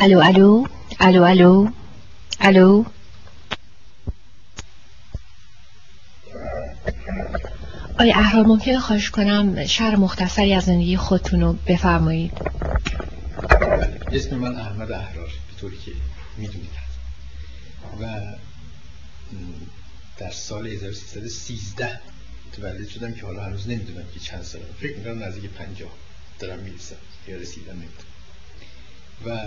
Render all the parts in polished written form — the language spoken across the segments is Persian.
الو الو الو الو الو. آیا احرار ممکنه خواهش کنم شرح مختصری از زندگی خودتون رو بفرمایید؟ اسم من احمد احرار به طوری که میدونید و در سال 1313 متولد شدم که حالا هنوز نمیدونم که چند سالم، فکر میکنم نزدیک 50 دارم میرسم یا رسیدم نمیدونم. و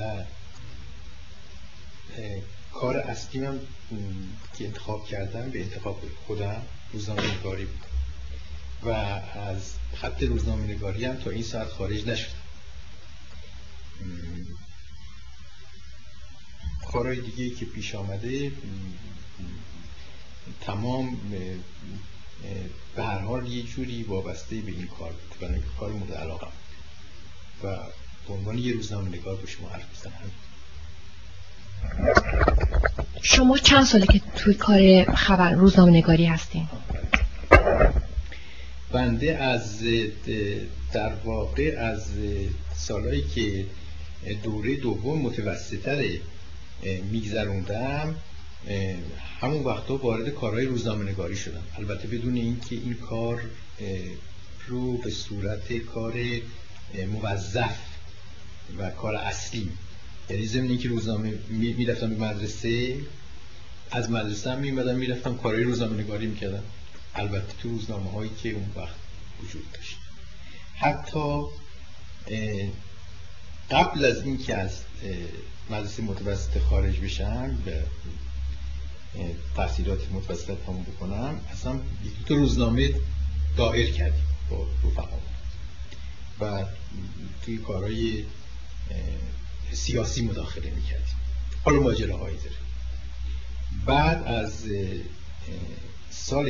کار اصلی من که انتخاب کردم به انتخاب خودم روزنامه‌نگاری بود و از خط روزنامه‌نگاری هم تا این ساعت خارج نشدم. کارهای دیگه‌ای که پیش آمده تمام به هر حال یه جوری وابسته به این کار بود، برای اینکه کار مورد علاقه و به عنوان یه روزنامه‌نگار با شما حرف می‌زنم. شما چند ساله که توی کار خبر روزنامه‌نگاری هستین؟ بنده از در واقع از سالایی که دوره دوم متوسطه میگذروندم همون وقتا وارد کارهای روزنامه‌نگاری شدم، البته بدون اینکه این کار رو به صورت کار موظف و کار اصلی، یعنی ضمن اینکه روزنامه میرفتم به مدرسه، از مدرسه هم میمدم میرفتم کارهای روزنامه‌نگاری میکردم، البته تو روزنامه هایی که اون وقت وجود داشت. حتی قبل از اینکه از مدرسه متوسطه خارج بشم به تحصیلات متوسطه تموم بکنم، اصلا یک دو روزنامه دایر کردیم با رفقا و توی کارهای سیاسی مداخله میکردیم. حالا ماجره هایی داره. بعد از سال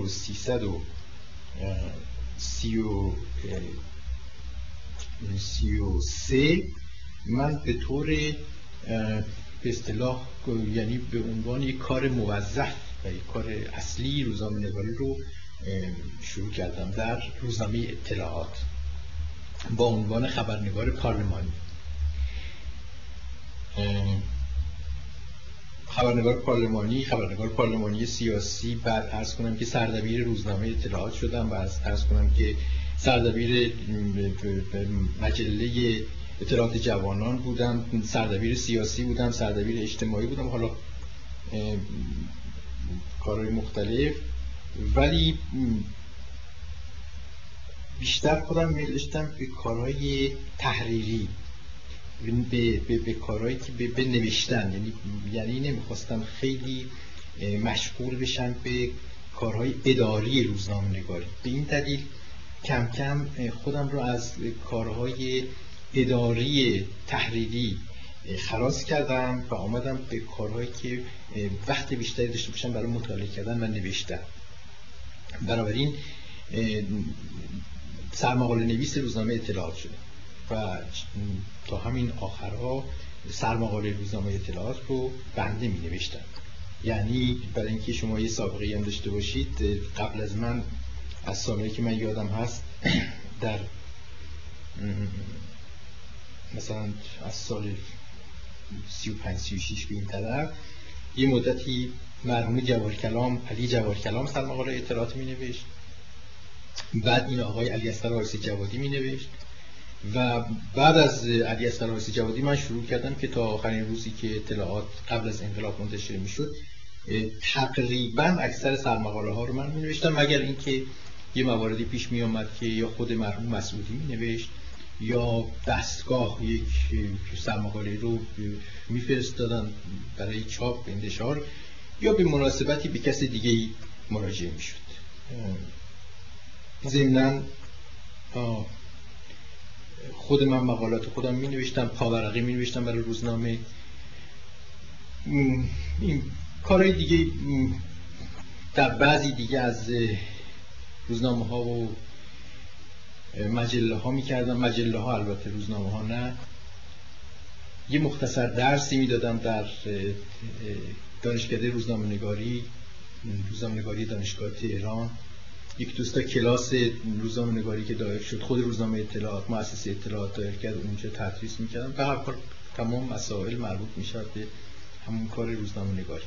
1333 من به طور به اصطلاح یعنی به عنوان یک کار موظف و یک کار اصلی روزنامه‌نگاری رو شروع کردم در روزنامه اطلاعات با عنوان خبرنگار پارلمانی. خبرنگار پارلمانی سیاسی. بعد عرض کنم که سردبیر روزنامه اطلاعات شدم و عرض کنم که سردبیر مجله اطلاعات جوانان بودم، سردبیر سیاسی بودم، سردبیر اجتماعی بودم، حالا کارهای مختلف. ولی بیشتر خودم میل داشتم به کارهای تحریری، به کارهایی که به نوشتن، یعنی نمیخواستم خیلی مشغول بشم به کارهای اداری روزنامه‌نگاری. به این دلیل کم کم خودم رو از کارهای اداری تحریری خلاص کردم و آمدم به کارهایی که وقت بیشتری داشته باشم برای مطالعه کردن و نوشتن. بنابراین سرمقاله نویس روزنامه اطلاعات شدم و تا همین آخرها سرمقاله روزنامه اطلاعات رو بنده می نوشتم. یعنی برای اینکه شما یه سابقه هم داشته باشید، قبل از من از سالهایی که من یادم هست در مثلا از سال 35-36 به این طرف یه مدتی مرحوم علی جوارکلام سرمقاله اطلاعات می نوشت، بعد این آقای علی اصغر آرسی جوادی می نوشت و بعد از علی اصغر آرسی جوادی من شروع کردم که تا آخرین روزی که اطلاعات قبل از انقلاب منتشر می شد تقریبا اکثر سرمقاله ها رو من می نوشتم، مگر اینکه یه مواردی پیش می آمد که یا خود مرحوم مسعودی می نوشت یا دستگاه یک سرمقاله رو میفرستادن برای چاپ انتشار یا به مناسبتی به کس دیگه‌ای مراجعه میشد. ضمناً خود من مقالات خودم می نوشتم، پاورقی می نوشتم برای روزنامه. این کارهای دیگه در بعضی دیگه از روزنامه ها و مجله ها می کردم، مجله ها البته، روزنامه ها نه. یه مختصر درسی می دادم در دانشکده روزنامه‌نگاری دانشگاه تهران. یک دوستا کلاس روزنامه‌نگاری که دایر شد، خود روزنامه اطلاعات، مؤسسه اطلاعات دایر کرد، اونجا تدریس می‌کردم. به هر حال تمام مسائل مربوط میشه به همون کار روزنامه نگاری.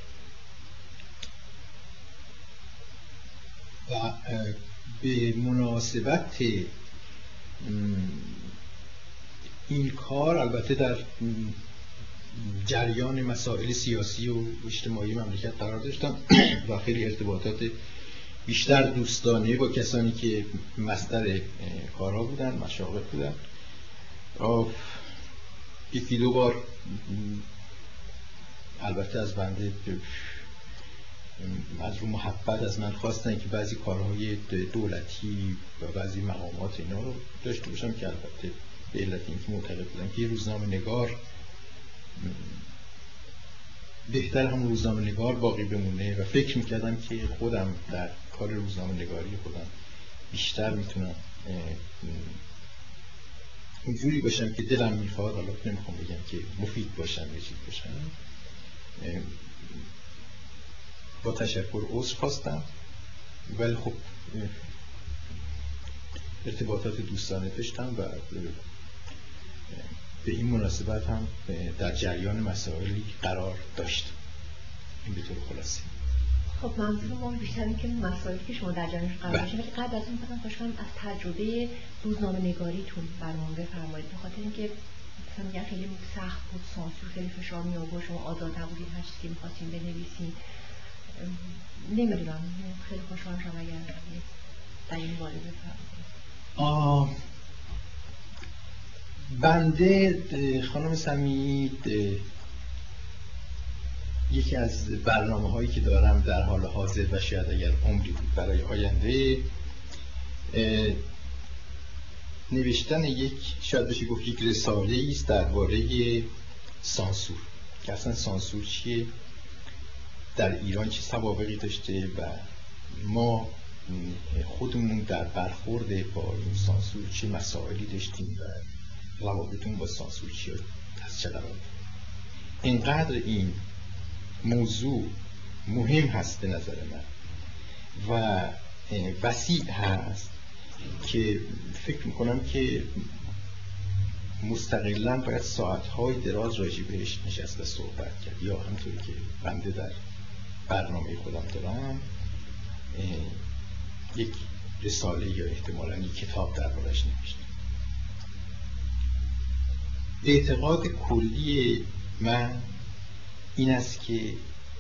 و به مناسبت این کار البته در جریان مسائل سیاسی و اجتماعی مملکت قرار داشتم و خیلی ارتباطات بیشتر دوستانه با کسانی که مصدر کارها بودن، مشاغل بودن. یکی دو بار البته از بنده از رو محبت از من خواستن که بعضی کارهای دولتی و بعضی مقامات اینا رو داشته باشم که البته به علت اینکه معتقد بودم که روزنامه نگار بهتر هم روزنامه نگار باقی بمونه و فکر میکردم که خودم در کار روزنامه نگاری خودم بیشتر میتونم اونجوری باشم که دلم میخواد. حالا نمیخوام بگم که مفید باشم یا چیز باشم. با تشکر عذر خواستم، ولی خب ارتباطات دوستانه داشتم و به این مناسبت هم در جریان مسائلی قرار داشت. این به طور خلاصه. خب منظور ما بیشتر این که مسائلی که شما در جریانش قرار داشتید، ولی قبل از اون مثلا خوش کنم از تجربه روزنامه نگاریتون برام بفرمایید، به خاطر اینکه مثلا میگن خیلی سخت بود، سانسور خیلی فشار می آورد، شما آزاد نبودید هر چیزی که می‌خواستین بنویسین. نمیدونم، خیلی خوشحال شدم اگر در این باره بفرمایید. بنده خانم سمیع یکی از برنامه‌هایی که دارم در حال حاضر و شاید اگر عمری بود برای آینده نوشتن یک، شاید بشه گفت یک رساله‌ای است درباره سانسور، که اصلا سانسور چیه، در ایران چه سوابقی داشته و ما خودمون در برخورد با این سانسور چه مسائلی داشتیم و روابطمون با سانسور چیه، از چه قرار. اینقدر این موضوع مهم هست به نظر من و وسیع هست که فکر میکنم که مستقلاً باید ساعتهای دراز راجع بهش نشست و صحبت کرد، یا همطوری که بنده در برنامه خودم دارم یک رساله یا احتمالاً یک کتاب دربارش نوشتم. اعتقاد کلی من این است که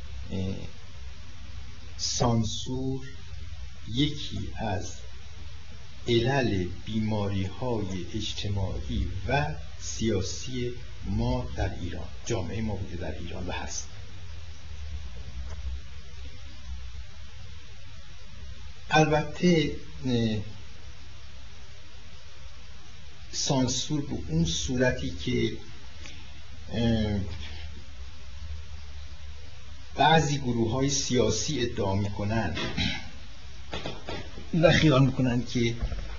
سانسور یکی از علل بیماری‌های اجتماعی و سیاسی ما در ایران، جامعه ما بوده در ایران و هست. البته سانسور به اون صورتی که بعضی گروه‌های سیاسی ادعا می‌کنند و خیال می‌کنند که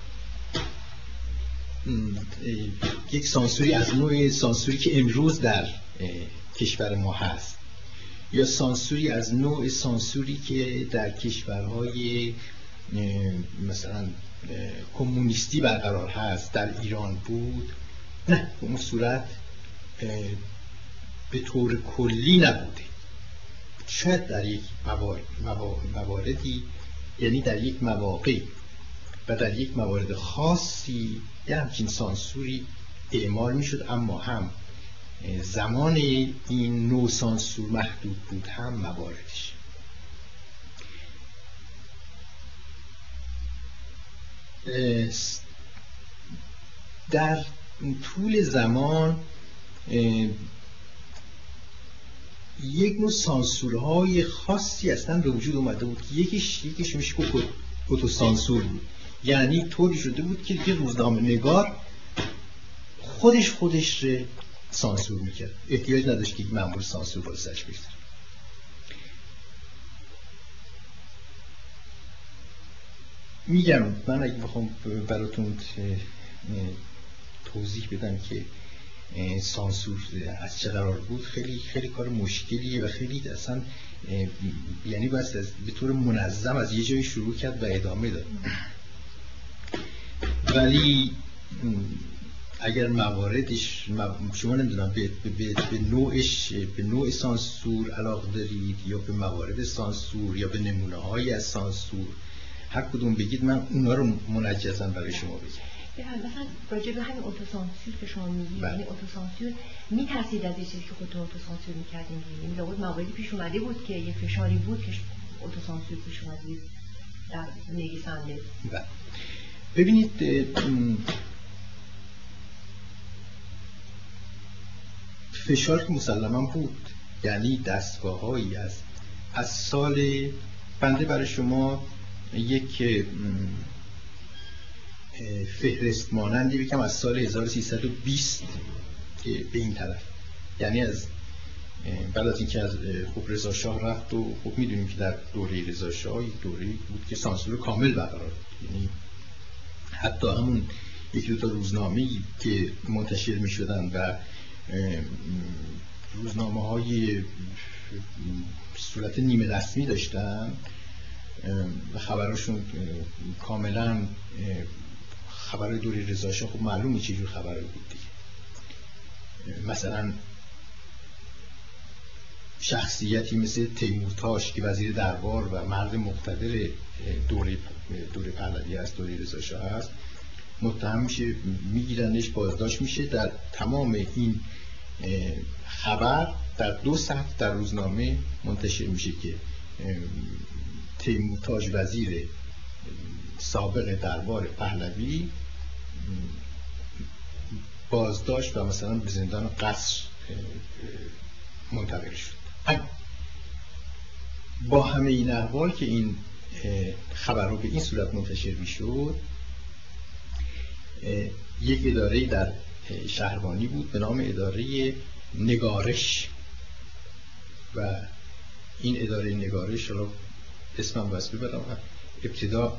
یک سانسوری از نوع سانسوری که امروز در کشور ما هست، یا سانسوری از نوع سانسوری که در کشورهای مثلا کمونیستی برقرار هست در ایران بود، نه، به اون صورت به طور کلی نبوده. شاید در یک مواردی، یعنی در یک مواقع و در یک موارد خاصی یه همچین سانسوری اعمال میشد، اما هم زمان این نوع سانسور محدود بود، هم مواردش. در طول زمان یک نوع سانسورهای خاصی اصلا به وجود اومده بود که یکیش میشه که اتوسانسور بود، یعنی طوری شده بود که روزنامه نگار خودش رو سانسور میکرد، احتیاج نداشت که یک مأمور سانسور واسش بگذاره. میگم من اگه بخوام براتون توضیح بدم که سانسور از چه قرار بود، خیلی کار مشکلیه و خیلی اصلا یعنی بس به طور منظم از یه جایی شروع کرد و ادامه داد. ولی اگر مواردش شما نمیدونم به نوع سانسور علاقه دارید یا به موارد سانسور یا به نمونه هایی از سانسور، هر کدوم بگید من اونا رو منجزاً برای شما بگم. مثلا راجع به همین اتوسانسور که شما میگید، یعنی اتوسانسور میترسید از این چیزی که خودتون اتوسانسور میکردین، یعنی لابد مواردی پیش اومده بود که یه فشاری بود که اتوسانسور پیش اومده در نویسنده. ببینید فشار که مسلماً بود، یعنی دستگاه‌هایی از سال بنده برای شما یک فهرست مانندی بگم از سال 1320 که به این طرف، یعنی از بعد از اینکه از خب رضا شاه رفت و خب میدونیم که در دوره رضا شاه دوره بود که سانسور کامل برقرار بود، یعنی حتی همون یکی دو تا روزنامه‌ای که منتشر می‌شدن و روزنامه‌های صورت نیمه رسمی داشتن و خبرشون کاملا خبرهای دوره رضا شاه خب معلومه چه جور خبرایی بود دیگه. مثلا شخصیتی مثل تیمورتاش که وزیر دربار و مرد مقتدر دوره پهلوی است، دوره رضا شاه است، متهم میشه، میگیرنش، بازداشت میشه. در تمام این خبر در 2 صفحه در روزنامه منتشر میشه که تیمورتاش وزیر سابق دربار پهلوی بازداشت و مثلا به زندان قصر منتقل شد. با همه این احوال که این خبر رو به این صورت منتشر میشد، یک اداره در شهربانی بود به نام اداره نگارش و این اداره نگارش رو اسمم بس ببرم، ابتدا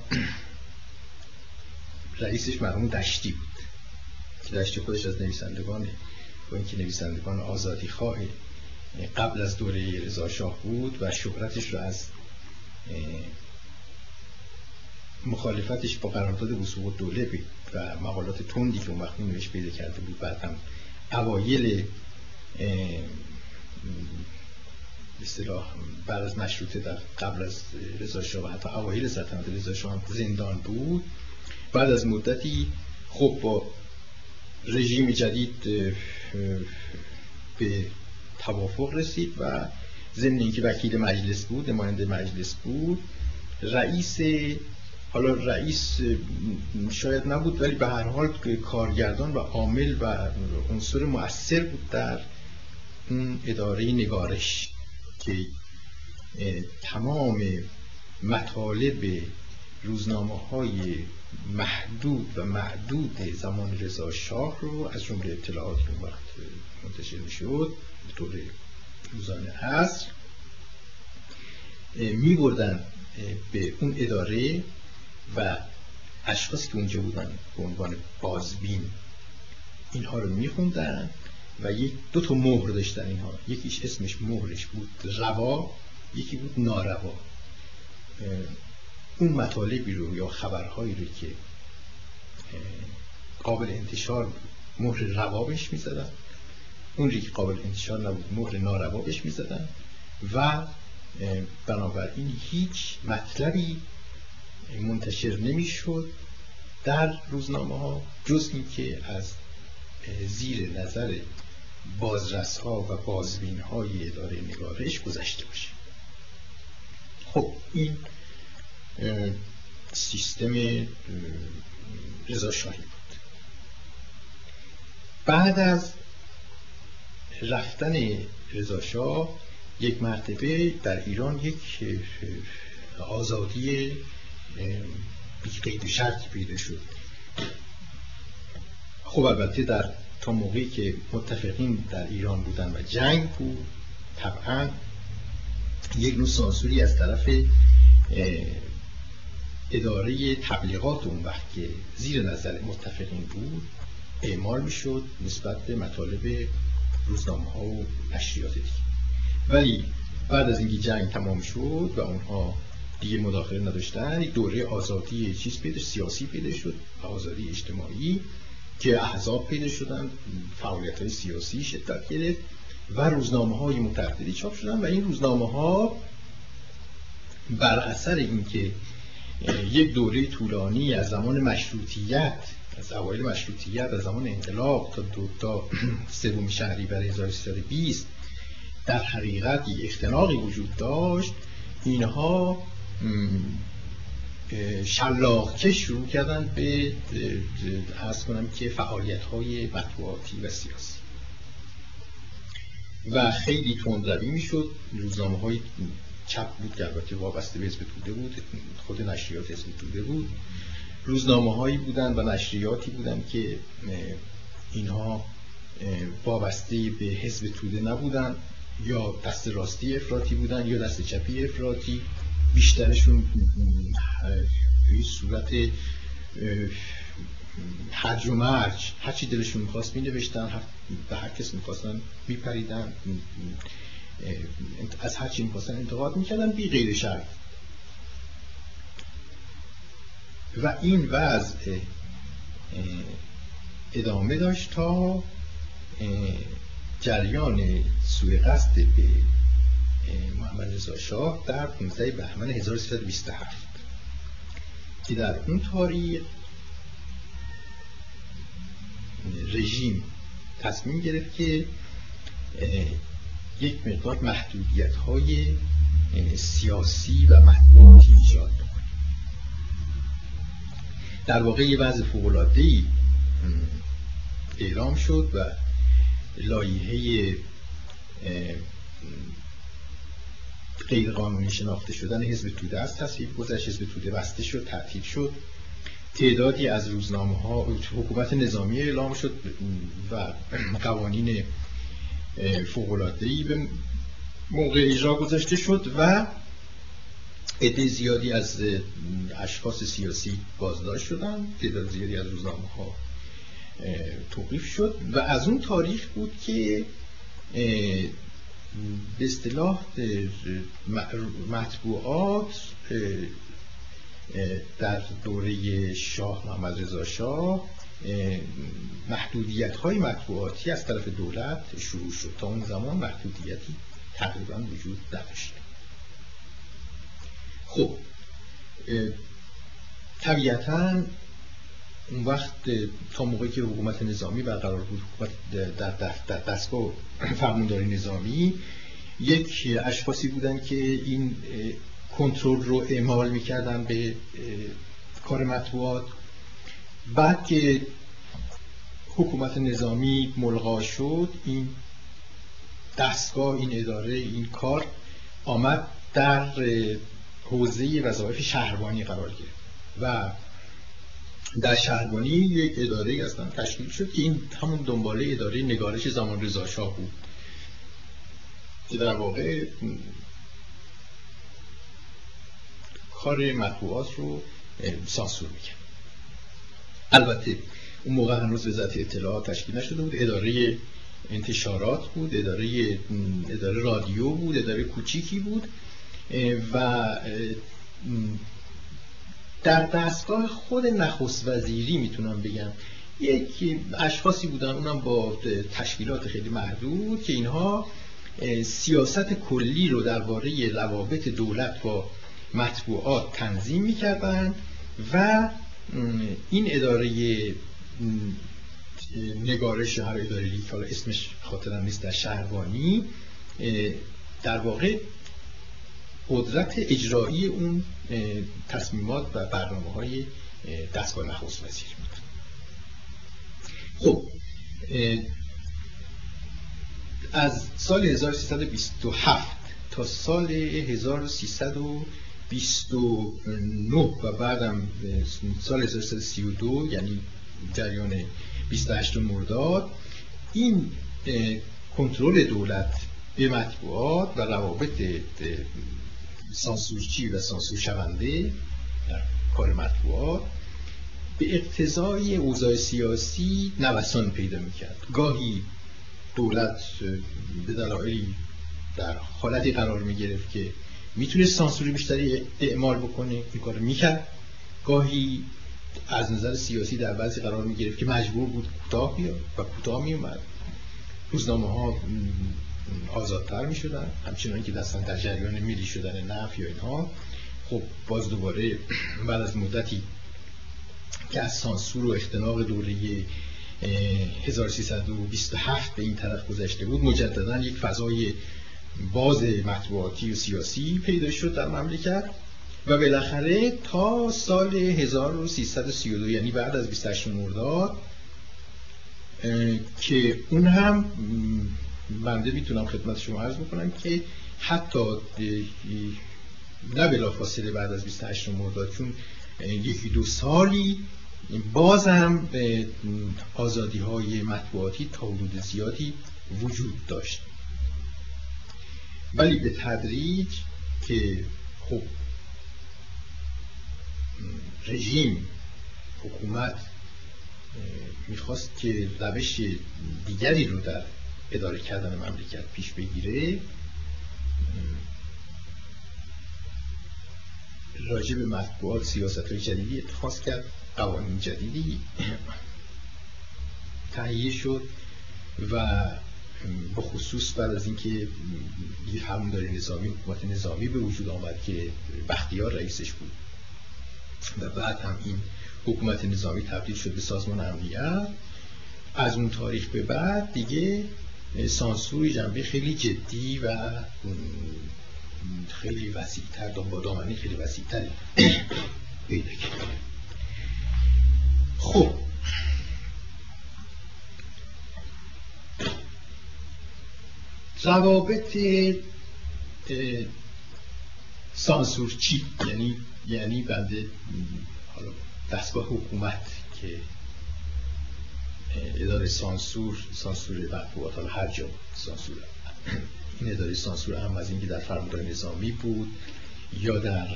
رئیسش مرحوم دشتی بود که دشتی خودش از نویسندگان با اینکه نویسندگان آزادی خواه قبل از دوره رضا شاه بود و شهرتش رو از مخالفتش با قرارداد وثوق الدوله و مقالات تندی که اون وقت نوشت پیدا کرده بود. بعد هم اوایل اصطلاح بعد از مشروطه در قبل از رضا شاه و حتی اوایل سلطنت رضا شاه هم زندان بود. بعد از مدتی خب با رژیم جدید به توافق رسید و ضمن اینکه وکیل مجلس بود، نماینده مجلس بود، رئیس شاید نبود ولی به هر حال کارگردان و عامل و عنصر مؤثر بود در اون اداره نگارش که تمام مطالب روزنامه‌های محدود و معدود زمان رضا شاه رو از جمله اطلاعاتی که اون وقت منتشر میشد به طور روزانه عصر می‌بردن به اون اداره و اشخاصی که اونجا بودن به عنوان بازبین اینها رو می‌خوندن و دو تا مهر داشتن اینها. یکیش اسمش مهرش بود روا، یکی بود ناروا. اون مطالبی رو یا خبرهایی رو که قابل انتشار بود مهر روا بهش می‌زدن، اون که قابل انتشار نبود مهر ناروا بهش می‌زدن و بنابراین هیچ مطلبی منتشر نمی‌شد در روزنامه‌ها جز اینکه از زیر نظر بازرس‌ها و بازبین‌های اداره نگارش گذشته باشه. خب این سیستم رضا شاهی بود. بعد از رفتن رضا شاه یک مرتبه در ایران یک آزادی بی قید و شرطی پیدا شد. خب البته در تا موقعی که متفقین در ایران بودن و جنگ بود طبعا یک نوع سانسوری از طرف اداره تبلیغات اون وقت که زیر نظر متفقین بود اعمال میشد نسبت به مطالب روزنامه‌ها و نشریات دیگه. ولی بعد از اینکه جنگ تمام شد و اونها دیگه مداخله نداشتن، یک دوره آزادی سیاسی پیدا شد و آزادی اجتماعی که احزاب پیدا شدن، فعالیت‌های سیاسی شدت گرفت و روزنامه‌های متعددی چاپ شدن و این روزنامه‌ها بر اثر اینکه یک دوره طولانی از زمان مشروطیت، از اوایل مشروطیت، از زمان انقلاب تا 3 شهریور 1320 در حقیقت یک اختناقی وجود داشت، اینها شلاق‌کش شروع کردن به عرض کنم که فعالیت‌های مطبوعاتی و سیاسی و خیلی تندروی میشد. روزنامه‌های چپ بود که البته وابسته به حزب توده بود، خود نشریات حزب توده بود. روزنامه‌هایی بودن و نشریاتی بودن که اینها وابسته به حزب توده نبودن، یا دست راستی افراطی بودن یا دست چپی افراطی. بیشترشون به صورت هرج و مرج، هرچی دلشون می‌خواست می‌نوشتن، به هر کس می‌خواستن می‌پریدن، از هرچی می‌خواستن انتقاد می‌کردن بی غیر شرط. و این وضع ادامه داشت تا جریان سوء قصد به محمد رضا شاه در 15 بهمن 1327 که در اون تاریخ رژیم تصمیم گرفت که یک مقدار محدودیت‌های سیاسی و مطبوعاتی ایجاد کنه. در واقع یه وضع فوق‌العاده‌ای اعلام شد و لایحه غیرقانونی شناخته شدن حزب توده از تصویب گذشت. حزب توده بسته شد، تعطیل شد. تعدادی از روزنامه‌ها، حکومت نظامی اعلام شد و قوانین فوق‌العاده‌ای به موقع اجرا گذاشته شد و عده زیادی از اشخاص سیاسی بازداشت شدند. تعداد زیادی از روزنامه‌ها توقیف شد و از اون تاریخ بود که به اصطلاح مطبوعات در دوره شاه محمد رضا شاه محدودیت‌های مطبوعاتی از طرف دولت شروع شد. تا اون زمان محدودیتی تقریبا وجود نداشت. خب طبیعتاً اون وقت تا موقعی که حکومت نظامی برقرار بود، حکومت در دستگاه فرمانداری نظامی، یک اشخاصی بودن که این کنترل رو اعمال میکردن به کار مطبوعات. بعد که حکومت نظامی ملغا شد، این دستگاه، این اداره، این کار آمد در حوزه وظایف شهربانی قرار گرفت و در شهربانی یک اداره اصلا تشکیل شد که این همون دنباله اداره نگارش زمان رضا شاه بود که در واقع کار مطبوعات رو سانسور میکرد. البته اون موقع هنوز وزارت اطلاعات تشکیل نشده بود، اداره انتشارات بود، اداره رادیو بود، اداره کوچیکی بود و در دستگاه خود نخست وزیری میتونم بگم یک اشخاصی بودن، اونم با تشکیلات خیلی محدود، که اینها سیاست کلی رو درباره روابط دولت با مطبوعات تنظیم میکردن و این اداره نگارش، هر اداره‌ای که حالا اسمش خاطرم نیست، در شهربانی در واقع قدرت اجرایی اون تصمیمات و برنامه‌های دستگاه نخست وزیری بود. خب از سال 1327 تا سال 1329 و بعدم سال 1332، یعنی جریان 28 مرداد، این کنترل دولت به مطبوعات و روابط سانسورچی و سانسور شونده در کار مطبوعات به اقتضای اوضاع سیاسی نوسان پیدا میکرد. گاهی دولت به دلایلی در حالتی قرار میگرفت که میتونه سانسور بیشتری اعمال بکنه، این کار میکرد. گاهی از نظر سیاسی در بعضی قرار می گرفت که مجبور بود کوتاه بیاد و کوتاه می اومد. روزنامه ها آزادتر می شدن، همچنان که دستن در جریان ملی شدن نفت یا اینها. خب باز دوباره بعد از مدتی که از سانسور و اختناق دوره 1327 به این طرف گذشته بود، مجددا یک فضای باز مطبوعاتی و سیاسی پیدا شد در مملکت و بالاخره تا سال 1332 یعنی بعد از 28 مرداد که اون هم بنده میتونم خدمت شما عرض بکنم که حتی نه بلافاصله بعد از 28 مرداد، چون یکی دو سالی بازم آزادی های مطبوعاتی تا حدود زیادی وجود داشت، ولی به تدریج که خب رژیم حکومت میخواست که روش دیگری رو در اداره کردن مملکت پیش بگیره، راجع به مطبوعات سیاست‌های جدیدی اتخاذ کرد، قوانین جدیدی تهیه شد و به خصوص بعد از اینکه یه فرمانداری نظامی، حکومت نظامی به وجود آمد که بختیار رئیسش بود و بعد هم این حکومت نظامی تبدیل شد به سازمان امنیت، از اون تاریخ به بعد دیگه سانسور جنبه خیلی جدی و خیلی وسیع‌تر، با دامنه خیلی وسیع‌تری پیدا کرد. خب ضوابط سانسور چی؟ یعنی بنده حالا دستگاه حکومت که اداره سانسور مطبوعات، حالا هر جا سانسور، این اداره سانسور هم از اینکه در فرمانداری نظامی بود یا در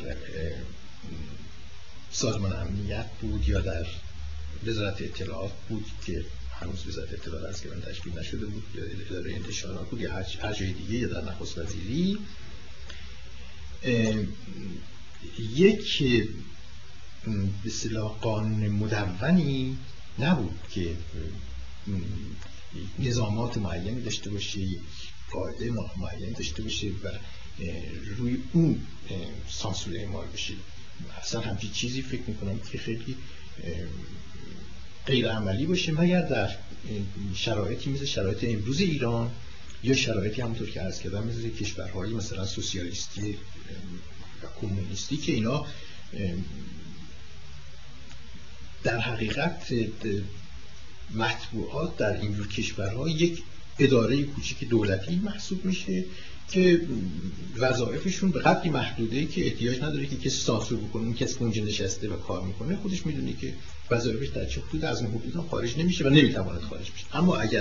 سازمان امنیت بود یا در وزارت اطلاعات بود که هنوز وزارت اطلاعات از که من تشکیل نشده بود، یا اداره انتشارات بود یا هر جای دیگه، یا در نخست وزیری، یک به اصطلاح قانون مدونی نبود که نظامات معینی داشته باشه، یک قاعده معینی داشته باشه و روی اون سانسور اعمال بشه. اصلا همچین چیزی فکر میکنم که خیلی غیر عملی باشه، مگر در شرایطی مثل شرایط امروز ایران یا شرایطی همونطور که عرض کردم مثل کشورهای مثلا سوسیالیستی و کمونیستی که اینا در حقیقت مطبوعات در اینجور کشورها یک اداره کوچیک دولتی محسوب میشه که وظایفشون به قدری محدوده که احتیاج نداره که کسی سانسور بکنه. اون کسی که اونجا نشسته و کار میکنه خودش میدونه که وظایفش در چه حدود از اون حدود خارج نمیشه و نمیتواند خارج بشه. اما اگر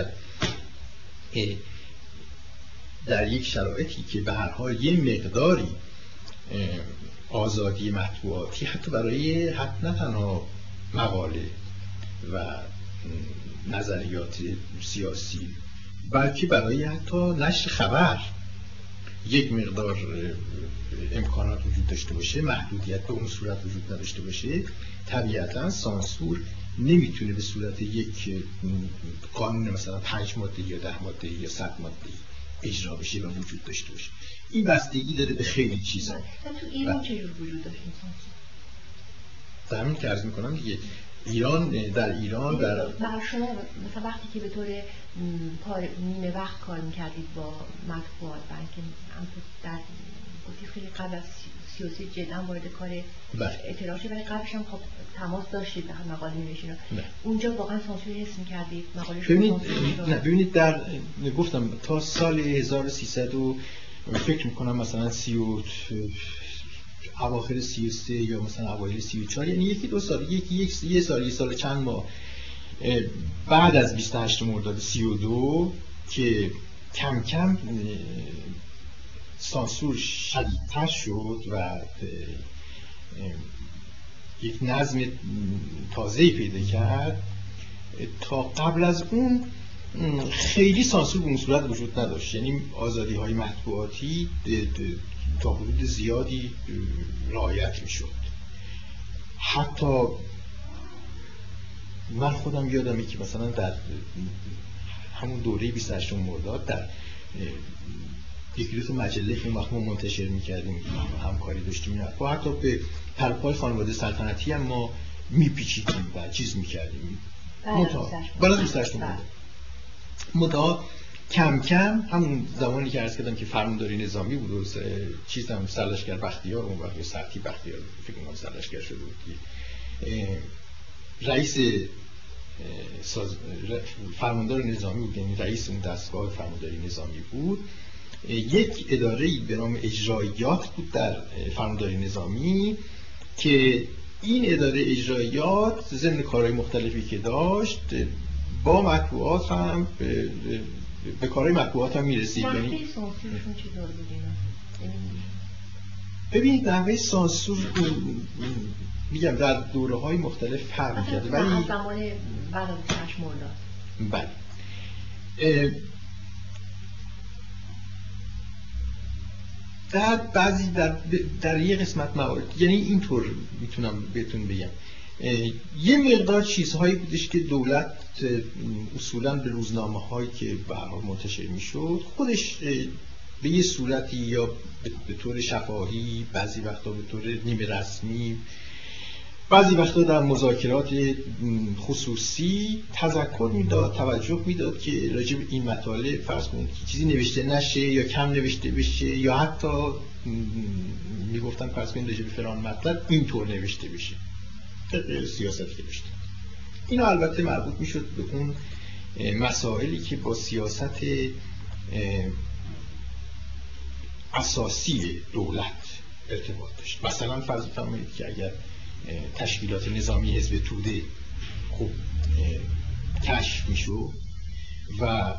در یک شرایطی که به هر حال یه مقداری آزادی مطبوعاتی حتی برای نه تنها مقاله و نظریات سیاسی بلکه برای حتی نشر خبر یک مقدار امکانات وجود داشته باشه، محدودیت به اون صورت وجود نداشته باشه، طبیعتا سانسور نمیتونه به صورت یک قانون مثلا 5 ماده یا 10 ماده یا 100 ماده اجرا بشه و وجود داشته باشه. این بستگی داره به خیلی چیزا. تو ایران چجور وجود داشت این سانسور؟ همین که عرض میکنم دیگه، در ایران بر شما مثلا وقتی که به طور نیمه وقت کار میکردید با مطبوعات بلکه در خیلی قبل از سیاسی جدا وارد کار اطلاعات شد، ولی قبلش هم خب تماس داشتید در مقاله نوشتید، اونجا واقعا سانسور حس میکردید؟ مقاله شما ببینید در گفتم تا سال 1300 فکر میکنم مثلا اواخر 33 یا مثلا اوایل 34، یعنی یکی دو سال، یه سال چند ماه بعد از 28 مرداد 32 که کم کم سانسور شدیدتر شد و یک نظم تازه‌ای پیدا کرد. تا قبل از اون خیلی سانسور به اون صورت وجود نداشت، یعنی آزادی‌های مطبوعاتی تا حدود زیادی رعایت می‌شد. حتی من خودم یادمه که مثلا در همون دوره 28 مرداد در یکی دو مجله که اون وقت ما منتشر می‌کردیم همکاری داشتیم و حتی به پرپای خانواده سلطنتی هم ما میپیچیدیم و چیز می‌کردیم برای 28 مرداد. متا کم کم همون زمانی که عرض کردم که فرمانداری نظامی بود و چیزم سرلشکر بختیار اون وقت سرتی بختیار فکر کنم سرلشکر شده بود که رئیس فرماندار نظامی بود، یعنی رئیس اون دستگاه فرمانداری نظامی بود. یک اداره‌ای به نام اجرایات بود در فرمانداری نظامی که این اداره اجرایات ضمن کارهای مختلفی که داشت با مطبوعات هم به کارهای مطبوعات هم میرسید. یعنی سانسورشون چطور بود اینا؟ ببینید نحوه سانسور میگم در دوره‌های مختلف فرق می‌کرده، ولی از زمان بعد از 28 مرداد بله در یه قسمت موارد، یعنی اینطور میتونم بهتون بگم یه مقدار چیزهایی بودش که دولت اصولاً به روزنامه‌هایی که به هر حال منتشر میشد خودش به یه صورتی یا به طور شفاهی، بعضی وقتا به طور نیمه رسمی، بعضی وقتا در مذاکرات خصوصی تذکر میداد، توجه میداد که راجع به این مطالب فرض کنید که چیزی نوشته نشه یا کم نوشته بشه، یا حتی میگفتن فرض کنید راجع به فلان مطلب اینطور نوشته بشه، طبق سیاست که داشته. اینا البته مربوط میشد به اون مسائلی که با سیاست اساسی دولت ارتباط داشت. مثلا فرض فرمایید که اگر تشکیلات نظامی حزب توده خوب کشف میشد و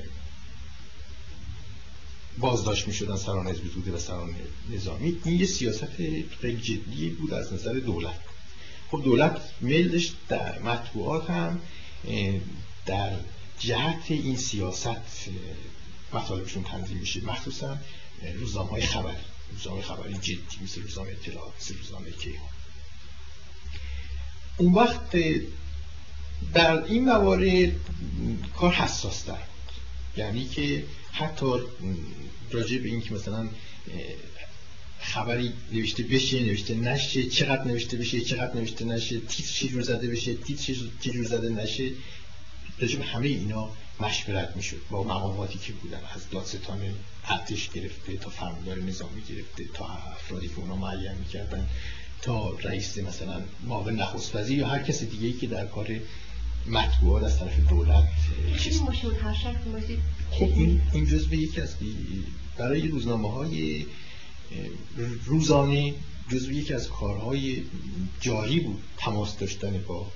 بازداشت میشدن سران حزب توده و سران نظامی، این یه سیاست خیلی جدی بود از نظر دولت. خب دولت میل داشت در مطبوعات هم در جهت این سیاست مطالبشون تنظیم میشه، مخصوصا روزنامه‌های خبری جدی مثل روزنامه اطلاعات، مثل روزنامه کیهان. اون وقت در این موارد کار حساس تر بود، یعنی که حتی راجع به این که مثلا خبری نوشته بشه نوشته نشه، چقدر نوشته بشه چقدر نوشته نشه، تیتر چجور زده بشه تیتر چجور زده نشه، راجع به همه اینا مشورت میشد با مقاماتی که بودن، از دادستان ارتش گرفته تا فرماندار نظامی گرفته تا افرادی که اونا معین میکردن تا رئیس مثلا معاون نخست وزیر یا هر کس دیگه‌ای که در کار مطبوعات از طرف دولت چیزی مشهور شکل باشید. خب این جزء یکی از برای روزنامه‌های روزانه جزء یکی از کارهای جاری بود تماس داشتن با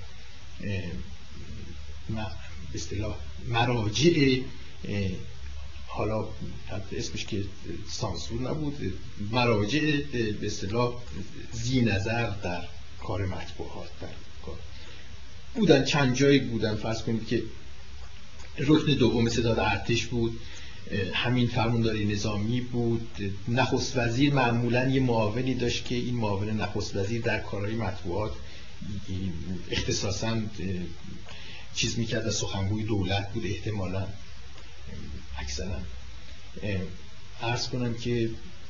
به اصطلاح مراجع، حالا اسمش که سانسور نبود، مراجع به اصطلاح ذی نظر در کار مطبوعات در کار بودن. چند جایی بودن، فرض کنید که رکن دوم ستاد ارتش بود، همین فرمانداری نظامی بود، نخست وزیر معمولاً یه معاونی داشت که این معاون نخست وزیر در کارهای مطبوعات اختصاصاً چیز میکرد و سخنگوی دولت بود احتمالاً اکثراً. عرض کنم که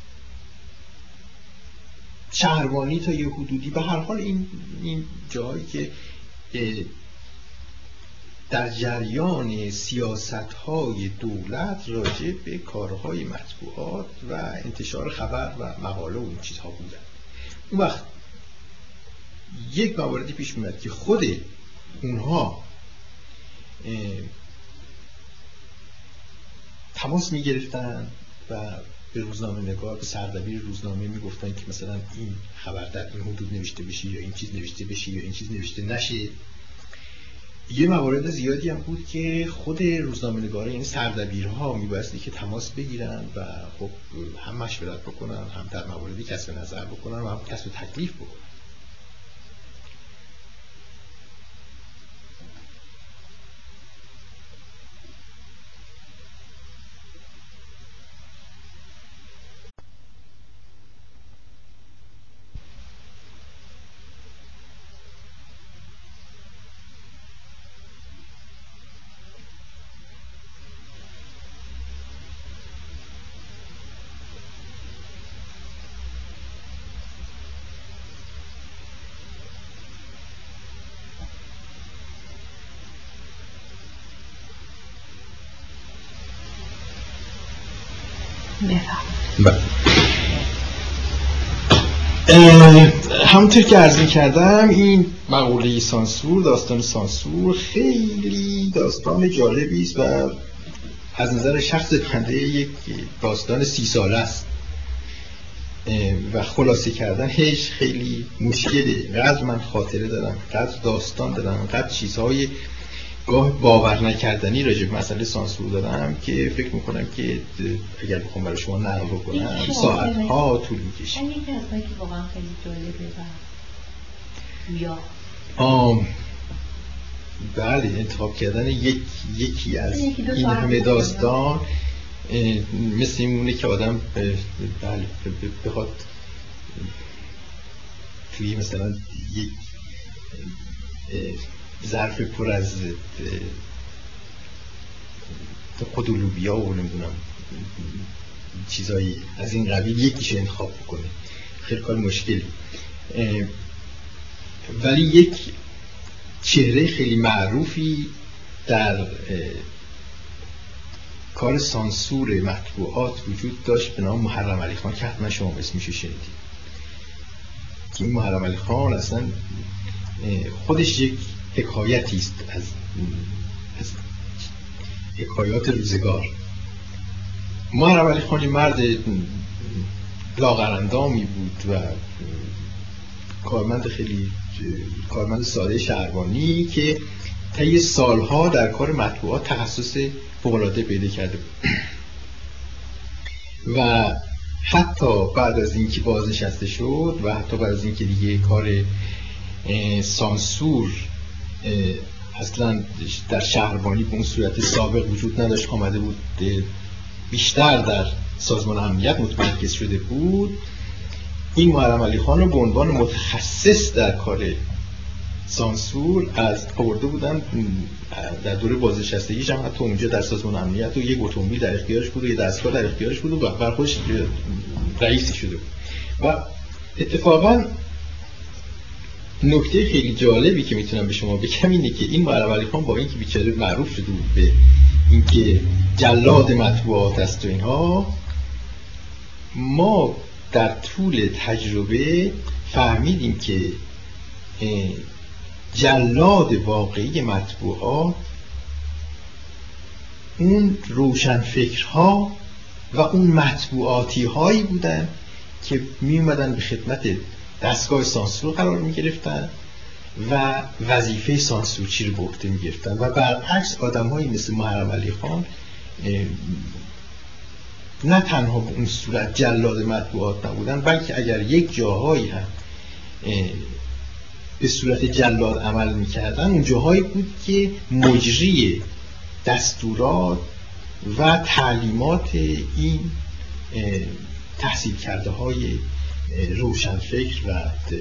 شهروانی تا یه حدودی به هر حال این جایی که در جریان سیاست‌های دولت راجع به کارهای مطبوعات و انتشار خبر و مقاله و این چیزها بودن. اون وقت یک مواردی پیش میاد که خود اونها تماس میگرفتن و به روزنامه نگار، به سردبیر روزنامه میگفتن که مثلا این خبر در این حدود نوشته بشه یا این چیز نوشته بشه یا این چیز نوشته نشه. یه موارد زیادی هم بود که خود روزنامه‌نگارا، یعنی سردبیرها میبایستی که تماس بگیرن و خب هم مشورت بکنن، هم در مواردی کسب نظر بکنن و هم کسب تکلیف بکنن. بفرمایید. همونطور که عرض کردم این مقوله سانسور، داستان سانسور خیلی داستان جالبی است و از نظر شخص بنده یک داستان 30 ساله است و خلاصه کردنش خیلی مشکله. قدر من خاطره دارم، قدر داستان دارم، قدر چیزهای گاه باور نکردنی راجع به مسئله سانسور دارم که فکر میکنم که اگر بخوام برای شما نقل بکنم ساعت‌ها طول می‌کشه. این یکی از که واقعا خیلی جالبه و یا بله، انتخاب کردن یکی از این همه داستان مثل اینونه که آدم بله بخواد توی مثلا یک ظرف پر از قدولوبیا و نمیدونم چیزایی از این قبیل یکیش انتخاب بکنه، خیلی کار مشکلی. ولی یک چهره خیلی معروفی در کار سانسور مطبوعات وجود داشت به نام محرم علی خان که حتما شما اسمشو شنیدید. که این محرم علی خان اصلا خودش یک حکایتی است از حکایات روزگار. محرم علی خان مرد لاغرندامی بود و کارمند ساده شهربانی که طی سالها در کار مطبوعات تخصص فوق‌العاده پیدا کرده بود و حتی بعد از اینکه بازنشسته شد و حتی بعد از اینکه دیگه کار سانسور اصلا در شهربانی به اون صورت سابق وجود نداشت، آمده بود بیشتر در سازمان امنیت متمرکز شده بود، این محرم علی خان رو به عنوان متخصص در کار سانسور از آورده بودن. در دوره بازنشستگیش هم حتی اونجا در سازمان امنیت و یک اتومبیل در اختیارش بود و یک دستگاه در اختیارش بود و بر خودش رئیسی شده بود. و اتفاقا نکته خیلی جالبی که میتونم به شما بگم اینه که این محرم علی خان با اینکه بیچاره معروف شده بود به اینکه جلاد مطبوعات است و اینها، ما در طول تجربه فهمیدیم که جلاد واقعی مطبوعات اون روشنفکرها و اون مطبوعاتی هایی بودن که می اومدن به خدمت دستگاه سانسور قرار می گرفتن و وظیفه سانسورچی رو به عهده می گرفتن و برعکس آدم هایی مثل محرم علی خان نه تنها به اون صورت جلاد مطبوعات نبودن، بلکه اگر یک جاهایی هم به صورت جلاد عمل میکردن، اون جاهایی بود که مجری دستورات و تعلیمات این تحصیل کرده های روشنفکر و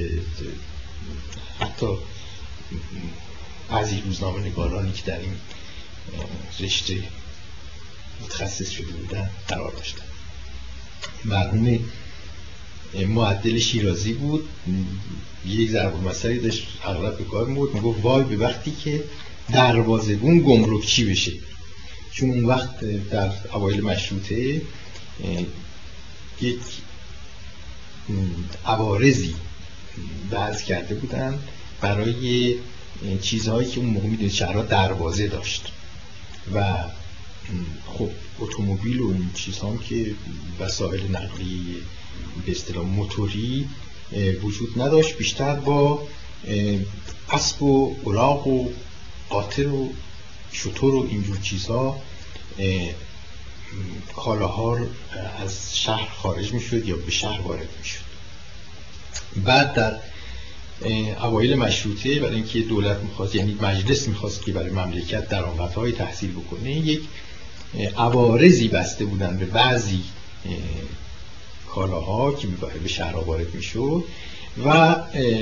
حتی بعضی روزنامه نگارانی که در این رشته متخصص شده بودن قرار داشتن. مرحوم معدل شیرازی بود، یک ضرب المثلی داشت اغلب به کار می‌برد، میگفت وای به وقتی که دروازه‌بون گمرکچی بشه. چون اون وقت در اوایل مشروطه یک عوارضی وضع کرده بودن برای چیزهایی که اون موقع میدونید شهرها دروازه داشت و خب اتومبیل و این چیزها هم که وسایل نقلیه به اصطلاح موتوری وجود نداشت، بیشتر با اسب و الاغ و قاطر و شتر و اینجور چیزها کالاها از شهر خارج میشد یا به شهر وارد میشد. بعد در اوایل مشروطه برای اینکه دولت میخواست، یعنی مجلس میخواست که برای مملکت درآمدهای تحصیل بکنه، یک عوارضی بسته بودن به بعضی کالاها که به شهر وارد میشد و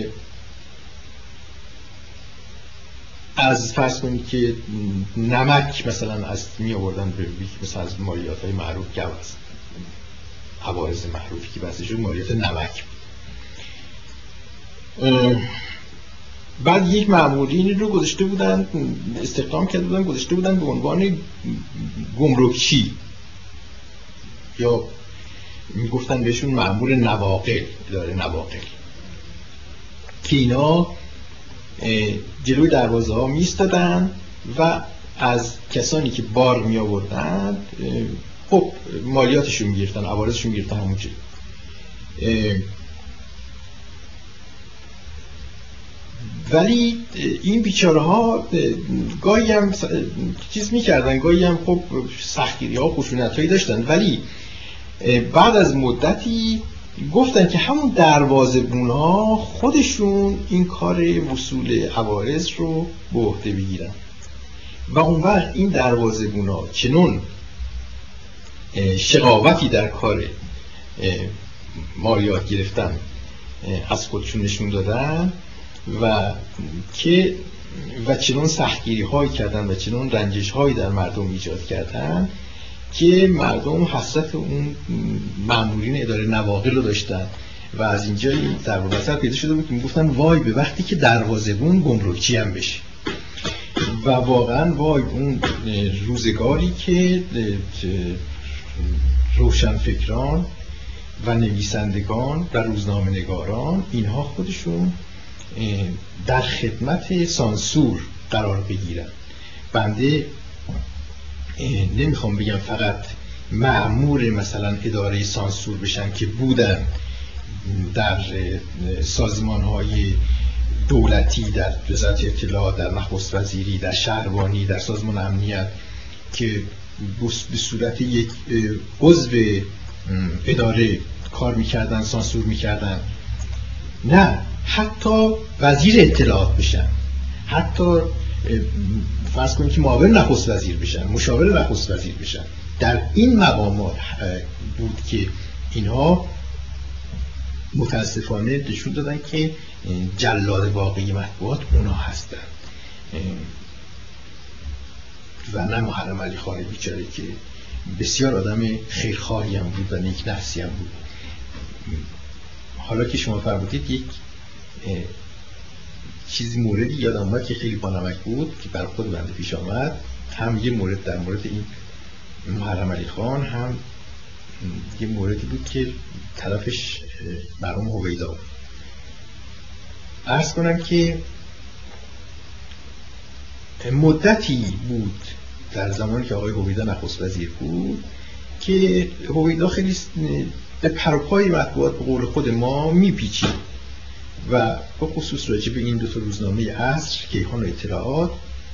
از فرض کنید که نمک مثلا از می آوردن به مثلا از مالیات های معروف گوز، عوارض معروفی که بسته شد مالیات نمک. بعد یک مأمورین رو گذاشته بودن، استخدام کرده بودن، گذاشته بودن به عنوان گمرکچی یا میگفتن بهشون مأمور نواقل، اداره نواقل، که اینا جلوی دروازه ها میستادن و از کسانی که بار می آوردن خب مالیاتشون میگرفتن، عوارضشون میگرفتن همونجوری. ولی این بیچاره ها گاهی هم چیز میکردن، گاهی هم خب سختگیری ها و خشونت هایی داشتن، ولی بعد از مدتی گفتن که همون دروازه‌بون ها خودشون این کار وصول عوارض رو به عهده بگیرن و اون وقت این دروازه‌بون ها چنون شقاوتی در کار مالیات گرفتن از خودشون نشون دادن و چنون سختگیری هایی کردن و چنون رنجش هایی در مردم ایجاد کردن که مردم حسرت اون مامورین اداره نواقل رو داشتن و از اینجا در واقع پیدا شده بود که میگفتن وای به وقتی که دروازه‌بون گمرکچی هم بشه. و واقعا وای اون روزگاری که روشنفکران و نویسندگان و روزنامه‌نگاران اینها خودشون در خدمت سانسور قرار بگیرن. بنده نمیخوام بگم فقط مأمور مثلا اداره سانسور بشن که بودن در سازمان‌های دولتی، در وزارت اطلاعات، در نخست وزیری، در شهربانی، در سازمان امنیت، که به صورت یک عضو اداره کار میکردن، سانسور میکردن. نه، حتی وزیر اطلاعات بشن، حتی فرض کنید که معاون نخست وزیر بشن، مشاور نخست وزیر بشن. در این مقامات بود که اینها متاسفانه نشون دادن که جلاد واقعی مطبوعات اونا هستن و نه محرم علی خان بیچاره که بسیار آدم خیرخواهی هم بود و نیک نفسی هم بود. حالا که شما فرمودید یک چیزی موردی یادم اومد که خیلی بانمک بود که برای خود بنده پیش آمد، هم یه مورد در مورد این محرم علی خان، هم یه موردی بود که طرفش مرحوم هویدا بود. عرض کنم که مدتی بود در زمانی که آقای هویدا نخست وزیر بود که هویدا خیلی به پروپای مطبوعات به قول خود ما میپیچید و به خصوص راجع به این دو تا روزنامه عصر، کیهان و اطلاعات،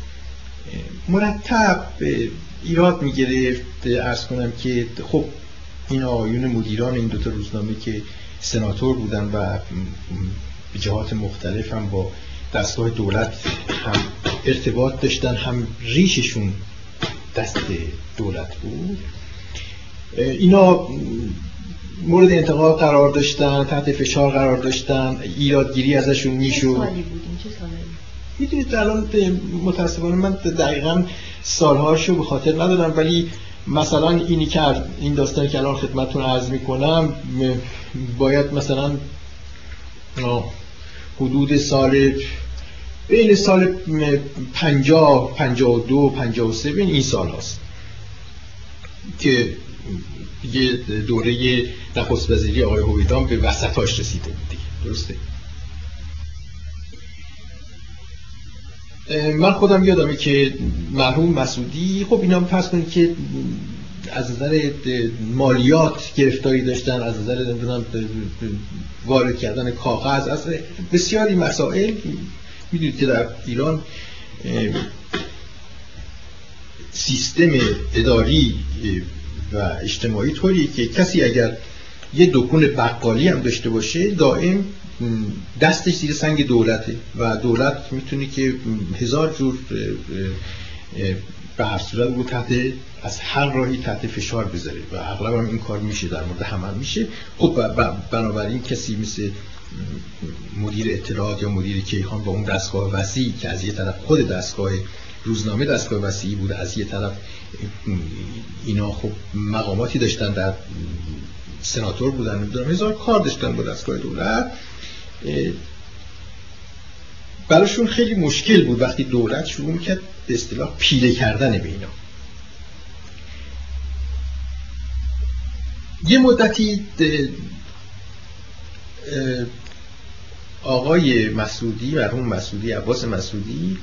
مرتب ایراد میگرفت. عرض کنم که خب این آقایون مدیران این دو تا روزنامه که سناتور بودن و به جهات مختلف هم با دستگاه دولت هم ارتباط داشتن، هم ریششون دست دولت بود، اینا مورد انتقاد قرار داشتن، تحت فشار قرار داشتن، ایرادگیری ازشون میشد. چه سالی بود این؟ چه سالی؟ میدونید الان متاسفانه من دقیقاً سالهاشو به خاطر ندارم، ولی مثلا اینی که این داستانی که الان خدمتتون عرض میکنم باید مثلا حدود سال بین سال 50 52 53 بین این سال هاست که یه دوره نخست وزیری آقای هویدا به وسطاش رسیده بود دیگه. درسته؟ من خودم یادمه که مرحوم مسعودی، خب اینا فرض کنید که از نظر مالیات گرفتاری داشتن، از نظر نمیدونم وارد کردن کاغذ، از بسیاری مسائل. میدونید که در ایران سیستم اداری و اجتماعی طوریه که کسی اگر یه دکون بقالی هم داشته باشه دائم دستش زیر سنگ دولته و دولت میتونه که هزار جور به هر صورت رو از هر راهی تحت فشار بذاره و اغلب هم این کار میشه، در مورد همه میشه. خب بنابراین کسی مثل مدیر اطلاعات یا مدیر کیهان با اون دستگاه وسیع که از یه طرف خود دستگاه روزنامه دستگاه وسیعی بود، از یه طرف اینا خب مقاماتی داشتن، در سناتور بودن، نمیدونم هزار کار داشتن با دستگاه دولت، براشون خیلی مشکل بود وقتی دولت شروع میکرد به اصطلاح پیله کردن به اینا. یه مدتی آقای مسعودی، مرحوم مسعودی، عباس مسعودی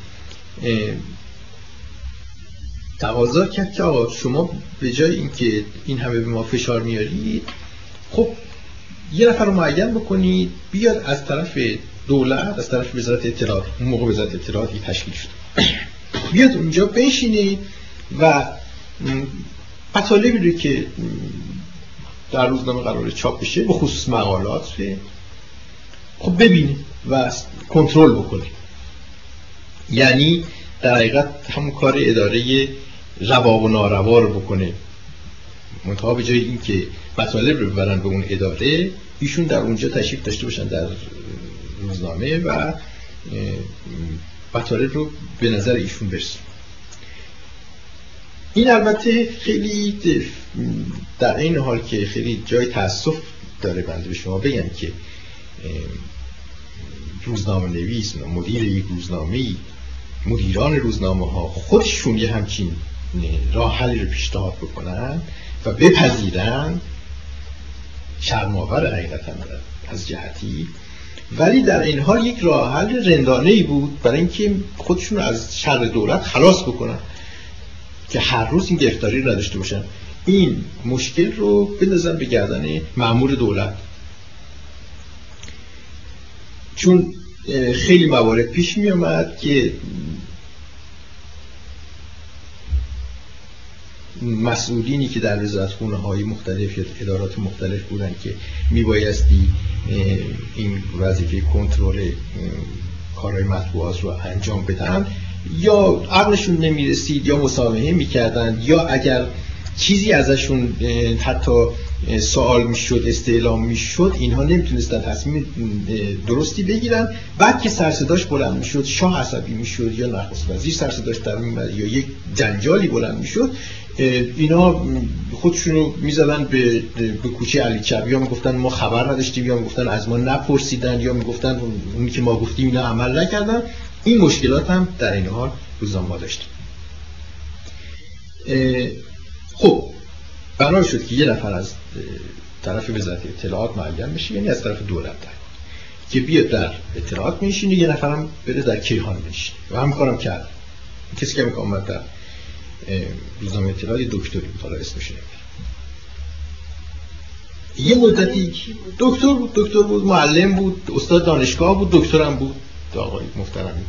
تقاضا کرد که آقا شما به جای اینکه این همه به ما فشار میارید، خب یه نفر رو معین بکنید بیاد از طرف دولت، از طرف وزارت اطلاعات، اون موقع وزارت اطلاعاتی تشکیل شد، بیاد اونجا بنشینه و مطالبی رو که در روزنامه قرار چاپ بشه به خصوص مقالات خب ببینه و کنترل بکنه. یعنی در حقیقت همون کار اداره روا و ناروا رو بکنه، منتها به جای این که مطالب رو ببرن به اون اداره، ایشون در اونجا تشریف داشته باشن در روزنامه و مطالب رو به نظر ایشون برسون. این البته خیلی در این حال که خیلی جای تأسف داره بنده به شما بگم که روزنامه نویس، مدیر یک روزنامه‌ای، مدیران روزنامه ها خودشون یه همچین راه حلی رو پیشنهاد بکنن و بپذیرن، شرم‌آور حقیقتاً از جهتی، ولی در این حال یک راه حل رندانه‌ای بود برای اینکه خودشون از شر دولت خلاص بکنن که هر روز این گرفتاری رو نداشته باشن. این مشکل رو بندازن به گردن مأمور دولت، چون خیلی موارد پیش می آمد که مسئولینی که در وزارتخونه‌های مختلف یا ادارات مختلف بودن که میبایستی این وظیفه کنترل کارهای مطبوعات رو انجام بدن، یا عقلشون نمیرسید یا مسامحه میکردن، یا اگر چیزی ازشون حتی سوال میشد، استعلام میشد، اینها نمیتونستن تصمیم درستی بگیرن. بعد که سرصداش بلند میشد، شاه عصبی میشد یا نخست وزیر سرصداش در میومد یا یک جنجالی بلند میشد، اینا خودشون رو میزدن به کوچه علی چپ، یا میگفتن ما خبر نداشتیم، یا میگفتن از ما نپرسیدن، یا میگفتن اونی که ما گفتیم اینا عمل نکردن. این مشکلات هم در این حال روزنامه ما داشتیم. خب بنا شد که یه نفر از طرف وزارت اطلاعات معین بشه، یعنی از طرف دولت که بیاد در اطلاعات میشینه، یه نفرم بره در کیهان میشینه و هم کارم کرد. کسی که اومد در روزنامه اطلاعات دکتری بود، حالا اسمش نمیدونم، یه مدتی دکتر بود، معلم بود، استاد دانشگاه بود، دکترم بود، آقای محترمی.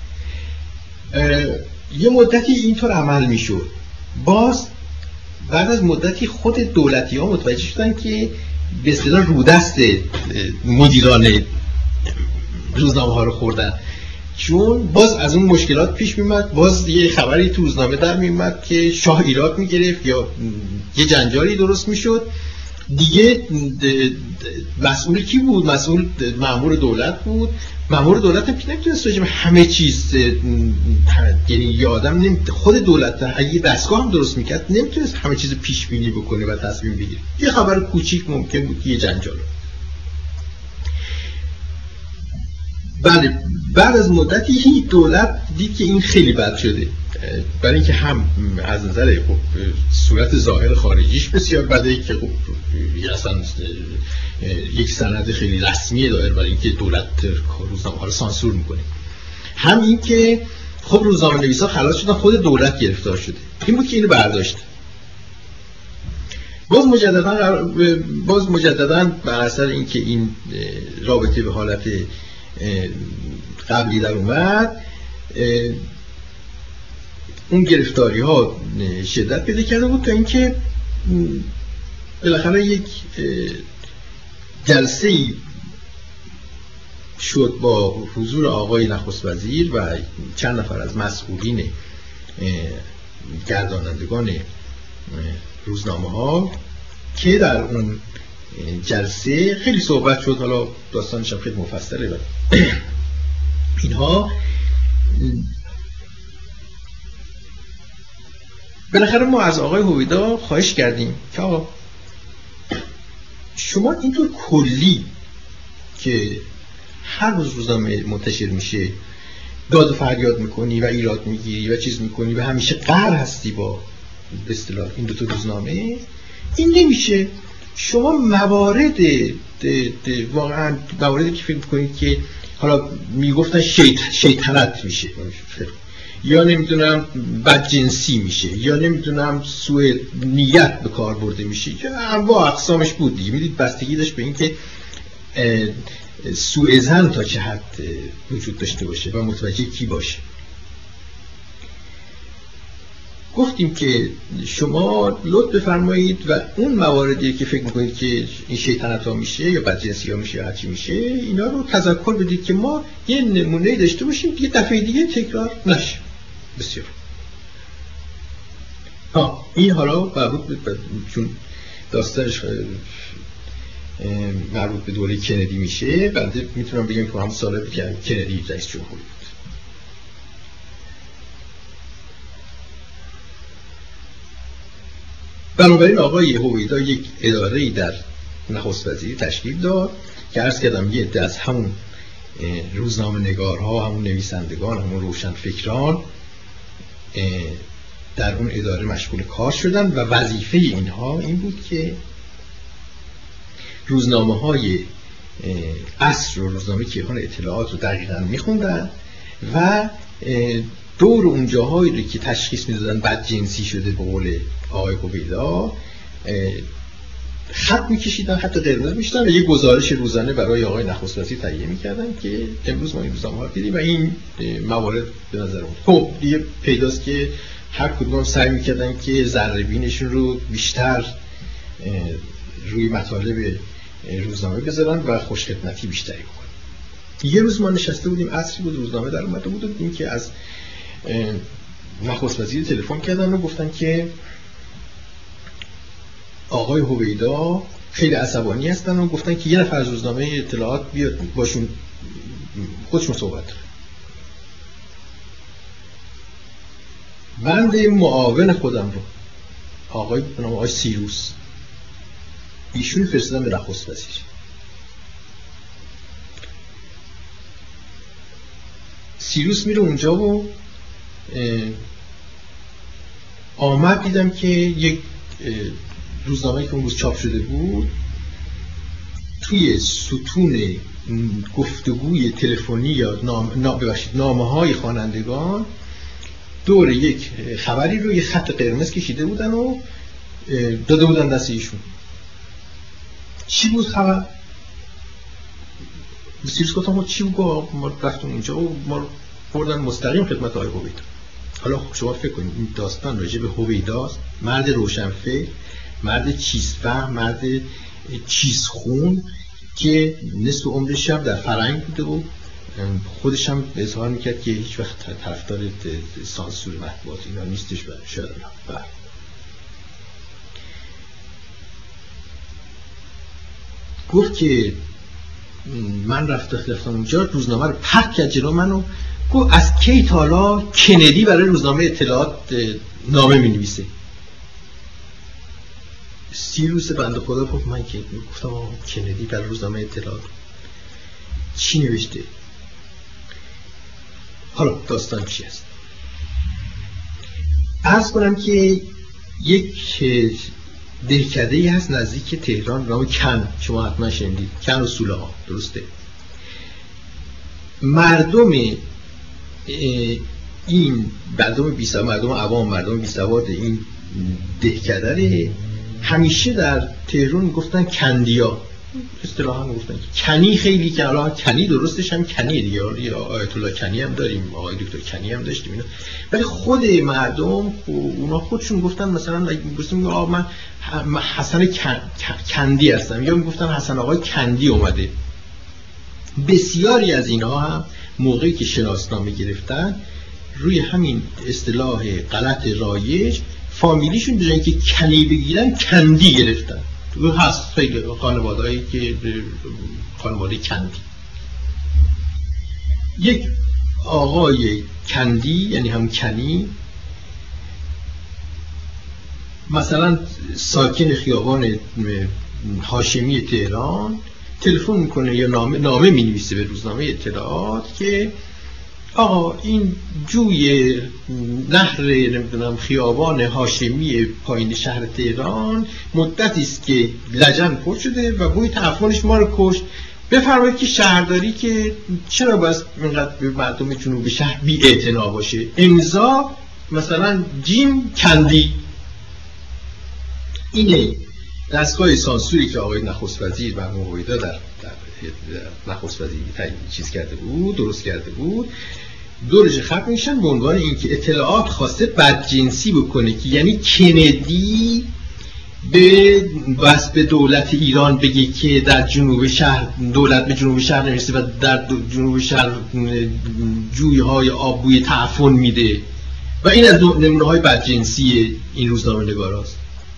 یه مدتی اینطور عمل میشد. باز بعد از مدتی خود دولتی ها متوجه شدن که به اصطلاح رودست مدیران روزنامه ها رو خوردن، چون باز از اون مشکلات پیش میمد، باز یه خبری تو روزنامه در میمد که شاه ایراد میگرفت یا یه جنجالی درست میشد دیگه. مسئول کی بود؟ مسئول مأمور دولت بود. مأمور دولت هم که نمیتونست راجع به همه چیز، یعنی یه آدم خود دولت اگه دستگاه هم درست میکرد نمیتونست همه چیز پیش بینی بکنه و تصمیم بگیره. یه خبر کوچیک ممکن بود یه جنجال. بله، بعد از مدتی دولت دید که این خیلی بد شده، برای اینکه هم از نظر صورت ظاهر خارجیش بسیار بده که اصلا یک سند خیلی رسمی داره برای اینکه دولت روزنامه ها رو سانسور میکنه، هم این که خب روزنامه نویسا خلاص شدن، خود دولت گرفتار شده. این بود که اینو برداشت. باز مجددا بر اثر اینکه این رابطه به حالت قبلی در اومد، اون گرفتاری ها شدت پیدا کرده بود تا اینکه بالاخره یک جلسه‌ای شد با حضور آقای نخست وزیر و چند نفر از مسئولین گردانندگان روزنامه ها که در اون جلسه خیلی صحبت شد. حالا داستانش هم خیلی مفصله. اینها بالاخره ما از آقای هویدا خواهش کردیم که آقا شما اینطور کلی که هر روز روزنامه منتشر میشه داد و فریاد میکنی و ایراد میگیری و چیز میکنی و همیشه قهر هستی با به اصطلاح این دو تا روزنامه، این نمیشه. شما موارد واقعا مواردی که فکر می‌کنید که حالا میگفتن شیطنت میشه یا نمیدونم بدجنسی میشه یا نمیدونم سوء نیت به کار برده میشه یا انواع اقسامش بود دیگه. میدید بستگی داشت به این که سوء ظن تا چه حد وجود داشته باشه و متوجه کی باشه. گفتیم که شما لطف بفرمایید و اون مواردی که فکر میکنید که این شیطنت ها میشه یا بدجنسی ها میشه یا هرچی میشه اینا رو تذکر بدید که ما یه نمونه داشته باشیم یه دفعه دیگه تکرار نشه. بسیار این حالا مربوط چون داستانش مربوط به دوره کندی میشه بنده میتونم بگم که همون ساله بود که کندی رئیس جمهوری بود. بنابراین آقای هویدا یک اداره‌ای در نخست وزیری تشکیل داد که عرض کردم یه عده از همون روزنامه نگارها، همون نویسندگان، همون روشنفکران در اون اداره مشغول کار شدن و وظیفه اینها این بود که روزنامه‌های عصر و روزنامه کیهان اطلاعات رو دقیقاً می‌خوندن و دور اون جاهایی رو که تشخیص می‌دادن بدجنسی شده به قول آقای هویدا خط می‌کشیدن، حتی قرمز می‌شدن و یه گزارش روزانه برای آقای نخست وزیر تهیه می‌کردن که امروز ما این روزنامه‌ها دیدیم و این موارد به نظر اومد. خب دیگه پیداست که هر کدوم سعی می‌کردن که ذره‌بینشون رو بیشتر روی مطالب روزنامه بذارن و خوشخدمتی بیشتری بکنن. یه روز ما نشسته بودیم، عصری بود، روزنامه در اومده بود و دیدیم که از نخست وزیر تلفن کردن و گفتن که آقای هویدا خیلی عصبانی هستن و گفتن که یه نفر از روزنامه اطلاعات بیاد باشون خودشون صحبت کنه. بنده معاون خودم رو آقای سیروس ایشون فرستادن به نخست وزیر. سیروس میره اونجا و آمد دیدم که یک روزنامه‌ای که اون روز چاپ شده بود توی ستون گفتگوی تلفنی یا نامه‌های خوانندگان دور یک خبری رو یه خط قرمز کشیده بودن و داده بودن دست ایشون. چی بود خبر؟ سیروس گفتم چی بود؟ ما رفتیم اونجا و ما بردن مستقیم خدمت آقای هویدا. حالا شما فکر کنید این داستان راجع به هویداست، مرد روشنفکر، مرد چیزفهم، مرد چیزخون که نصف عمرش هم در فرهنگ بوده و خودش هم اظهار میکرد که هیچ وقت طرفدار سانسور مطبوعات اینا نیستش و شاید نه. گفت که من رفتم اونجا، روزنامه رو پرت کرد جلو منو، گفت از کی تا حالا کندی برای روزنامه اطلاعات نامه می‌نویسه؟ سیروس بنده خدا گفت من که گفتم کندی برای روزنامه اطلاعات چی نوشته؟ حالا داستان چی است؟ عرض کنم که یک دهکده‌ای هست نزدیک تهران نام کن، شما حتما شنیدید، کن و سوله ها، درسته؟ مردم این مردم عوام، مردم بی‌سواد این دهکده همیشه در تهران گفتن کندیا، اصطلاحاً گفتن کنی، خیلی که الان کنی درستش هم کنی دیگه، یا آیت الله کنی هم داریم، آقای دکتر کنی هم داشتیم اینا، ولی خود مردم اونا خودشون گفتن مثلا اگه میگفتم من حسن کندی هستم یا میگفتن حسن آقای کندی اومده. بسیاری از اینها هم موقعی که شناسنامه گرفتن روی همین اصطلاح غلط رایج فامیلیشون به جای اینکه کنی بگیرن کندی گرفتن. تو هست خیلی خانوادهایی که خانواده کندی. یک آقای کندی یعنی هم کنی مثلا ساکن خیابان هاشمی تهران تلفن میکنه یا نامه مینویسه به روزنامه اطلاعات که آقا این جوی نهر نمیدونم خیابان هاشمی پایین شهر تهران مدتی است که لجن پر شده و بوی تعفنش ما رو کشت. بفرمایید که شهرداری که چرا باید اینقدر به مردم جنوب شهر بی‌اعتنا باشه؟ امضا مثلا جیم کندی. اینه دستگاه سانسوری که آقای نخست وزیر و موقعیدا در نخست وزیر چیز کرده بود، درست کرده بود، دورش خط میشن به عنوان اینکه اطلاعات خواسته بدجنسی بکنه، که یعنی کندی به دولت ایران بگه که در جنوب شهر دولت به جنوب شهر نمیرسه و در جنوب شهر جویهای آب بوی تعفن میده و این از نمونه های بدجنسی این روزنامه نگاراست.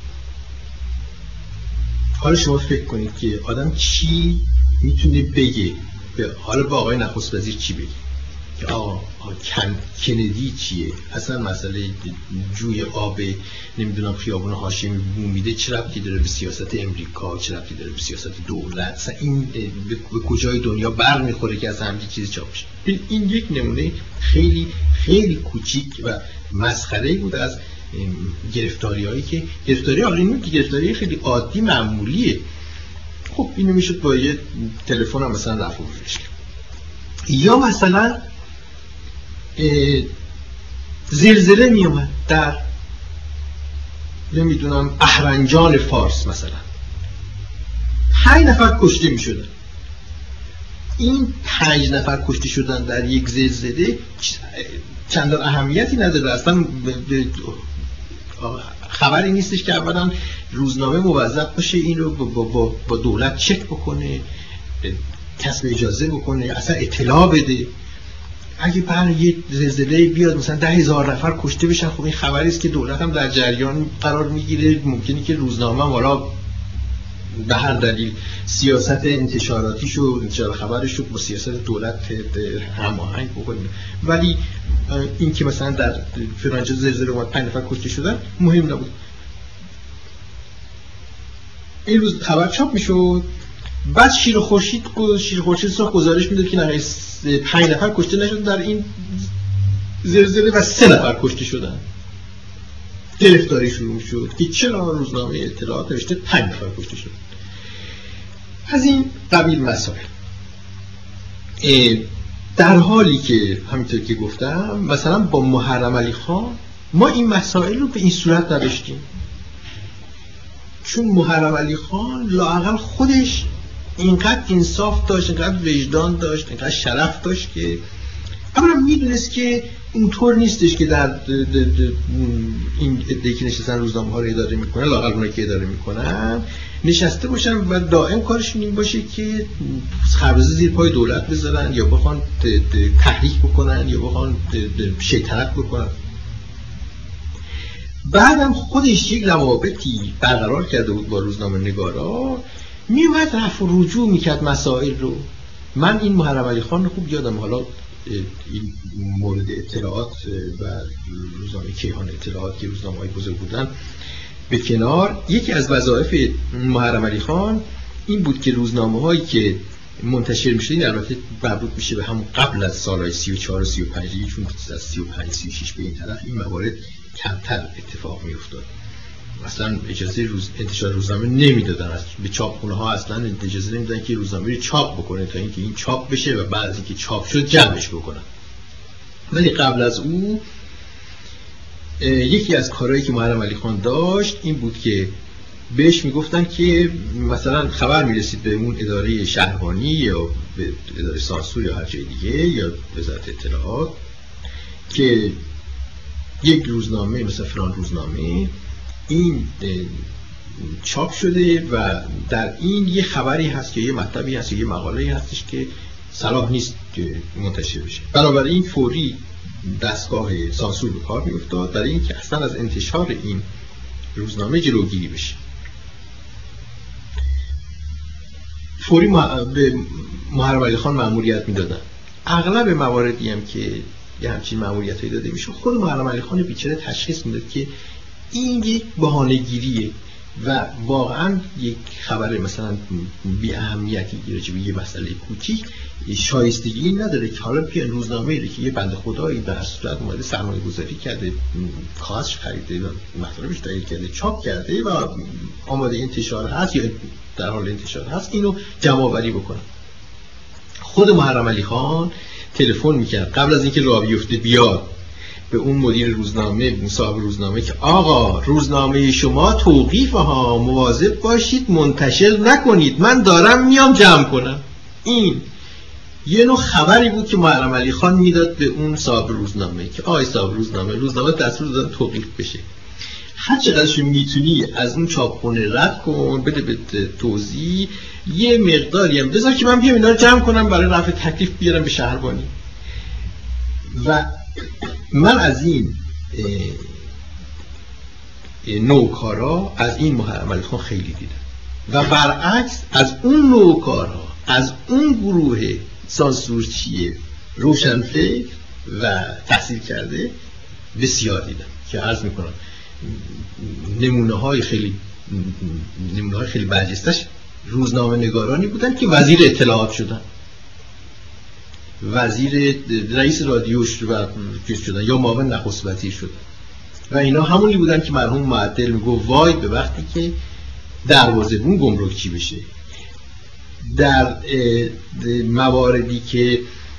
حالا شما فکر کنید که آدم چی میتونه بگه، حالا با آقای نخست وزیر چی بگه که کندی چیه؟ اصلا مسئله جوی آب نمیدونم خیابون هاشمی بو میده چه ربطی داره به سیاست امریکا، چه ربطی داره به سیاست دولت؟ اصلا این به کجای دنیا بر میخوره که اصلا همچین چیزی چاپ شه؟ این یک نمونه خیلی خیلی کوچیک و مسخره بود از گرفتاریایی که گرفتاری خیلی عادی معمولیه. خب اینو میشد با یه تلفن هم مثلا رفع روش کرد. یا مثلا زلزله می اومد در نمیدونم اهرنجان فارس، مثلا 5 نفر کشته می شدن. این 5 نفر کشته شدن در یک زلزله چندان اهمیتی نداره، اصلا خبری نیستش که اولا روزنامه موظف باشه این رو با دولت چک بکنه، کسب اجازه بکنه، اصلا اطلاع بده. اگه بعد یه زلزله بیاد مثلا 10,000 نفر کشته بشن، خب این خبری است که دولت هم در جریان قرار میگیره. ممکنه که روزنامه والا به هر دلیل سیاست انتشاراتیش و انتشار خبرش رو با سیاست دولت هماهنگ بکنه، ولی این که مثلا در فرانسه زلزله اومد 5 نفر کشته شدن مهم نبود. این روز خبر چاپ میشد، بعد شیر خورشید گزارش میداد که نه 5 نفر کشته نشد در این زلزله و 3 نفر کشته شدن. گرفتاری شروع شد که چرا روزنامه اطلاعات نوشته 5 نفر کشته شد. از این قبیل مسائل، در حالی که همینطور که گفتم مثلا با محرم علی خان ما این مسائل رو به این صورت نداشتیم، چون محرم علی خان لااقل خودش اینقدر انصاف داشت، اینقدر وجدان داشت، اینقدر شرف داشت که اولا میدونست که اونطور نیستش که در این عده‌ای که نشستن روزنامه ها رو اداره میکنن، لااقل اونایی که اداره میکنن نشسته باشن و دائم کارشون این باشه که خربزه زیر پای دولت بذارن یا بخوان تحریک بکنن یا بخوان شیطنت بکنن. بعدم خودش یک روابطی برقرار کرده بود با روزنامه نگارا، میومد رفع و رجوع میکرد مسائل رو. من این محرم علی خان رو خوب یادم، حالا این مورد اطلاعات و روزنامه کیهان اطلاعات که روزنامه‌های بزرگ بودن به کنار، یکی از وظایف محرم علی خان این بود که روزنامه‌هایی که منتشر میشه، این البته مربوط میشه به همون قبل از سالهای 34 و 35، چون از 35 36 به این طرف این موارد کمتر اتفاق میافتاد. اصلا اجازه انتشار روزنامه نمیدادن، به چاپخونه ها اصلا اجازه نمیدادن که روزنامه رو چاپ بکنه تا اینکه این چاپ بشه و بعد از اینکه چاپ شد جمعش بکنن. ولی قبل از اون یکی از کارهایی که محرم علی خان داشت این بود که بهش میگفتن که مثلا خبر میرسید به اون اداره شهربانی یا به اداره سانسور یا هر جای دیگه یا وزارت اطلاعات که یک روزنامه مثلا فلان روزنامه این چاپ شده و در این یه خبری هست که یه مطلبی هست یه مقاله‌ای هستش که صلاح نیست که منتشر بشه. بنابراین فوری دستگاه سانسور به کار می‌افتاد برای اینکه اصلا از انتشار این روزنامه جلوگیری بشه. فوری به محرم علی خان مأموریت میدادن. اغلب مواردی هم که یه همچین مأموریتایی داده میشه خود محرم علی خان بیچاره تشخیص میداد که این یک بهانه‌گیریه، و واقعا یک خبر مثلا بی اهمیتی راجع به یه مسئله کوچیک شایستگی نداره که حالا بیان روزنامه‌ای رو که یه بنده خدایی به صورت اومده سرمایه‌گذاری کرده، کاغذش خریده و مطالبش تهیه کرده، چاپ کرده و آماده انتشار هست یا در حال انتشار هست، اینو جمع‌آوری بکنن. خود محرم علی خان تلفن میکرد قبل از اینکه راه بیفته بیاد به اون مدیر روزنامه، صاحب روزنامه، که آقا روزنامه شما توقیفه ها، مواظب باشید منتشر نکنید، من دارم میام جمع کنم. این یه نوع خبری بود که محرم علی خان میداد به اون صاحب روزنامه که آقای صاحب روزنامه دستور دادن توقیف بشه، هر چقدرش میتونی از اون چاپخونه رد کن، بده به توزیع، یه مقداری هم بذار که من بیام اینا رو جمع کنم برای رفع تکلیف بیارم به شهربانی. و من از این نوکارا، از این محرم علی خان خیلی دیدم و برعکس از اون نوکارا، از اون گروه سانسورچی روشنفکر و تحصیل کرده بسیار دیدم که عرض میکنم نمونه های خیلی برجستش روزنامه نگارانی بودن که وزیر اطلاعات شدن، وزیر رئیس رادیوش و چیز شدن، یا معاون نخست وزیر شدن. و اینا همونی بودن که مرحوم معدل میگو وای به وقتی که دروازه‌بون گمرکچی بشه. در مواردی که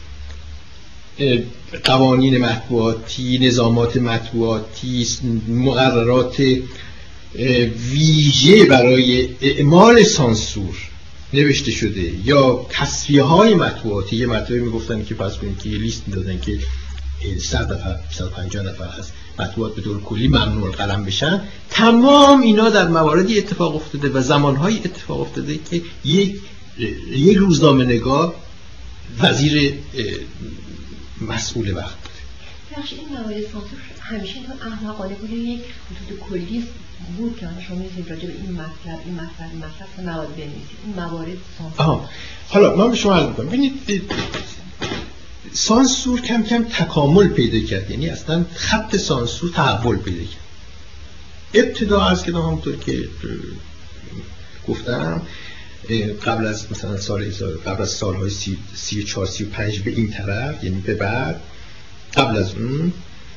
قوانین مطبوعاتی، نظامات مطبوعاتی، مقررات ویژه برای اعمال سانسور نوشته شده یا تصفیه های مطبوعاتی، یه مطلبی میگفتن که پس کنیم که یه لیست میدادن که 100 نفر 150 نفر از مطبوعات به طور کلی ممنوع قلم بشن، تمام اینا در مواردی اتفاق افتاده و زمانهایی اتفاق افتاده که یک روزنامه نگار وزیر مسئول وقت بوده. این موارد سانسور همیشه تو احمقانه بود، یک حدود کلی بود که شما می‌تونید راجع به این مطلب موارد بنویسید. این موارد سانسور. حالا من به شما عرض می‌کنم ببینید سانسور کم کم تکامل پیدا کرد، یعنی اصلا خط سانسور تحول پیدا کرد. ابتدا عرض کردم همونطور که گفتم قبل از مثلا قبل از سالهای 34 35 به این طرف، یعنی به بعد، قبل از اون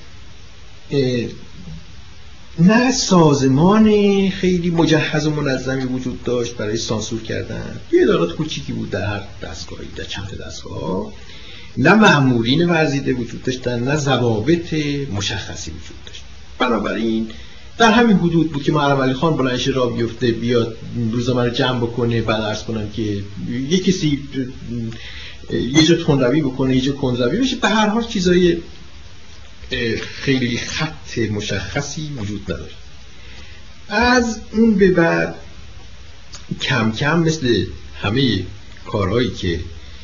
نه سازمان خیلی مجهز و منظمی وجود داشت برای سانسور کردن، یه ادارات کوچیکی بود در هر دستگاهی، در چند دستگاه، نه مأمورین ورزیده وجود داشتن، نه ضوابط مشخصی وجود داشت. بنابراین در همین حدود بود که محرم علی خان بلند شه راه بیفته بیاد روزنامه رو جمع بکنه، بعد عرض کنم که یه کسی یه جا تندروی بکنه، یه جا کندروی بشه، به هر حال چیزای خیلی خط مشخصی وجود نداره. از اون به بعد کم کم مثل همه کارهایی که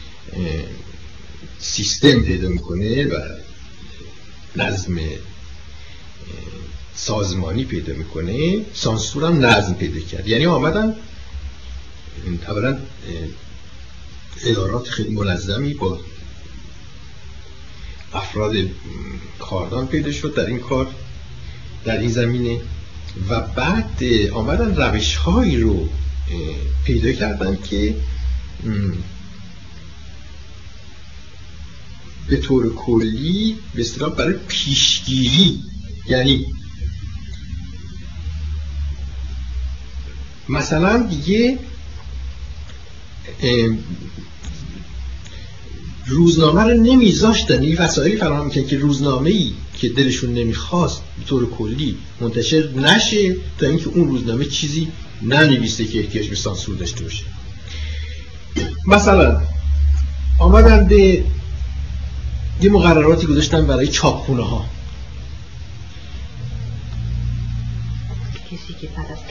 سیستم پیدا میکنه و نظم سازمانی پیدا میکنه، سانسور هم نظم پیدا کرد. یعنی آمدن اولا ادارات خیلی منظمی با افراد کاردان پیدا شد در این کار، در این زمینه، و بعد آمدن روش‌هایی رو پیدا کردن که به طور کلی به اصطلاح برای پیشگیری، یعنی مثلا دیگه روزنامه رو نمیذاشتن، این وسایلی فراهم میکنن که روزنامه‌ای که دلشون نمیخواست به طور کلی منتشر نشه تا اینکه اون روزنامه چیزی ننویسه که احتیاج به سانسور داشته باشه. مثلا آمدن به یه مقرراتی گذاشتن برای چاپخونه ها، کسی که بعد از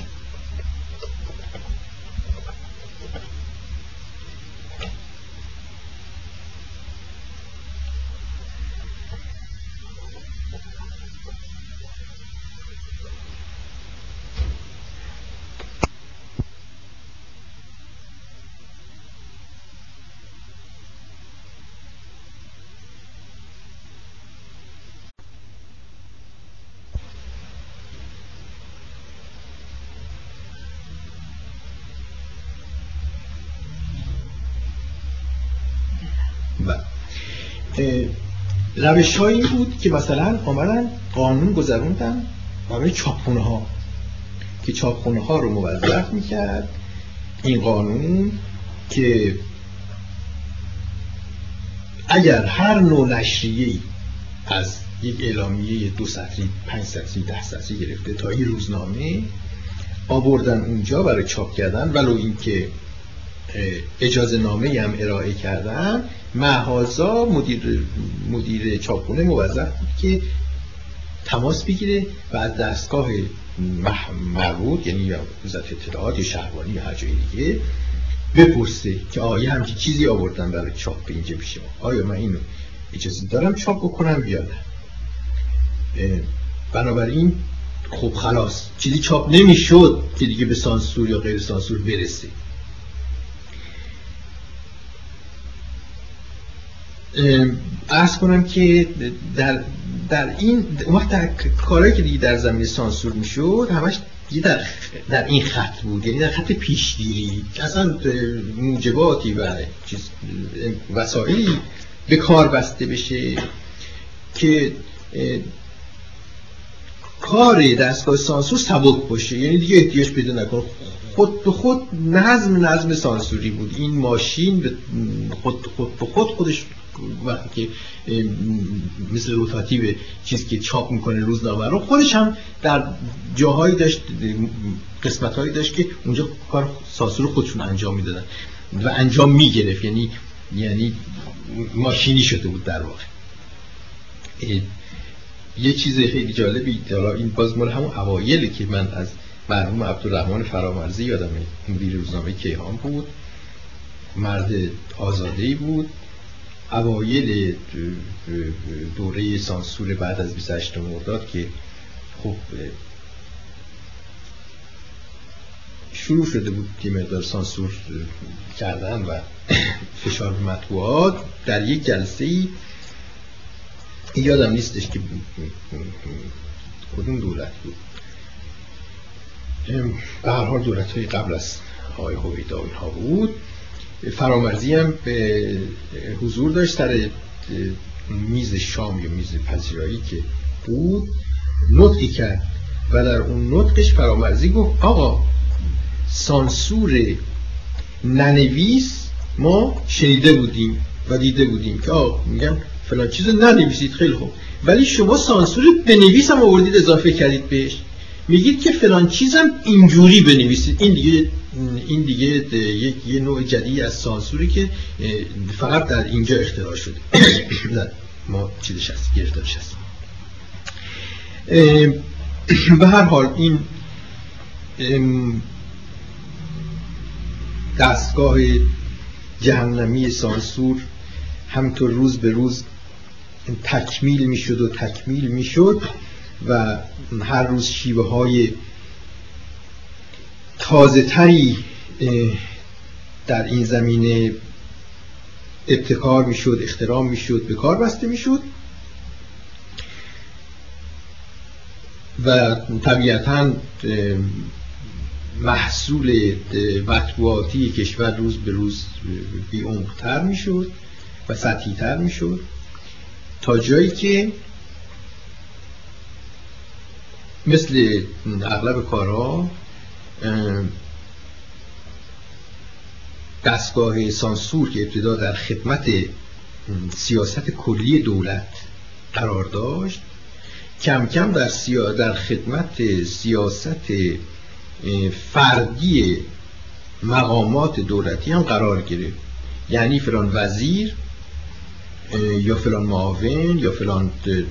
روش های این بود که مثلا آمدن قانون گذروندن برای چاپخونه ها که چاپخونه ها رو موظف میکرد این قانون که اگر هر نوع نشریه‌ای از یک اعلامیه 2 سطری 5 سطری 10 سطری گرفته تا این روزنامه آوردن اونجا برای چاپ کردن، ولو اینکه اجازه نامه هم ارائه کردن، مغازه مدیر چاپخونه موظف بود که تماس بگیره و از دستگاه مربوط، یعنی یا وزارت اطلاعات یا شهربانی یا هر جای دیگه، بپرسه که آیا همچین چیزی آوردن برای چاپ به اینجا پیش ما، آیا من اینو اجازه دارم چاپ بکنم یا نه. بنابراین خب خلاص چیزی چاپ نمیشد که دیگه به سانسور یا غیر سانسور برسه. عرض کنم که در این وقت کارهایی که دیگه در زمینه سانسور میشد همش دیگه در این خط بود، یعنی در خط پیشگیری، اصلا موجباتی و وسایلی به کار بسته بشه که کار دستگاه سانسور سبک باشه، یعنی دیگه احتیاج پیدا نکنه. خود به خود نظم سانسوری بود. این ماشین خود به خودش وقتی که مثل روتاتیو چیزی که چاپ میکنه روزنامه رو، خودش هم در جاهایی داشت، قسمت‌هایی داشت که اونجا کار سانسور خودشون انجام میدادن و انجام میگرفت، یعنی ماشینی شده بود در واقع. یه چیز خیلی جالبی، این باز مال همون اوایلی که من از مرحوم عبدالرحمن فرامرزی یادمه، مدیر روزنامه کیهان بود، مرد آزاده‌ای بود، اوایل دوره سانسور بعد از 28 مرداد که خب شروع شده بود که مقدار سانسور کردن و فشار به مطبوعات، در یک جلسه‌ای یادم نیستش که کدوم دولت بود، به هر حال دولت‌های قبل از آقای هویدا و اینها بود، فرامرزی هم به حضور داشت سر میز شام یا میز پذیرایی که بود، نطقی کرد و در اون نطقش فرامرزی گفت آقا سانسور ننویس ما شنیده بودیم و دیده بودیم که آقا میگن فلان چیز ننویسید، خیلی خوب، ولی شما سانسور بنویس هم آوردید اضافه کردید بهش، میگید که فلان چیزم اینجوری بنویسید. این دیگه یه نوع جدید از سانسوری که فقط در اینجا اختراع شده. ما چیزش هست، گرفتارش هست. به هر حال این دستگاه جهنمی سانسور همطور روز به روز تکمیل میشد و هر روز شیوه های تازه تری در این زمینه ابتکار میشد، اختراع میشد، به کار بسته میشد و طبیعتاً محصول مطبوعاتی کشور روز به روز بی‌عمق‌تر میشد و سطحی‌تر میشد تا جایی که مثل اغلب کارها دستگاه سانسور که ابتدا در خدمت سیاست کلی دولت قرار داشت، کم کم در خدمت سیاست فردی مقامات دولتی هم قرار گرفت. یعنی فلان وزیر یا فلان معاون یا فلان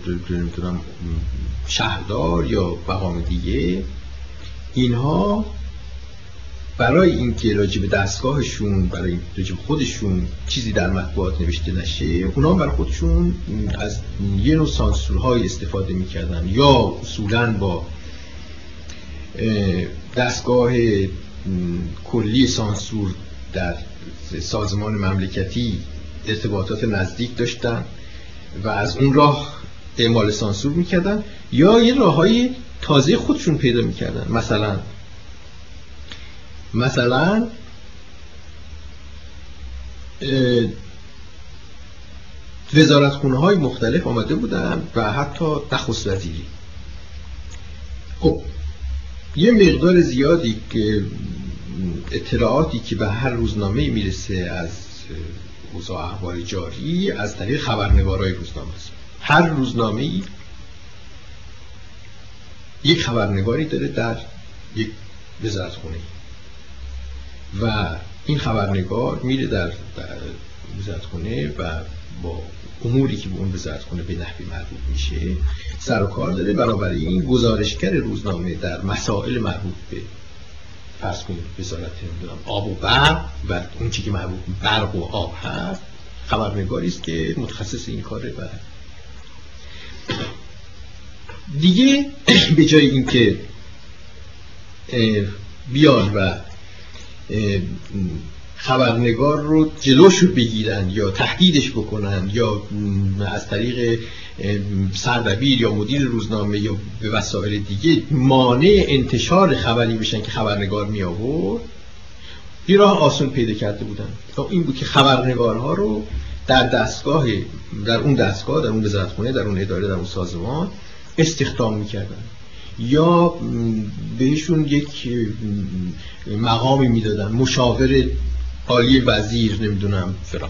شهردار یا مقام دیگه، اینها برای اینکه راجع به دستگاهشون، برای راجع به خودشون چیزی در مطبوعات نوشته نشه، اونا برای خودشون از یه نوع سانسورهای استفاده میکردن، یا اصولاً با دستگاه کلی سانسور در سازمان مملکتی ارتباطات نزدیک داشتن و از اون راه اعمال سانسور میکردن، یا یه راههای تازه خودشون پیدا میکردن. مثلا وزارتخونه‌های مختلف آمده بودن و حتی نخست وزیری. خب یه مقدار زیادی که اطلاعاتی که به هر روزنامه میرسه از اوضاع احوال جاری از طریق خبرنگارای روزنامه است. هر روزنامه‌ای یک خبرنگاری داره در یک وزارتخونه و این خبرنگار میره در وزارتخونه و با اموری که به اون وزارتخونه به نحوی مربوط میشه سر و کار داره. بنابراین گزارشگر روزنامه در مسائل مربوط به فرض کنید وزارت آب و برق و اون چیزی که مربوط به برق و آب هست خبرنگاری است که متخصص این کاره. و دیگه به جای اینکه بیان و خبرنگار رو جلوشو بگیرن یا تهدیدش بکنن یا از طریق سردبیر یا مدیر روزنامه یا به وسایل دیگه مانع انتشار خبری بشن که خبرنگار می آورد، یه راه آسون پیدا کرده بودن. این بود که خبرنگارها رو در اون وزارتخونه، در اون اداره، در اون سازمان استخدام میکردن یا بهشون یک مقامی میدادن، مشاور عالی وزیر، نمیدونم فلان،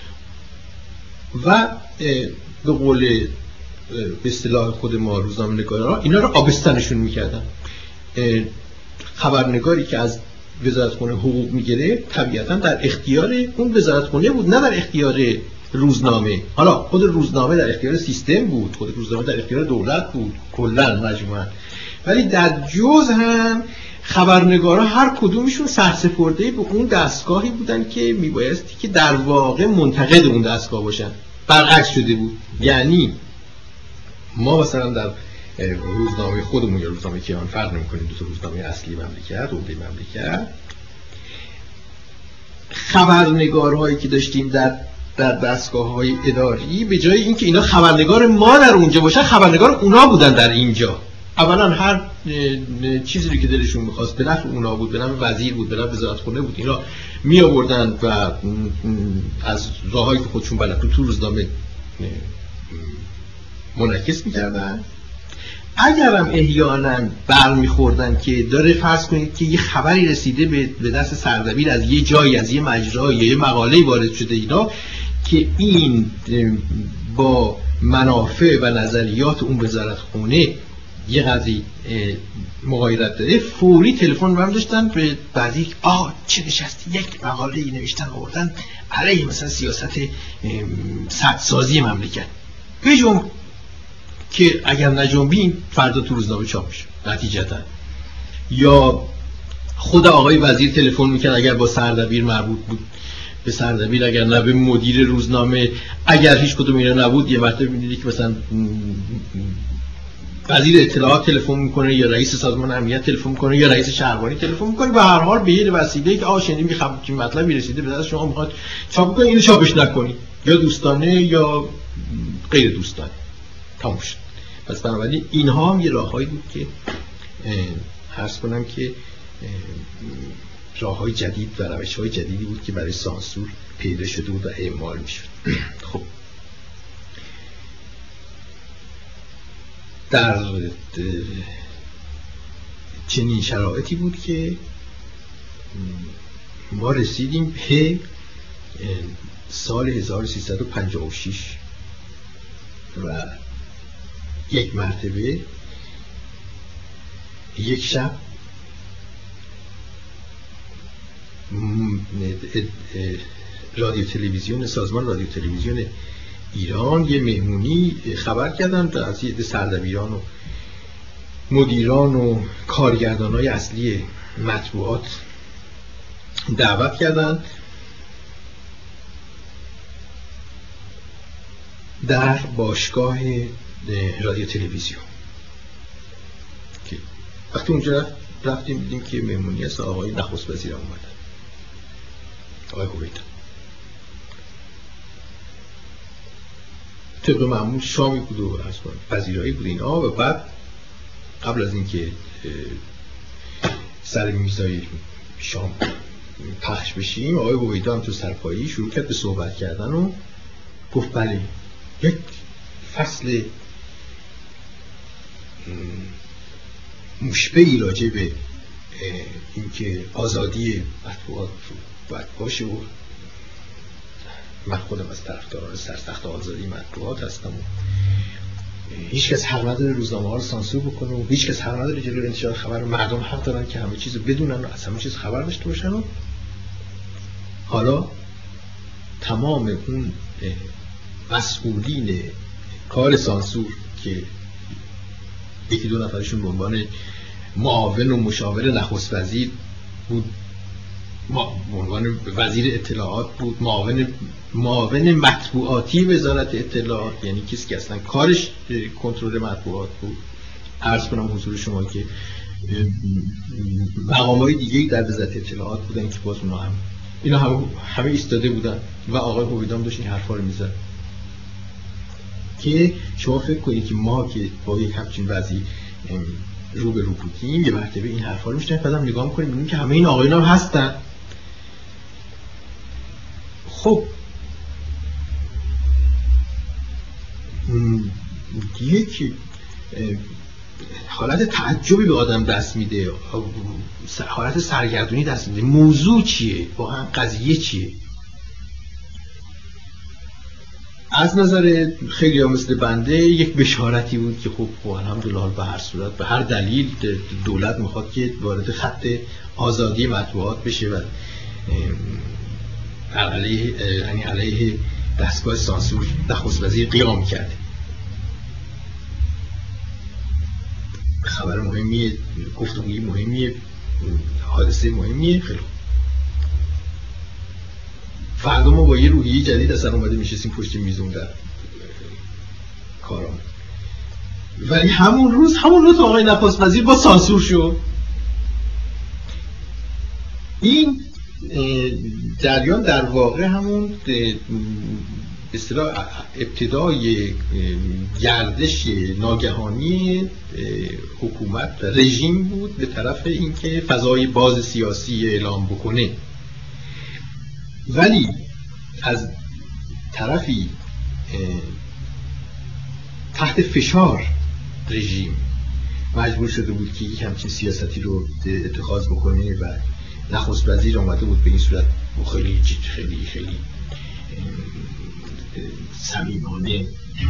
و به قول به اصطلاح خود ما روزنامه‌نگارا اینا رو آبستنشون میکردن. خبرنگاری که از وزارتخونه حقوق میگیره طبیعتا در اختیار اون وزارتخونه بود، نه در اختیار روزنامه. حالا خود روزنامه در اختیار سیستم بود، خود روزنامه در اختیار دولت بود کلا مجموعاً، ولی در جز هم خبرنگارا هر کدومشون سرسپرده به اون دستگاهی بودن که میبایستی که در واقع منتقد اون دستگاه باشن. برعکس شده بود. یعنی ما مثلا در روزنامه خودمون یا روزنامه کیان فرق نمی‌کنیم، دو تا روزنامه اصلی مملکت، عمده مملکت، خبرنگارهایی که داشتیم در دستگاه‌های اداری، به جای اینکه اینا خبرنگار ما در اونجا باشن، خبرنگار اونا بودن در اینجا. اولا هر چیزی رو که دلشون می‌خواست به نفع اونا بود، به نفع وزیر بود، به نفع وزارتخونه بود، اینا می آوردن و از راهایی که خودشون بلد بود تو روزنامه منعکس می‌کردن. اگرم احیانا برمیخوردن که داره فرض کنید که یه خبری رسیده به دست سردبیر از یه جایی، از یه مجرا یا یه مقاله وارد شده اینا که این با منافع و نظریات اون وزارتخونه یه قضیه مغایرت داره، فوری تلفن برام داشتن به بعدی چه نشستی یک مقاله نوشتن آوردن علیه مثلا سیاست سدسازی مملکت، بجنب که اگر نجنبین فردا تو روزنامه چاپ میشه نتیجتا. یا خود آقای وزیر تلفن میکرد اگر با سردبیر مربوط بود به سردبیر، اگر نه به مدیر روزنامه. اگر هیچ کدوم اینا نبود، یه مرتبه می‌دیدی که مثلا وزیر اطلاعات تلفن میکنه یا رئیس سازمان امنیت تلفن میکنه یا رئیس شهربانی تلفن میکنه، به هر حال به یه وسیله‌ای که شنیدیم که مطلبی رسیده به دست شما، میخواد چاپ کنید، اینو چاپش نکنید، یا دوستانه یا غیر دوستانه، تموم شد. پس بنابراین اینها هم یه راههایی بود که عرض کنم که راههای جدید و روشهای جدیدی بود که برای سانسور پیدا شده بود و اعمال میشد. خب در چنین شرایطی بود که ما رسیدیم به سال 1356 و یک مرتبه یک شب رادیو تلویزیون، سازمان رادیو تلویزیون ایران یه مهمونی خبر کردن از یه سردبیران و مدیران و کارگردانای اصلی مطبوعات دعوت کردن در باشگاه رادیو تلویزیون. که وقتی اونجا رفتیم دیدیم که مهمونی است، آقای نخست وزیر اومدن، آقای هویدا. طبق معمول شامی بود و پذیرایی بود اینا، و بعد قبل از اینکه سر میزای شام پخش بشیم، آقای هویدا هم تو سرپایی شروع کرد به صحبت کردن و گفت بله یک فصل مشبعی راجع به اینکه آزادی مطبوعات باید باشه و من خودم از طرفداران سرسخت آزادی مطبوعات هستم و هیچ کس حق نداره روزنامه ها رو سانسور بکنه و هیچ کس حق نداره جلوی انتشار خبر، مردم حق دارن که همه چیز رو بدونن و از همه چیز خبر داشته باشن. و حالا تمام اون مسئولین کار سانسور که یکی دو نفرشون به عنوان معاون و مشاور نخست وزیر بود، به عنوان وزیر اطلاعات بود، معاون مطبوعاتی وزارت اطلاعات، یعنی کسی که اصلا کارش کنترل مطبوعات بود. عرض کنم حضور شما که مقامات دیگه‌ای در وزارت اطلاعات بودن که باز اونا همه ایستاده بودن و آقای هویدام داشت این حرفا رو میزد که شما فکر کنید که ما که با یک همچین وضعی رو به رو بودیم یه مرتبه این حرفا رو میشنیم، بعدم نگاه می‌کنیم می‌بینیم که همه این آقایون هم هستن. خب یک حالت تعجبی به آدم دست میده، حالت سرگردونی دست میده. موضوع چیه؟ واقعا قضیه چیه؟ از نظر خیلی ها مثل بنده یک بشارتی بود که خب الحمدلله به هر صورت به هر دلیل دولت میخواد که وارد خط آزادی مطبوعات بشه و علیه دستگاه سانسور نخست وزیر قیام کرده. خبر مهمیه، گفتگوی مهمیه، حادثه مهمیه. خیلی فردا ما با یه روحیه جدید اصلا اومده میشستیم پشت میزون در کارام، ولی همون روز آقای نخست وزیر با سانسور شد. این جریان در واقع همون به اصطلاح ابتدای گردش ناگهانی حکومت و رژیم بود به طرف اینکه فضای باز سیاسی اعلام بکنه، ولی از طرفی تحت فشار رژیم مجبور شده بود که یک همچین سیاستی رو اتخاذ بکنه و نخست وزیر آمده بود به این صورت خیلی صمیمانه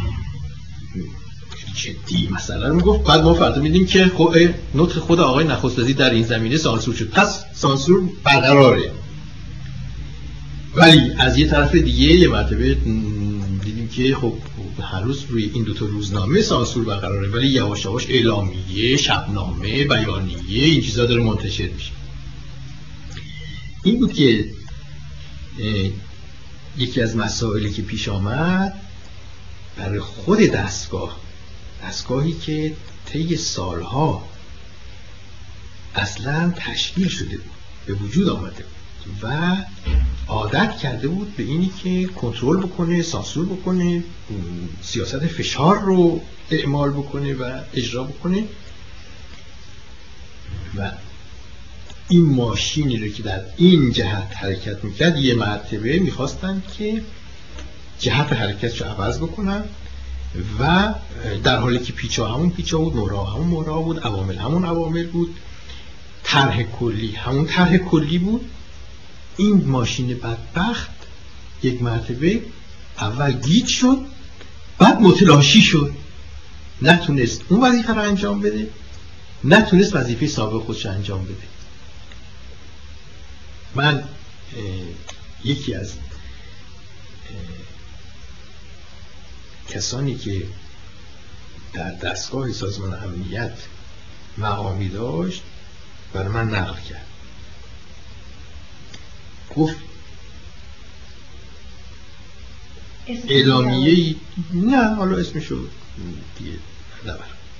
جدی مثلا میگفت. بعد ما فردا میدیم که نطق خود آقای نخست وزیر در این زمینه سانسور شد، پس سانسور برقراره. ولی از یه طرف دیگه یه مرتبه دیدیم که خب هنوز روی این دوتا روزنامه سانسور برقراره، ولی یواش یواش اعلامیه، شبنامه، بیانیه، این چیزا داره منتشر میشه. این بود که یکی از مسائلی که پیش آمد برای خود دستگاهی که طی سالها اصلا تشکیل شده بود، به وجود آمده بود و عادت کرده بود به اینی که کنترل بکنه، سانسور بکنه، سیاست فشار رو اعمال بکنه و اجرا بکنه. و این ماشینی رو که در این جهت حرکت میکرد یه مرتبه میخواستن که جهت حرکتش رو عوض بکنن و در حالی که پیچا همون پیچا بود، مهرا همون مهرا بود، عوامل همون عوامل بود، طرح کلی همون طرح کلی بود، این ماشین بدبخت یک مرتبه اول گیج شد، بعد متلاشی شد، نتونست اون وظیفه رو انجام بده، نتونست وظیفه سابق خودش انجام بده. من یکی از کسانی که در دستگاه سازمان امنیت مقامی داشت برای من نقل کرد، گفت اعلامیه‌ای، نه حالا اسمشو دیگه نبرم،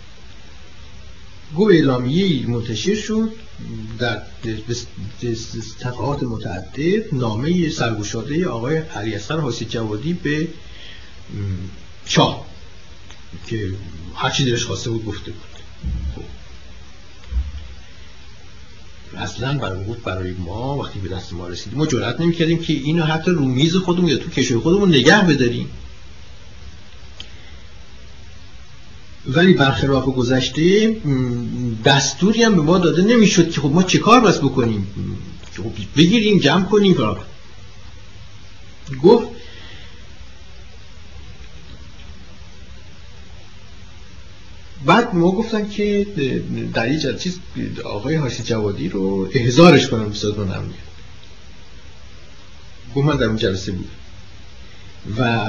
گفت اعلامیه‌ای منتشر شد در صفحات متعدد، نامه سرگشاده آقای علیاصغر حاسی جوادی به شاه که هر چی دلش خواسته بود گفته بود. اصلا برای ما وقتی به دست ما رسید ما جرئت نمی‌کردیم که اینو حتی رو میز خودمون یا تو کشوی خودمون نگه بداریم. ولی برخلاف گذشته دستوری هم به ما داده نمیشد که خب ما چه کار بس بکنیم، خب بگیریم جمع کنیم. گفت بعد ما گفتن که در این چیز آقای حاسی جوادی رو احضارش کنم به سازمان امنیت. گفت من در اون جلسه بود و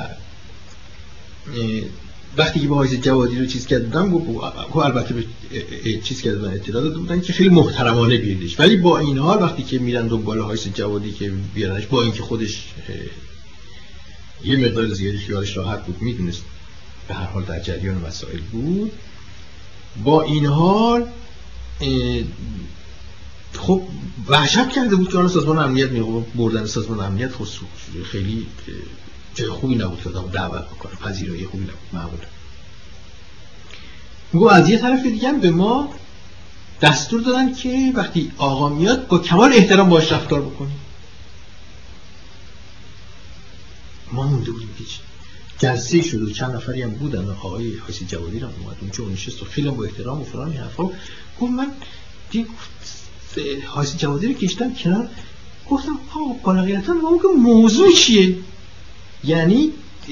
وقتی که با حاسی جوادی رو چیز کردم گفت البته به چیز کردن اطلاع داده بودن که خیلی محترمانه بیاریدش، ولی با این حال وقتی که میرن دنبال حاسی جوادی که بیارنش، با اینکه خودش یه مقدار زیادی خیالش راحت بود، میدونست به هر حال در جریان مسائل بود، با این حال خب وحشت کرده بود که آن سازمان امنیت بردن سازمان امنیت خیلی جای خوبی نبود که آدم دعوت بکنه، پذیرایی خوبی نبود معمولا. میگو از یه طرف دیگه هم به ما دستور دادن که وقتی آقا میاد با کمال احترام باهاش رفتار بکنیم. ما مونده بودیم هیچ جلسه شد و چند نفری هم بودن، آقای حاسی جوادی رو اومد اونجا نشست و خیلی با احترام و فلان حرفا. گفت من حاسی جوادی رو کشتم کنار، گفتم آقا بالاغیرتان که موضوع چیه؟ یعنی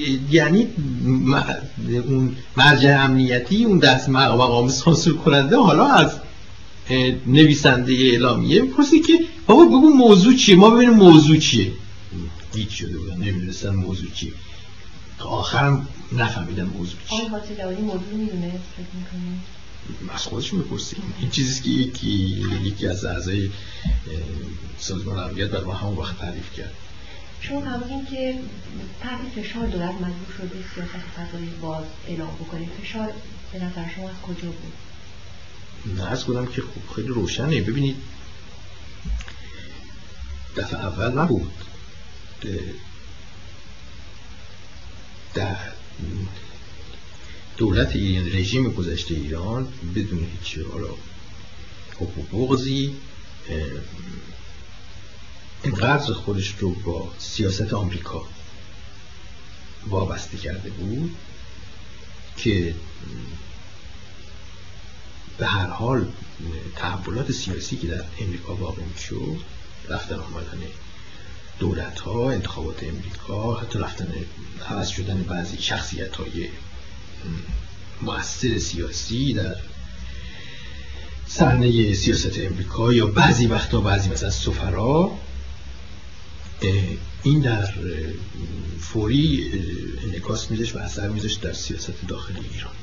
اون مرجع امنیتی، اون دست مقام سانسور کننده حالا از نویسنده اعلامیه میپرسی که بابا بگو موضوع چیه، ما ببینیم موضوع چیه. گیج شده بودن نمیدونستن موضوع چیه، تا آخرم نفهمیدن موضوع چیه. آقای حاسی جوادی موضوع میدونه فکر میکنه؟ از خودشون میپرسیم. این چیزیست که یکی از اعضای سازمان امنیت بر ما همون وقت تعریف کرد. شما فرمودین که تحت فشار دولت مجبور شده سیاست فضایی باز اعلام بکنه. فشار به نظر شما از کجا بود؟ نه از خودم که خب خیلی روشنه. ببینید دفعه اول نبود در دولت ایران، رژیم گذشته ایران بدون هیچ حالا حقوق بغضی اینقدر خودش رو با سیاست آمریکا وابسته کرده بود که به هر حال تحولات سیاسی که در امریکا واقع میشد، رفتن آمدن دولت‌ها، انتخابات امریکا، حتی رفتن حوض شدن بعضی شخصیت‌های مؤثر سیاسی در صحنه سیاست امریکا یا بعضی وقتا بعضی مثلا سفرا، این در فوری انعکاس می‌داشت و اثر می‌ذاشت در سیاست داخلی ایران.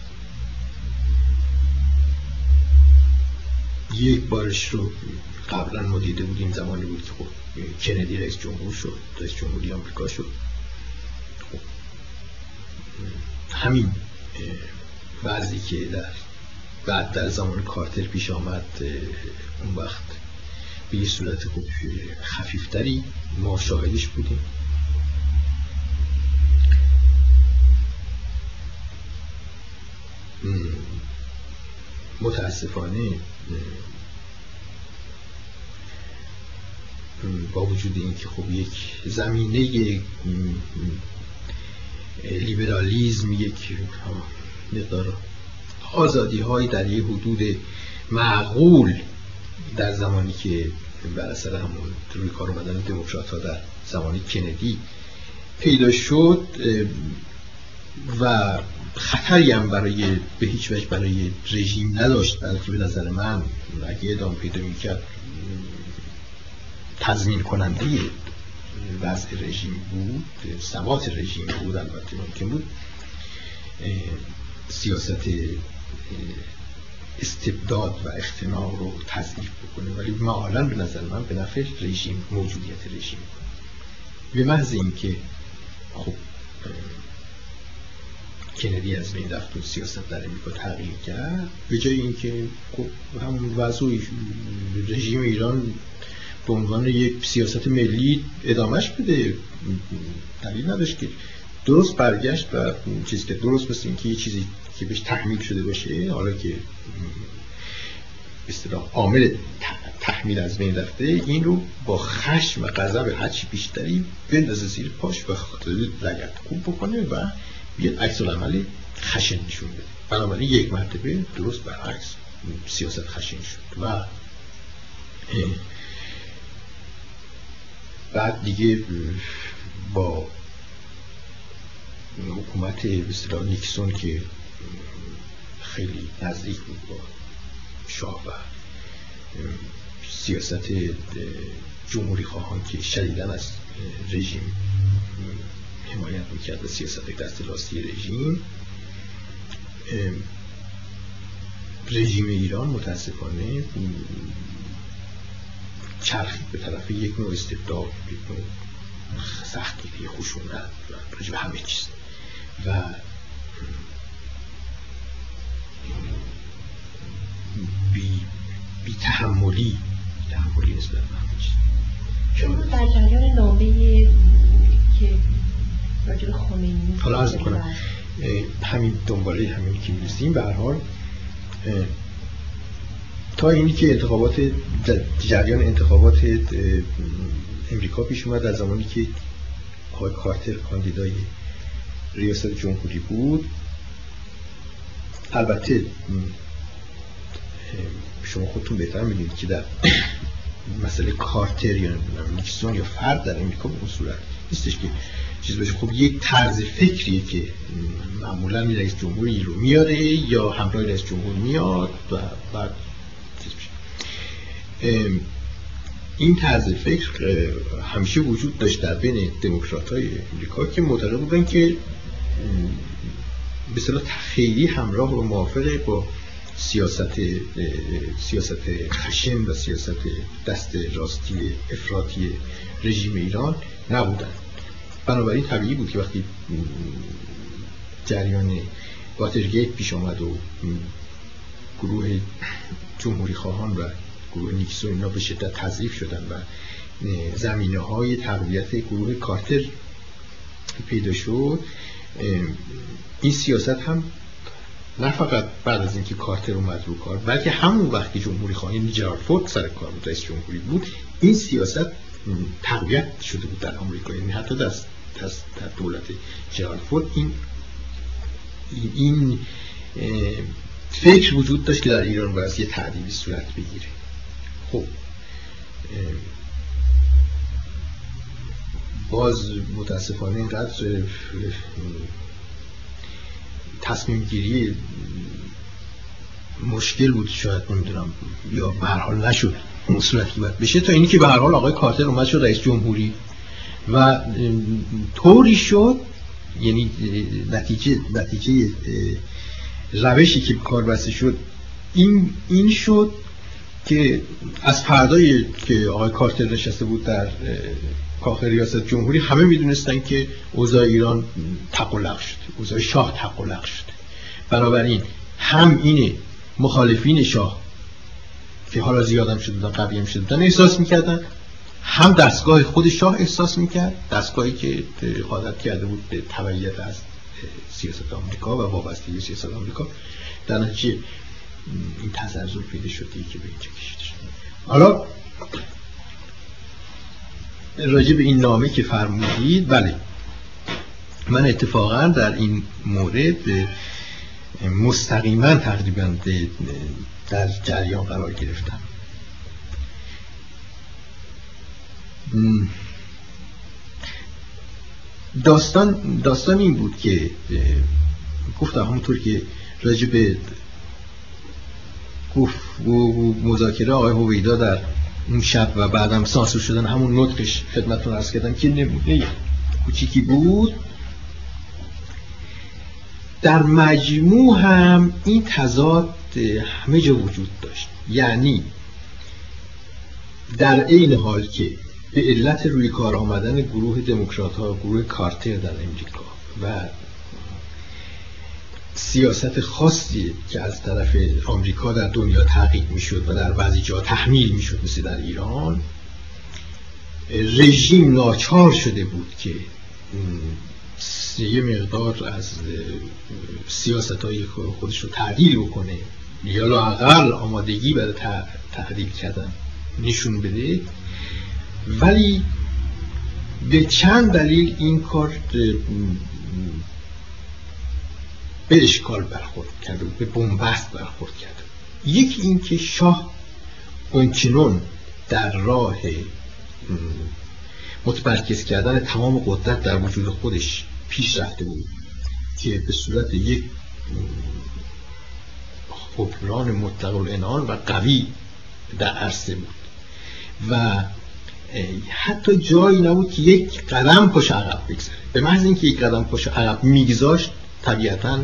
یک بارش رو قبلا ما دیده بودیم، زمانی بود که خب کندی رئیس جمهور شد، رئیس جمهوری آمریکا شد. خب همین بعضی که بعد در زمان کارتر پیش آمد، اون وقت به یه صورت خوب خفیفتری ما شاهدش بودیم. متاسفانه با وجود این که خب یک زمینه لیبرالیزم، یک مقدار آزادی های در یک حدود معقول در زمانی که بر اثر همون روی کار اومدن دموکرات ها در زمانی کندی پیدا شد و خطری هم به هیچ وجه برای رژیم نداشت، بلکه به نظر من اگه ادامه پیدا میکرد تضمین کننده وضع رژیم بود، ثبات رژیم بود. البته ممکن بود سیاست استبداد و اختناق رو تضعیف بکنه، ولی معالاً به نظر من به نفع رژیم، موجودیت رژیم به محض اینکه خب کندی از بین رفت و سیاست در امریکا تغییر کرد، به جای اینکه خب همون وضع رژیم ایران به عنوان یک سیاست ملی ادامهش بده، دلیل نداشت که درست برگشت و چیزی که درست مثل این که یه چیزی که بهش تحمیل شده باشه، حالا که اصطلاح عامل تحمیل از بین رفته، این رو با خشم و غضب هرچی بیشتری بندازه زیر پاش و لگد خوب بکنه و یه عکس العمل خشن نشون بده. بنابراین یک مرتبه درست برعکس سیاست خشن شد و بعد دیگه با حکومت به اصطلاح نیکسون که خیلی نزدیک بود با شاه و سیاست جمهوری خواهان که شدیداً از رژیم حمایت میکرد و سیاست دست راستی رژیم ایران متاسفانه چرخید به طرف یک نوع استبداد، یک نوع سختگیری، خشونت و رژیم همه چیز و بی تحملی نسبت به همه چیز. شما در جریان نامه‌ای که راجع به خمینی حالا عرض می‌کنم همین دنباله همین که می‌رسیم به هر حال تا اینی که جریان انتخابات امریکا پیش اومد، در زمانی که آقای کارتر کاندیدای ریاست جمهوری بود. البته شما خودتون بهتر می‌دونید که در مسئله کارتر یا نیکسون یا فرد در امریکا به اون صورت نیستش که چیز باشه. خب یک طرز فکریه که معمولا رئیس جمهوری رو میاره یا همراه رئیس جمهور میاد و بعد چیز میشه. این طرز فکر همیشه وجود داشت در بین دموکرات‌های امریکا که معتقد بودن که به اصطلاح خیلی همراه و موافق با سیاست خشن و سیاست دست راستی افراطی رژیم ایران نبودن. بنابراین طبیعی بود که وقتی جریان واترگیت پیش آمد و گروه جمهوری خواهان و گروه نیکسون اینا به شدت تضعیف شدن و زمینه‌های تقویت گروه کارتر پیدا شد، این سیاست هم نه فقط بعد از اینکه کارتر اومد رو کار، بلکه همون وقتی جمهوری خواهان جرالد فورد سر کار بود، رئیس جمهوری بود، این سیاست تقویت شده بود در آمریکا. یعنی حتی در دولت جرالد فورد این فکر وجود داشت که در ایران باید یه تعدیلی صورت بگیره. خب باز متاسفانه اینقدر تصمیم گیری مشکل بود، شاید نمیدونم یا به هر حال نشد اون صورتی که باید بشه، تا اینی که به هر حال آقای کارتر اومد شد رئیس جمهوری و طوری شد، یعنی نتیجه روشی که کار بسته شد این شد که از فردایی که آقای کارتر نشسته بود در کاخ ریاست جمهوری، همه میدونستن که اوضاع ایران تقلق شده، اوضاع شاه تقلق شده. بنابراین هم این مخالفین شاه که حالا زیادم شده بودن، قوی هم شده بودن، احساس میکردن، هم دستگاه خود شاه احساس میکرد، دستگاهی که عادت کرده بود به تبعیت از سیاست آمریکا و وابستگی سیاست آمریکا، در نتیجه این تزلزل پیدا شده که به اینجا کشیده شد. حالا راجع به این نامه که فرمودید، بله من اتفاقا در این مورد مستقیما تقریبا در جریان قرار گرفتم. داستان این بود که گفتم همونطور که راجع به مذاکره آقای هویدا در اون شب و بعدم سانسور شدن همون نطقش خدمتتون عرض کردم که نمونه کوچیکی بود، در مجموع هم این تضاد همه جا وجود داشت. یعنی در این حال که به علت روی کار آمدن گروه دموکرات ها، گروه کارتر در امریکا و سیاست خاصی که از طرف آمریکا در دنیا تعقیب میشد و در بعضی جا تحمیل میشد مثل در ایران، رژیم ناچار شده بود که یه مقدار از سیاست‌های خودش رو تعدیل بکنه یا لااقل آمادگی برای تعدیل کردن نشون بده، ولی به چند دلیل این کار به اشکال برخورد کرده بود، به بنبست برخورد کرده بود. یکی این که شاه اونچنان در راه متمرکز کردن تمام قدرت در وجود خودش پیش رفته بود که به صورت یک حکمران مطلق العنان و قوی در عرصه بود و حتی جایی نبود که یک قدم پشت عقب بگذاره. به محض اینکه یک قدم پشت عقب میگذاشت طبیعتاً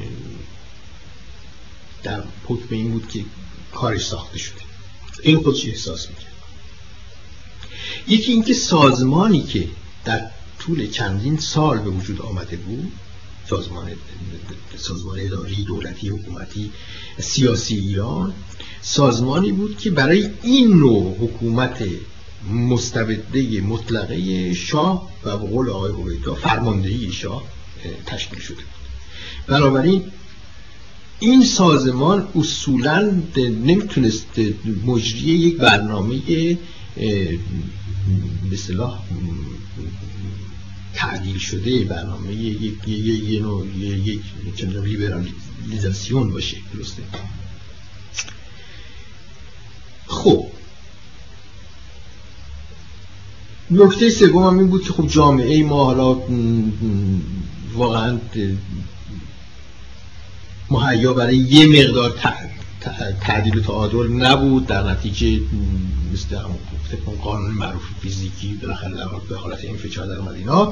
در حکم این بود که کارش ساخته شده. این خودش احساس میکرد. یکی اینکه سازمانی که در طول چندین سال به وجود آمده بود، سازمان اداری، دولتی، حکومتی، سیاسی ایران، سازمانی بود که برای این نوع حکومت مستبده مطلقه شاه و به قول آقای هویدا فرماندهی شاه تشکیل شده بود. بنابراین این سازمان اصولاً نمیتونست مجری یک برنامه به اصطلاح تعدیل شده، برنامه یک لیبرالیزاسیون باشه. درسته؟ خب نکته سوم هم این بود که خب جامعه ما حالا واقعا مهیا برای یه مقدار تعدیل و تعادل نبود. در نتیجه مثل همون قانون معروف فیزیکی بالاخره به حالت انفجار در اومد اینا.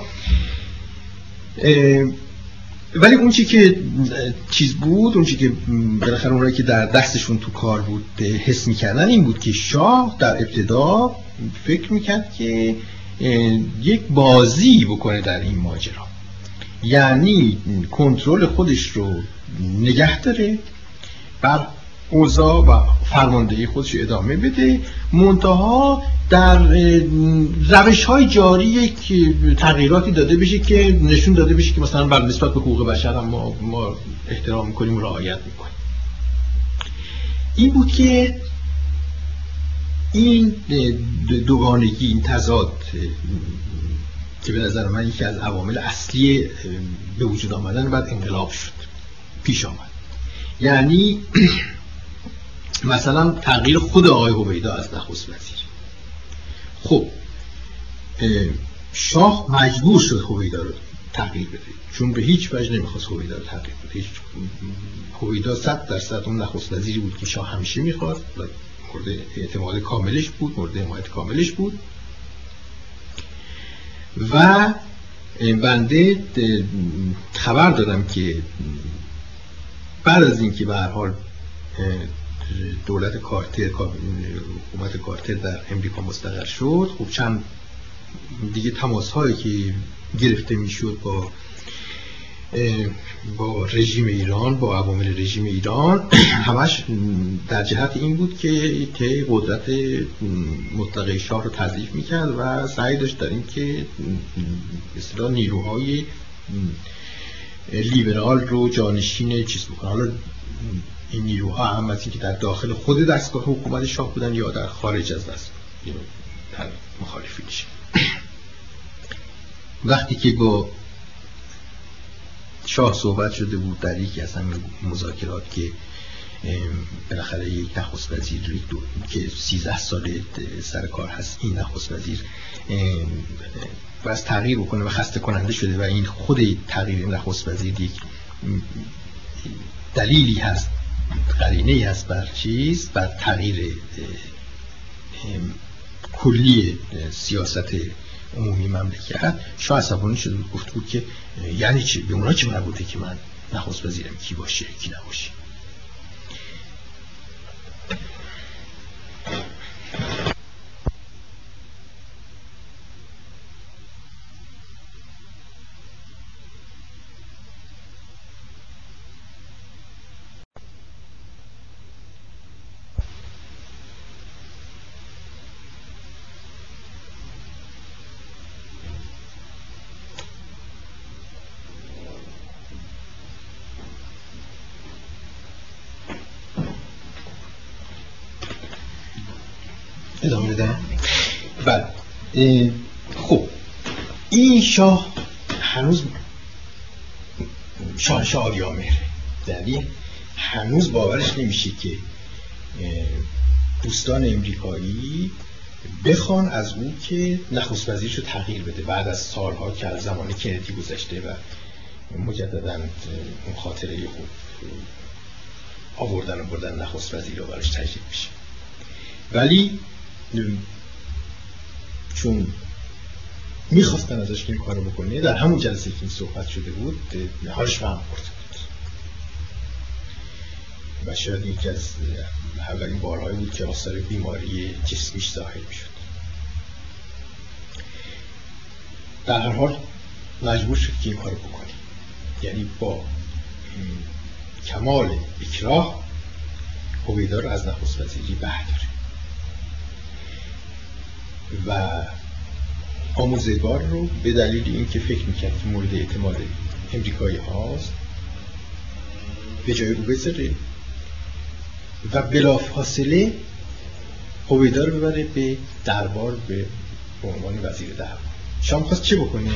ولی اون چی که چیز بود، اون چی که بالاخره اونایی که در دستشون تو کار بود حس میکردن این بود که شاه در ابتدا فکر میکرد که یک بازی بکنه در این ماجرا، یعنی کنترل خودش رو نگه داره، بر اوضاع و فرماندهی خودش ادامه بده، منتها در روش‌های جاری یک تغییراتی داده بشه که نشون داده بشه که مثلا بر نسبت به حقوق بشر هم ما احترام میکنیم و رعایت میکنیم. این بود که این دوگانگی، این تضاد که به نظر من یکی از عوامل اصلی به وجود آمدن بعد انقلاب شد پیش آمد. یعنی مثلا تغییر خود آقای هویدا از نخست وزیر. خب شاه مجبور شد هویدا رو تغییر بده، چون به هیچ وجه نمیخواست هویدا رو تغییر بده. هویدا 100% اون نخست وزیری بود که شاه همیشه میخواست، مورد اعتماد کاملش بود، مورد حمایت کاملش بود. و بنده خبر دادم که بعد از اینکه به هر حال دولت کارتر، حکومت کارتر در امریکا مستقر شد، خب چند دیگه تماس هایی که گرفته میشد با رژیم ایران، با عوامل رژیم ایران، همش در جهت این بود که قدرت مطلقه شاه رو تضعیف میکرد و سعی داشت در این که اصطلاح نیروهای لیبرال رو جانشین چیز بکنه. حالا این نیروها هم از اینکه در داخل خود دستگاه حکومت شاه بودن یا در خارج از دستگاه در مخالفینش. وقتی که با شاه صحبت شده بود در یکی از همین مذاکرات که بالاخره یک نخست وزیر که 13 سال سر کار هست، این نخست وزیر باید تغییر بکنه و خسته کننده شده و این خود تغییر نخست وزیر یک دلیلی هست، قرینه‌ای هست بر تغییر کلی سیاست عمومی مملکت. شاه عصبانی شده بود، گفت بود که یعنی چی؟ به اونا چی مربوطه که من نخست وزیرم کی باشه کی نباشه؟ ادامه بدم. بله. خب این شاه هنوز شاهنشاه آریامهر. یعنی هنوز باورش نمیشه که دوستان امریکایی بخوان از او که نخست وزیرشو تغییر بده بعد از سالها که از زمان کندی گذشته و مجددا اون خاطره خوب آوردن و بردن نخست وزیر رو براش تجدید بشه. ولی چون میخواستن ازش که این کارو بکنه، در همون جلسه که این صحبت شده بود حالش به هم خورده بود و شاید یکی از اولین بارهایی بود که آثار بیماری جسمیش ظاهر میشد. در هر حال مجبور شد که این کارو بکنه، یعنی با کمال اکراه هویدا رو از نخست وزیری برداره و آموزگار رو به دلیل اینکه فکر میکرد که مورد اعتماد امریکایی هاست به جای او بذاره و بلافاصله هویدا رو ببره به دربار به عنوان وزیر دربار. شما میخواست چه بکنه؟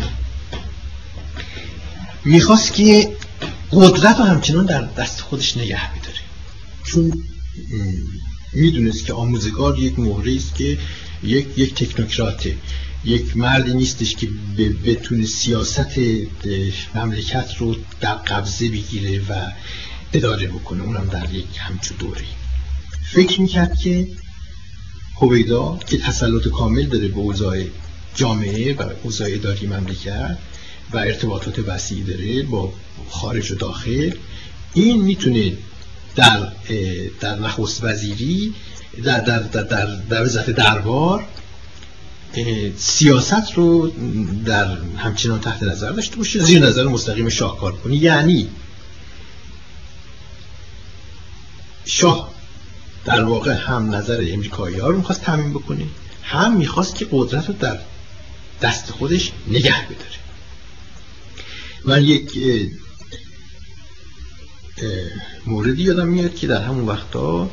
میخواست که قدرت رو همچنان در دست خودش نگه بداره، چون میدونست که آموزگار یک مهره است که یک تکنوکراته، یک مردی نیستش که بتونه سیاست مملکت رو در قبضه بگیره و اداره بکنه، اونم در یک همچون دوره. فکر میکرد که هویدا که تسلط کامل داره به اوضاع جامعه و اوضاع اداری مملکت و ارتباطات وسیعی داره با خارج و داخل، این میتونه در نخست وزیری در وزارت دربار سیاست رو در همچنان تحت نظر داشته باشه، زیر نظر مستقیم شاه کار کنه. یعنی شاه در واقع هم نظر امریکایی ها رو میخواست تامین بکنه، هم میخواست که قدرت رو در دست خودش نگه بداره. من یک موردی یادم میاد که در همون وقتا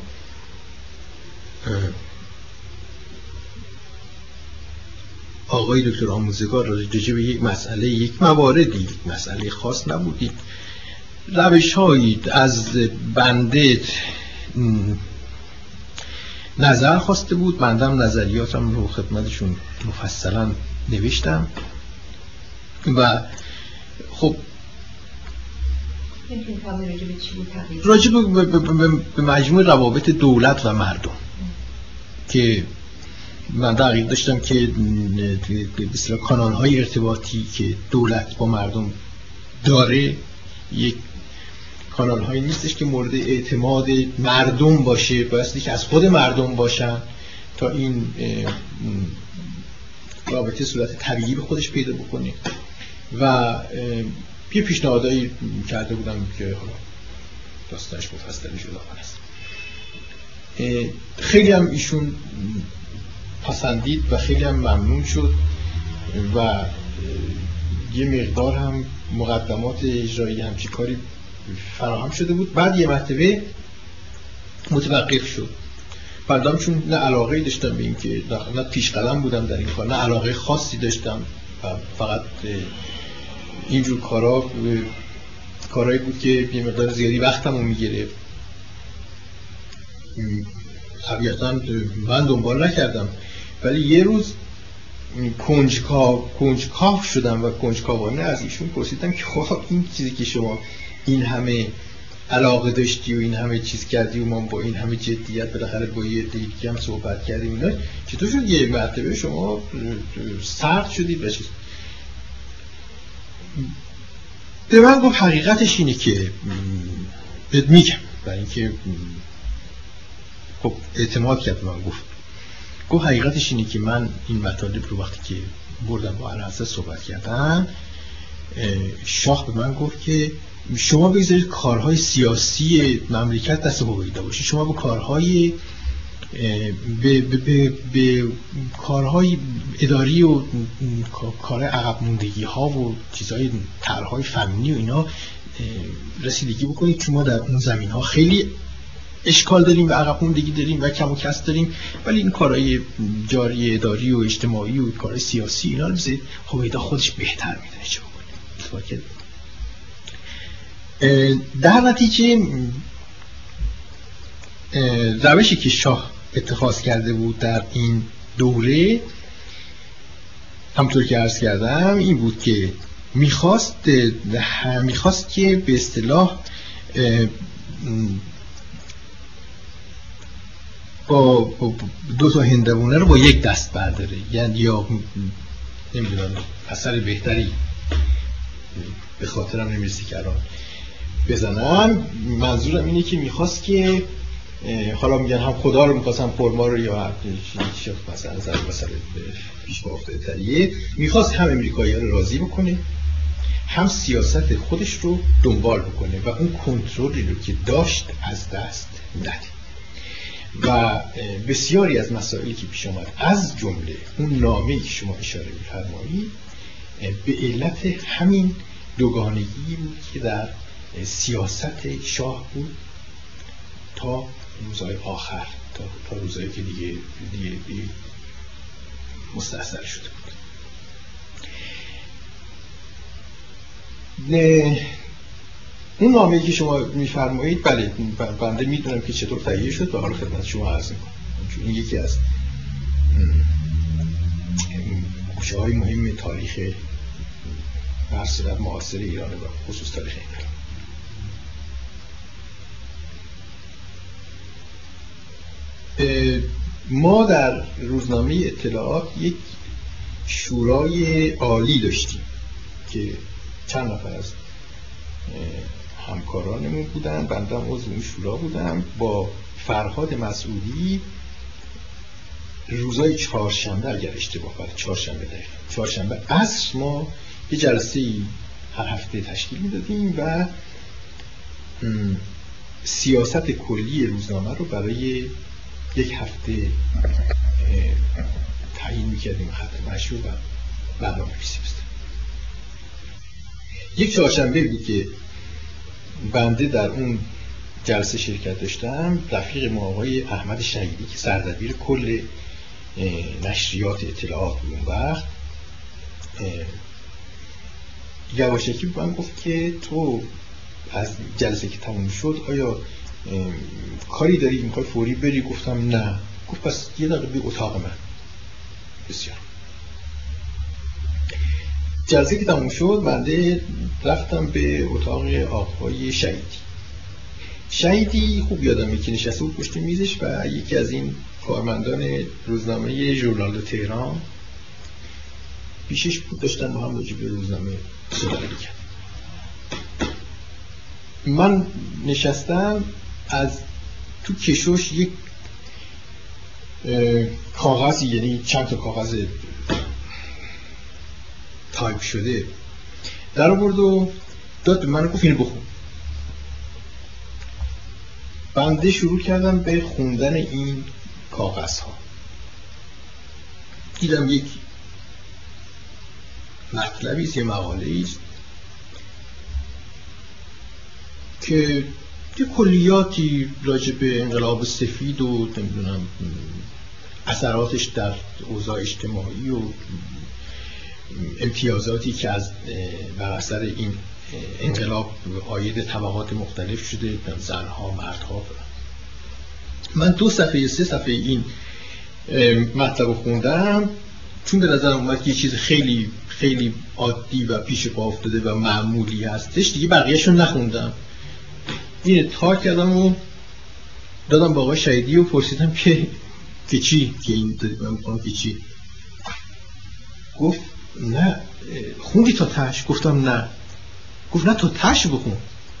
آقای دکتر آموزگار راجع به یک مواردی، مسئله خاص نبودید، روش‌هایی از بنده نظر خواسته بود، بندم نظریاتم رو خدمتشون مفصلا نوشتم و خب راجع به مجموع روابط دولت و مردم که من تحقیق داشتم که مثلا کانال‌های ارتباطی که دولت با مردم داره یک کانال‌هایی نیستش که مورد اعتماد مردم باشه، بایستی که از خود مردم باشن تا این رابطه صورت طبیعی به خودش پیدا بکنه. و یه پیشنهادایی کرده بودم که حالا داستانش مفصلی جدا است. خیلی هم ایشون پسندید و خیلی هم ممنون شد و یه مقدار هم مقدمات اجرایی همچین کاری فراهم شده بود. بعد یه مرتبه متوقف شد. بعدم چون نه علاقه‌ای داشتم به این که نه پیش قدم بودم در این کار، نه علاقه خاصی داشتم و فقط اینجور کارهایی بود که یه مقدار زیادی وقتم رو میگرفت. طبیعتاً من دنبال نکردم، ولی یه روز کنجکاو شدم و کنجکاوانه از ایشون پرسیدم که خب این چیزی که شما این همه علاقه داشتی و این همه چیز کردی و ما با این همه جدیت بالاخره با یه دیگه هم صحبت کردیم اینا، چطور شد یه مرتبه شما سرد شدید و چیز؟ به من گفت حقیقتش اینه که بهت میگم، برای اینکه خب اعتماد کرد. من گفت حقیقتش اینه که من این مطالب رو وقتی که بردم با اعلیحضرت صحبت کردم، شاه به من گفت که شما بگذارید کارهای سیاسی مملکت دست هویدا باشه، شما به کارهای به کارهای اداری و کار عقب موندگی ها و چیزهای طرحهای فنی و اینا رسیدگی بکنید، چون ما در اون زمین ها خیلی اشکال داریم و عقب موندگی داریم و کم و کس داریم، ولی این کارهای جاری اداری و اجتماعی و کارهای سیاسی اینا رو بذارید هویدا خودش بهتر میدونه چه بکنه. در نتیجه روشی که شاه اتخاذ کرده بود در این دوره، همطور که عرض کردم، این بود که میخواست که به اصطلاح با دو تا هندوانه رو با یک دست برداره، یعنی یا نمیدونم اثر بهتری به خاطرم نمیرسی که الان بزنم. منظورم اینه که میخواست که حالا میگن هم خدا رو میخواست، هم خرما رو، یا هر چیز مثلا پیش با افتاده تریه، میخواست هم امریکایی ها رو راضی بکنه، هم سیاست خودش رو دنبال بکنه و اون کنترلی رو که داشت از دست نده. و بسیاری از مسائلی که پیش آمد، از جمله اون نامه‌ای که شما اشاره می‌فرمایید، به علت همین دوگانگی بود که در سیاست شاه بود تا روزهای آخر، تا روزهایی که دیگه مستأصل شده بود. اون نامه‌ای که شما می‌فرمایید، بله بنده میدونم که چطور تهیه شد و حالا خدمت شما عرض می‌کنم. چون این یکی از گوشه‌های مهم تاریخ معاصر ایران و خصوص تاریخ انقلاب. ما در روزنامه اطلاعات یک شورای عالی داشتیم که چند نفر از همکارانمون بودن، بنده هم عضو اون شورا بودم، با فرهاد مسعودی روزای چهارشنبه، اگر اشتباه کنم چهارشنبه عصر ما یه جلسه هر هفته تشکیل میدادیم و سیاست کلی روزنامه رو برای یک هفته تعیین میکردیم، خط مشروع و برنامه نویسی بستیم. یک چهارشنبه بود که بنده در اون جلسه شرکت داشتم. رفیق ما آقای احمد شهیدی که سردبیر کل نشریات اطلاعات بود اون وقت، یواشکی به من گفت که تو از جلسه که تموم شد آیا کاری داری میخوای فوری بری؟ گفتم نه. گفت پس یه دقیقه بی اتاق من. بسیار. جلسه که تموم شد بنده رفتم به اتاق آقای شهیدی خوب یادمه که نشسته بود پشت میزش و یکی از این کارمندان روزنامه ژورنال تهران پیشش بود، داشتن با هم راجع به روزنامه صحبت می‌کردن. من نشستم، از تو کشوش یک کاغذی، یعنی چند تا کاغذ تایپ شده در آورد و داد به من، گفت اینو بخون. بنده شروع کردم به خوندن این کاغذ ها. دیدم یک مطلبی است، یه مقاله است که یه کلیاتی راجع به انقلاب سفید و نمیدونم اثراتش در اوضاع اجتماعی و امتیازاتی که از بر اثر این انقلاب عاید طبقات مختلف شده، زنها، مردها. من 2 صفحه 3 صفحه این مطلب خوندم، چون به نظر اومد که یه چیز خیلی خیلی عادی و پیش پا افتاده و معمولی هستش، دیگه بقیه‌شو نخوندم. این تا کردم و دادم با آقای شهیدی و پرسیدم که چی؟ که این دادیم من می‌خوام که چی؟ گفت نه خوندی تا تهش؟ گفتم نه. گفت نه تا تهش بخون.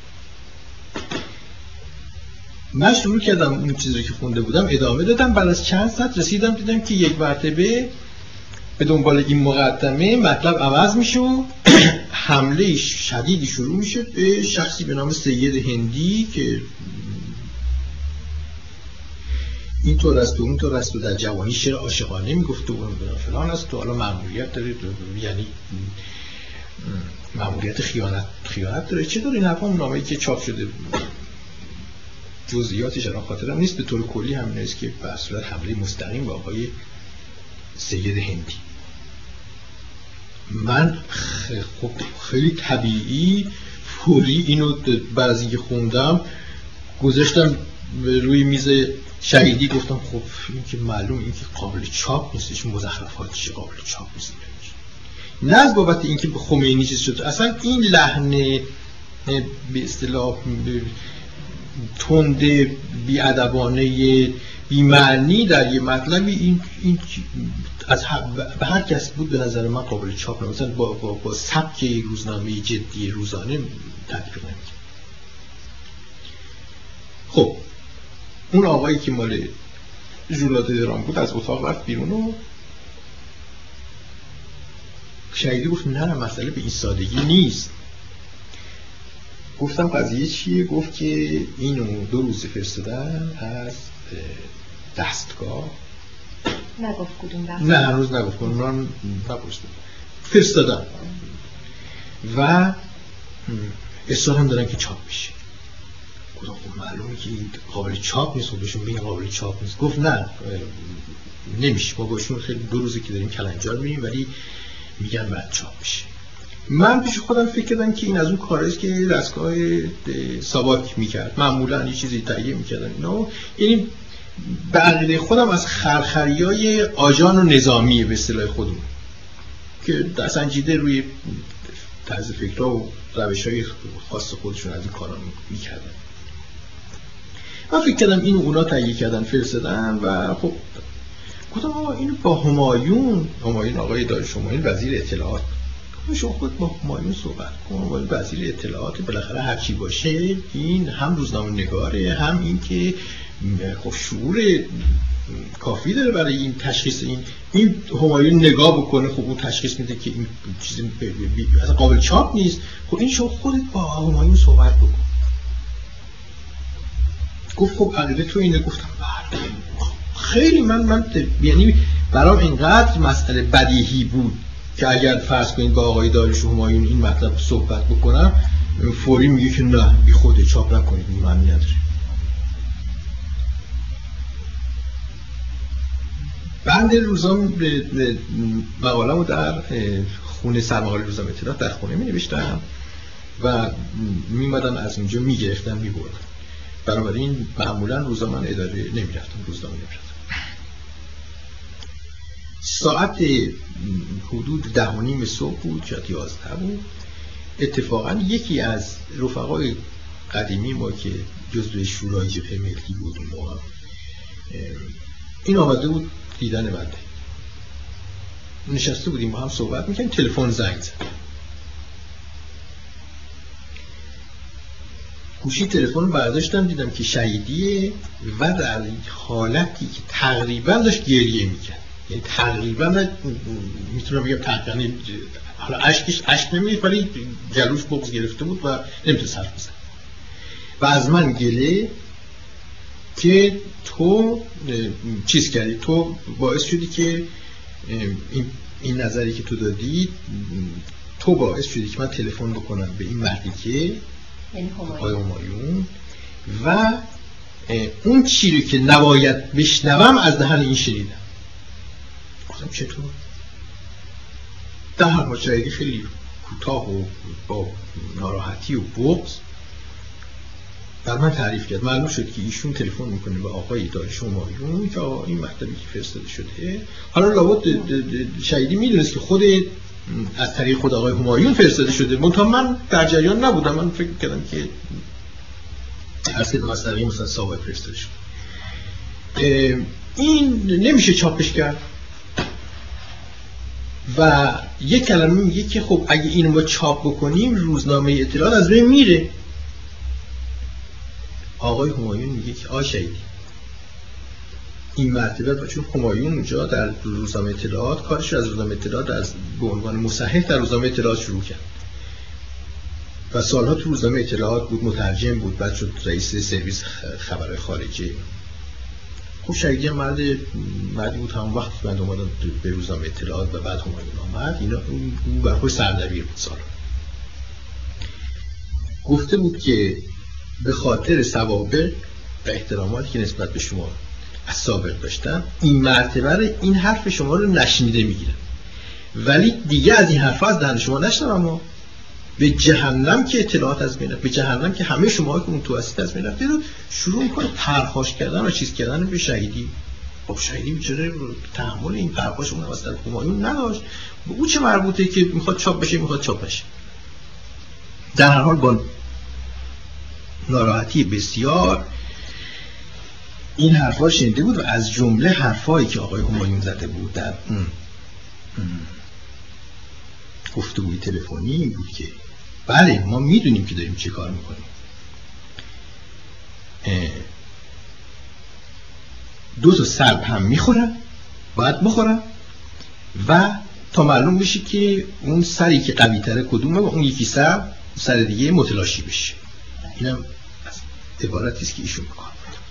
من شروع کردم اون چیزی رو که خونده بودم ادامه دادم. بعد از چند ساعت رسیدم دیدم که یک مرتبه به دنبال این مقدمه مطلب عوض میشه و حمله شدیدی شروع میشه به شخصی به نام سید هندی که این طور است و اون طور است و در جوانی شعر عاشقانه میگفت و فلان است و حالا مأموریت داره، یعنی مأموریت خیانت داره. چه داره این حرفا؟ نامه‌ای که چاپ شده جزئیاتش الان خاطرم نیست، به طور کلی همین است که به صورت حمله مستقیم به آقای سید هندی. من خیلی طبیعی فوری اینو بعد از اینکه خوندم گذاشتم روی میز شهیدی، گفتم خب این که معلوم این که قابل چاپ نیستش، مزخرفاتش قابل چاپ نیست. نه از بابت اینکه به خمینی چیز شد، اصلا این لحن به اصطلاح تند بی‌ادبانه بی‌معنی در یه مطلبی این از به هر کس بود به نظر من قابل چاپ نمیشه. مثلا با سبک روزنامه جدی روزانه تطبیق نمیشه. خب اون آقایی که مال ژورنال تهران بود از اتاق رفت بیرون و شهیدی گفت نه مسئله به این سادگی نیست. گفتم قضیه چیه؟ گفت که اینو 2 روز فرستادن از دستگاه. نگفت کدوم دستگاه؟ نه هنوز نگفت کدوم، من نپرسیدم. فرستادن و اصرار هم دارن که چاپ بشه. گفتم خب معلومه که این قابل چاپ نیست، خب بهشون بگن قابل چاپ نیست. گفت نه نمیشه، ما باشون خیلی 2 روزه که داریم کلنجار میریم ولی میگن باید چاپ بشه. من پیش خودم فکر کردم که این از اون کاریست که دستگاه ساواک میکرد، معمولا یه چیزی تهیه میکردن اینا. یعنی به عقیده خودم از خرخریای آژان و نظامی به اصطلاح خودمون که دستنجیده روی طرز فکرها و روش‌های خاص خودشون از این کارا میکردن. من فکر کردم اینو اونا تهیه کردن فرستادن و خب گفتم آقا اینو با همایون آقای داریوش همایون وزیر اطلاعات، شما خود با همایون صحبت کن، وزیر اطلاعات بالاخره هر چی باشه این هم روزنامه نگاره، هم این که خب شعور کافی داره برای این تشخیص. این همایون نگاه بکنه خب اون تشخیص میده که این چیز اصلا قابل چاپ نیست. خب این شما خودت با همایون صحبت بکن. گفت خب عقیده تو اینه؟ گفتم بله. خیلی من یعنی برام اینقدر مسئله بدیهی بود که اگر فرض کنید با آقای داریوش همایون این مطلب صحبت بکنم فوری میگه که نه بی خوده چاپ نکنید، معنی نداره. بند روزام مقاله‌مو در خونه سرمقاله روزنامه اطلاعات در خونه می نوشتم و میمدن از اونجا میگرفتن میبردن. بنابراین معمولا روزا من اداره نمیرفتم، روزنامه نمیرفتم. ساعت حدود 10:30 صبح بود، شاید 11 بود. اتفاقا یکی از رفقای قدیمی ما که جزو شورای جبهه ملی بود اون موقع، این آمده بود دیدن بنده. نشسته بودیم با هم صحبت میکنیم، تلفن زنگ زد. گوشی تلفن رو برداشتم دیدم که شهیدیه و در حالتی که تقریبا داشت گریه میکرد. یعنی تقریبا میتونم بگم تقریبا حالا اشک نمیاد ولی جلوش بغض گرفته بود و نمیتونست حرف بزنه و از من گله که تو چیز کردی، تو باعث شدی که این نظری که تو دادی، تو باعث شدی که من تلفن بکنم به این مردی که آقای همایون و اون چیزی که نباید بشنوم از دهن این شنیدم. گفتم چطور؟ در هر ماجرایی خیلی کوتاه و با ناراحتی و بغض بر من تعریف کرد. معلوم شد که ایشون تلفن میکنه به آقای داریوش همایون که این مطلبی که فرستاده شده، حالا لابد شهیدی میدونست که خود از طریق خود آقای همایون فرستاده شده، منتها من در جریان نبودم. من فکر کردم که از طریق مثلا ساواک فرستاده شده. این نمیشه چاپش کرد و یک کلمه میگه که خب اگه اینو ما چاپ بکنیم روزنامه اطلاعات از بین میره. آقای همایون میگه که شهیدی این مرتبه، چون همایون اونجا در روزنامه اطلاعات کارش از روزنامه اطلاعات به عنوان مصحح در روزنامه اطلاعات شروع کرد و سالها تو روزنامه اطلاعات بود، مترجم بود، بعد شد رئیس سرویس خبر خارجی. خب شهیدی هم مردی بود همون وقت من اومدم به روزنامه اطلاعات و بعد همایون آمد. اینا اون برخوش سردبیر بود. سال گفته بود که به خاطر سوابق و احتراماتی که نسبت به شما از سابق داشتم این مرتبه این حرف شما رو نشنیده میگیرم، ولی دیگه از این حرفا از دهن شما نشنوم. اما به جهنم که اطلاعات از بین رفت، به جهنم که همه شما که اون تو هستید از بین رفت، رو شروع میکنه پرخاش کردن و چیز کردن به شهیدی. خب شهیدی بیچاره تحمل این پرخاش اون واسه همایون نداشت. به او چه مربوطه که میخواد چاپ بشه میخواد چاپ بشه. در هر حال با ناراحتی بسیار این حرفا شنیده بود و از جمله حرفایی که آقای همایون زده بود در گفتگوی تلفنی این بود که بله ما میدونیم که داریم چه کار میکنیم، دو تا سر هم میخورن باید بخورن و تا معلوم بشه که اون سری که قوی تره کدومه و اون یکی سر دیگه متلاشی بشه. اینم عبارتی است که ایشون میکنه.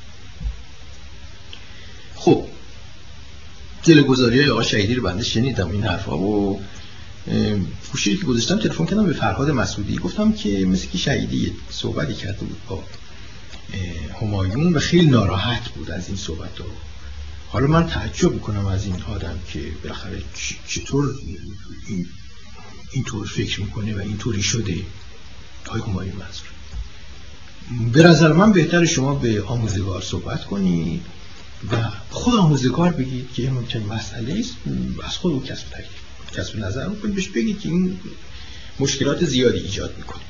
خب دلگذاری‌های آقا شهیدی رو بنده شنیدم این حرفا و گوشی که گذاشتم تلفن کردم به فرهاد مسعودی، گفتم که مثل که شهیدی صحبتی کرده بود با همایون و خیلی ناراحت بود از این صحبت‌ها. حالا من تعجب میکنم از این آدم که بالاخره چطور اینطور فکر میکنه و اینطوری شده. آقای همایون منظور به نظر من بهتر شما به آموزگار صحبت کنید و خود آموزگار بگید که این چنین مسئله است، از خود او کسب نظر کنید، بهش بگید که این مشکلات زیادی ایجاد میکنه.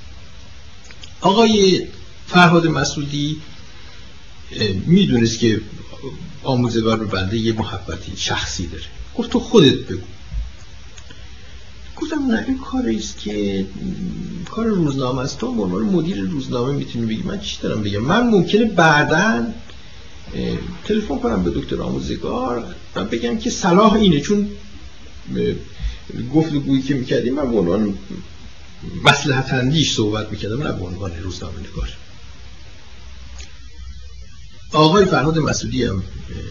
آقای فرهاد مسعودی میدونست که آموزگار به بنده یه محبتی شخصی داره. گفت تو خودت بگو. گفتم نه این کاری است که کار روزنامه است، تو به عنوان مدیر روزنامه میتونی بگی. من چی دارم بگم؟ من ممکنه بعداً تلفن کنم به دکتر آموزگار و بگم که صلاح اینه، چون گفتگویی که میکردیم من به عنوان مصلحت اندیش صحبت میکردم نه به عنوان روزنامه نگار. آقای فرهاد مسعودی هم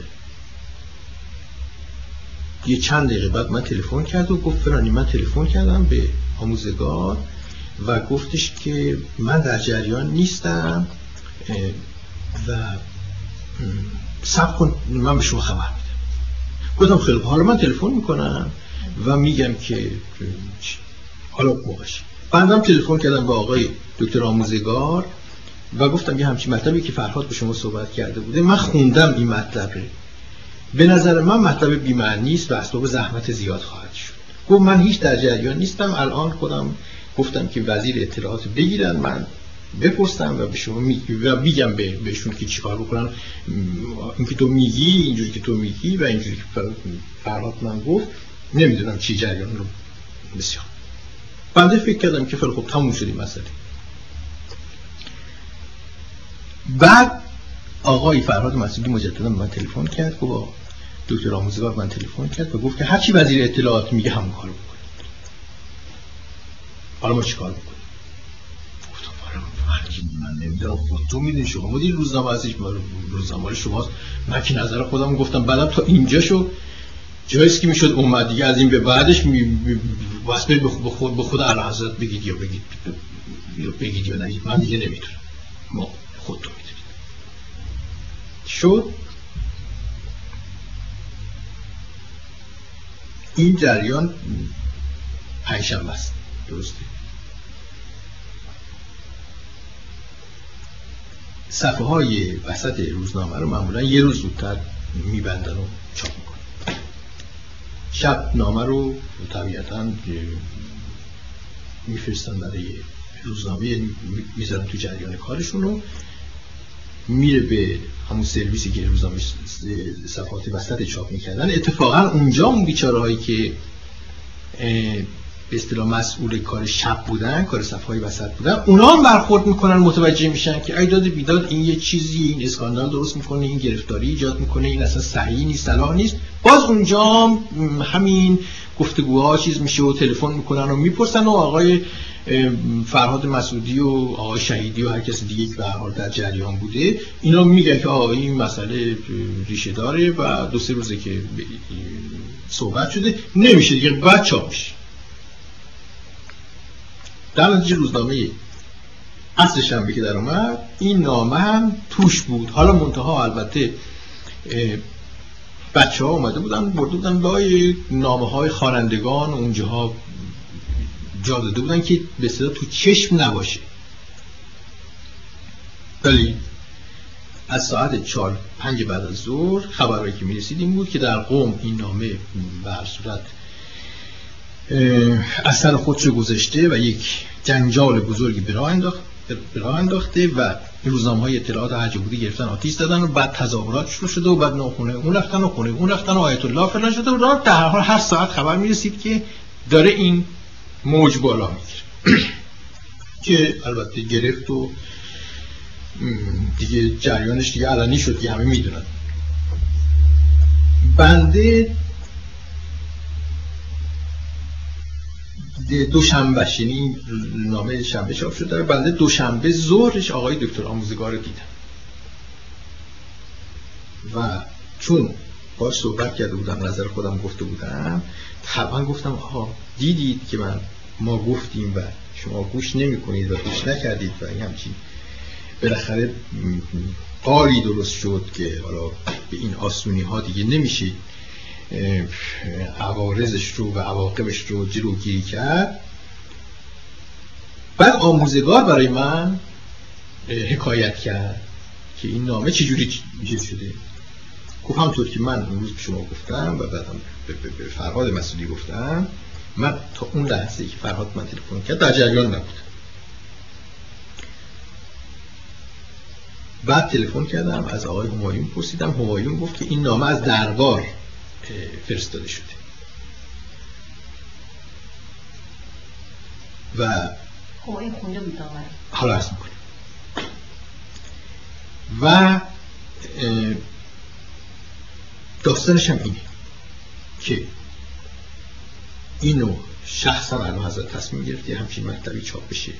یه چند دقیقه بعد من تلفن کرد و گفت فرانی من تلفن کردم به آموزگار و گفتش که من در جریان نیستم و صبر کن من به شما خبر میدم. گفتم خیلی حالا من تلفن میکنم و میگم که حالا موقعش. بعدم تلفن کردم به آقای دکتر آموزگار و گفتم یه همچین مطلبی که فرهاد به شما صحبت کرده بوده من خوندم این مطلبه، به نظر من مطلب بی‌معنی است و اسباب زحمت زیاد خواهد شد. گفت من هیچ در جریان نیستم، الان خودم گفتم که وزیر اطلاعات بگیرن من بپرسم و به شما میگم بهشون که چیکار بکنن. اینکه تو میگی اینجوری که تو میگی و اینجوری که فرهاد من گفت نمیدونم چی جریان رو. بسیار بنده فکر کردم که خب تموم شد این مسئله. بعد آقای فرهاد مسعودی مجددا من تلفن کرد، با دکتر آموزگار من تلفن کرد و گفت که هر چی وزیر اطلاعات میگه همون کارو بکنید. حالا ما چیکار بکنیم؟ گفتم من نمیدونم، تو میدونی شما مدیر روزنامه هستید، روزنامه شماست، من که نظر خودم گفتم بعدم تا اینجا شو جاییست که میشد اومد دیگه، از این به بعدش واسه برید به خود اعلیحضرت بگید یا بگید یا نگید، من دیگه نمیتونم، ما خودتون میدونید. شد این جریان پنجشنبه است، درسته؟ صفحه های وسط روزنامه رو معمولا یه روز زودتر میبندن و چاپ میکنن. شب نامه رو طبیعتاً میفرستن برای روزنامه، میذارن تو جریان کارشون رو، میره به همون سرویسی که روزنامه صفحات وسط چاپ میکردن. اتفاقا اونجا اون بیچاره هایی که به اصطلاح مسئول کار شب بودن، کار صفحه‌های وسط بودن، اونا هم برخورد میکنن، متوجه میشن که ایداد بیداد این یه چیزی، این اسکاندال درست میکنه، این گرفتاری ایجاد میکنه، این اصلا صحیح نیست، صلاح نیست. باز اونجا همین گفتگوها چیز میشه و تلفن میکنن و میپرسن و آقای فرهاد مسعودی و آقای شهیدی و هر کسی دیگه که به هر حال در جریان بوده اینا میگن که آقا این مسئله ریشه داره و دو سه روزه که صحبت شده نمیشه دیگه، بعد چاپ میشه. در نتیجه روزنامه عصر شنبه که در اومد این نامه هم توش بود. حالا منتها البته بچه ها اومده بودن برده بودن لای نامه های خوانندگان اونجاها جا داده بودن که به اصطلاح تو چشم نباشه. ولی از ساعت 4-5 بعد از ظهر خبرایی که میرسید این بود که در قم این نامه به هر صورت اثر خودش رو گذاشته و یک جنجال بزرگی به راه انداخته و روزنامه‌های اطلاعات هر جا بوده گرفتن آتیش زدن و بعد تظاهرات شروع شده و بعد ناخونه اون رفتن و خونه اون رفتن و آیت الله فلان شده و در هر حال هر ساعت خبر میرسید که داره این موج بالا میگیره که البته گرفت و دیگه جریانش دیگه علنی شد که همه میدونن. بنده دوشنبه، یعنی این نامه شنبه چاپ شده، بنده دوشنبه ظهرش آقای دکتر آموزگار رو دیدم و چون باش صحبت کرده بودم، نظر خودم گفته بودم، طبعا گفتم آها دیدید که ما گفتیم و شما گوش نمی کنید و گوش نکردید و این همچین بالاخره قالی درست شد که حالا به این آسونی ها دیگه نمیشه عوارضش رو و عواقبش رو جلوگیری کرد. بعد آموزگار برای من حکایت کرد که این نامه چجوری چیز شده. گفت همطور که من امروز به شما گفتم و بعدم به فرهاد مسئولی گفتم، من تا اون لحظه که فرهاد من تلفن کرد در جریان نبودم. بعد تلفن کردم از آقای همایون پرسیدم، همایون گفت که این نامه از دربار فرستاده شده و همایون خونده بود نامه. حالا عرض میکنم و داستانش هم اینه که اینو شخصا اعلیحضرت تصمیم گرفت یه همچین مطلبی چاپ بشه.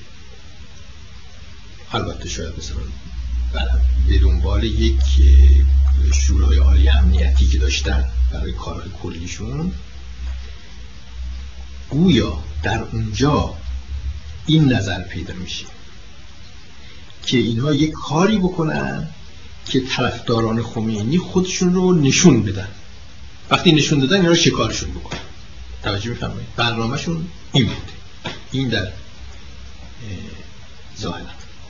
البته شاید مثلا به دنبال یک شورای عالی امنیتی که داشتن برای کارهای کلیشون، گویا در اونجا این نظر پیدا میشه که اینها یک کاری بکنن که طرفداران خمینی خودشون رو نشون بدن. وقتی نشون دادن اینا رو شکارشون بکنن. توجه می‌فرمایید؟ برنامه‌شون این بوده. این در ظاهرا.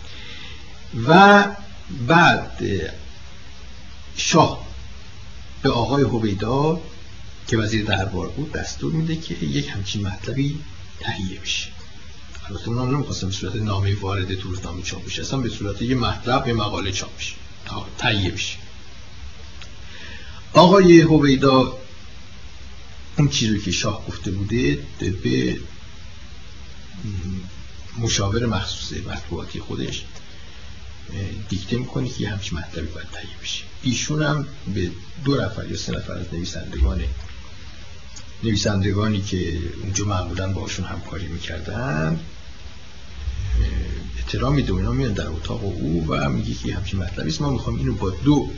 و بعد شاه به آقای هویدا که وزیر دربار بود دستور میده که یک همچین مطلبی تهیه بشه. البته من نمی‌خواستم به صورت نامه وارد تو روزنامه چاپ بشه، اصلا به صورت یه مطلب یه مقاله چاپ بشه، تهیه بشه. آقای هویدا اون چیزی که شاه گفته بوده به مشاور مخصوص مطبوعاتی خودش دیکته میکنه که همچین مطلبی باید تهیه بشه. ایشون هم به 2 نفر یا 3 نفر از نویسندگانی که اونجا معمولا باشون همکاری میکردن اطلاع میده و اینا میان در اتاق او و میگه که همچین مطلبی است، ما میخوام اینو با 2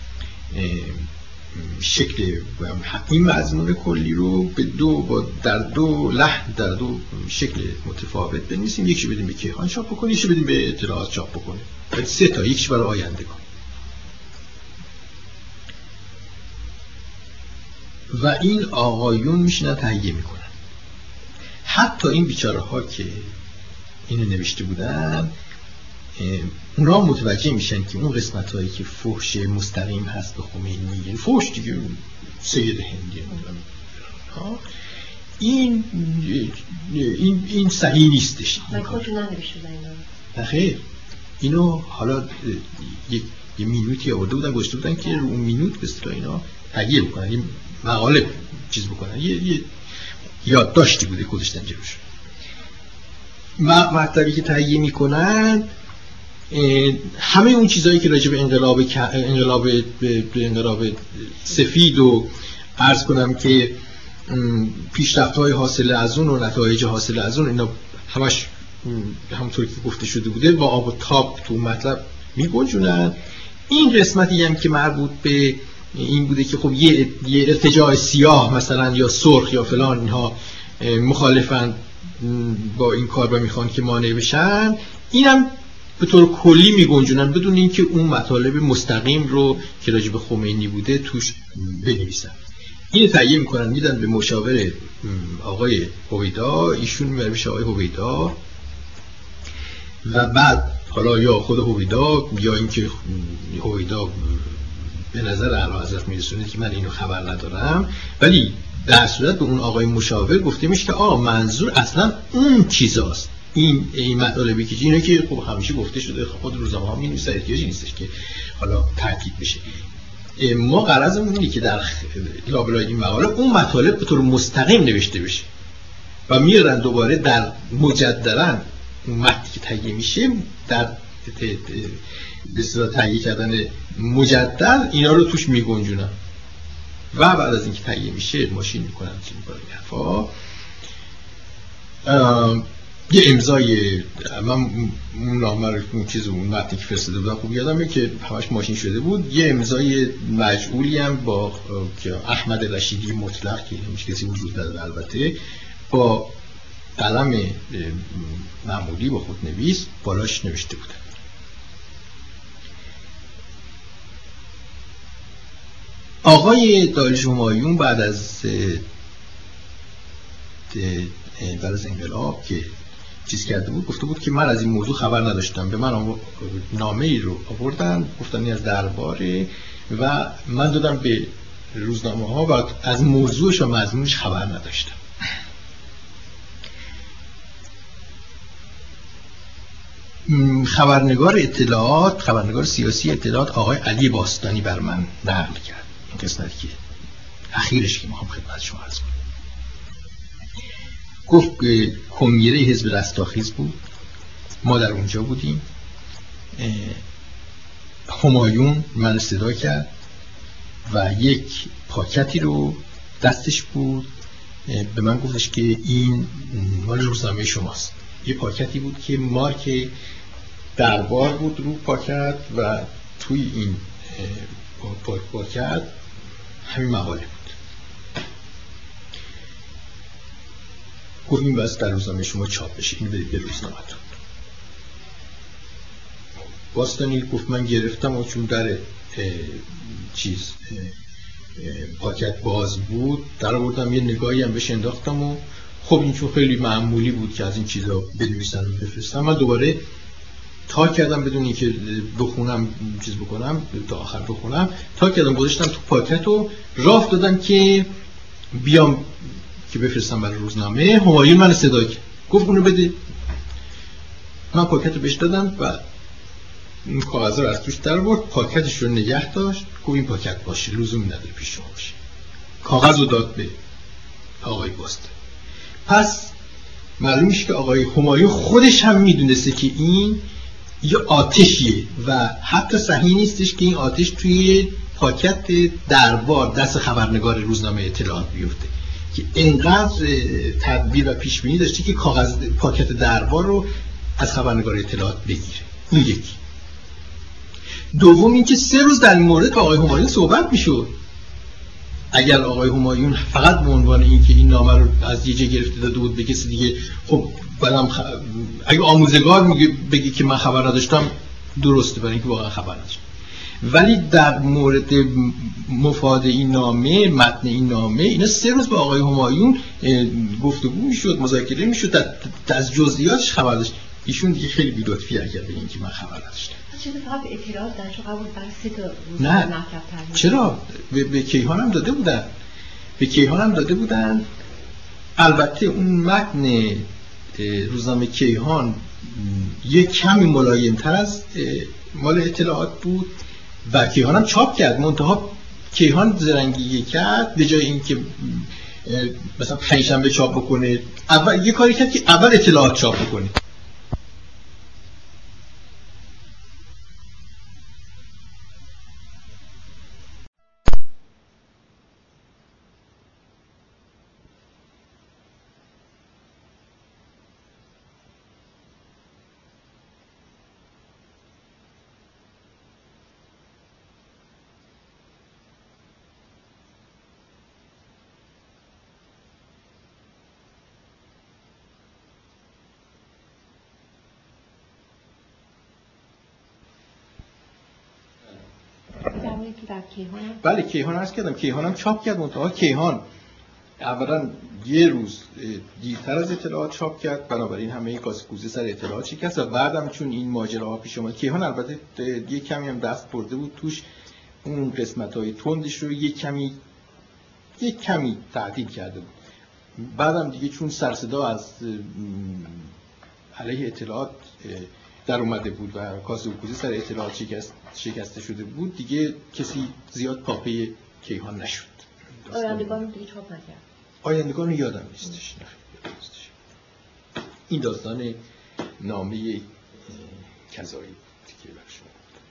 شکل این مضمون کلی رو به 2 در 2 لحن در 2 شکل متفاوت بنویسیم، یکیشو بدیم به کیهان چاپ بکنه، یکیشو بدیم به اطلاعات چاپ بکنه. 3 تا، یکیش برای آیندگان. و این آقایون میشینن تهیه میکنن. حتی این بیچاره ها که اینو نوشته بودن اونا متوجه میشن که اون قسمت هایی که فحش مستقیم هست به خمینی، یعنی فحش دیگه سید هندی این صحیح نیستش. من خودتون ننوشته بودن اینا. خیر اینو حالا یه مینوتی آورده بودن گذاشته بودن که رو اون مینوت به اصطلاح اینا تغییر بکنن، این مقاله چیز بکنن، یه یادداشتی بوده گذاشتن جلوش. مطلبی که تهیه میکنن همه اون چیزایی که راجع به انقلاب سفید و عرض کنم که پیشرفت‌های حاصل از اون و نتایج حاصل از اون، اینا همش همونطور که گفته شده بوده با آب و تاب تو مطلب میگنجونن. این قسمتی هم که مربوط به این بوده که خب یه ارتجاع سیاه مثلا یا سرخ یا فلان اینها مخالفن با این کار و میخوان که مانع بشن، اینم به طور کلی میگنجونن بدون اینکه اون مطالب مستقیم رو که راجع به خمینی بوده توش بنویسن. این تهیه میکنن میدن به مشاور آقای هویدا، ایشون میبره پیش آقای هویدا و بعد حالا یا خود هویدا یا اینکه هویدا به نظر اعلیحضرت میرسونه که من اینو خبر ندارم، ولی در صورت به اون آقای مشاور گفته میشه که منظور اصلا اون چیزاست، این مطالبی که اینه که خب همیشه گفته شده، خود روزنامه ها می‌نویسن، احتیاجی نیستش که حالا تاکید بشه. ما غرضمون اینه که در لابلای این مقاله اون مطالب به طور مستقیم نوشته بشه و میارن دوباره در مجددا اون متنی که تهیه میشه در به اصطلاح تهیه کردن مجدد اینا رو توش میگنجونن و بعد از اینکه تهیه میشه ماشین میکنن چی میکنن این حرفا. یه امضای من اون نامه رو اون چیز اون متنی که فرستاده بودم خوب یادمه که همش ماشین شده بود، یه امضای مجعولی هم با که احمد رشیدی مطلق که هیچ کسی وجود نداره البته، با قلم معمولی با خودنویس بالاش نوشته بودن. آقای داریوش همایون بعد از انقلاب که چیز کرده بود گفته بود که من از این موضوع خبر نداشتم، به من نامه ای رو آوردن گفتن این از درباره و من دادم به روزنامه ها و از موضوعش و مضمونش خبر نداشتم. خبرنگار سیاسی اطلاعات آقای علی باستانی بر من نقل کرد این قسمتی که اخیرش که میخوام خدمت شما عرض کنم. گفت کنگره حزب رستاخیز بود، ما در اونجا بودیم، همایون من صدا کرد و یک پاکتی رو دستش بود، به من گفتش که این مال روزنامه شماست. یه پاکتی بود که مارک دربار بود رو پاکت و توی این پاکت همین مقاله بود. گفت این بس در روزنامه شما چاپ بشه، این بدید به روزنامه‌تون. باستانی گفت من گرفتم و چون در پاکت باز بود در آوردم یه نگاهی هم بهش انداختم و خب این چون خیلی معمولی بود که از این چیزا بنویسن و بفرستم، من دوباره تا کردم بدون اینکه بخونم چیز بکنم تا آخر بخونم، تا کردم گذاشتم تو پاکت و راه افتادم که بیام که بفرستم برای روزنامه. همایون من صدا کرد گفت اونو بده. من پاکت رو بهش دادم و این کاغذ رو از توش در آورد، پاکتش رو نگه داشت، گفت این پاکت باشه لزومی نداره پیش شما باشه. کاغذ رو داد به آقای باستانی. پس معلوم میشه که آقای همایون خودش هم میدونسته که این یه آتشیه و حتی صحیح نیستش که این آتش توی پاکت دربار دست خبرنگار روزنامه اطلاعات بیفته که اینقدر تدبیر و پیش بینی داشته که پاکت دربار رو از خبرنگار اطلاعات بگیره. این یکی. دوم اینکه 3 روز در این مورد با آقای همایون صحبت میشد. اگر آقای همایون فقط به عنوان اینکه این نامه رو از یه جا گرفته داده بود به کسی دیگه، خب اگه آموزگار بگی که من خبر نداشتم درسته، برای اینکه واقعا خبر نداشتم. ولی در مورد مفاد این نامه، متن این نامه، اینا 3 روز با آقای همایون گفتگو میشد، مذاکره میشد، از جزئیاتش خبر داشت. ایشون دیگه خیلی بی‌لطفی کرد به اینکه من خبر نداشتم. چرا فقط اطلاعات در شو قبول برای 3 تا روز نه. مطلب ترجمه؟ چرا به کیهان هم داده بودن. البته اون متن روزنامه کیهان یک کمی ملایم‌تر از مال اطلاعات بود و کیهان هم چاپ کرد، منتها کیهان زرنگی کرد به جای اینکه مثلا پنجشنبه چاپ بکنه اول یه کاری کرد که اول اطلاعات چاپ بکنه. زمانی که در کیهان هم بله کیهان عرض کردم، کیهان هم چاپ کرد. منتها کیهان اولا یه روز دیرتر از اطلاعات چاپ کرد، بنابراین همه کاسه سر اطلاعات شکست و بعدم چون این ماجراها پیش اومد کیهان البته یه کمی هم دست برده بود توش، اون قسمت‌های تندش رو یک کمی تعدیل کرده بود. بعدم دیگه چون سرصدا از علیه اطلاعات در اومده بود و کاسه سر اطلاعات شکسته شده بود، دیگه کسی زیاد پاپی کیهان نشد. آیندگان رو دیگه چاپ نکرد. آیندگان رو یادم نیستش. این داستان نامه کذایی دیگه بر شما.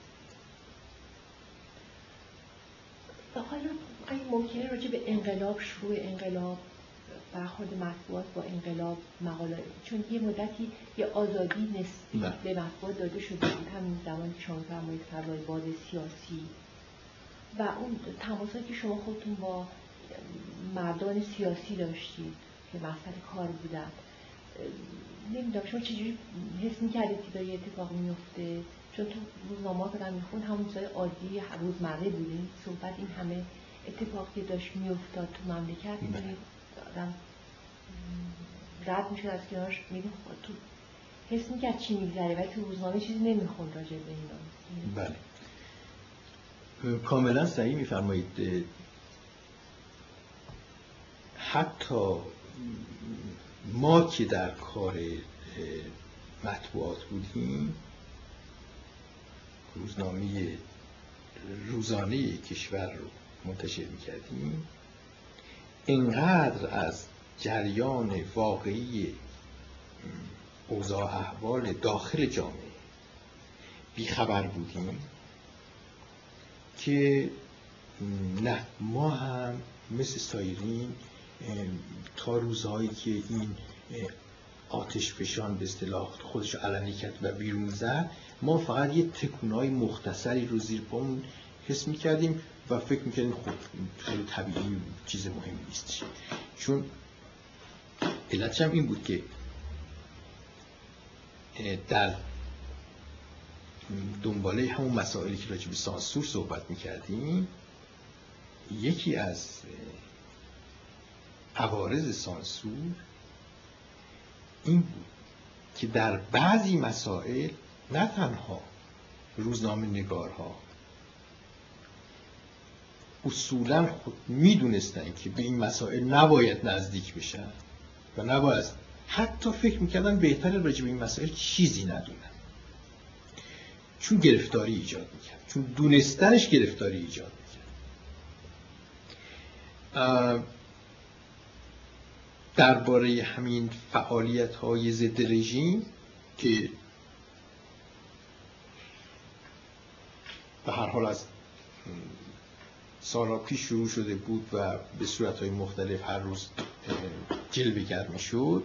حالا اگه ممکنه راجع به انقلاب، شروع انقلاب، برخورد مطبوعات با انقلاب مقاله، چون یه مدتی یه آزادی نسبی به مطبوعات داده شده بود، همین زمان که شما فرمایید فضای باز سیاسی و اون تماسایی که شما خودتون با مردان سیاسی داشتید که مسئله کار بودن، نمیدونم شما چجوری حس می‌کردید که داره اتفاق میفته؟ چون تو روزنامه‌ها که من می‌خوند همون چیزای عادی روزمره بوده، صحبت این همه اتفاقی داشت میافتاد تو مملکت، می‌دونید آدم رد میشد از کنارش، می‌دید تو حس می‌کرد چی می‌گذره ولی تو روزنامه چیزی نمی‌خوند راجع به اینا. بله کاملا صحیح می‌فرمایید. حتی ما که در کار مطبوعات بودیم، روزنامه روزانه کشور رو منتشر می‌کردیم، اینقدر از جریان واقعی اوضاع احوال داخل جامعه بیخبر بودیم که نه ما هم مثل سایرین تا روزهایی که این آتش فشان به اصطلاح خودش علنی کرد و بیرون زد، ما فقط یه تکونای مختصری رو زیر پامون حس می‌کردیم و فکر می‌کردیم خب خیلی طبیعی، چیز مهمی نیست. چون علتش هم این بود که در دنباله همون مسائلی که راجع به سانسور صحبت می‌کردیم، یکی از عوارض سانسور این بود که در بعضی مسائل نه تنها روزنامه نگارها اصولاً خود میدونستن که به این مسائل نباید نزدیک بشن و نباید، حتی فکر میکردن بهتره راجع به این مسائل چیزی ندونن، چون گرفتاری ایجاد میکرد، چون دونستنش گرفتاری ایجاد میکرد. درباره همین فعالیت‌های ضد رژیم که به هر حال از سال‌ها پیش شروع شده بود و به صورت‌های مختلف هر روز جلوه‌گر می‌شد،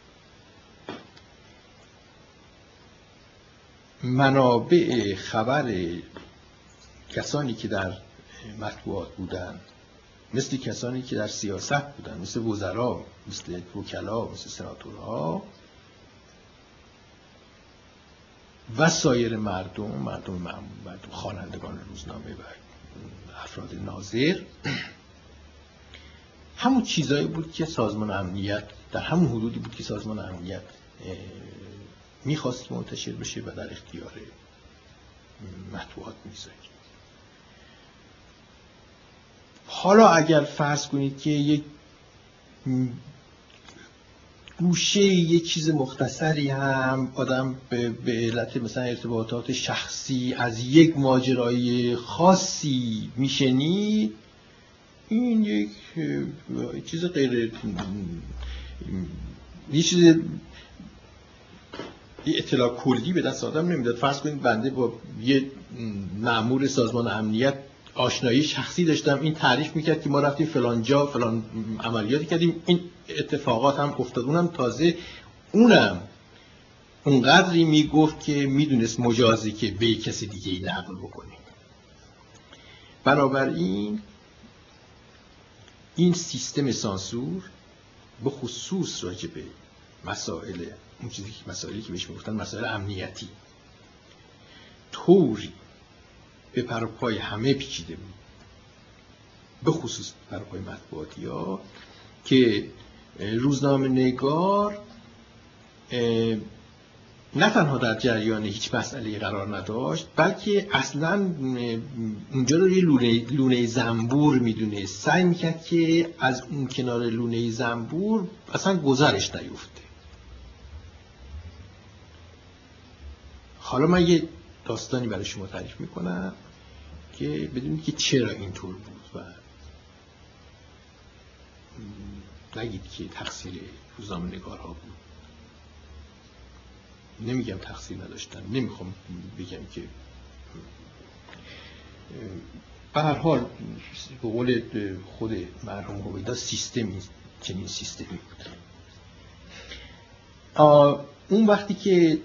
منابع خبر کسانی که در مطبوعات بودند، مثل کسانی که در سیاست بودن، مثل وزرا، مثل وکلا، مثل سناتورها و سایر مردم خوانندگان روزنامه و افراد ناظر، همون چیزایی بود که سازمان امنیت در همون حدودی بود که سازمان امنیت میخواست منتشر بشه و در اختیار مطبوعات میذاشت. حالا اگر فرض کنید که یک گوشه یک چیز مختصری هم آدم به علت مثلا ارتباطات شخصی از یک ماجرای خاصی میشنید، این یک چیز غیر، یه چیز، یه اطلاع کلی به دست آدم نمیداد. فرض کنید بنده با یه مأمور سازمان امنیت آشنایی شخصی داشتم، این تعریف میکرد که ما رفتیم فلان جا فلان عملیاتی کردیم، این اتفاقات هم افتاد، اونم تازه اونم اونقدری میگفت که میدونست مجازی که به کسی دیگه ای نقل بکنه. بنابراین این سیستم سانسور به خصوص راجع به مسائلی که بهش میگفتن مسائل امنیتی طوری به پر و پای همه پیچیده بود، به خصوص پر و پای مطبوعاتی ها، که روزنامه نگار نه تنها در جریان هیچ مسئله قرار نداشت، بلکه اصلا اونجا رو یه لونه زنبور میدونه، سعی میکرد که از اون کنار لونه زنبور اصلا گذرش نیفته. حالا من یه داستانی برای شما تعریف میکنم که بدونید که چرا اینطور بود و نگید که تقصیر روزنامه نگارها بود. نمیگم تقصیر نداشتن، نمیخوام بگم که، به هر حال به قول خود مرحوم هویدا سیستمی، چنین سیستمی بود. اون وقتی که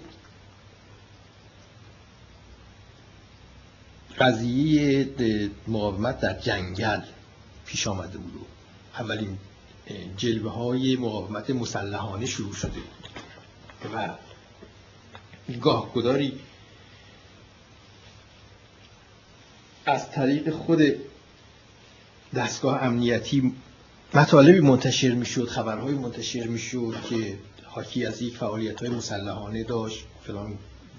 قضیه مقاومت در جنگل پیش آمده بود و اولین جلوه های مقاومت مسلحانه شروع شده بود و گاهگداری از طریق خود دستگاه امنیتی مطالبی منتشر میشد، خبرهای منتشر میشد که حاکی از یک فعالیت‌های مسلحانه داشت. فلان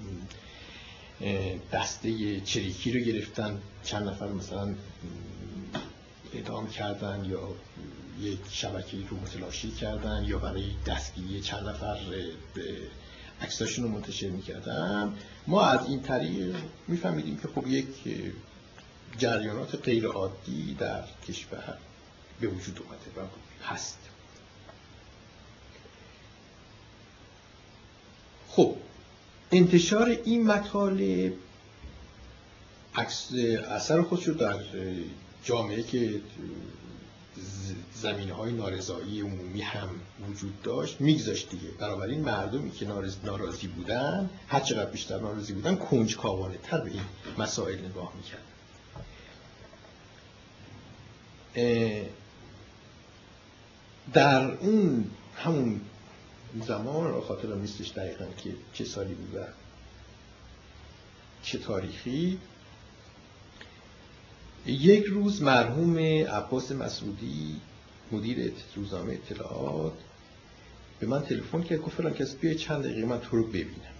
دسته چریکی رو گرفتن، چند نفر مثلا اعدام کردن یا یک شبکه‌ای رو متلاشی کردن یا برای دستگیری چند نفر عکساشون رو منتشر می‌کردن. ما از این طریق می‌فهمیدیم که خب یک جریانات غیر عادی در کشور به وجود اومده و هست. خب انتشار این مطالب اثر خودش رو در جامعه که زمینه‌های نارضایی عمومی هم وجود داشت میگذاشت دیگه. بنابراین مردمی که ناراضی بودن، هر چقدر بیشتر ناراضی بودن، کنجکاوانه تر به این مسائل نگاه میکردن. در اون همون زمان رو خاطرم نیستش دقیقاً که چه سالی بود و چه تاریخی، یک روز مرحوم عباس مسعودی مدیر روزنامه اطلاعات به من تلفن کرد، گفت فلان کس بیا چند دقیقه من تو رو ببینم.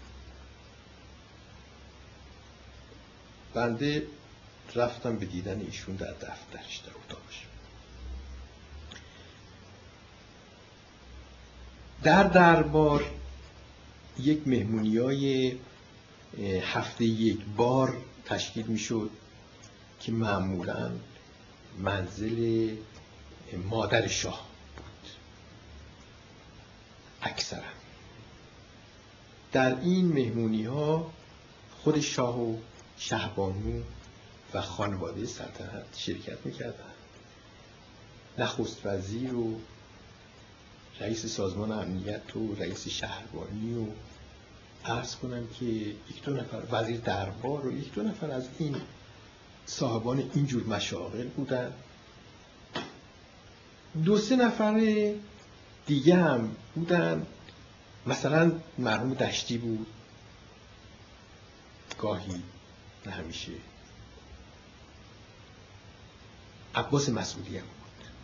بنده رفتم به دیدن ایشون در دفترش، در اتاقش. در دربار یک مهمونی‌های هفته یک بار تشکیل میشد که معمولاً منزل مادر شاه بود اکثرا. در این مهمونی‌ها خود شاه و شهبانو و خانواده سلطنت شرکت می‌کردند. نخست وزیر و رئیس سازمان امنیت و رئیس شهربانی و عرض کنم که یک دو نفر وزیر دربار و یک دو نفر از این صاحبان اینجور مشاغل بودن. دو سه نفر دیگه هم بودن، مثلا مرحوم دشتی بود، گاهی نه همیشه، عباس مسعودی هم بود.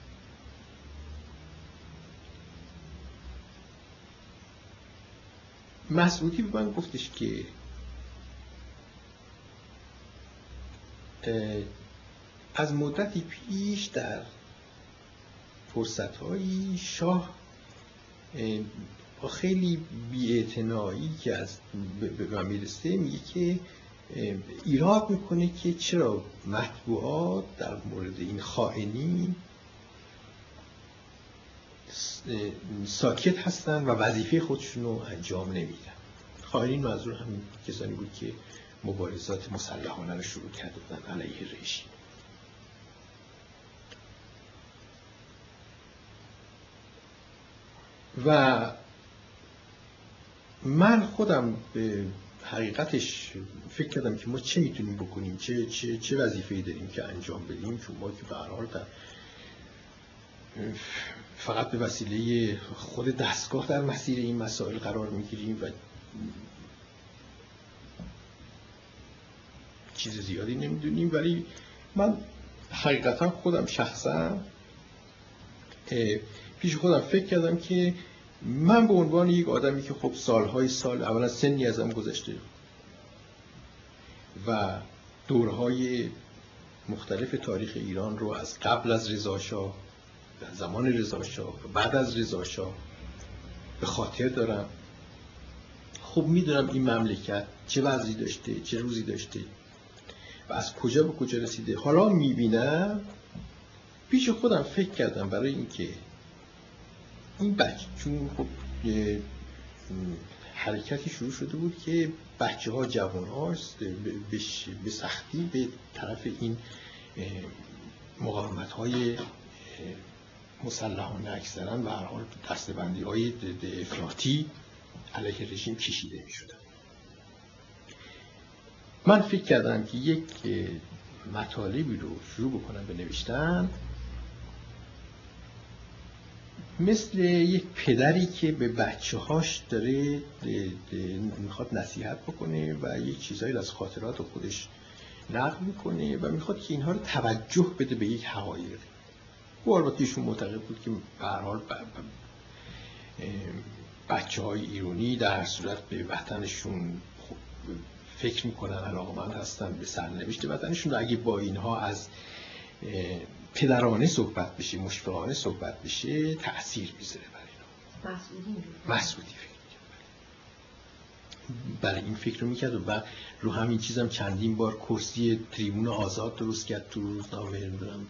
مسعودی به من گفتش که از مدتی پیش در فرصت‌هایی شاه با خیلی بی‌اعتنایی که از به من میرسه میگه که ایراد میکنه که چرا مطبوعات در مورد این خائنین ساکت هستن و وظیفه خودشون رو انجام نمیدن. خائنین منظور همین کسانی بود که مبارزات مسلحانه رو شروع کرده بودن علیه رژیم. و من خودم به حقیقتش فکر کردم که ما چه میتونیم بکنیم، چه وظیفه‌ای داریم که انجام بدیم، چون ما که به هر حال فقط به وسیله خود دستگاه در مسیر این مسائل قرار میگیریم و چیز زیادی نمیدونیم، ولی من حقیقتا خودم شخصا پیش خودم فکر کردم که من به عنوان یک آدمی که خب سالهای سال اولا سنی ازم گذشته و دورهای مختلف تاریخ ایران رو از قبل از رضا شاه، زمان رضا شاه و بعد از رضا شاه به خاطر دارم. خب میدونم این مملکت چه وضعی داشته، چه روزی داشته و از کجا به کجا رسیده. حالا میبینم پیش خودم فکر کردم برای اینکه این بچه، چون خب حرکتی شروع شده بود که بچه ها جوان هاست به سختی به طرف این مقاومت های مسلحانه اکثرا و هر حال دسته‌بندی های افراطی علیه رژیم کشیده می شدن. من فکر کردم که یک مطالبی رو شروع بکنم به نوشتن، مثل یک پدری که به بچه هاش داره میخواد نصیحت بکنه و یک چیزایی از خاطرات خودش نقل میکنه و میخواد که اینها رو توجه بده به یک حقایق. و البته ایشون معتقد بود که به هر حال بچه های ایرانی در هر صورت به وطنشون فکر میکنن، علاقمند هستن به سرنوشت وطنشون و اگه با اینها از پدرانه صحبت بشه، مشفقانه صحبت بشه، تأثیر میذاره برای اینا. مسعودی فکر میکرد. برای این فکر رو میکرد و رو همین چیزم چندین بار کرسی تریبون آزاد درست کرد تو روزنامه، نمیدونم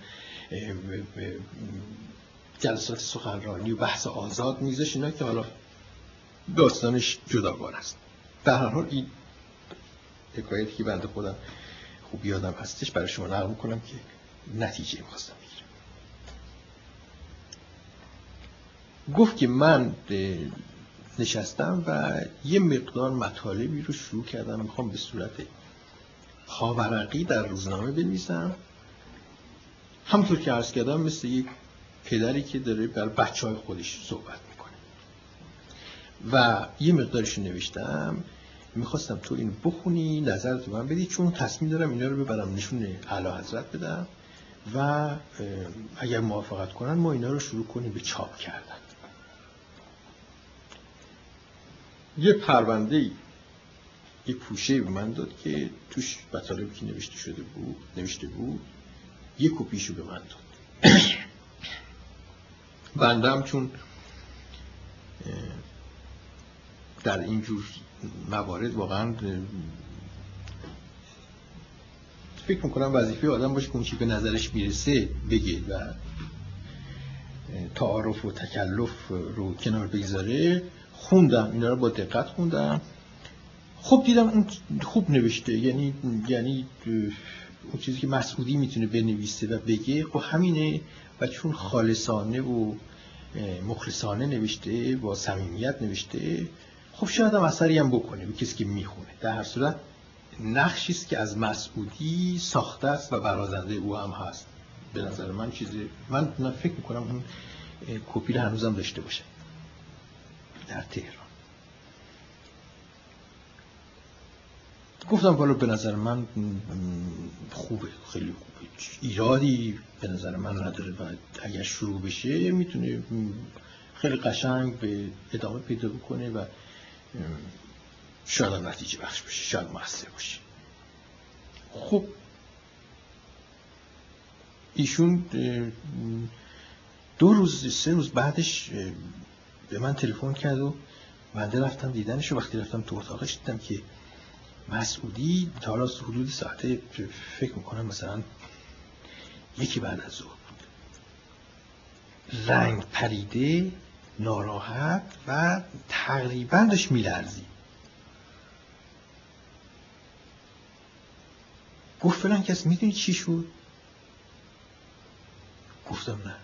جلسات سخنرانی و بحث آزاد میذاشت، اینا که حالا داستانش جداگانه است. در هر حال این حکایتی که بنده خودم خوب یادم هستش برای شما نقل میکنم که نتیجه میخواستم بگیرم. گفت که من نشستم و یه مقدار مطالبی رو شروع کردم، میخوام به صورت خاورقی در روزنامه بنویسم، همونطور که عرض کردم مثل یک پدری که داره بر بچه‌های خودش صحبت میکنه و یه مقدارش رو نوشتم. میخواستم تو اینو بخونی، نظرت رو من بدی، چون تصمیم دارم اینا رو ببرم نشون اعلی حضرت بدم و اگر موافقت کنن ما اینا رو شروع کنیم به چاپ کردن. یه پرونده‌ای، یه پوشه‌ای به من داد که توش مطالبی که نوشته بود یه کپیشو به من داد. بندم چون در اینجور موارد واقعا فکر میکنم وظیفه آدم باشه که اون چی به نظرش میرسه بگه و تعارف و تکلف رو کنار بگذاره. خوندم اینا رو، با دقت خوندم. خب دیدم اون خوب نوشته، یعنی اون چیزی که مسعودی میتونه بنویسه و بگه خب همینه و چون خالصانه و مخلصانه نوشته، با صمیمیت نوشته، خب شاید هم اثری هم بکنه به کسی که میخونه. در هر صورت نقشی است که از مسعودی ساخته است و برازنده او هم هست. به نظر من من فکر میکنم اون کپی رو هنوزم داشته باشه در تهران. گفتم والا به نظر من خوبه، خیلی خوبه، ایرادی به نظر من نداره و اگر شروع بشه میتونه خیلی قشنگ به ادامه پیدا بکنه و شاید هم نتیجه بخش باشه، شاید موثر باشه. خب ایشون 2 روز 3 روز بعدش به من تلفن کرد و بنده رفتم دیدنش و وقتی رفتم تو اتاقش دیدم که مسعودی تا حالا حدود ساعت فکر میکنم مثلا 1 بعد از ظهر بود، رنگ پریده، ناراحت و تقریبا داشت میلرزید. گفت فلان کس میدونی چی شد؟ گفتم نه.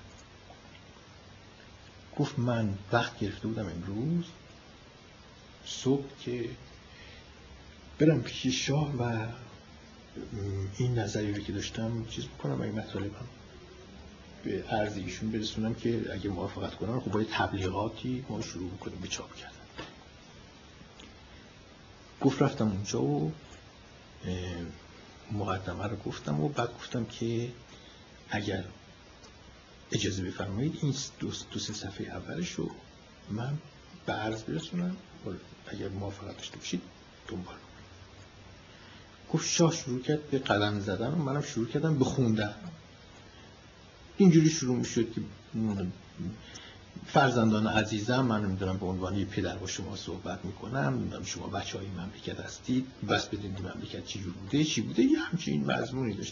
گفت من وقت گرفته بودم امروز صبح که برم پیش شاه و این نظری رو که داشتم چیز بکنم، این مطالبم به عرض ایشون برسونم که اگه موافقت کنن خب باید تبلیغاتی ما شروع بکنیم به چاپ کردن. گفت رفتم اونجا و مقدمه رو گفتم و بعد گفتم که اگر اجازه بفرمایید این دو سه صفحه اولش رو من به عرض برسونم، اگر موافقت داشته باشید دنبال رو. گفت شاه شروع کرد به قلم زدن و منم شروع کردم به خوندن. اینجوری شروع میشد که فرزندان عزیزم، من نمیدونم به عنوان یه پدر با شما صحبت میکنم، شما بچه های مملکت هستید، بس بدونید مملکت چی جور بوده چی بوده، یه همچین مضمونی داشت.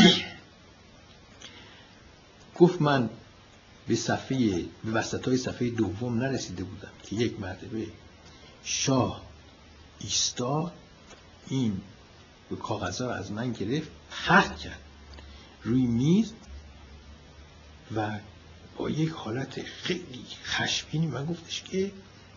گفت من به وسطای صفحه دوم نرسیده بودم که یک مرتبه شاه ایستاد، این کاغذها رو از من گرفت، پرت کرد روی میز و با یک حالت خیلی خشمگینی من گفتش که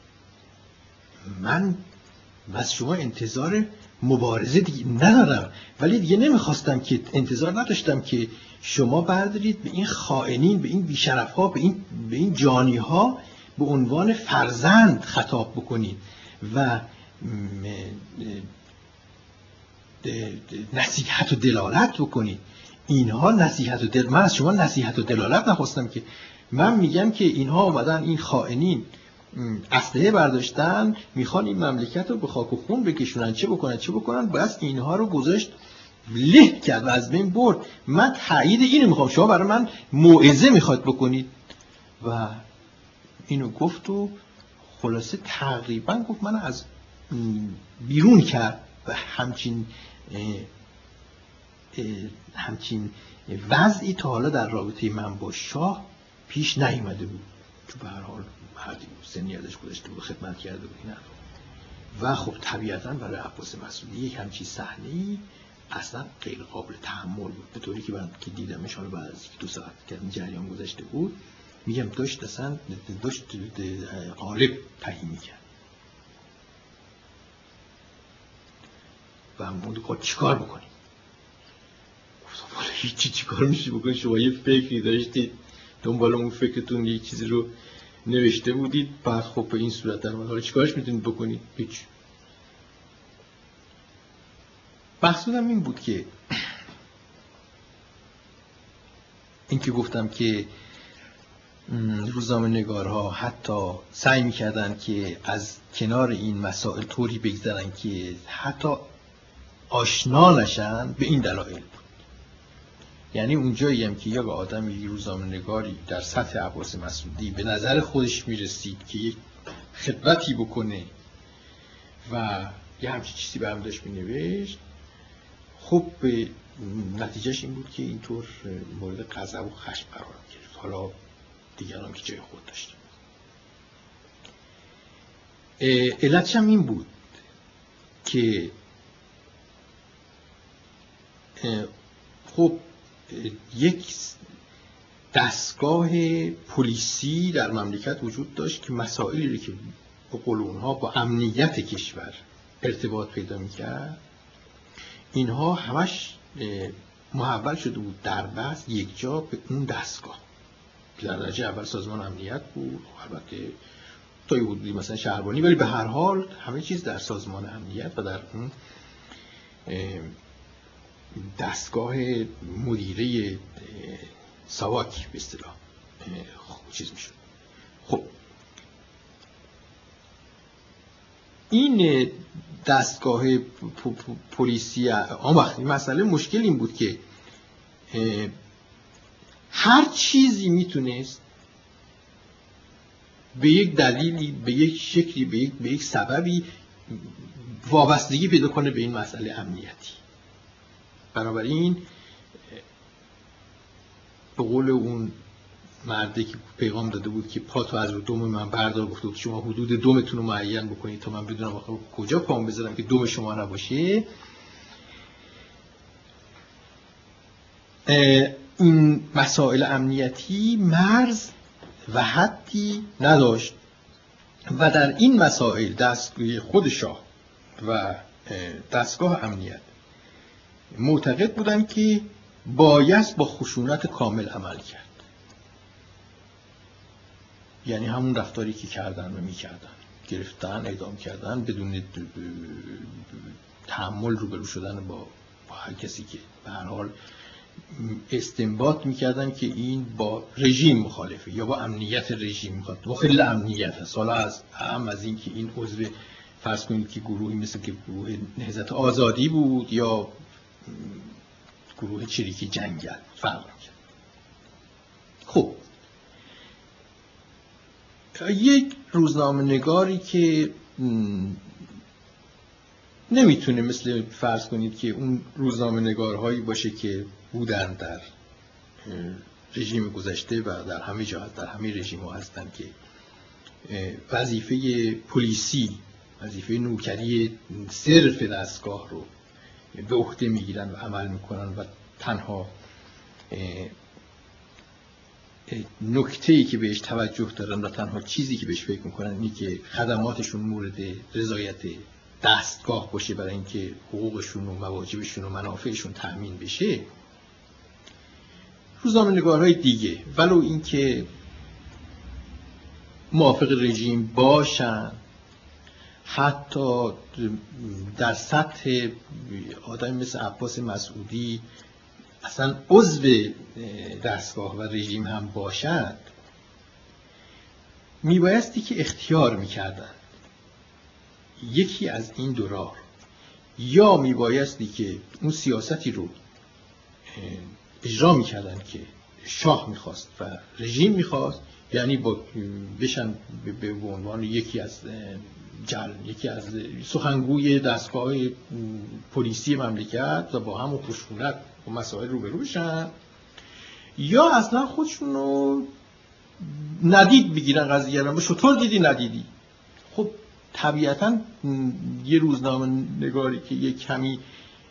من از شما انتظار مبارزه دیگه ندارم، ولی دیگه نمیخواستم که انتظار نداشتم که شما بردارید به این خائنین، به این بیشرف‌ها، به این جانی‌ها به عنوان فرزند خطاب بکنید و نصیحت و دلالت بکنید. اینها نصیحت و من از شما نصیحت و دلالت نخواستم، که من میگم که اینها اومدن، این خائنین اسلحه برداشتن، میخوان این مملکت رو به خاک و خون بکشونن، چه بکنن، بس اینها رو گذاشت له کرد و از بین برد. من تایید اینو میخوام، شما برای من موعظه میخواد بکنید. و اینو گفت و خلاصه تقریبا گفت من از بیرون کرد و همچین وضعی تا حالا در رابطه من با شاه پیش نیامده بود. تو به هر حال مردی سنی ازش گذشته بود، خدمت کرده بود اینا. و خب طبیعتاً برای عباس مسعودی یک همچین صحنه‌ای اصلا غیر قابل تحمل بود. به طوری که من که دیدمش، حالا بعد از 2 ساعت که این جریان گذشته بود، میگم داشت غالب تهی میکرد و موند که چیکار بکنیم. گفتم والا هیچی، چیکار میشه بکنید؟ شما یه فکری داشتید، دنبال اون فکرتون یه چیزی رو نوشته بودید، بعد خب به این صورت در حالا چیکارش میتونید بکنید؟ هیچ. مقصودم این بود که این که گفتم که روزنامه‌نگارها حتی سعی می‌کردن که از کنار این مسائل طوری بگذرن که حتی آشنا نشن، به این دلایل بود. یعنی اونجایی هم که یک آدم، یک روزنامه‌نگاری در سطح عباس مسعودی به نظر خودش میرسید که یک خدمتی بکنه و یه همچین چیزی برام داشت مینوشت، خب به نتیجهش این بود که اینطور مورد غضب و خشم قرار گرفت. حالا دیگران که جای خود داشتن. علتش هم این بود که خب یک دستگاه پلیسی در مملکت وجود داشت که مسائلی رو که به قول اونها با امنیت کشور ارتباط پیدا میکرد، اینها همش محول شده بود در بحث یک جا به اون دستگاه که در درجه اول سازمان امنیت بود، البته تا یه حدودی مثلا شهربانی، ولی به هر حال همه چیز در سازمان امنیت و در اون دستگاه مدیره ساواک به اصطلاح چیز میشد. خب این دستگاه پلیسی آن وقتی مسئله مشکل این بود که هر چیزی میتونست به یک دلیلی، به یک شکلی، به یک سببی وابستگی پیدا کنه به این مسئله امنیتی. بنابراین به قول اون مرده که پیغام داده بود که پاتو از رو دم من بردار، گفته بود شما حدود دمتون رو معین بکنید تا من بدونم آخه کجا پام بذارم که دم شما نباشه. این مسائل امنیتی مرز و حدی نداشت و در این مسائل دستگاه خود شاه و دستگاه امنیت معتقد بودن که باید با خشونت کامل عمل کرد. یعنی همون رفتاری که کردن و میکردن، گرفتن، اعدام کردن، بدون تحمل روبرو شدن با با هر کسی که به هر حال استنباط میکردن که این با رژیم مخالفه یا با امنیت رژیم میخواد، داخل امنیت هست. حالا از این که این عضو فرض کنید که گروهی مثل که گروه نهضت آزادی بود یا گروه چریکی جنگل فرق میکرد. خب یک روزنامه نگاری که نمیتونه مثل فرض کنید که اون روزنامه نگارهایی باشه که بودن در رژیم گذشته و در همه جا هست، در همه رژیم ها هستن که وظیفه پلیسی، وظیفه نوکری صرف دستگاه رو به عهده میگیرن و عمل میکنن و تنها نکته‌ای که بهش توجه دارن و تنها چیزی که بهش فکر میکنن اینه که خدماتشون مورد رضایت دستگاه باشه برای اینکه حقوقشون و مواجبشون و منافعشون تأمین بشه. روزنامه‌نگارهای دیگه ولو اینکه موافق رژیم باشن، حتی در سطح آدمی مثل عباس مسعودی اصلا عضو دستگاه و رژیم هم باشد، میبایستی که اختیار میکردن یکی از این دو راه، یا میبایستی که اون سیاستی رو اجرا میکردن که شاه میخواست و رژیم میخواست، یعنی با بشن به عنوان یکی از سخنگوی دستگاه پلیسی مملکت و با همون خشونت و مسائل روبرو بشن، یا اصلا خودشون رو ندید بگیرن قضیه رو. چطور دیدی ندیدی؟ خب طبیعتا یه روزنامه نگاری که یک کمی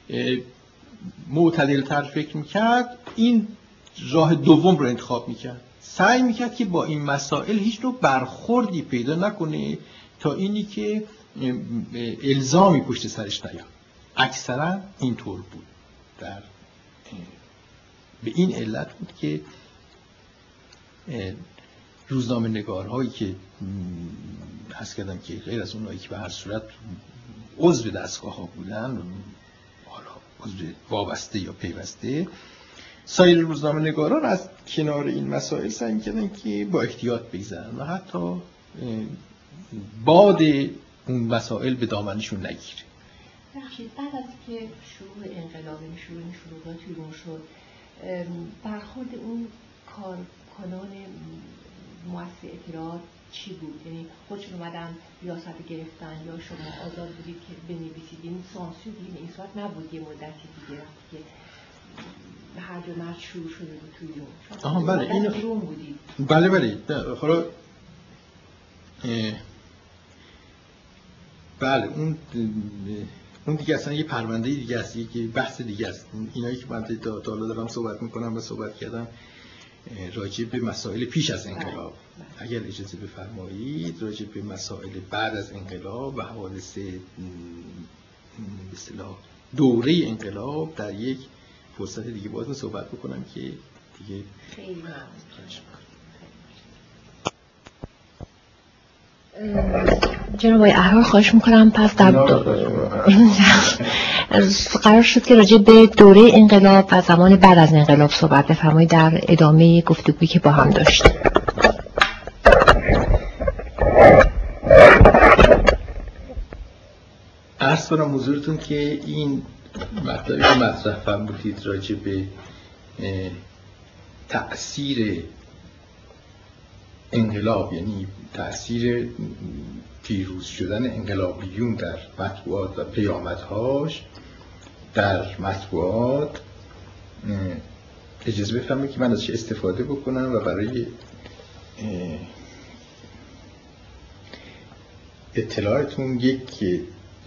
معتدل‌تر فکر میکرد این راه دوم رو انتخاب میکرد، سعی میکرد که با این مسائل هیچ نوع برخوردی پیدا نکنه تا اینی که الزامی پشت سرش نیاد. اکثرا اینطور بود. به این علت بود که روزنامه نگارهایی که حس کردم که غیر از اونایی که به هر صورت عضو دستگاه ها بودن، حالا عضو وابسته یا پیوسته، سایر روزنامه نگاران از کنار این مسائل سعی می‌کردن که با احتیاط بگذرن و حتی باد اون مسائل به دامنشون نگیره. بخشید بعد از که شروع انقلاب، شروع شروعات ایران شد، برخورد اون کارکنان مؤسسه اطلاعات چی بود؟ یعنی خودشون اومدن ریاست گرفتن یا شما آزاد بودید که بنویسید؟ این سانسور به این صورت نبود، یه مدتی دیگه رفت که هر دو مرد شروع شده بود توی ایران. بله این ایران بودید. بله حالا بله اون دیگه اصلا یه پرونده دیگه است، که بحث دیگه است. اینایی که من تا حالا دارم صحبت میکنم و صحبت کردم راجع به مسائل پیش از انقلاب. اگر اجازه بفرمایید راجع به مسائل بعد از انقلاب و حوادث به اصطلاح دوره انقلاب در یک فرصت دیگه باید صحبت بکنم که دیگه خیلی ممنون. جناب آقای احرار خواهش میکنم پس در قرار شد که راجع به دوره انقلاب و زمان بعد از انقلاب صحبت بفرمایید در ادامه گفتگویی که با هم داشتیم. عرض کنم حضورتون که این مطلبی که مطرح فرمودید راجع به تأثیر انقلاب، یعنی تأثیر پیروز شدن انقلابیون در مطبوعات و پیامدهاش در مطبوعات، اجازه بفرمایید که من ازش استفاده بکنم و برای اطلاعتون یک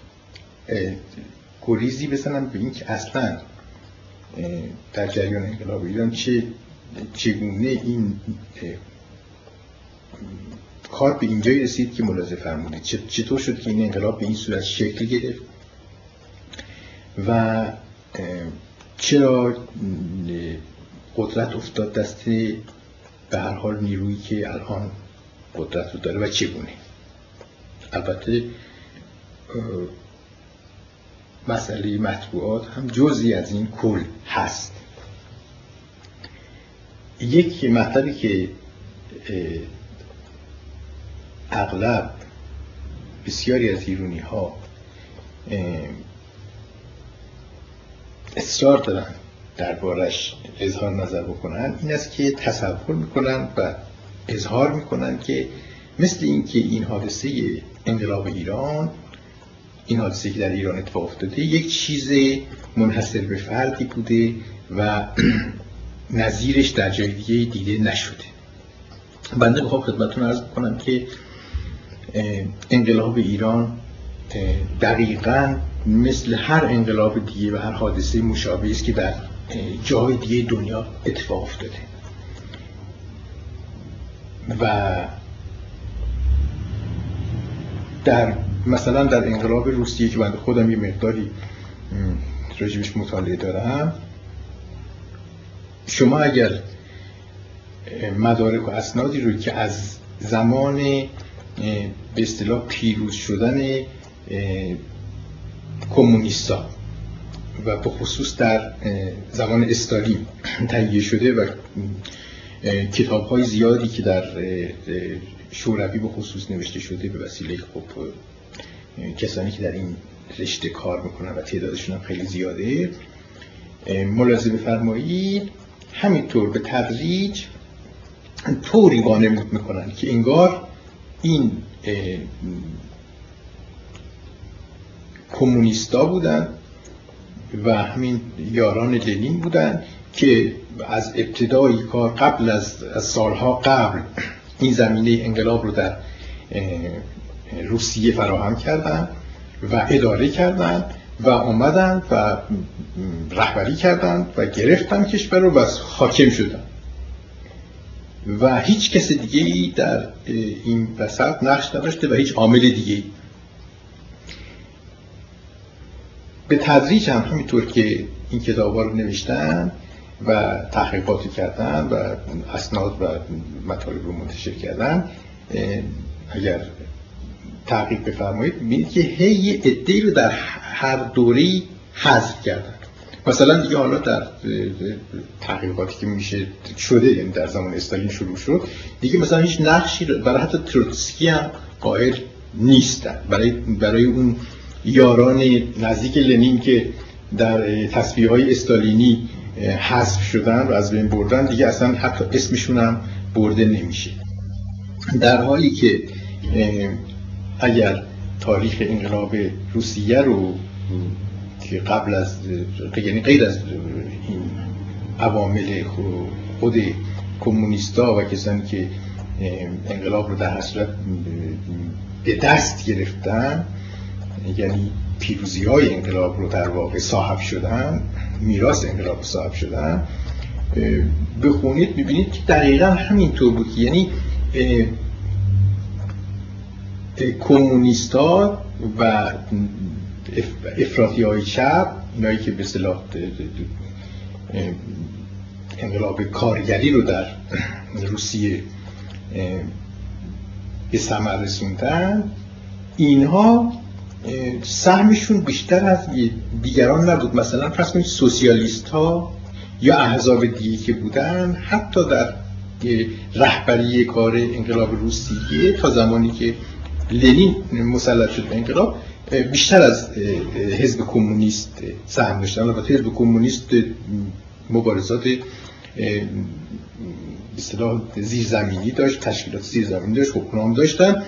گریزی بزنم به این که اصلا در جریان انقلاب ایران چگونه این کار به اینجایی رسید که ملاحظه فرمودید، چطور شد که این انقلاب به این صورت شکل گرفت و چرا قدرت افتاد دست به هر حال نیرویی که الان قدرت رو داره و چگونه. البته مسئله مطبوعات هم جزئی از این کل هست. یک مطلبی که اغلب بسیاری از ایرانی ها اصرار دارن دربارش اظهار نظر بکنن این است که تصور میکنن و اظهار میکنن که مثل این که این حادثه انقلاب ایران، این حادثه که در ایران اتفاق افتاده، یک چیز منحصر به فردی بوده و نظیرش در جای دیگه دیده نشده. بنده میخوام خدمتتون عرض بکنم که انقلاب ایران دقیقاً مثل هر انقلاب دیگه و هر حادثه مشابهی است که در جای دیگه دنیا اتفاق افتاده و مثلا در انقلاب روسیه که من خودم یه مقداری راجبش مطالعه دارم، شما اگر مدارک و اسنادی رو که از زمان به اصطلاح پیروز شدن کمونیستا و به خصوص در زمان استالین تهیه شده و کتاب‌های زیادی که در شوروی به خصوص نوشته شده به وسیله خب کسانی که در این رشته کار میکنن و تعدادشون هم خیلی زیاده، ملاحظه بفرمایید همینطور به تدریج طوری وانمود میکنن که انگار این کمونیستا بودن و همین یاران لنین بودن که از ابتدای کار قبل از سالها قبل این زمینه انقلاب رو در روسیه فراهم کردن و اداره کردن و آمدن و رهبری کردن و گرفتن کشور رو و حاکم شدن و هیچ کس دیگه‌ای در این وسط نقش نداشته و هیچ عامل دیگه‌ای. به تدریج هم همینطور که این کتاب‌ها رو نوشتن و تحقیقاتی کردن و اسناد و مطالب رو منتشر کردن، اگر تحقیق بفرمایید می‌بینید که هی عده‌ای رو در هر دوره‌ای حذف کردن. مثلا دیگه حالا در تحقیقاتی که میشه شده، یعنی در زمان استالین شروع شد، دیگه مثلا هیچ نقشی برای حتی تروتسکی هم قائل نیستن، برای اون یاران نزدیک لنین که در تصفیه‌های استالینی حذف شدن و از بین بردن، دیگه اصلا حتی اسمشون هم برده نمیشه. در حالی که اگر تاریخ انقلاب روسیه رو که قبل از، یعنی غیر از این عوامل خود کمونیستا و کسانی که انقلاب رو در حسرت به دست گرفتن، یعنی پیروزی های انقلاب رو در واقع صاحب شدن، میراث انقلاب صاحب شدن، بخونید میبینید که دقیقا همینطور بود. یعنی کمونیستا و افراطی های چپ، اینایی که به اصطلاح انقلاب کارگری رو در روسیه به ثمر رسوندن، اینها سهمشون بیشتر از دیگران نبود. مثلا فرض کنید سوسیالیست ها یا احزاب دیگه که بودن، حتی در رهبری کار انقلاب روسیه تا زمانی که لنین مسلط شد به انقلاب، بیشتر از حزب کمونیست سهم داشتن. البته حزب کمونیست مبارزات به اصطلاح زیرزمینی داشت، تشکیلات زیرزمینی داشت، خب اونها هم داشتن.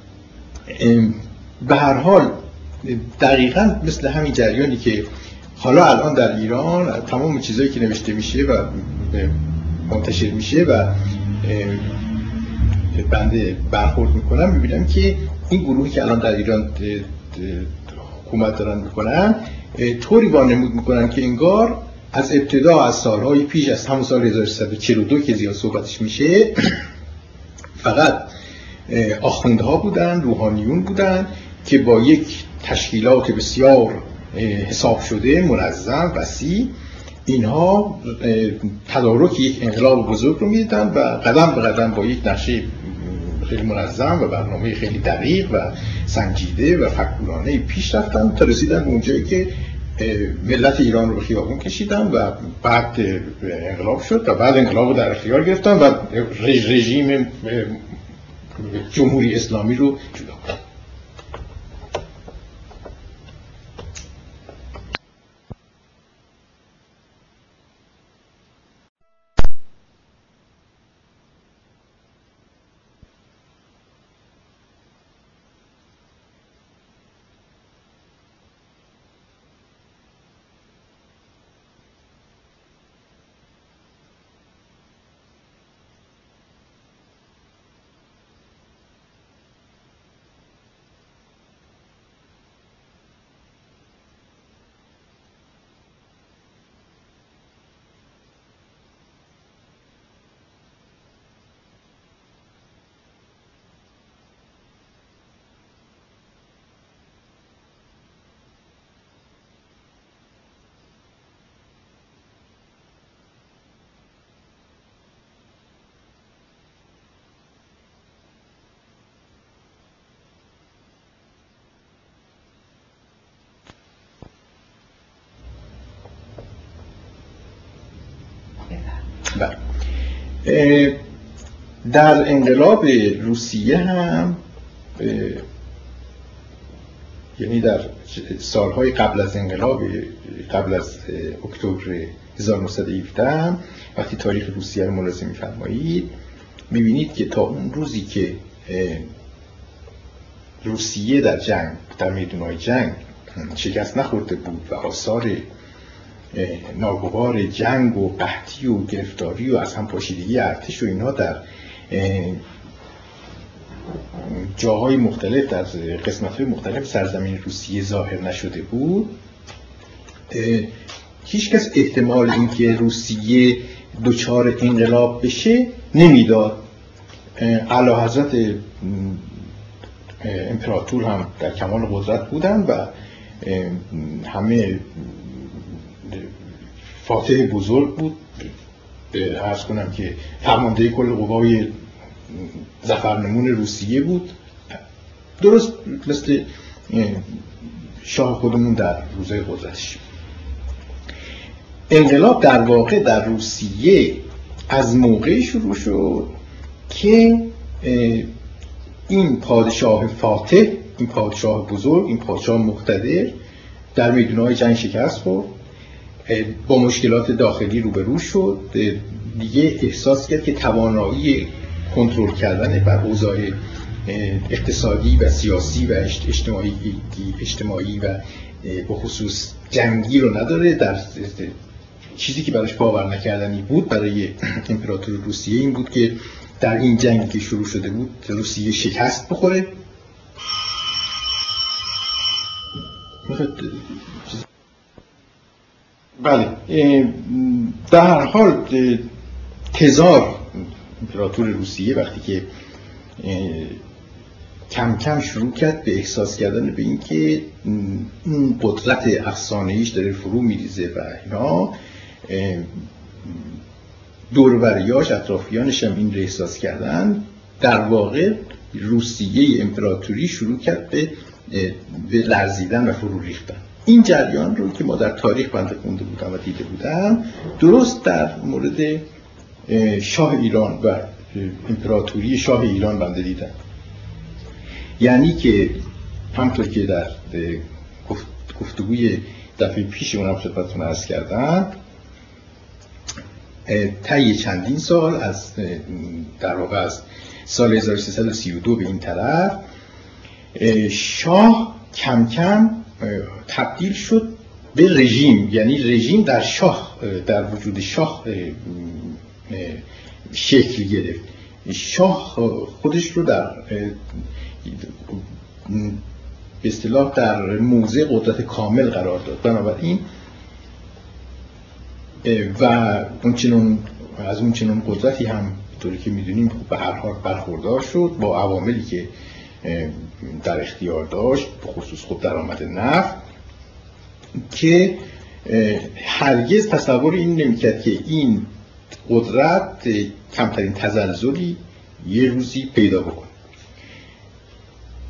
به هر حال دقیقاً مثل همین جریانی که حالا الان در ایران تمام چیزایی که نوشته میشه و منتشر میشه و بنده برخورد میکنم، میبینم که این گروهی که الان در ایران حکومت دارن میکنن طوری وانمود میکنن که انگار از ابتدا، از سالهای پیش، از همون سال 1342 که زیاد صحبتش میشه، فقط آخوندها بودن، روحانیون بودن که با یک تشکیلات بسیار حساب شده، منظم، وسیع، اینها تدارک یک انقلاب بزرگ رو میدیدن و قدم به قدم با یک نقشه خیلی منظم و برنامه خیلی دقیق و سنجیده و فکرانه پیش رفتن تا رسیدن به اونجایی که ملت ایران رو به خیابون کشیدن و بعد انقلاب شد و بعد انقلاب رو در اختیار گرفتن و رژیم جمهوری اسلامی رو جدا کردن. در انقلاب روسیه هم یعنی در سالهای قبل از انقلاب، قبل از اکتبر 1917 وقتی تاریخ روسیه رو ملاحظه می‌فرمایید می‌بینید که تا اون روزی که روسیه در جنگ، در میدان‌های جنگ شکست نخورده بود و آثار ناگوار جنگ و قحطی و گرفتاری و از هم پاشیدگی ارتش و اینها در جاهای مختلف، در قسمت‌های مختلف سرزمین روسیه ظاهر نشده بود، هیچ کس احتمال اینکه روسیه دچار انقلاب بشه نمیداد. اعلیحضرت امپراتور هم در کمال قدرت بودن و همه فاتح بزرگ بود، عرض کنم که فرمانده کل قوای ظفرنمون روسیه بود، درست مثل شاه خودمون در روزهای قدرتش. انقلاب در واقع در روسیه از موقعی شروع شد که این پادشاه فاتح، این پادشاه بزرگ، این پادشاه مقتدر در میدان‌های جنگ شکست خورد، با مشکلات داخلی روبرو شد، دیگه احساس کرد که توانایی کنترل کردن بر اوضاع اقتصادی و سیاسی و اجتماعی و به خصوص جنگی رو نداره. در چیزی که براش باور نکردنی بود برای امپراتور روسیه این بود که در این جنگی که شروع شده بود روسیه شکست بخوره. بله، در هر حال تزار امپراتور روسیه وقتی که کم کم شروع کرد به احساس کردن به این که اون قدرت افسانه‌ایش داره فرو میریزه و اینا، دوروبریاش، اطرافیانش هم این رو احساس کردن، در واقع روسیه امپراتوری شروع کرد به لرزیدن و فرو ریختن. این جریان رو که ما در تاریخ بنده خونده بودم و دیده بودم، درست در مورد شاه ایران و امپراتوری شاه ایران بنده دیدم. یعنی که همطور که در گفتگوی دفعه پیش اونم خدمتتون عرض کردم، طی چندین سال از در واقع از سال 1332 به این طرف شاه کم کم تبدیل شد به رژیم، یعنی رژیم در شاه، در وجود شاه شکل گرفت. شاه خودش رو در به اصطلاح در موضع قدرت کامل قرار داد. بنابراین و از اون چنون قدرتی هم طوری که میدونیم به هر حال برخوردار شد با عواملی که در اختیار داشت، به خصوص خود درآمد نفت، که هرگز تصور این نمی‌کرد که این قدرت کمترین تزلزلی یه روزی پیدا بکنه.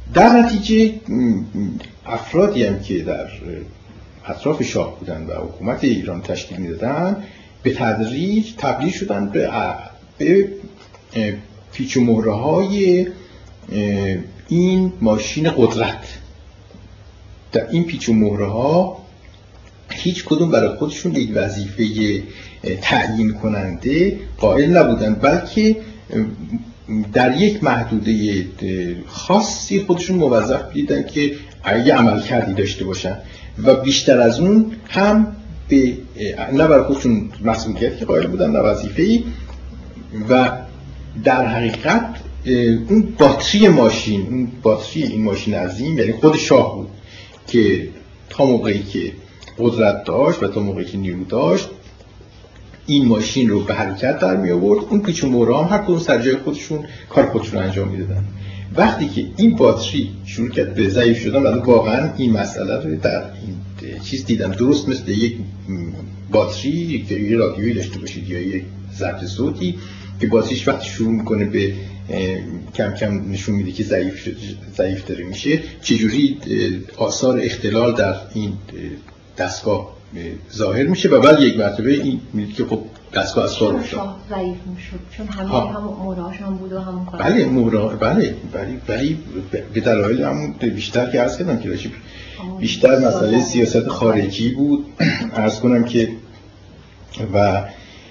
در نتیجه افرادی هم که در اطراف شاه بودن و حکومت ایران تشکیل میدادن به تدریج تبدیل شدن به پیچ و مهره های این ماشین قدرت. در این پیچ و مهره ها هیچ کدوم برای خودشون یک وظیفه تعیین کننده قائل نبودن، بلکه در یک محدوده خاصی خودشون موظف دیدن که یه عمل کردی داشته باشن و بیشتر از اون هم به نه برای خودشون مسئولیتی قائل بودن نه وظیفه‌ای. و در حقیقت اون باتری این ماشین عظیم یعنی خود شاه بود که تا موقعی که قدرت داشت و تا موقعی که نیرو داشت این ماشین رو به حرکت در می آورد. اون پیچ و مهره هم هر کدوم سر جای خودشون کار خودشون انجام میدادن. وقتی که این باتری شروع کرد به ضعیف شدن، من واقعا این مسئله رو در این چیز دیدم، درست مثل یک باتری که یه رادیویی داشته باشید یا یک ضبط صوتی که باتریش وقتی شروع میکنه به کم کم نشون میده که ضعیف داره میشه، چجوری آثار اختلال در این دستگاه ظاهر میشه و بعد یک مرتبه این میدید که خب دستگاه از کار افتاد، ضعیف میشد چون همون مهرهاش هم بود و همون کار. بله ولی به دلایل همون بیشتر که عرض کردم که بیشتر مسئله سیاست خارجی بود عرض کنم که و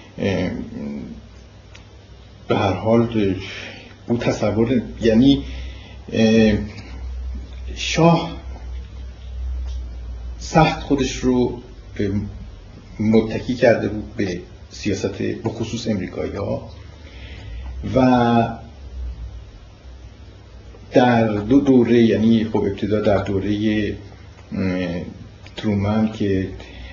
به هر حال اون تصور یعنی شاه سخت خودش رو متکی کرده بود به سیاست به خصوص امریکایی ها و در دو دوره، یعنی خب ابتدا در دوره ترومن که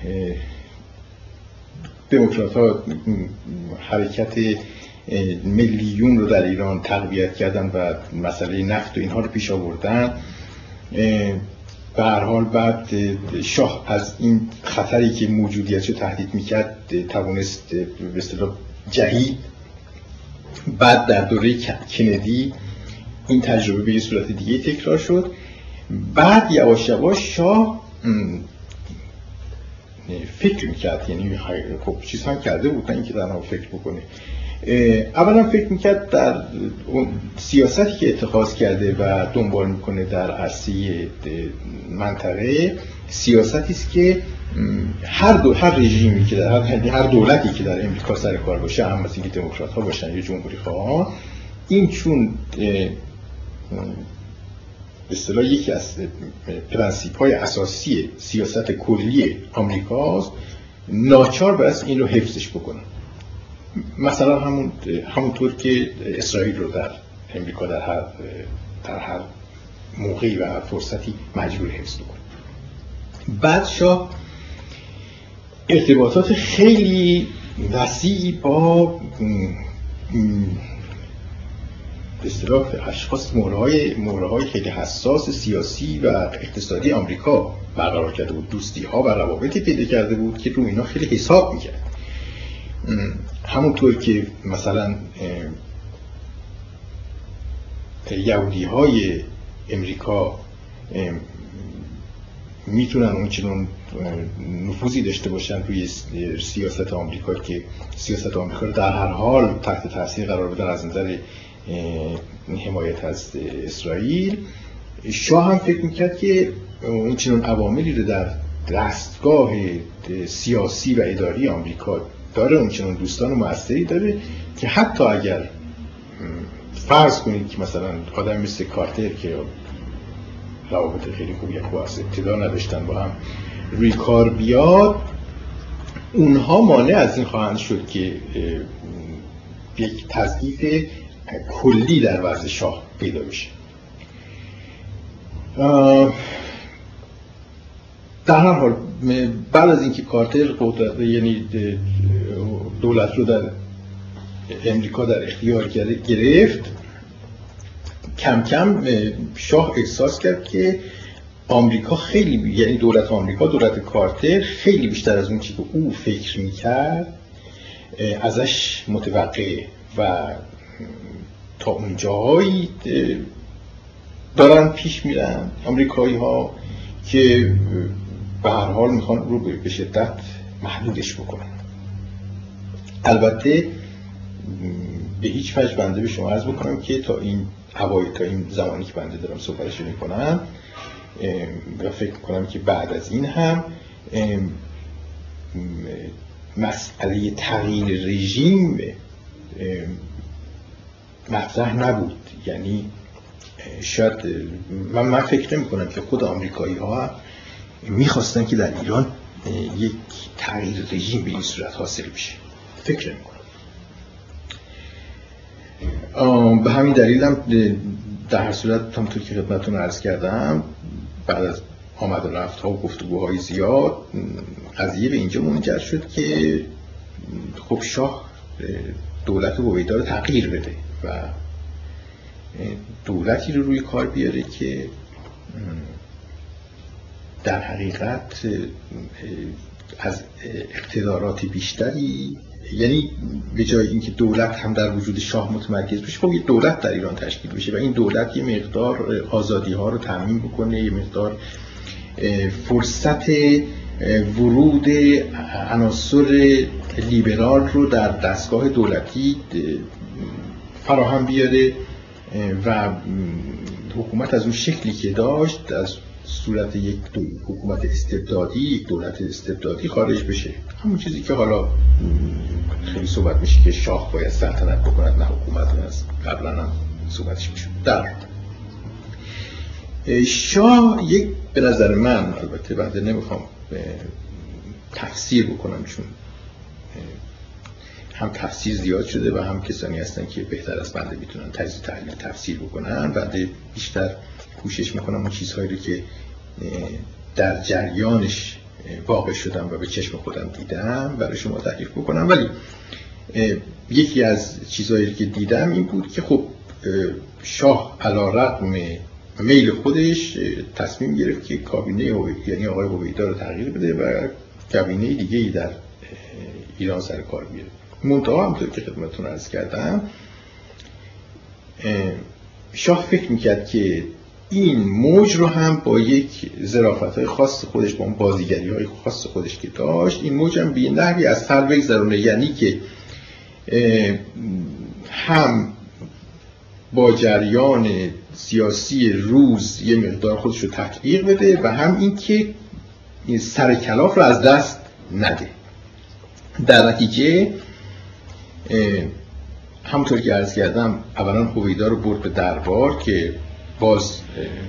دموکرات ها حرکت ملیون رو در ایران تقویت کردن و مسئله نفت و اینها رو پیش آوردن، به هر حال بعد شاه از این خطری که موجودیتش رو تهدید میکرد توانست به اصطلاح جهید. بعد در دوره کندی این تجربه به یه صورت دیگه تکرار شد. بعد یواش یواش شاه فکر میکرد، یعنی خب چیز هم کرده بود نه اینکه تنها فکر بکنه، اولا فکر میکرد در اون سیاستی که اتخاذ کرده و دنبال میکنه در عرصه منطقه سیاستی است که هر رژیمی که در هر دولتی که در امریکا سر کار باشه، هم مثل اینکه دموکرات ها باشن یا جمهوری خواهان، این چون به اصطلاح یکی از پرنسیپ های اساسی سیاست کلی آمریکاست، ناچار باید این رو حفظش بکنن. مثلا همونطور که اسرائیل رو در امریکا در هر موقعی و هر فرصتی مجبور حفظ بکنه. بعد شاه ارتباطات خیلی وسیعی با به اصطلاح اشخاص مهره‌های خیلی حساس سیاسی و اقتصادی آمریکا برقرار کرده بود، دوستی‌ها و روابطی پیدا کرده بود که رو اینا خیلی حساب می‌کرد. همونطور که مثلا یهودی‌های امریکا میتونن اونچنان نفوذی داشته باشن روی سیاست آمریکا که سیاست آمریکا رو در هر حال تحت تاثیر قرار بدن از نظر حمایت از اسرائیل. شاه هم فکر میکرد که اونچنان عواملی رو در دستگاه سیاسی و اداری آمریکا داره، اونچنان دوستان و مؤثری داره که حتی اگر فرض کنید که مثلا آدم مثل کارتر که روابط خیلی خوبی با ابتدا نداشتن با هم روی کار بیاد، اونها مانع از این خواهند شد که یک تضعیف کلی در وضع شاه پیدا بشه. در هر حال بعد از اینکه کارتر قدرت یعنی دولت رو در امریکا در اختیار گرفت، کم کم شاه احساس کرد که آمریکا خیلی، یعنی دولت آمریکا، دولت کارتر خیلی بیشتر از اون چیزی که او فکر میکرد ازش متوقعه و تا اون جایی دارن پیش میرن آمریکایی ها که به هر حال میخوان رو به شدت محدودش بکنن. البته به هیچ وجه بنده به شما عرض بکنم که تا این زمانی که بنده دارم صحبتش میکنم و فکر میکنم که بعد از این هم مسئله تغییر رژیم مطرح نبود. یعنی شاید من فکر نمی کنم که خود آمریکایی ها میخواستن که در ایران یک تغییر رژیم به این صورت حاصل بشه، فکر نمی کنم. به همین دلیل هم در هر صورت همونطور که خدمتتون عرض کردم بعد از آمد و رفت ها و گفتگوهای زیاد قضیه به اینجا منجر شد که خب شاه دولت هویدا رو تغییر بده و دولتی رو روی کار بیاره که در حقیقت از اقتدارات بیشتری، یعنی به جای اینکه دولت هم در وجود شاه متمرکز بشه خب یه دولت در ایران تشکیل بشه و این دولت یه مقدار آزادی ها رو تضمین بکنه، یه مقدار فرصت ورود عناصر لیبرال رو در دستگاه دولتی فراهم بیاره و حکومت از اون شکلی که داشت از صورت یک حکومت استبدادی، یک دولت استبدادی خارج بشه. همون چیزی که حالا خیلی صحبت میشه که شاه باید سلطنت بکند نه حکومت، از قبلا هم صحبتش میشه. در شاه یک به نظر من، البته بعد نمیخوام تفسیر بکنم چون هم تفسیر زیاد شده و هم کسانی هستن که بهتر از بنده میتونن تجزیه تحلیل تفسیر بکنن، بعد بیشتر کوشش میکنم اون چیزهایی رو که در جریانش واقع شدم و به چشم خودم دیدم برای شما تعریف بکنم. ولی یکی از چیزهایی که دیدم این بود که خب شاه علی‌رغم میل خودش تصمیم گرفت که کابینه یعنی آقای هویدا رو تغییر بده و کابینه دیگه‌ای در ایران سر کار بیاره. منتها همونطور که خدمتتون عرض کردم شاه فکر میکرد که این موج رو هم با یک ظرافت‌های خاص خودش، با اون بازیگری‌های خاص خودش که داشت، این موج هم به نحوی از سر بگذرونه، یعنی که هم با جریان سیاسی روز یه مقدار خودش رو تطبیق بده و هم این که این سر کلاف رو از دست نده. در نتیجه همونطور که عرض کردم اولا هویدا رو برد به دربار که باز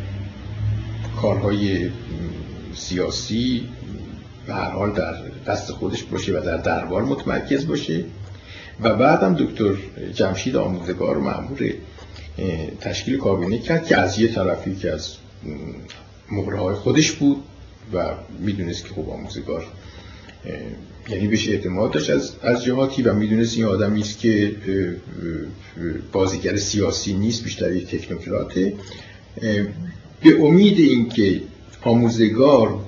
کارهای سیاسی به هر حال در دست خودش باشه و در دربار متمرکز باشه و بعدم دکتر جمشید آموزگار رو مأمور تشکیل کابینه کرد که از یه طرفی که از مهره‌های خودش بود و میدونست که خب آموزگار یعنی بهش اعتماد داشت از جهاتی و میدونست این آدمی است که بازیگر سیاسی نیست، بیشتر یک تکنوکراته. به امید اینکه آموزگار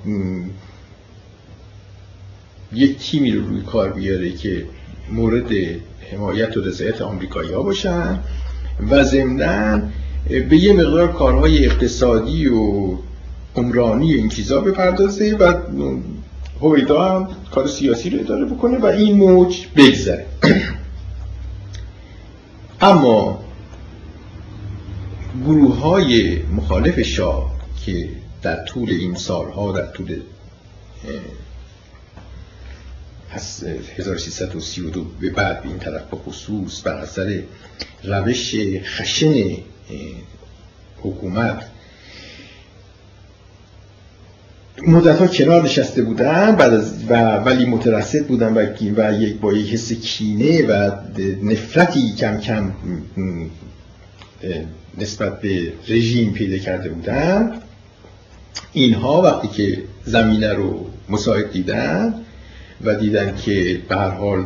یک تیمی رو روی کار بیاره که مورد حمایت و رضایت آمریکایی‌ها باشن و ضمناً به یه مقدار کارهای اقتصادی و عمرانی و این چیزا بپردازه و هویدا هم کار سیاسی رو اداره بکنه و این موج بگذره. اما گروه‌های مخالف شاه که در طول این سالها، در طول 1332 به بعد به این طرف به خصوص بر اثر روش خشن حکومت مدت‌ها کنار نشسته بودن ولی مترصد بودن و با یک حس کینه و نفرتی کم کم نسبت به رژیم پیدا کرده بودن، اینها وقتی که زمینه رو مساعد دیدن و دیدن که به هر حال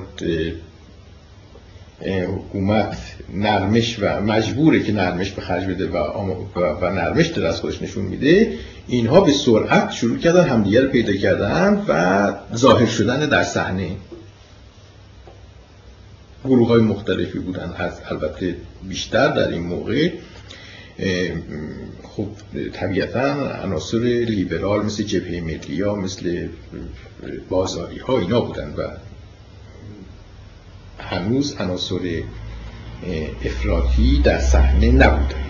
حکومت نرمش و مجبوره که نرمش به خرج بده و نرمش داره از خودش نشون میده، اینها به سرعت شروع کردن همدیگه رو پیدا کردن و ظاهر شدن در صحنه. گروه‌های مختلفی بودن، البته بیشتر در این موقع خب طبیعتا عناصر لیبرال مثل جبهه ملی ها، مثل بازاری ها اینا بودن و هنوز عناصر افراطی در صحنه نبودن.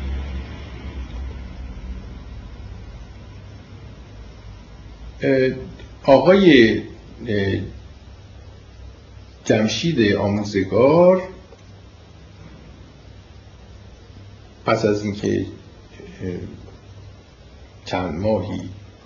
آقای جمشید آموزگار پس از اینکه چند ماهی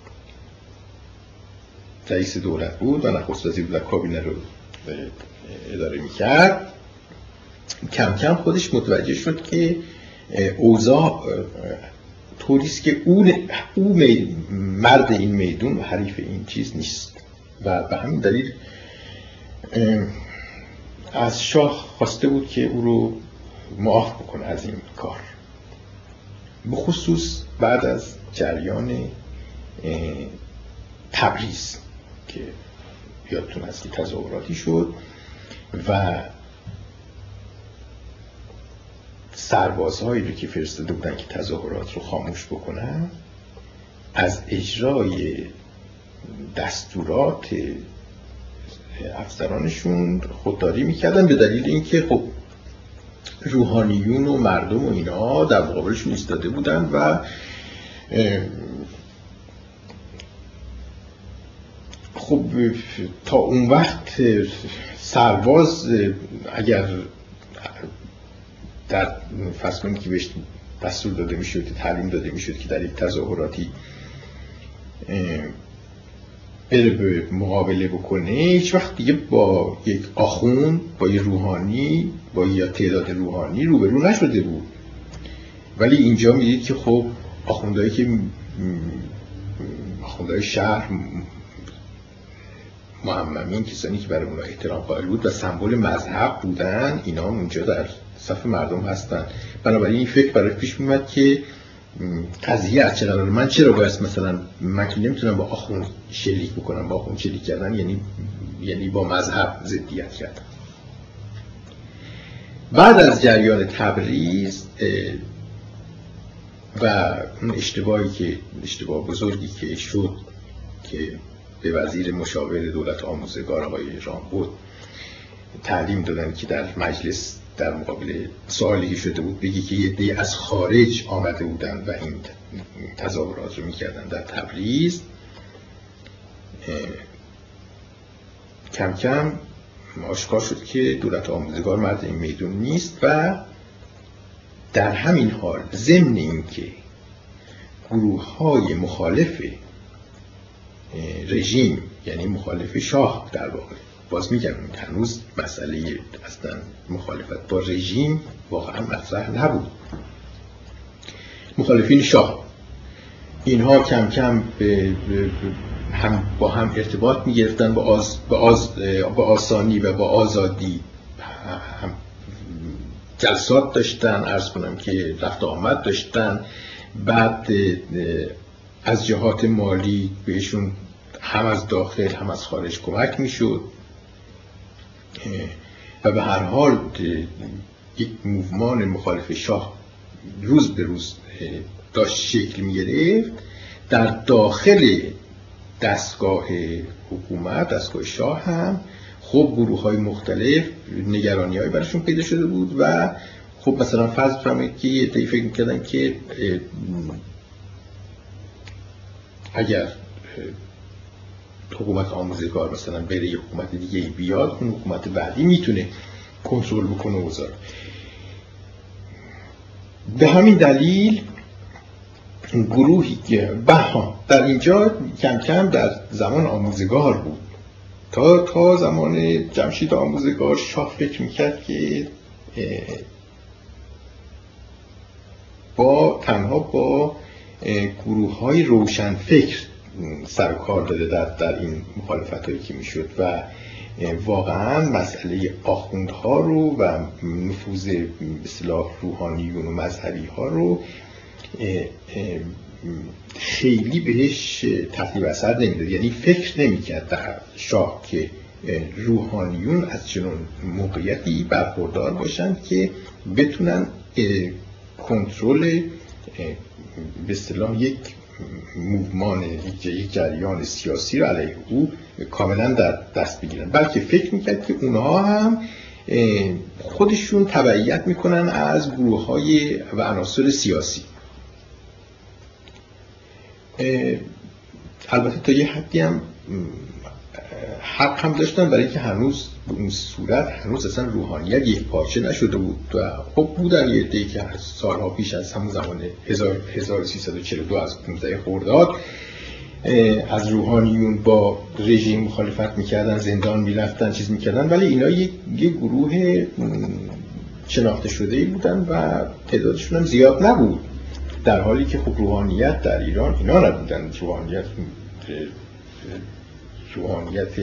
رئیس دولت بود و نخست وزیر بود و کابینه رو اداره میکرد، کم کم خودش متوجه شد که اوضاع طوریست که او مرد این میدون و حریف این چیز نیست و به همین دلیل از شاه خواسته بود که او رو معاف بکنه از این کار، به خصوص بعد از جریان تبریز که یادتون هست که تظاهراتی شد و سربازهایی رو که فرستاده بودن که تظاهرات رو خاموش بکنن از اجرای دستورات افسرانشون خودداری میکردن، به دلیل اینکه خب روحانیون و مردم و اینا در مقابلشون ایستاده بودن و خب تا اون وقت سرباز اگر در فصلی که بهش دستور داده میشد، تعلیم داده میشد که در یک تظاهراتی بره به مقابله بکنه، هیچ وقت دیگه با یک آخوند، با یک روحانی، با یک تعداد روحانی روبرو نشده بود. ولی اینجا میدید که خب آخوندهای شهر، معممین، کسانی که برای اونها احترام قائل بود و سمبل مذهب بودن، اینا اونجا در صف مردم هستن. بنابراین این فکر برای پیش میاد که قضیه از چه قراره، من چرا باید مثلا من که نمیتونم با آخوند شریک بکنم، با آخوند شریک کردن یعنی با مذهب ضدیت کردن. بعد از جریان تبریز و اون اشتباه بزرگی که شد که به وزیر مشاور دولت آموزگار آقای رامبد تعلیم دادن که در مجلس در مقابل سوالی که شده بود بگی که یه عده از خارج آمده بودن و این تظاهرات رو میکردن در تبریز، کم کم آشکار شد که دولت آموزگار مرد این میدون نیست و در همین حال ضمن این که گروه‌های مخالف رژیم، یعنی مخالف شاه در واقع، باز میگم هنوز مسئله اصلا مخالفت با رژیم واقعا مطرح نبود، مخالفین شاه اینها کم کم با هم ارتباط میگرفتن، با آسانی و با آزادی هم جلسات داشتن، عرض کنم که رفت آمد داشتن. بعد از جهات مالی بهشون هم از داخل هم از خارج کمک میشد و به هر حال یک موومان مخالف شاه روز به روز داشت شکل میگرفت. در داخل دستگاه حکومت، دستگاه شاه هم خب گروه‌های مختلف نگرانی‌هایی براشون پیدا شده بود و خب مثلا فرض بفرمایید که یه عده‌ای فکر می‌کردن که اگر حکومت آموزگار مثلا بره یه حکومت دیگه بیاد، اون حکومت بعدی میتونه کنترل بکنه اوضاع. به همین دلیل گروهی که در اینجا کم کم در زمان آموزگار بود، تا زمان جمشید آموزگار شاه فکر میکرد که تنها با گروه‌های روشنفکر سر کار داده در این مخالفت‌هایی که میشد و واقعا مسئله آخوندها رو و نفوذ به اصطلاح روحانیون و مذهبی ها رو خیلی بهش تقلیل اثر نمیداد. یعنی فکر نمیکرد در شاه که روحانیون از چنون موقعیتی برخوردار باشند که بتونن کنترل به اصطلاح یک موومان، یک جریان سیاسی رو علیه او کاملا در دست بگیرن، بلکه فکر میکرد که اونها هم خودشون تبعیت میکنن از گروه‌های و عناصر سیاسی. البته تا یه حدی هم حق هم داشتن، برای اینکه هنوز به اون صورت هنوز اصلا روحانیت یک پارچه نشده بود و خب بودن یه عده‌ای که سالها پیش از همون زمان 1342 از 15 خرداد از روحانیون با رژیم مخالفت میکردن، زندان میرفتن، چیز میکردن، ولی اینا یه گروه شناخته شده‌ای بودن و تعدادشون هم زیاد نبود، در حالی که خب روحانیت در ایران اینا نبودن. روحانیت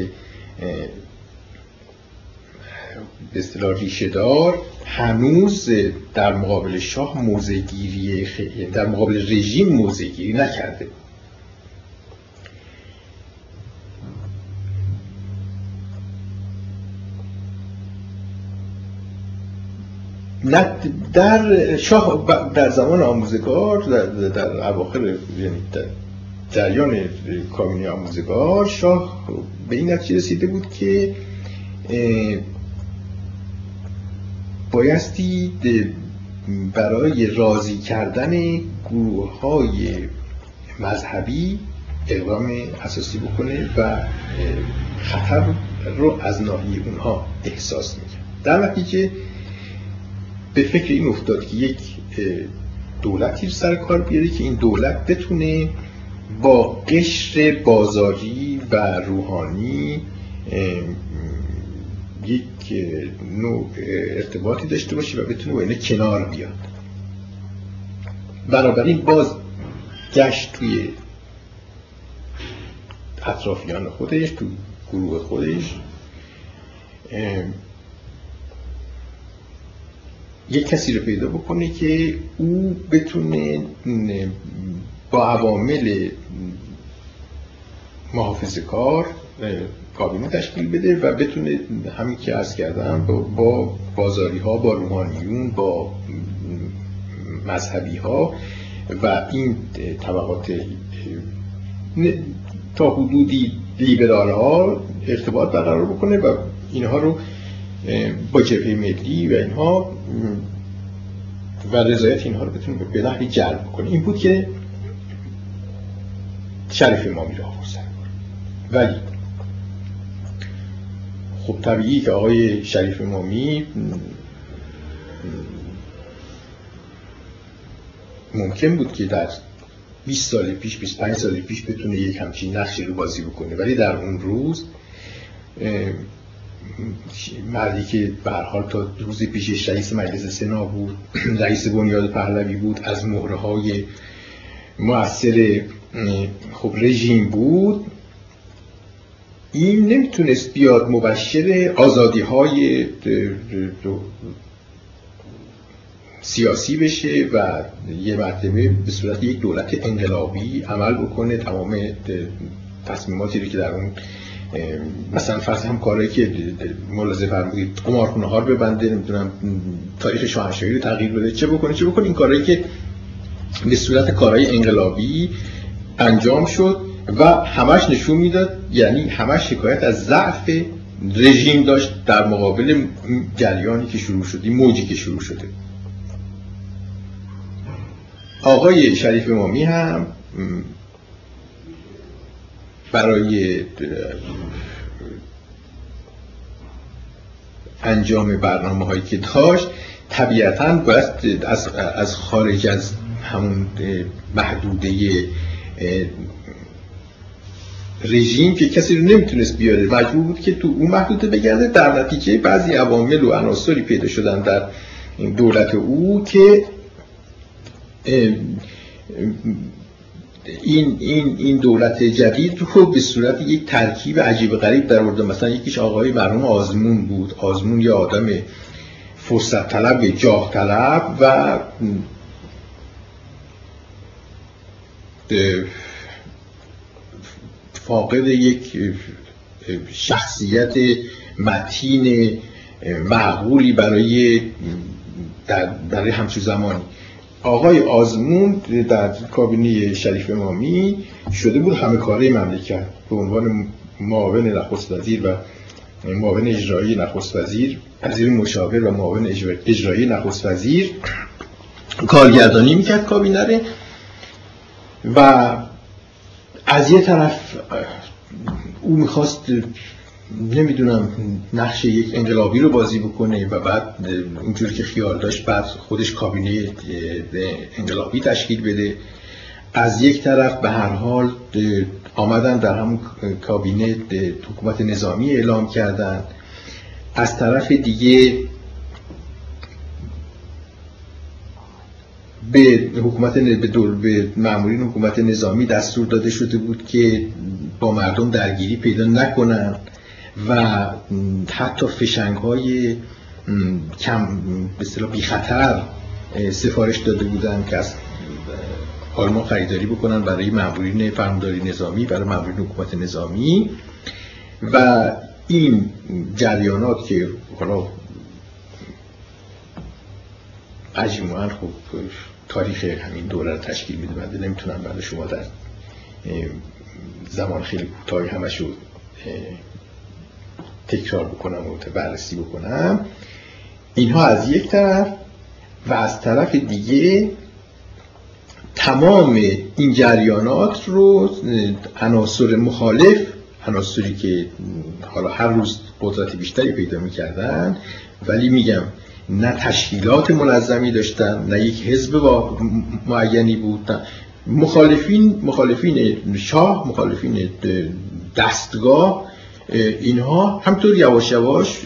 به اصطلاح ریشه‌دار هنوز در مقابل شاه موضع‌گیری، در مقابل رژیم موضع‌گیری نکرده. در شاه در زمان آموزگار، در اواخر، یعنی در جریان کابینه آموزگار، شاه به این نتیجه رسیده بود که بایستی برای راضی کردن گروه‌های مذهبی اقدام اساسی بکنه و خطر رو از ناحیه اونها احساس می‌کرد. در نتیجه به فکر این افتاد که یک دولتی رو سر کار بیاره که این دولت بتونه با قشر بازاری و روحانی یک نوع ارتباطی داشته باشه و بتونه با اینه کنار بیاد. بنابراین باز گشت توی اطرافیان خودش، تو گروه خودش، یک کسی رو پیدا بکنه که او بتونه با عوامل محافظه‌کار کابینه تشکیل بده و بتونه همین که عرض کردم با بازاری ها، با روحانیون، با مذهبی ها و این طبقات تا حدودی لیبرال ها ارتباط برقرار بکنه و اینها رو با جبهه ملی و اینها و رضایت اینها رو بتونه به نحوی جلب بکنه. این بود که شریف امامی را آورد سر کار. ولی خب طبیعی که آقای شریف امامی ممکن بود که در 20 سال پیش، 25 سال پیش بتونه یک همچین نقشی رو بازی بکنه، ولی در اون روز مردی که به هر حال تا روز پیشش رئیس مجلس سنا بود، رئیس بنیاد پهلوی بود، از مهره‌های مؤثر خب رژیم بود، این نمیتونست بیاد مبشر آزادی‌های سیاسی بشه و یه مرتبه به صورت یک دولت انقلابی عمل بکنه. تمام تصمیماتی رو که در اون مثلا فرض هم کارهایی که ملاحظه فرمودید، قمارخونه ها رو ببنده، نمیدونم تاریخ شاهنشاهی رو تغییر بده، چه بکنه این کارهایی که به صورت کارهای انقلابی انجام شد و همش نشون میداد، یعنی همش شکایت از ضعف رژیم داشت در مقابل جریانی که شروع شده، موجی که شروع شده. آقای شریف امامی هم برای انجام برنامه هایی که داشت طبیعتاً باید از خارج از همون محدوده رژیم که کسی رو نمیتونست بیاره، مجبور بود که تو اون محدوده بگرده. در نتیجه بعضی عوامل و عناصری پیدا شدن در دولت او که این دولت جدید رو به صورت یک ترکیب عجیب غریب در آورد. مثلا یکیش آقای مرحوم آزمون بود. آزمون یه آدم فرصت طلب، جاه طلب و فاقد یک شخصیت متین معقولی برای همچون زمانی. آقای آزمون در کابینه شریف امامی شده بود همه کاره مملکت به عنوان معاون نخست وزیر و معاون اجرایی نخست وزیر، وزیر مشاور و معاون اجرایی نخست وزیر کارگردانی میکرد کابینه رو. و از یه طرف او میخواست نمیدونم نقش یک انقلابی رو بازی بکنه و بعد اونجوری که خیال داشت بعد خودش کابینه انقلابی تشکیل بده. از یک طرف به هر حال آمدن در همون کابینه حکومت نظامی اعلام کردن، از طرف دیگه به مامورین حکومت نظامی دستور داده شده بود که با مردم درگیری پیدا نکنن و حتی فشنگ‌های کم به اصطلاح بی خطر سفارش داده بودن که از آلمان خریداری بکنن برای مامورین فرمانداری نظامی، برای مامورین حکومت نظامی. و این جریانات که حالا مجموعاً خب تاریخ همین دوره رو تشکیل میده، من نمیتونم برای شما در زمان خیلی کوتاهی همشو تکرار بکنم و بررسی بکنم. اینها از یک طرف و از طرف دیگه تمام این جریانات رو عناصر مخالف، عناصری که حالا هر روز قدرت بیشتری پیدا می‌کردن ولی میگم نه تشکیلات منظمی داشتن نه یک حزب معینی بود، مخالفین شاه، مخالفین دستگاه، اینها همطور یواش یواش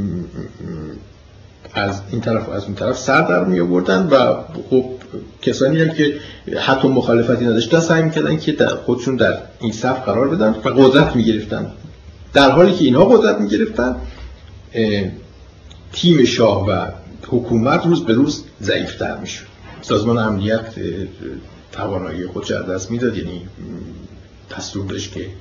از این طرف و از اون طرف سر در می آوردن و خب کسانی هم که حتی مخالفتی نداشتن سعی می‌کردن که خودشون در این صف قرار بدن و قدرت می‌گرفتن. در حالی که اینها قدرت می‌گرفتن، تیم شاه و حکومت روز به روز ضعیف‌تر می‌شد. سازمان امنیت توانایی خودش از دست می‌داد، یعنی دستور داشت که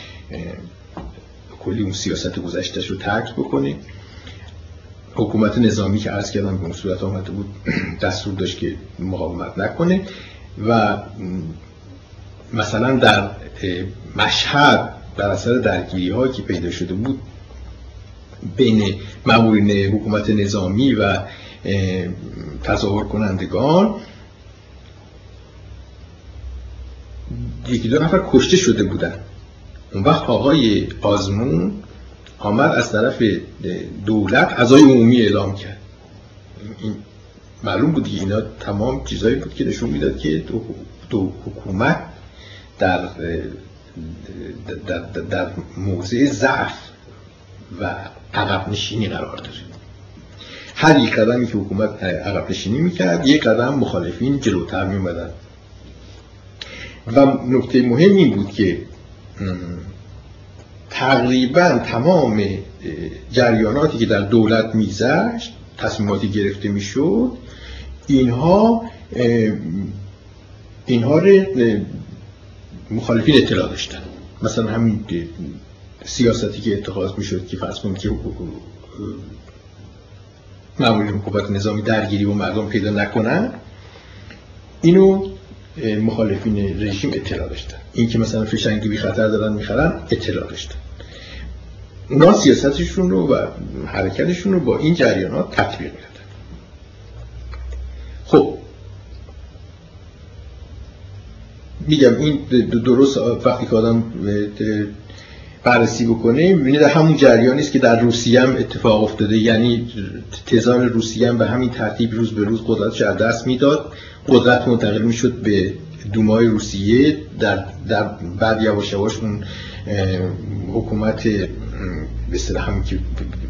کلی اون سیاست گذشته‌اش رو ترک بکنه. حکومت نظامی که عرض کردم به اون صورت آمده بود دستور داشت که مقاومت نکنه. و مثلا در مشهد در اثر درگیری‌هایی که پیدا شده بود بین مامورین حکومت نظامی و تظاهر کنندگان، یکی دو نفر کشته شده بودن. اون وقت آقای آزمون آمد از طرف دولت عزای عمومی اعلام کرد. این معلوم بود که اینا تمام چیزایی بود که نشون میداد که حکومت در موضع ضعف و عقب نشینی قرار داره. هر یک قدمی که حکومت عقب نشینی میکرد یک قدم مخالفین جلوتر میومدن. و نکته مهم این بود که تقریبا تمام جریاناتی که در دولت میگذشت، تصمیماتی گرفته میشد، اینها رو مخالفین اطلاع داشتن. مثلا همین سیاستی که اتخاذ میشد که فرض کنید که مامورین حکومت نظامی درگیری و مردم پیدا نکنن، اینو مخالفین رژیم اطلاع داشتن. این که مثلا فشنگی بی خطر دارن میخرن اطلاع داشتن. اونا سیاستشون رو و حرکتشون رو با این جریانات تطبیق میدادن. خب میگم این درست وقتی که آدم بررسی بکنه میبینید همون جریانی است که در روسیه هم اتفاق افتاده. یعنی تزار روسیه هم به همین ترتیب روز به روز قدرتش از دست میداد، قدرت منتقل میشد به دومای روسیه، در بعد یواش یواش اون حکومت به اصطلاح همین که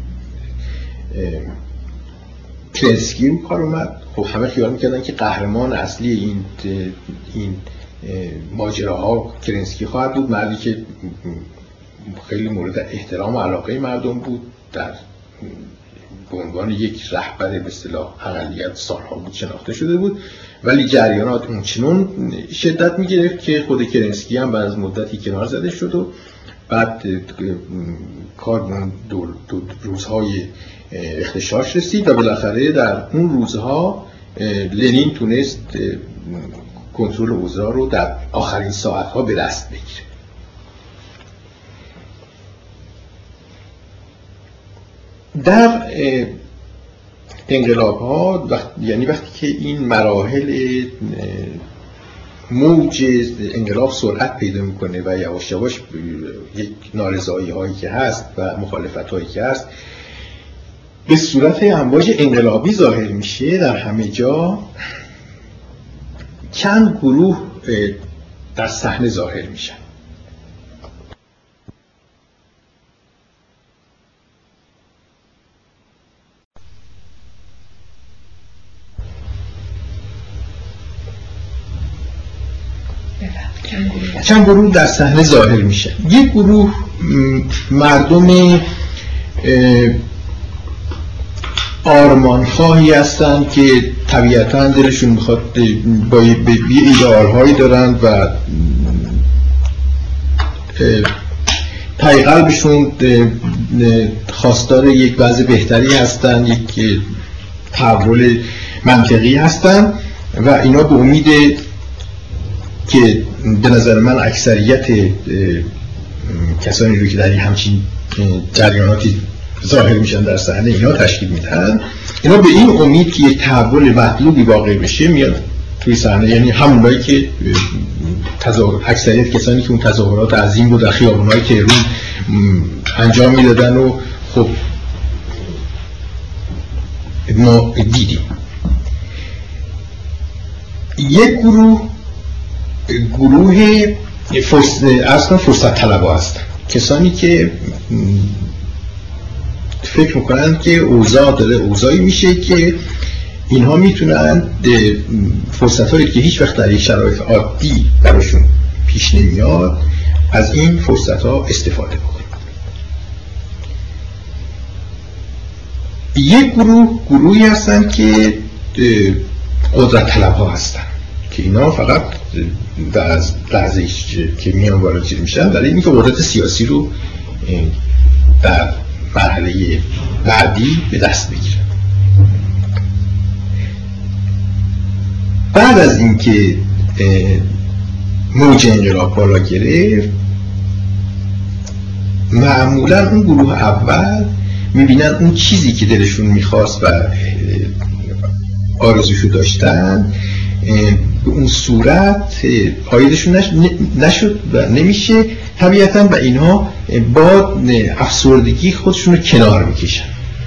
کرنسکی کار اومد. خب همه خیال میکردن که قهرمان اصلی این ماجراها کرنسکی خواهد بود، مردی که خیلی مورد احترام و علاقه مردم بود، به عنوان یک رهبر به اصطلاح اقلیت سالها بود شناخته شده بود. ولی جریانات اونچنون شدت میگرفت که خود کرنسکی هم بعد از مدتی کنار زده شد و بعد کار دو روزهای اختشاش رسید و بالاخره در اون روزها لنین تونست کنترل اوضاع رو در آخرین ساعت‌ها به دست بگیره. در انقلاب‌ها یعنی وقتی که این مراحل موج انقلاب سرعت پیدا میکنه و یواش یواش یک نارضایی هایی که هست و مخالفت هایی که هست به صورت امواج انقلابی ظاهر میشه، در همه جا چند گروه در صحنه ظاهر میشن. چند گروه در صحنه ظاهر میشه. یک گروه مردم آرمانخواهی هستن که طبیعتاً دلشون میخواد با یه ایدئال‌هایی دارن و تای قلبشون خواستار یک وضع بهتری هستن، یک تحول منطقی هستن و اینا به امید که به نظر من اکثریت کسانی رو که در همچین جریاناتی ظاهر میشن در صحنه اینا تشکیل میدن، اینا به این امید که یک تحول مطلوبی واقع بشه میاد توی صحنه. یعنی همونایی که اکثریت کسانی که اون تظاهرات عظیم رو در خیابون‌های تهران انجام میدادن و خب ما دیدیم. یک گروه اصلا فرصت طلبا هستن، کسانی که فکر میکنن که اوضاع داره اوضاعی میشه که اینها میتونن فرصت‌هایی که هیچ وقت در یک شرایط عادی براشون پیش نمیاد از این فرصت‌ها استفاده بکنن. یک گروهی هستن که قدرت طلب‌ها هستن که اینا فقط در لحظه که میان وارد میشن برای اینکه قدرت سیاسی رو در مرحله بعدی به دست بگیرن. بعد از اینکه موج انقلاب بالا گرفت، معمولا اون گروه اول میبینن اون چیزی که دلشون میخواست و آرزوشو داشتن به اون صورت عایدشون نشد و نمیشه، طبیعتاً به اینها با افسردگی خودشون رو کنار میکشن.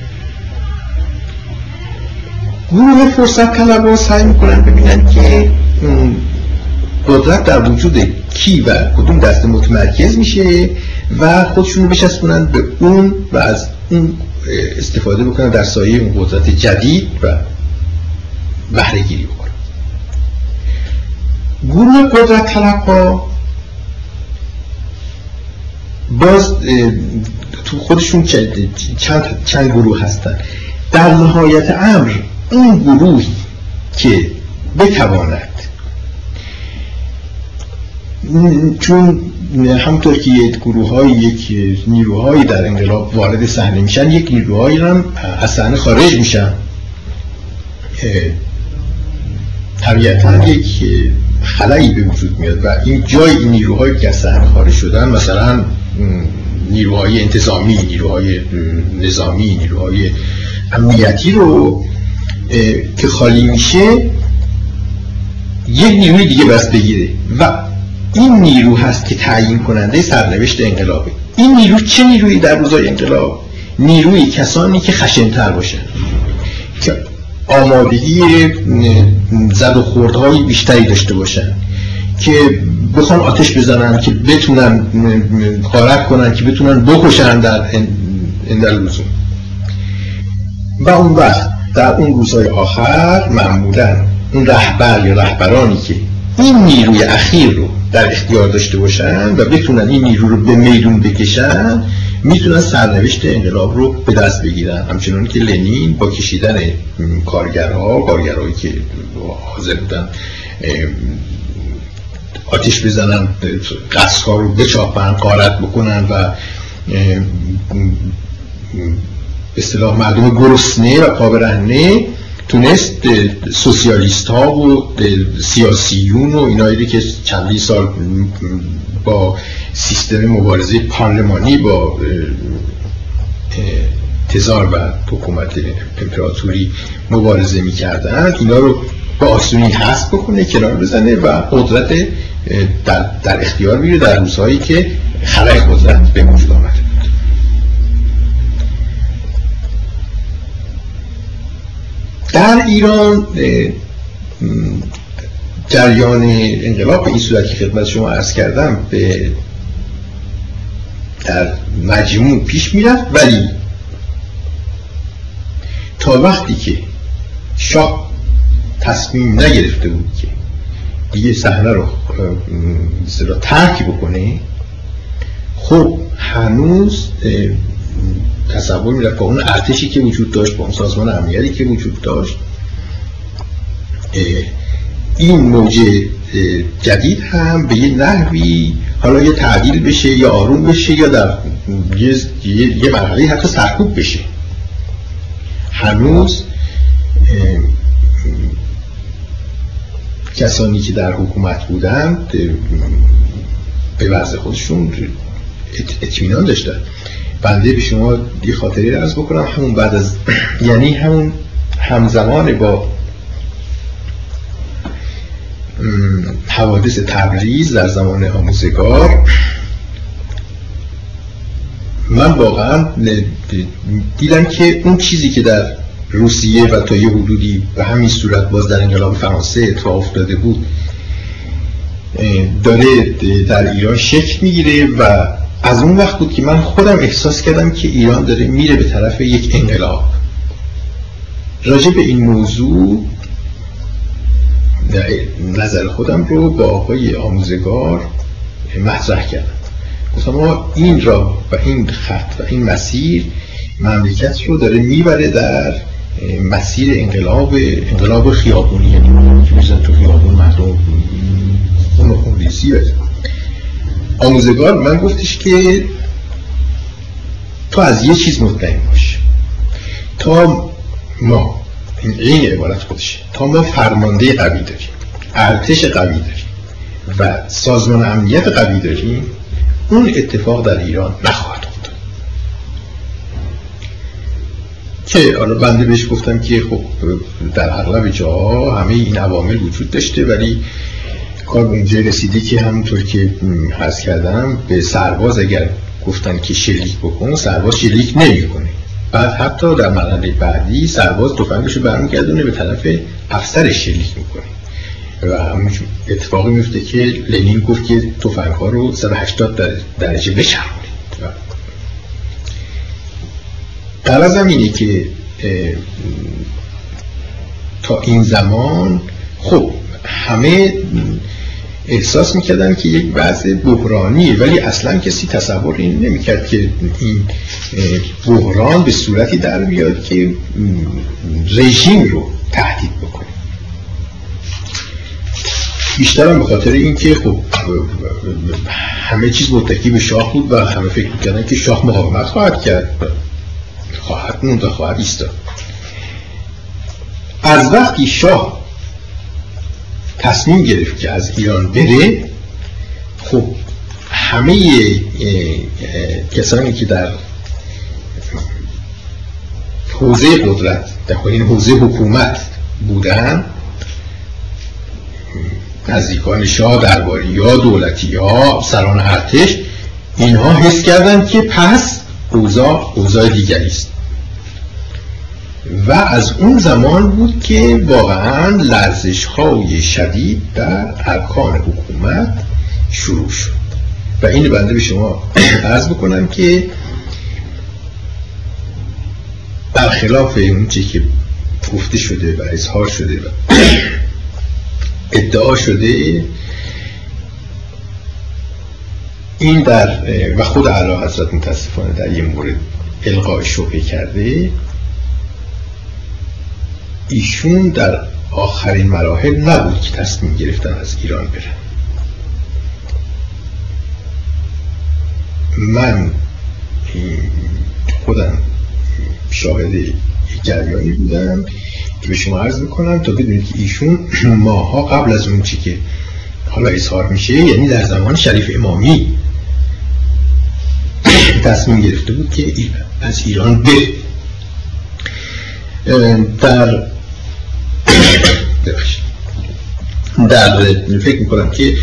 گروه فرصت طلبا سعی میکنن ببینن که قدرت در وجود کی و کدوم دسته متمرکز میشه و خودشون رو بچسبونن به اون و از اون استفاده بکنن در سایه اون قدرت جدید و بهره گیری بکنن. گروه قدرت طلبها باز تو خودشون چند گروه هستن. در نهایت امر اون گروهی که بتواند، چون همونطور که یک نیروهایی در انقلاب وارد صحنه میشن، یک نیروهایی هم از صحنه خارج میشن، طبیعتاً یک خلایی به وجود میاد و این جای این نیروهایی که از صحنه خارج شدن، مثلا نیروهای انتظامی، نیروهای نظامی، نیروهای امنیتی رو که خالی میشه، یک نیروی دیگه بس بگیره و این نیرو هست که تعیین کننده سرنوشت انقلابه. این نیرو چه نیرویی در روزهای انقلاب؟ نیروی کسانی که خشن‌تر باشن، که آمادگی زد و خوردهای بیشتری داشته باشن، که بخوان آتش بزنن، که بتونن غارت کنن، که بتونن بکشن در لزوم. و اون وقت در اون روزهای آخر معمولا اون رهبر یا رهبرانی که این نیروی اخیر رو در اختیار داشته باشن و بتونن این نیرو رو به میدون بکشن، میتونن سرنوشت انقلاب رو به دست بگیرن. همچنان که لنین با کشیدن کارگرهایی که حاضر بودن آتش بزنن، قصرها رو بچاپن، غارت بکنن و به اصطلاح مردم گرسنه و پا برهنه تونست سوسیالیست ها و سیاسیون و اینایی که چندین سال با سیستم مبارزه پارلمانی با تزار و حکومت امپراتوری مبارزه می‌کردند، اینا رو با آسونی حذف بکنه، کنار بزنه و قدرت در اختیار بگیره در روزهایی که خلای قدرت به وجود آمده بود. در ایران جریان انقلاب به این صورت که خدمت شما عرض کردم در مجموع پیش میرفت، ولی تا وقتی که شاه تصمیم نگرفته بود که دیگه صحنه رو ترک بکنه، خب هنوز تصور میرفت با اون ارتشی که وجود داشت، با اون سازمان امنیتی که وجود داشت، این موج جدید هم به یه نحوی حالا یه تعدیل بشه یا آروم بشه یا در یه مرحله حتی سرکوب بشه. هنوز کسانی که در حکومت بودند به وضع خودشون اطمینان داشتن. بنده به شما یه خاطری رو عرض بکنم. همون بعد از یعنی همون همزمان با حوادث تبریز در زمان آموزگار، من واقعا دیدم که اون چیزی که در روسیه و تا یه حدودی به همین صورت باز در انقلاب فرانسه اتفاق افتاده بود داره در ایران شکل میگیره و از اون وقت بود که من خودم احساس کردم که ایران داره میره به طرف یک انقلاب. راجع به این موضوع نظر خودم رو با آقای آموزگار مطرح کردم. گفتم ما این راه و این خط و این مسیر مملکت رو داره میبره در مسیر انقلاب خیابونی، یعنی که میزن تو خیابون مردم اون ریزی بزن. آموزگار من گفتش که تو از یه چیز مطمئن باش، تا ما این عبارت خودشه، تا ما فرمانده قوی داریم، ارتش قوی داریم و سازمان امنیت قوی داریم، اون اتفاق در ایران نخواهد افتاد. که حالا بنده بهش گفتم که خب در اغلب جاها همه این عوامل وجود داشته، ولی کار به اونجا رسیده که همونطور که عرض کردم به سرباز اگر گفتن که شلیک بکن، سرباز شلیک نمی‌کنه. بعد حتی در مرحله بعدی سرباز تفنگشو برمیگردونه به طرف افسرش شلیک میکنه و همون اتفاقی میفته که لنین گفت که تفنگ‌ها رو 180 درجه بچرخونید. غرضم اینه که تا این زمان خب همه احساس میکردن که یک وضع بحرانیه، ولی اصلا کسی تصور این نمیکرد که این بحران به صورتی در بیاد که رژیم رو تهدید بکنه. بیشترم به خاطر این که خب همه چیز متکی به شاه بود و همه فکر میکردن که شاه مقاومت خواهد کرد، خواهد موند و خواهد ایستاد. از وقتی شاه تصمیم گرفت که از ایران بره، خب همه کسانی که در حوزه قدرت، در این حوزه حکومت بودن، نزدیکان شاه، درباری یا دولتی یا سران ارتش، اینها حس کردند که پس اوضاع دیگری است و از اون زمان بود که واقعا لرزش‌های شدید در ارکان حکومت شروع شد. و این بنده به شما عرض بکنم که برخلاف اون چیزی که گفته شده و اظهار شده و ادعا شده، این در و خود اعلی حضرت متاسفانه در یه مورد القای شبهه کرده، ایشون در آخرین مراحل نبود که تصمیم گرفتن از ایران برن. من خودم شاهد یک جریانی بودم که به شما عرض میکنم تا بدونید که ایشون ماها قبل از اون چی که حالا اظهار میشه، یعنی در زمان شریف امامی تصمیم گرفته بود که از ایران در فکر میکنم که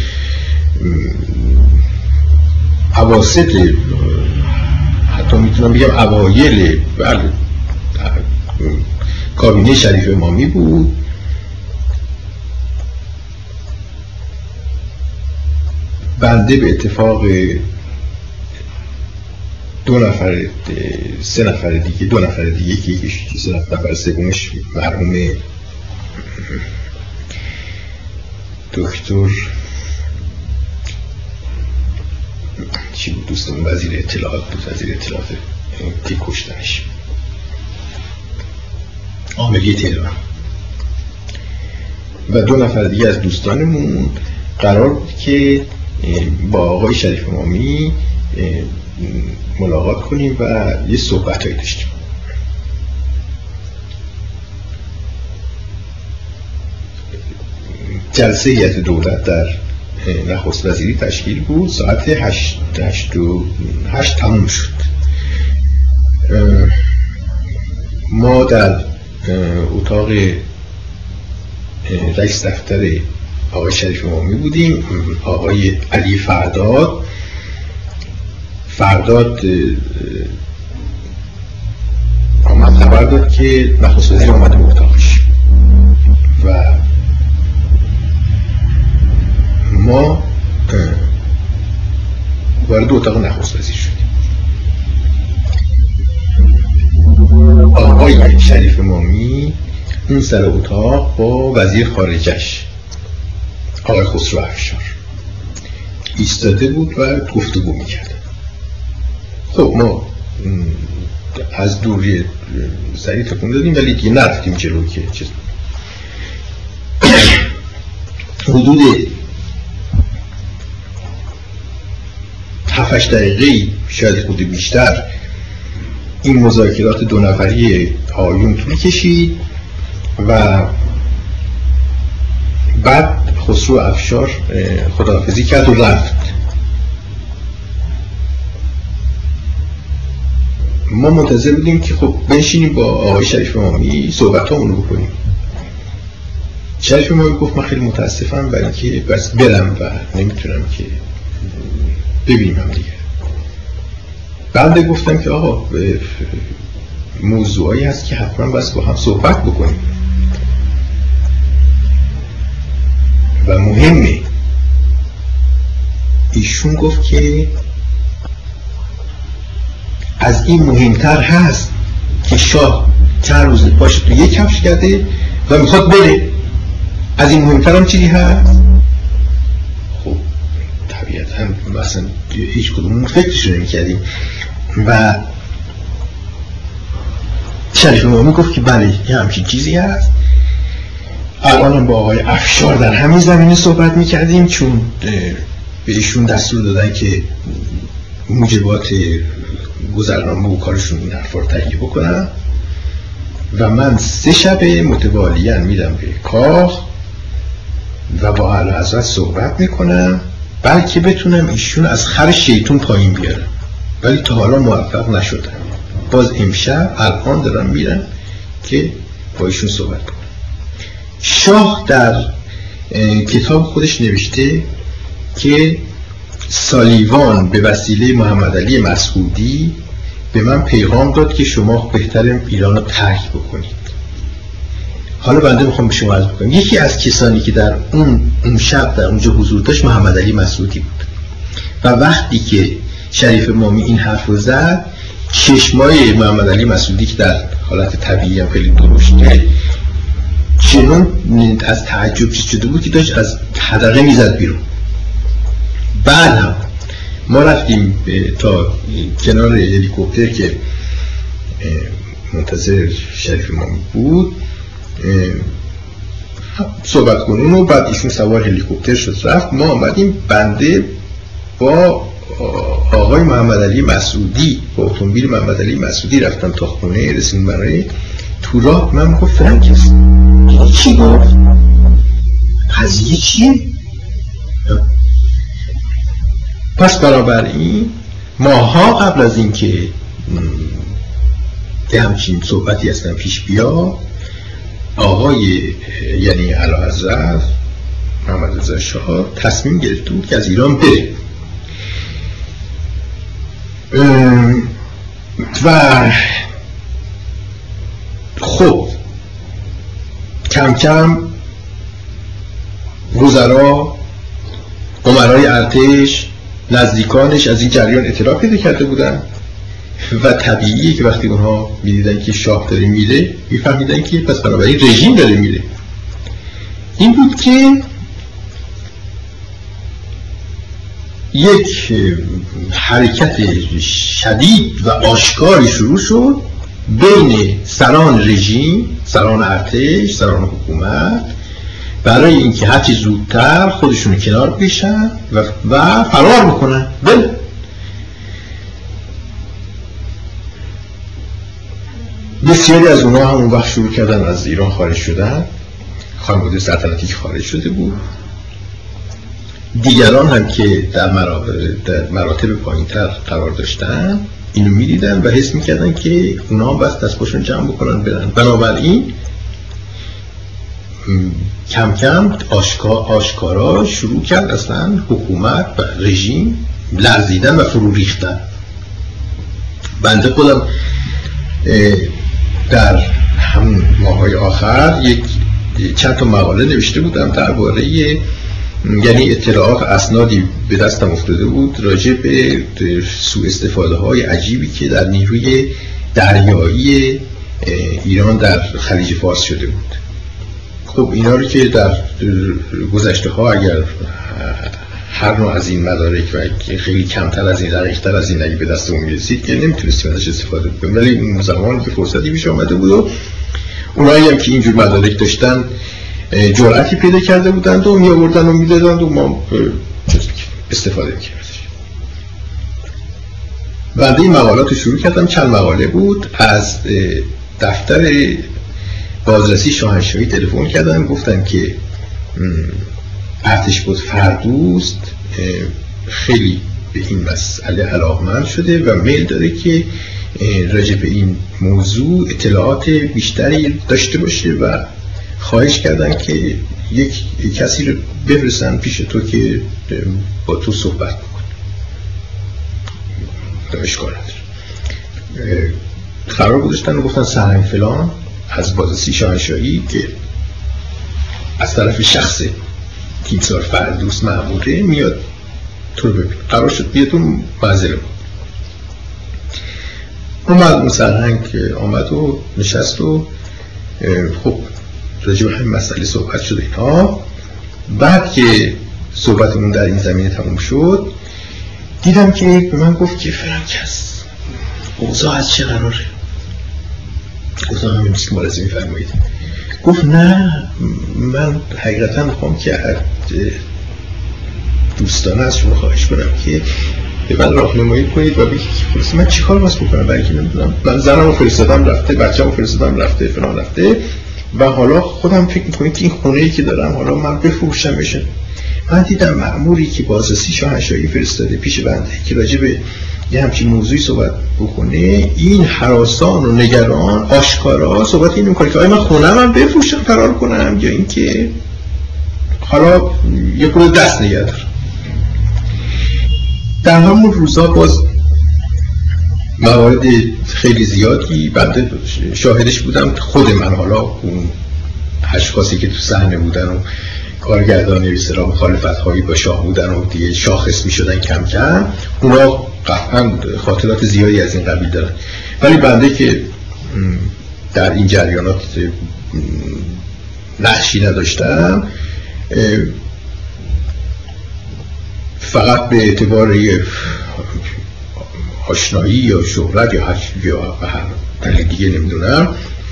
اواسط، حتی میتونم بگم اوایل کابینه شریف امامی بود. بنده به اتفاق 2 نفر 3 نفر دیگه، 2 نفر دیگه که یکیش نفر سومش مرحوم دکتر چی بود دوستان، وزیر اطلاعات بود، وزیر اطلاعات که کشتنش، عاملی تهران، و 2 نفر دیگه از دوستانمون قرار بود که با آقای شریف امامی ملاقات کنیم و یه صحبت هایی داشتیم. جلسه هیئت دولت در نخست وزیری تشکیل بود. ساعت 8 تموم شد. ما در اتاق رئیس دفتر آقای شریف امامی بودیم. آقای علی فرداد آمد خبر داد که نخست وزیر آمده به اتاقش و ما وارد اتاق نخست وزیر شدیم. آقای شریف امامی اون سر اتاق با وزیر خارجش آقای خسرو افشار ایستاده بود و گفتگو میکرد. خب ما از دوری سریع تکون دادیم ولی دیگه نرفتیم جلو که چیز حدود 7-8 دقیقه شاید خود بیشتر این مذاکرات 2 نفری آیون طول کشید و بعد خسرو افشار خداحافظی کرد و رفت. ما منتظر بودیم که خب بنشینیم با آقای شریف امامی صحبت همونو بکنیم. شریف امامی گفت من خیلی متاسفم برای اینکه بس برم و نمیتونم که ببینیم هم دیگه. بعد گفتم که آقا موضوعی هست که حتما بس با هم صحبت بکنیم و مهمه. ایشون گفت که از این مهمتر هست که شاه چند روز پاش تو یک کفش کرده و میخواد بره. از این مهمتر هم چیزی هست؟ خب طبیعتا مثلا هیچ کدومون فکرش رو نمی کردیم و شریف امامی گفت که بله یه همچین چیزی هست. الان هم با آقای افشار در همین زمینه صحبت می کردیم چون به ایشون دستور دادن که موجبات گذرنامه و کارشون این حرفا رو تهیه بکنم و من 3 شب متوالیاً میرم به کاخ و با اعلیحضرت صحبت میکنم بلکه بتونم ایشون از خر شیطون پایین بیارم، ولی تا حالا موفق نشدم. باز امشب الان دارم میرم که با ایشون صحبت کنم. شاه در کتاب خودش نوشته که سالیوان به وسیله محمد علی مسعودی به من پیغام داد که شما بهتر ایران رو ترک بکنید. حالا بنده میخوام به شما عرض بکنم یکی از کسانی که در اون شب در اونجا حضور داشت محمد علی مسعودی بود و وقتی که شریف امامی این حرف رو زد چشمای محمد علی مسعودی که در حالت طبیعی هم خیلی درشته چنان از تعجب چیز شده بود که داشت از حدقه میزد بیرون. بعد هم ما رفتیم تا کنار هلیکوپتر که منتظر شریف امامی بود صحبت کنیم و بعد ایشون سوار هلیکوپتر شد رفت. ما آمدیم بنده با آقای محمد علی مسعودی با اتومبیل محمد علی مسعودی رفتم تا خونه رسیم برای تو راه من گفت فرانکس چی گفت؟ قضیه چیه؟ پس بنابراین ماها قبل از اینکه یه همچین صحبتی اصلا پیش بیا، آقای یعنی اعلیحضرت محمد رضا شاه تصمیم گرفته بود که از ایران بره و خب کم کم وزرا، امرای ارتش، نزدیکانش از این جریان اطلاع پیدا کرده بودن و طبیعیه که وقتی اونها میدیدن که شاه داره میره میفهمیدن که پس بنابراین رژیم داره میره. این بود که یک حرکت شدید و آشکاری شروع شد بین سران رژیم، سران ارتش، سران حکومت، برای اینکه هرچی زودتر خودشون کنار بشن و فرار بکنن. بسیاری از اونها همون وقت شروع کردن از ایران خارج شدن، خانواده سلطنتی که خارج شده بود. دیگران هم که در مراتب پایین‌تر قرار داشتن اینو می‌دیدن و حس می‌کردن که اونها هم بس دستشون جمع بکنن برن. بنابراین کم کم آشکارا شروع کرد اصلا حکومت و رژیم لرزیدن و فرو ریختن. بنده خودم در همون ماهای آخر چند تا مقاله نوشته بودم درباره، یعنی اطلاعات اسنادی به دستم افتاده بود راجع به سوء استفاده های عجیبی که در نیروی دریایی ایران در خلیج فارس شده بود. خب اینا رو که در گذشته ها اگر هر نوع از این مدارک و خیلی کمتر از این، دقیق‌تر از این اگه به دستمون میرسید که نمیتونستیم ازش استفاده کنیم، ولی اون زمانی که فرصتی پیش آمده بود و اونایی هم که اینجور مدارک داشتن جرأتی پیدا کرده بودند و میآوردن و میدادند و ما استفاده میکردیم. بعد این مقالات رو شروع کردم. چند مقاله بود. از دفتر بازرسی شاهنشاهی تلفن کردن، گفتن که ارتش بود فردوست خیلی به این مسئله علاقمند شده و میل داره که راجع به این موضوع اطلاعات بیشتری داشته باشه و خواهش کردن که یک کسی رو بفرستن پیش تو که با تو صحبت بکن. اشکال نداره. قرار گذاشتن و گفتن سرهنگ فلان از بازرسی شاهنشاهی که از طرف شخص تیمسار فردوست مأموره میاد تو رو ببین. قرار شد بیادون منزل اومد. اون سرهنگ آمد و نشست و خب راجع به همین مسئله صحبت شد اینها. بعد که صحبتمون در این زمینه تموم شد دیدم که به من گفت که فرانکس اوضاع از چه قراره؟ گفتم همین نیست که ملاحظه می‌فرمایید. گفت نه من حقیقتا میخوام که دوستانه از شما خواهش کنم که به من راهنمایی کنید و بگید من چی کار باز بکنم، برای که نمیدونم من زنمو فرستادم رفته، بچه‌مو فرستادم رفته، فلان رفته و حالا خودم فکر میکنید که این خونه‌ای که دارم حالا من بفروشم بشه. من دیدم مأموری که بازرسی شاهنشاهی فرستاده پیش بنده که راجع به یه همچین موضوعی صحبت بکنه، این هراسان و نگران آشکارا صحبت این میکنه که آیا من خونه‌ام هم بفروشم فرار کنم یا اینکه حالا یه خورده دست نگه دارم. در همون روزا باز موارد خیلی زیادی بنده شاهدش بودم. خود من حالا اون اشخاصی که تو صحنه بودن و کارگردان اصطلاح مخالفت‌هایی با شاه بودن و دیگه شاخص می‌شدن کم کم، اونا قطعاً خاطرات زیادی از این قبیل دارن. ولی بنده که در این جریانات نقشی نداشتم، فقط به اعتبار آشنایی یا شهرت یا هر دلیل دیگه نمیدونم،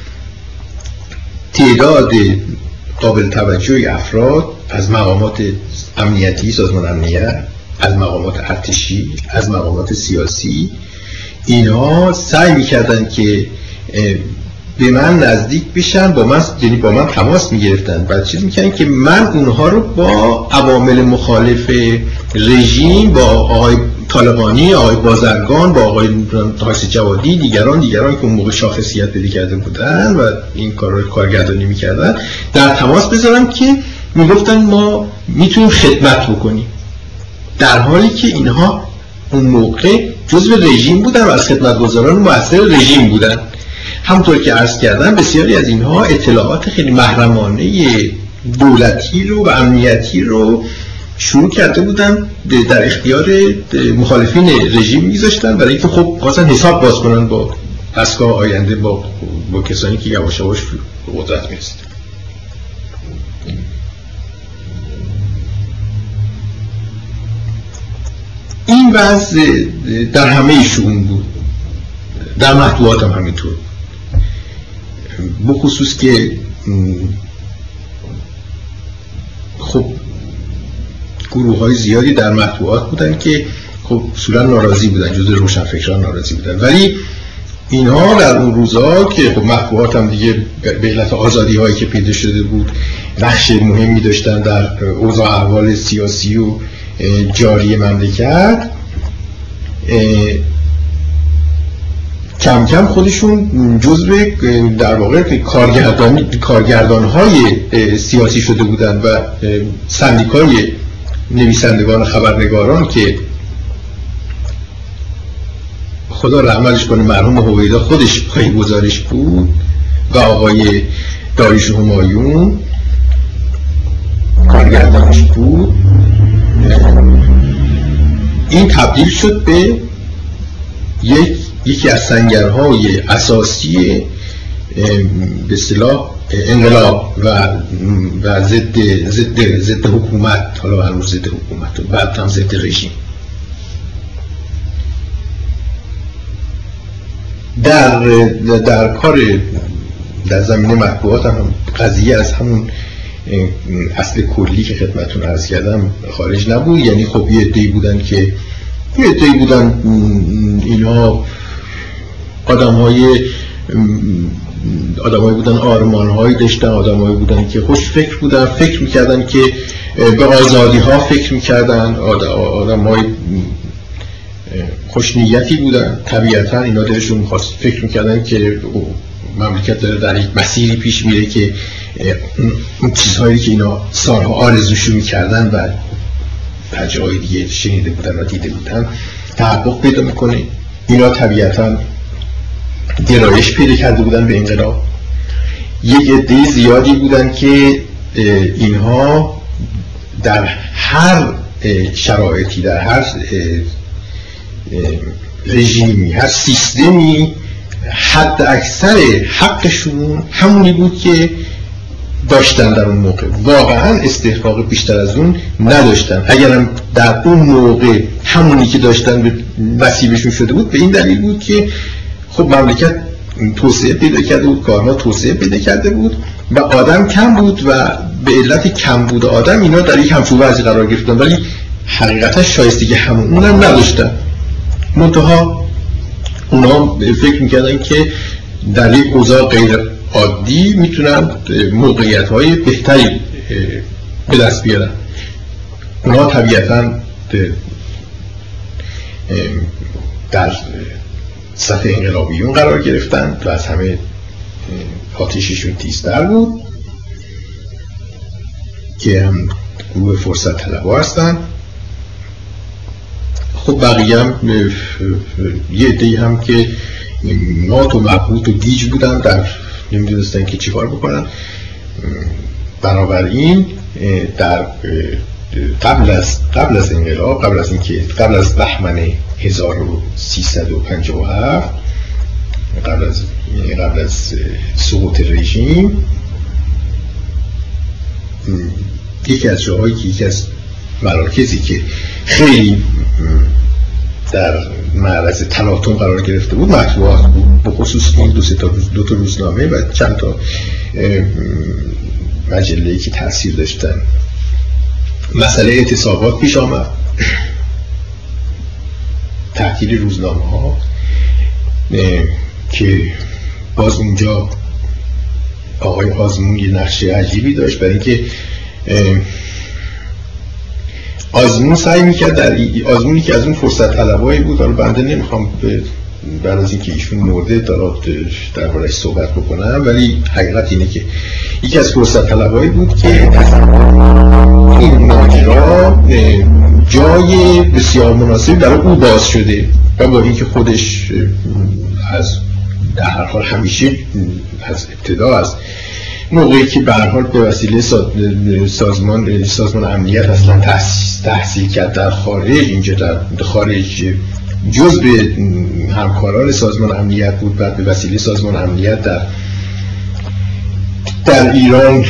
تعداد قابل توجهی افراد از مقامات امنیتی، سازمان امنیت، از مقامات ارتشی، از مقامات سیاسی، اینها سعی میکردن که به من نزدیک بشن، با من یعنی با من تماس میگرفتن، بعد چیز میکنن که من اونها رو با عوامل مخالف رژیم، با آقای طالقانی، آقای بازرگان، با آقای حاسی جوادی، دیگران که اون موقع شاخصیت پیدا کرده بودن و این کار رو کارگردانی میکردن در تماس بذارم که میگفتن ما میتونیم خدمت بکنیم، در حالی که اینها اون موقع جزو رژیم بودن و از خدمتگزاران مؤثر رژیم بودن. همونطور که عرض کردم بسیاری از اینها اطلاعات خیلی محرمانه دولتی رو و امنیتی رو شروع کرده بودن در اختیار مخالفین رژیم میذاشتن، برای اینکه خب خواستن حساب باز کنن با دستگاه آینده، با کسانی که یواش یواش به قدرت میرسید. این وضع در همه شؤون بود، در مطبوعات هم همینطور، بخصوص که خب گروه های زیادی در مطبوعات بودن که خب اصولا ناراضی بودن، جزء روشنفکران ناراضی بودن، ولی اینها در اون روزا که خب مطبوعات هم دیگه به علت آزادی هایی که پیدا شده بود نقش مهمی داشتن در اوضاع احوال سیاسی و جاری مملکت، کم کم خودشون جزو در واقع کارگردان‌های سیاسی شده بودن و سندیکای نویسندگان خبرنگاران که خدا رحمتش کنه مرحوم هویدا خودش پای گزارش بود و آقای داریوش همایون کارگردانش بود، این تبدیل شد به یکی از سنگرهای اساسی به اصطلاح انقلاب و ضد حکومت، حالا هنوز ضد حکومت و بعد هم ضد رژیم. در کار در زمینه مطبوعات هم قضیه از همون اصل کلی که خدمتتون عرض کردم خارج نبود. یعنی خب یه عده‌ای بودن که اینها آدم‌هایی بودن، آرمان‌هایی داشتن، آدم‌هایی بودن که خوش فکر بودن، فکر می‌کردن که به آزادی‌ها فکر می‌کردن، آدم‌های خوشنیتی بودن. طبیعتاً اینا دلشون می‌خواست، فکر می‌کردن که مملکت داره در یک مسیری پیش میره که اون چیزهایی که اینا سالها آرزوشو می‌کردن و در جای دیگه شنیده بودن و دیده بودن تحقق پیدا میکنه. اینا طبیعتاً گرایش پیدا کرده بودن به انقلاب. یک عده زیادی بودن که اینها در هر شرایطی، در هر رژیمی، هر سیستمی حد اکثر حقشون همونی بود که داشتن در اون موقع. واقعا استحقاق بیشتر از اون نداشتن. اگرم در اون موقع همونی که داشتن به نصیبشون شده بود، به این دلیل بود که خب مملکت توسعه پیدا کرده بود، کارها توسعه پیدا کرده بود و آدم کم بود و به علت کم بود آدم اینا در یک همچون وضعی قرار گرفتن، ولی حقیقتا شایستگی همون هم نداشتن. منتها اونا فکر میکردن که در یک اوضاع غیر عادی میتونن موقعیت‌های بهتری به دست بیارن. اونا طبیعتاً در صف انقلابیون قرار گرفتن و از همه آتششون تیزتر بود که هم گروه فرصت طلبها هستن. خب بقیه هم یه عده‌ای هم که نات و مبهوت و گیج بودن، در نمیدونستن که چی کار بکنن. بنابراین در قبل از انقلاب، قبل از بهمن 1357، قبل از سقوط رژیم، یکی از جاهایی که یکی از مراکزی که خیلی در معرض تلاطم قرار گرفته بود مطبوعات بود، به خصوص این دو تا روزنامه و چند تا مجله‌ای که تاثیر داشتن. مسئله اعتصابات پیش آمد، تعطیل روزنامه ها که باز اونجا آقای آزمون یه نقشه عجیبی داشت، برای اینکه آزمون سعی میکرد در آزمونی که از اون فرصت طلبایی بود، حالا بنده نمیخوام بعد از اینکه ایشون مرده درباره‌اش صحبت بکنم، ولی حقیقت اینه که یکی از فرصت طلبایی بود که این ماجرا جای بسیار مناسبی برای او باز شده و با اینکه خودش در هر حال همیشه از ابتدا از موقعی که به هر حال به وسیله سازمان امنیت اصلا تحصیل کرد در خارج، اینجا در خارج جز به همکاران سازمان امنیت بود، بعد به وسیله سازمان امنیت در ایران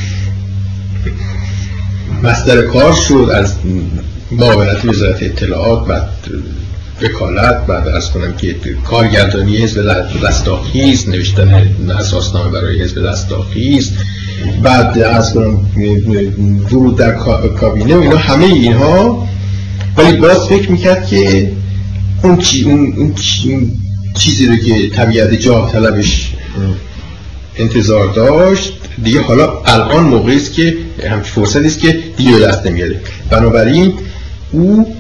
مصدر کار شد، از معاونت وزارت اطلاعات، بعد وکالت، بعد عرض کنم که کارگردانی حزب رستاخیز، نوشتن اساسنامه برای حزب رستاخیز، بعد عرض کنم ورود در کابینه و اینا، همه اینها. ولی باز فکر میکرد که اون چیزی رو که طبیعت جاه طلبش انتظار داشت دیگه، حالا الان موقعی است که همچین فرصتی است که دیگه دست نمیاره. بنابراین او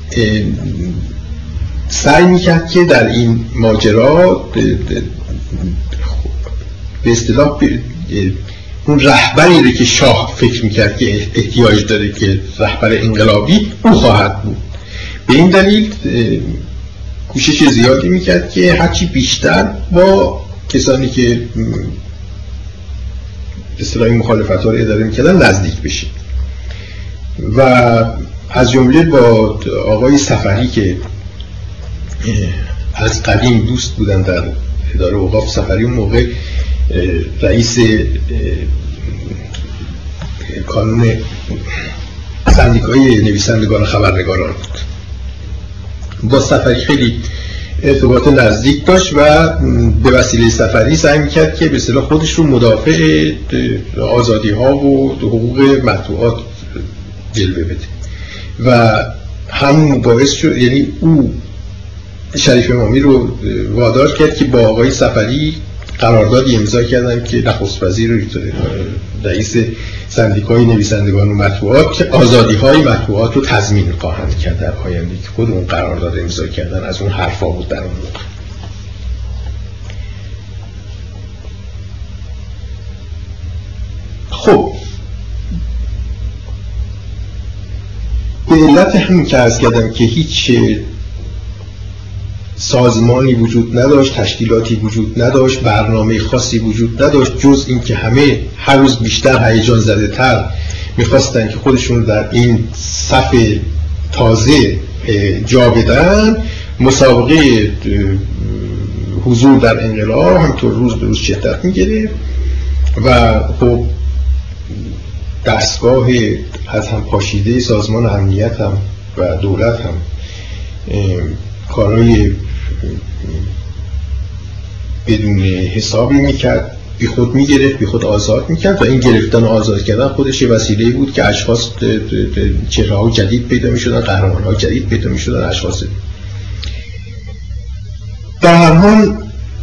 سعی میکرد که در این ماجرا به اصطلاح اون رهبری رو که شاه فکر میکرد که احتیاج داره که رهبر انقلابی او خواهد بود، به این دلیل کوشش زیادی میکرد که هرچی بیشتر با کسانی که اصطلاحی مخالفت ها رو اداره میکردن نزدیک بشه و از جمله با آقای صفری که از قدیم دوست بودن در اداره اوقاف. صفری اون موقع رئیس کانون سندیکای نویسندگان و خبرنگاران بود. با صفری خیلی ارتباط نزدیک داشت و به وسیله صفری سعی میکرد که به اصطلاح خودش رو مدافع آزادی ها و حقوق مطبوعات جلوه بده و همون باعث شد، یعنی او شریف امامی رو وادار کرد که با آقای صفری قراردادی امضا کردن که نخست وزیر رئیس سندیکای نویسندگان و مطبوعات که آزادی‌های مطبوعات رو تضمین خواهند کرد در آینده، که خود اون قرارداد امضا کردن از اون حرفا بود در اون موقع. خب به علت همین که عرض کردم که هیچ سازمانی وجود نداشت، تشکیلاتی وجود نداشت، برنامه خاصی وجود نداشت، جز این که همه هر روز بیشتر هیجان زده تر میخواستن که خودشون در این صف تازه جا بدن. مسابقه حضور در انقلاب همطور روز به روز شدت میگرفت و خب دستگاه از هم پاشیده سازمان امنیت هم و دولت هم کارهای بدون حسابی میکرد، بی خود میگرفت، بی خود آزاد میکرد و این گرفتن و آزاد کردن خودش یه وسیله بود که اشخاص چهره‌های جدید پیدا میشدن، قهرمان‌های جدید پیدا میشدن، اشخاص در هر حال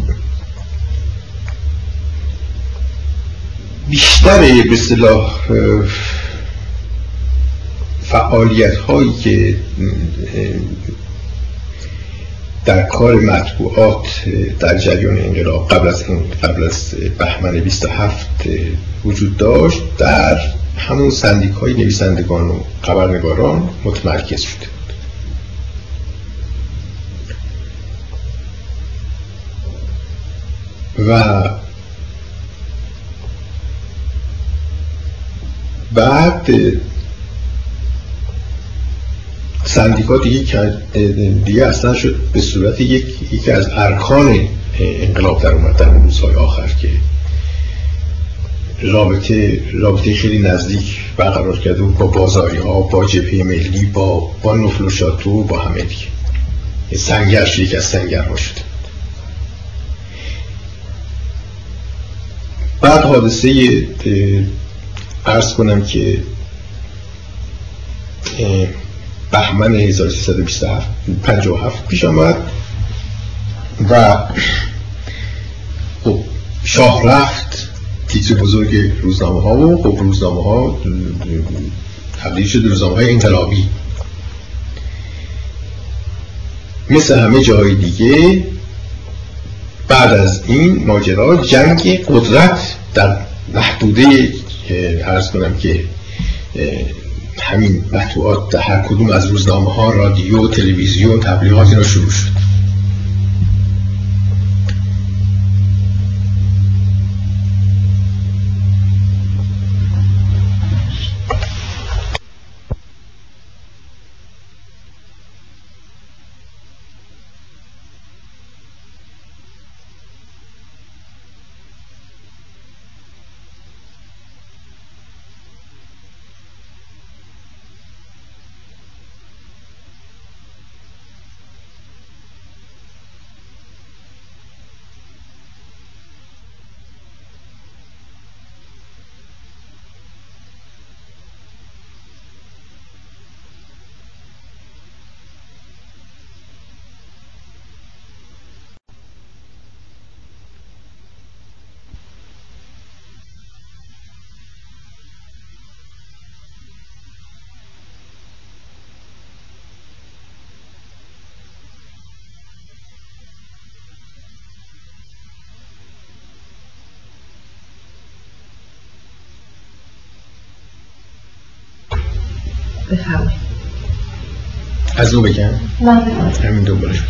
بیشتر به اصطلاح فعالیت هایی که در کار مطبوعات در جریان انقلاب قبل از بهمن 27 وجود داشت در همون سندیکای نویسندگان و خبرنگاران متمرکز شده. و بعد سندیکا دیگه اصلا شد به صورت یکی از ارکان انقلاب در اومد در روزهای آخر که رابطه خیلی نزدیک برقرار کرده با بازاری ها، با جبهه ملی، با نفل و شاتو، با همه دیگه. سنگرش یکی از سنگرها شده. بعد حادثه عرض کنم که بهمن 1357 پیش آمد و خب شاه رفت تیتر بزرگ روزنامه ها و خب روزنامه ها تبدیل شد روزنامه های انقلابی. مثل همه جای دیگه بعد از این ماجرا جنگ قدرت در محدوده عرض کنم که همین مطبوعات در هر کدوم از روزنامه ها، رادیو، تلویزیون، تبلیغات اینا شروع شد. بفرمایید. از نو بگم؟ نه بفرمایید. همین دنبالش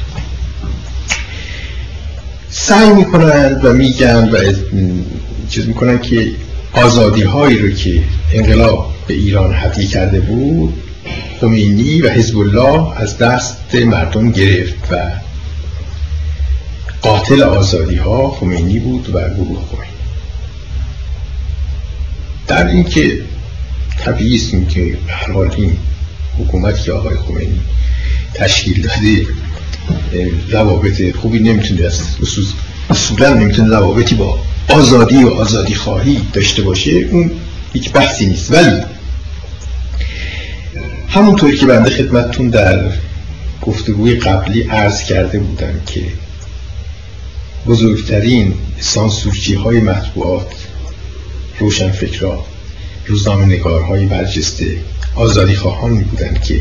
سعی میکنن و میگن و چیز میکنن که آزادی هایی رو که انقلاب به ایران هدیه کرده بود خمینی و حزب الله از دست مردم گرفت و قاتل آزادی ها خمینی بود و گروه خمینی. در این که طبیعی است که به هر حال این حکومتی که آقای خمینی تشکیل داده روابط خوبی نمیتونه اصولا نمیتونه روابطی با آزادی و آزادی خواهی داشته باشه، اون هیچ بحثی نیست. ولی همونطوری که بنده خدمتتون در گفتگوی قبلی عرض کرده بودم که بزرگترین سانسورچی های مطبوعات، روشنفکران، روزنامه نگارهای برجسته آزادی خواهان بودند که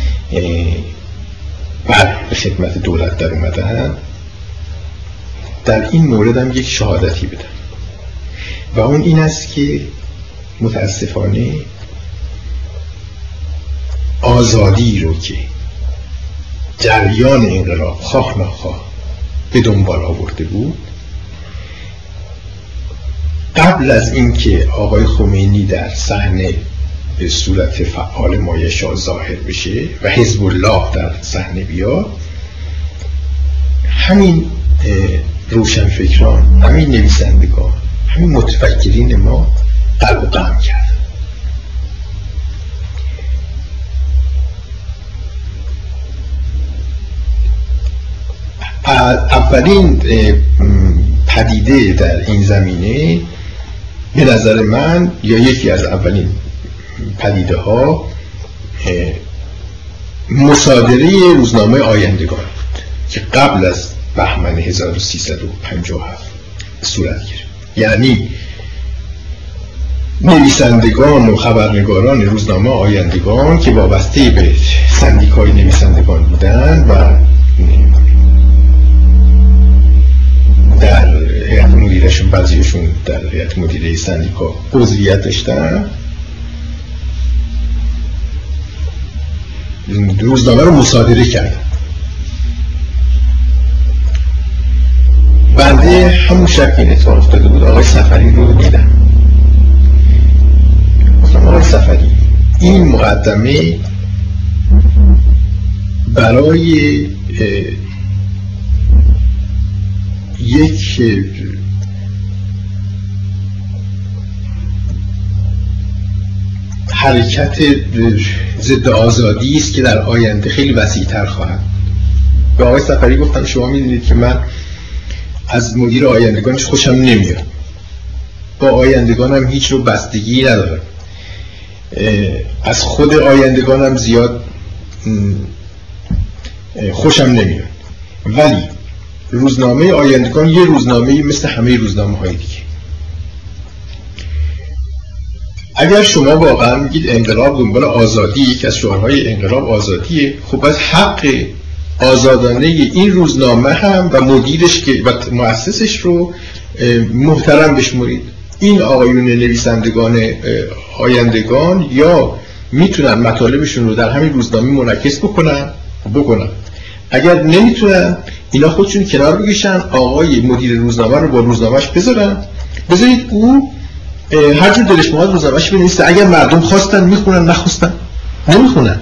بعد به خدمت دولت در اومدن، در این مورد هم یک شهادتی بدن و اون این است که متاسفانه آزادی رو که جریان انقلاب خواه نخواه به دنبال آورده بود، قبل از اینکه آقای خمینی در صحنه به صورت فعال مایشا ظاهر بشه و حزب الله در صحنه بیاد، همین روشنفکران، همین نویسندگان، همین متفکرین ما قلب و قم کردن. اولین پدیده در این زمینه به نظر من، یا یکی از اولین پدیده ها، مصادره روزنامه آیندگان بود که قبل از بهمن 1357 صورت گرفت. یعنی نویسندگان و خبرنگاران روزنامه آیندگان که وابسته به سندیکای نویسندگان بودند و در هیئت مدیرهشون، بعضیشون در هیئت مدیره سندیکا عضویت داشتن، روزنامه رو مصادره کردن. بنده همون شب این اتفاق افتاده بود آقای صفری رو دیدم. گفتم آقای صفری، این مقدمه برای یک حرکت ضد آزادی است که در آینده خیلی وسیع‌تر خواهد. به آقای صفری گفتم شما می‌دونید که من از مدیر آیندگانش خوشم نمیاد، با آیندگانم هیچ رو بستگی ندارم، از خود آیندگانم زیاد خوشم نمیاد، ولی روزنامه آیندگان یه روزنامه مثل همه روزنامه های دیگه، اگر شما واقعا میگید انقلاب دنبال آزادی، یکی از شعارهای انقلاب آزادیه، خب باید حق آزادانه این روزنامه هم و مدیرش که و مؤسسش رو محترم بشمرید. این آقایون نویسندگان آیندگان یا میتونن مطالبشون رو در همین روزنامه منعکس بکنن. اگر نمیتونن اینا خودشون کنار بکشن، آقای مدیر روزنامه رو با روزنامهش بذارید او هر جور دلش میخواد روزنامه‌اش بنویسه. اگر مردم خواستن میخونن، نخواستن نمیخونن.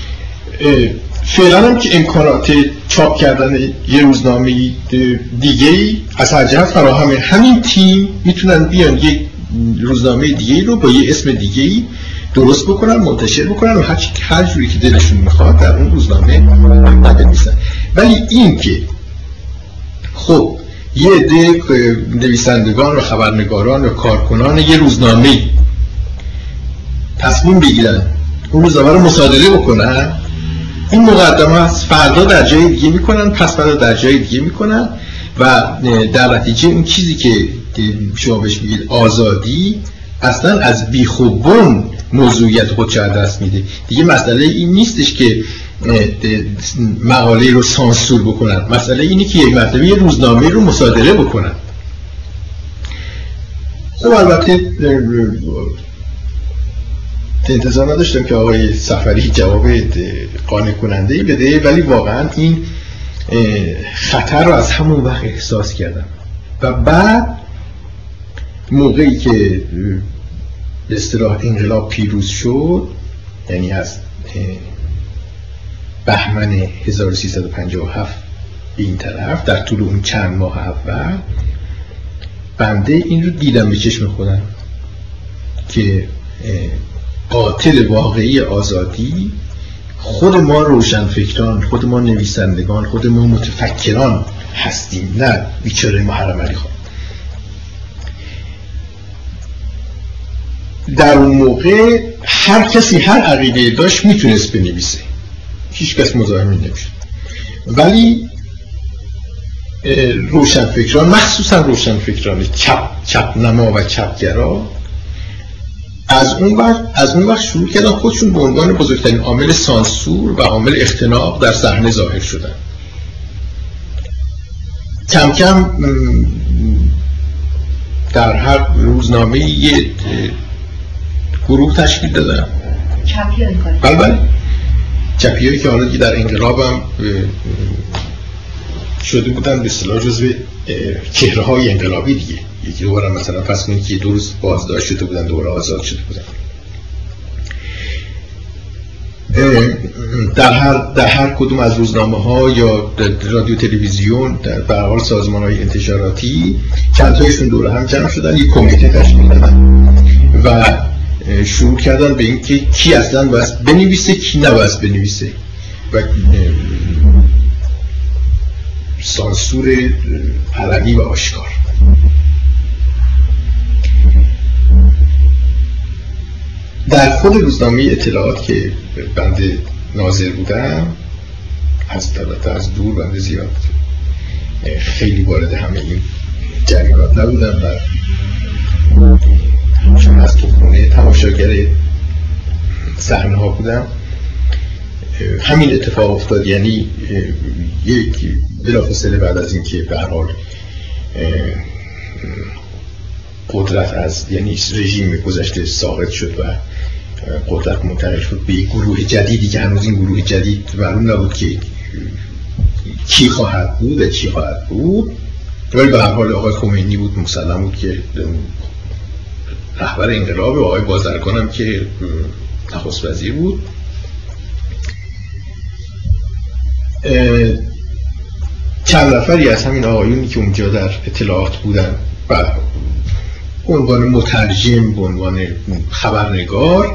فعلا هم که امکانات چاپ کردن یه روزنامه دیگه‌ای از هر جهت فراهمه، همین تیم میتونن بیان یک روزنامه دیگه‌ای رو با یه اسم دیگه‌ای درست بکنن، منتشر بکنن و هر جوری که دلشون میخواد در اون روزنامه بنویسن. ولی این که خب یه عده نویسندگان و خبرنگاران و کارکنان یه روزنامه تصمیم بگیرن اون روزنامه رو مصادره بکنن، این مقدمه است. فردا در جای دیگه میکنن، پس فردا در جای دیگه میکنن و در نتیجه اون چیزی که شما بهش میگید آزادی اصلا از بیخوبون موضوعیت خودش از دست میده. دیگه مسئله این نیستش که مقاله رو سانسور بکنن، مسئله اینه که یک مرتبه یه روزنامه رو مصادره بکنن. خب البته انتظار نداشتم که آقای سفری جواب قانع کننده‌ای بده، ولی واقعا این خطر رو از همون وقت احساس کردم و بعد موقعی که به اصطلاح انقلاب پیروز شد، یعنی از بهمن 1357 این طرف، در طول اون چند ماه اول بنده این رو دیدم به چشم خودم که قاتل واقعی آزادی خود ما روشنفکران، خود ما نویسندگان، خود ما متفکران هستیم، نه بیچاره محرم علی خان. در اون موقع هر کسی هر عقیده داشت میتونست بنویسه، هیچ کس مزاحم نمیشد، ولی روشنفکران، مخصوصا روشنفکران چپ نما و چپگرا از اون وقت شروع کردن خودشون به عنوان بزرگترین عامل سانسور و عامل اختناق در صحنه ظاهر شدن. کم کم در هر روزنامه یه گروه تشکیل دادن، بله چپیایی که حالا دیگه در انقلاب هم شده بودن به اصطلاح جزو چهره‌های انقلابی دیگه. یکی دوباره مثلا پس کنید که 2 روز بازداشت شده بودن، دوباره آزاد شده بودن. در هر کدوم از روزنامه‌ها یا رادیو تلویزیون، در هر حال سازمان‌های انتشاراتی چند تایشون دوره هم جمع شدن، یک کمیته تشکیل دادن و شروع کردن به این که کی اصلا باید بنویسه، کی نباید بنویسه و سانسور علنی و آشکار. در خود روزنامه اطلاعات که بنده ناظر بودم، از دور بنده زیاد خیلی وارد همه این جریانات نبودم و چون از تو خونه تماشاگر صحنه ها بودم، همین اتفاق افتاد. یعنی یک بلافاصله بعد از این که به هر حال قدرت از یعنی رژیم گذشته ساقط شد و قدرت منتقل شد به یک گروه جدیدی که هنوز این گروه جدید معلوم نبود که کی خواهد بود و چی خواهد بود، ولی به هر حال آقای خمینی بود، مسلم بود که رهبر انقلاب، و آقای بازرگان هم که نخست وزیر بود. چند نفری از همین آقایونی که اونجا در اطلاعات بودن و به عنوان مترجم، به عنوان خبرنگار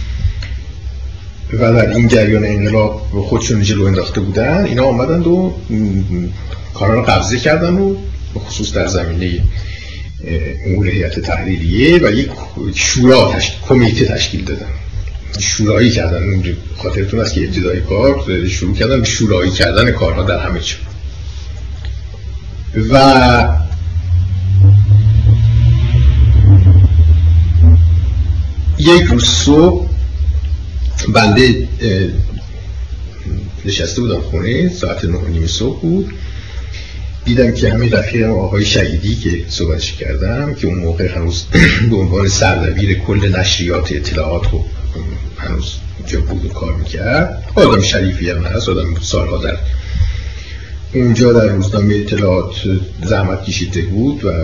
و در این جریان انقلاب خودشون جلو انداخته بودن، اینا آمدند و کارا رو قبضه کردن و به خصوص در زمینه امور هیئت تحریریه و یک شورا کمیته تشکیل دادن، شورایی کردن. خاطرتون است که ابتدای کار شروع کردن به شورایی کردن کارها در همه جا و یک روز صبح بنده نشسته بودم خونه، ساعت 9:30 صبح بود، دیدم که همین رفیقم آقای شهیدی که صحبتش کردم که اون موقع هنوز به عنوان سردبیر کل نشریات اطلاعات رو هنوز اونجا بود و کار میکرد، آدم شریفی هم هست، آدم سالها در اونجا در روزنامه اطلاعات زحمت کشیده بود و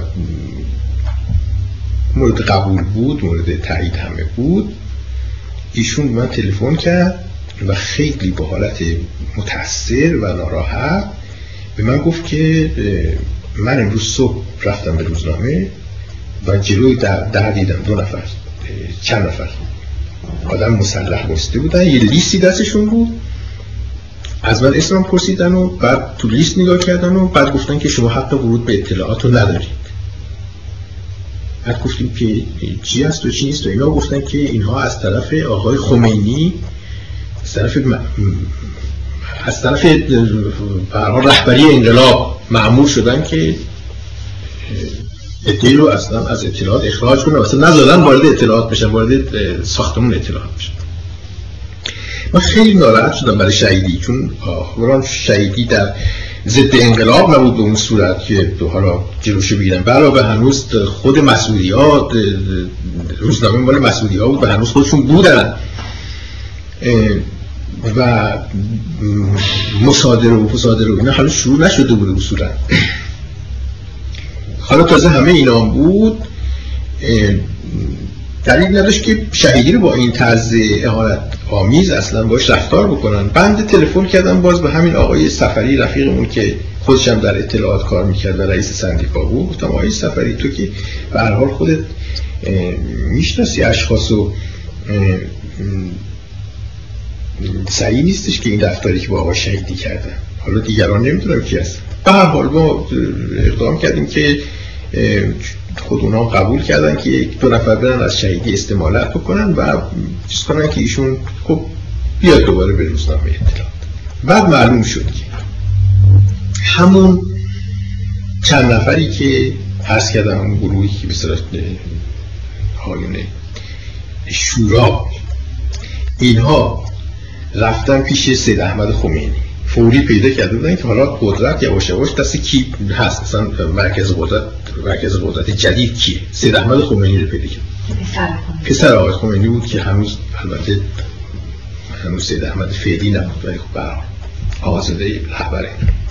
مورد قبول بود، مورد تایید همه بود. ایشون من تلفن کرد و خیلی به حالت متأثر و ناراحت به من گفت که من امروز صبح رفتم به روزنامه و جلوی در دیدم چند نفر آدم مسلح بسته بودن، یه لیستی دستشون بود، از من اسمم پرسیدن و بعد تو لیست نگاه کردن و بعد گفتن که شما حق ورود به اطلاعات رو ندارید. بعد گفتیم که چی هست و چی نیست و اینا گفتن که اینها از طرف آقای خمینی از طرف رهبری انقلاب مأمور شدن که اطلاعی رو اصلا از اطلاعات اخراج کنن، اصلا نذارن وارد اطلاعات بشن، وارد ساختمون اطلاعات بشن. من خیلی ناراحت شدم برای شهیدی، چون شهیدی در ضد انقلاب نبود به اون صورت که حالا جلوشو بگیرن، علاوه هنوز خود مسعودی‌ها، روزنامه مال مسعودی‌ها بود و هنوز خودشون بودن و مصادره و فصادره و اینا هنوز شروع نشده بود اصولا. حالا تازه همه اینا بود، دلیل نداشت که شهیدی رو با این طرز اهانت آمیز اصلا باش رفتار بکنن. بنده تلفن کردم باز به همین آقای سفری رفیقمون که خودش هم در اطلاعات کار میکرد و رئیس سندیکا بود. گفتم آقای سفری تو که به هر حال خودت میشناسی اشخاص و صحیح نیستش که این رفتاری که با آقای شهیدی کردن، حالا دیگران نمیدونم کی هست. به هر حال ما اقدام کردیم که خود اونا قبول کردن که یک دو نفر برن از شهیدی استمالت بکنن و چیز کنن که ایشون خب بیاد دوباره به روزنامه اطلاعات. بعد معلوم شد که همون چند نفری که عرض کردم، همون گروهی که به صورت حالون شورا اینها رفتن پیش سید احمد خمینی، فوری پیدا کرده بودن که حالا قدرت یواش یواش دست کی هست، مثلا مرکز قدرت جدید کیه. سید احمد خمینی رو پیدا کرد، پسر آقای خمینی بود که هنوز البته سید احمد فعلی نبود ولی خب آقازاده رهبره.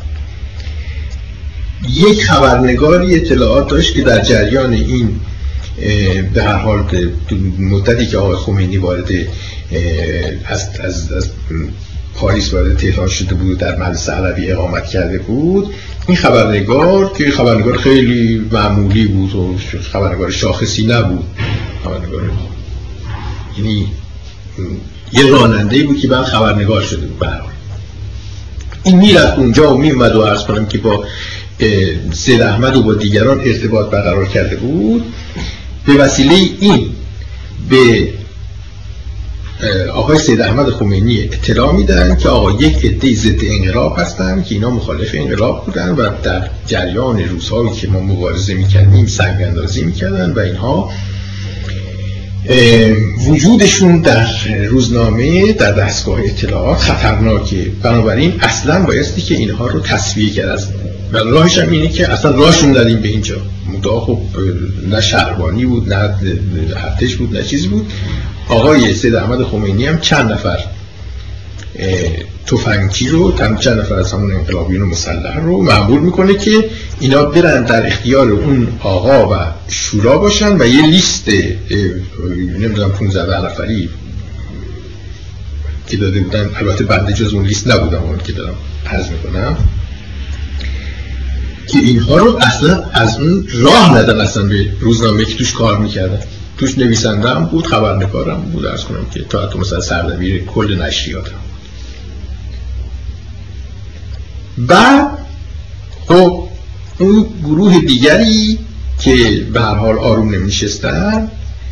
یک خبرنگاری اطلاعات داشت که در جریان این به هر حال مدتی که آقای خمینی وارد از پاریس وارد تهران شده بود، در مجلس عربی اقامت کرده بود، این خبرنگار که خبرنگار خیلی معمولی بود و خبرنگار شاخصی نبود، خبرنگار یعنی یه راننده‌ای بود که بعد خبرنگار شده بود. برای این میرفت اونجا و میومد و عرض کنم که با سید احمد و با دیگران ارتباط برقرار کرده بود. به وسیله این به آقای سید احمد خمینی اطلاع میدن که آقا یک عده ضد انقلاب هستن که اینا مخالف انقلاب بودن و در جریان روزهایی که ما مبارزه میکردیم سنگ اندازی میکردن و اینها وجودشون در روزنامه در دستگاه اطلاعات خطرناکه، بنابراین اصلا بایستی که اینها رو تصفیه کرد. و راهش هم اینه که اصلا راهشون دادیم به اینجا. مدعا خب نه شهربانی بود، نه ارتش بود، نه چیزی بود. آقای سید احمد خمینی هم چند نفر تفنگچی رو، چند نفر از همون انقلابیون مسلح رو مأمور میکنه که اینا برن در اختیار اون آقا و شورا باشن و یه لیست نمیدونم 15 نفری که داده بودن، البته بنده جز اون لیست نبودم اون که دارم عرض میکنم، که اینها رو اصلا از اون راه ندن اصلا به روزنامه که توش کار میکردن. توش نویسنده هم بود، خبرنگارم بود، عرض کنم که تا حتی مثلا سردبیر کل نشریات هم. بعد خب اون گروه دیگری که به هر حال آروم نمیشستن،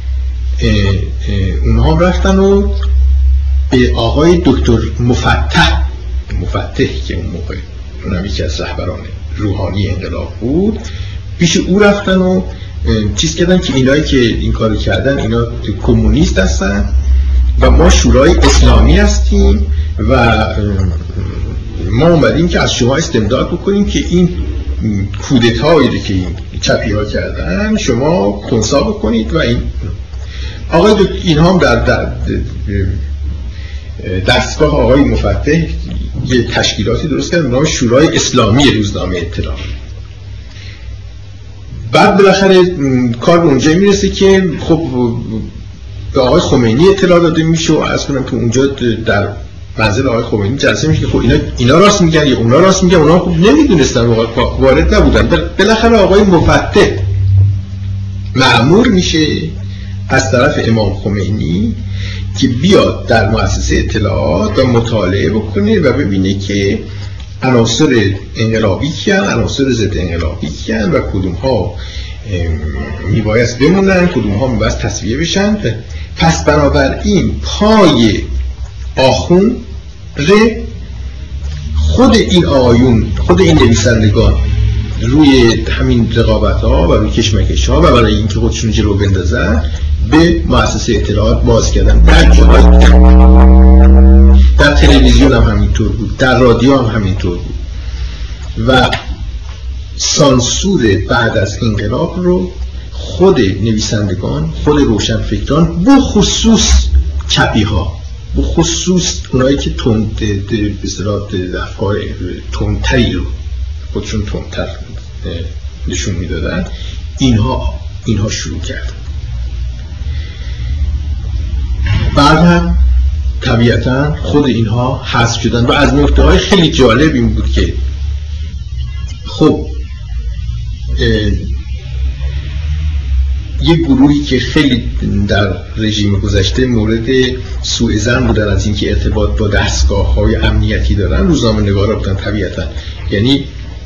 اونها رفتن و به آقای دکتر مفتح که اون موقع اونم یکی از رهبران روحانی انقلاب بود، پیش او رفتن و چیز کردن که اینایی که این کارو کردن اینا کمونیست هستن و ما شورای اسلامی هستیم و ما اومدیم که از شما استمداد بکنیم که این کودتایی رو که این چپی ها کردن شما خنثی بکنید و این آقای اینها هم در دستگاه آقای مفتح یه تشکیلاتی درست کردن به نام شورای اسلامی روزنامه اطلاع. بعد بالاخره کار به اونجا میرسه که خب به آقای خمینی اطلاع داده میشه و عرض کنم که اونجا در منزل آقای خمینی جلسه میشه که خب اینا راست میگن یا اونا راست میگن، اونا خب نمیدونستن وارد نبودن. بالاخره آقای مفتح مأمور میشه از طرف امام خمینی که بیاد در مؤسسه اطلاعات و مطالعه بکنه و ببینه که عناصر انقلابی کیان، عناصر ضد انقلابی کیان و کدوم ها میبایست بمونن، کدوم ها میبایست تصفیه بشن. پس بنابراین پای آخوند خود این آقایون، خود این نویسندگان روی همین رقابت ها و روی کشمکش ها و برای اینکه خودشون جلو بندازن به مؤسسه اطلاعات باز کردن. در تلویزیون هم همینطور بود، در رادیو هم همینطور بود و سانسور بعد از انقلاب رو خود نویسندگان، خود روشنفکران، به خصوص چپی ها، به خصوص اونایی که به اصطلاح افکار تندتری رو خودشون تندتر نشون میدادن، اینها شروع کردن. بعد هم طبیعتا خود اینها حذف شدن و از نکته‌های خیلی جالب این بود که خب یک گروهی که خیلی در رژیم گذشته مورد سوء ظن بودن از اینکه ارتباط با دستگاه‌های امنیتی دارن، روزنامه‌نگارا بودن طبیعتا. یعنی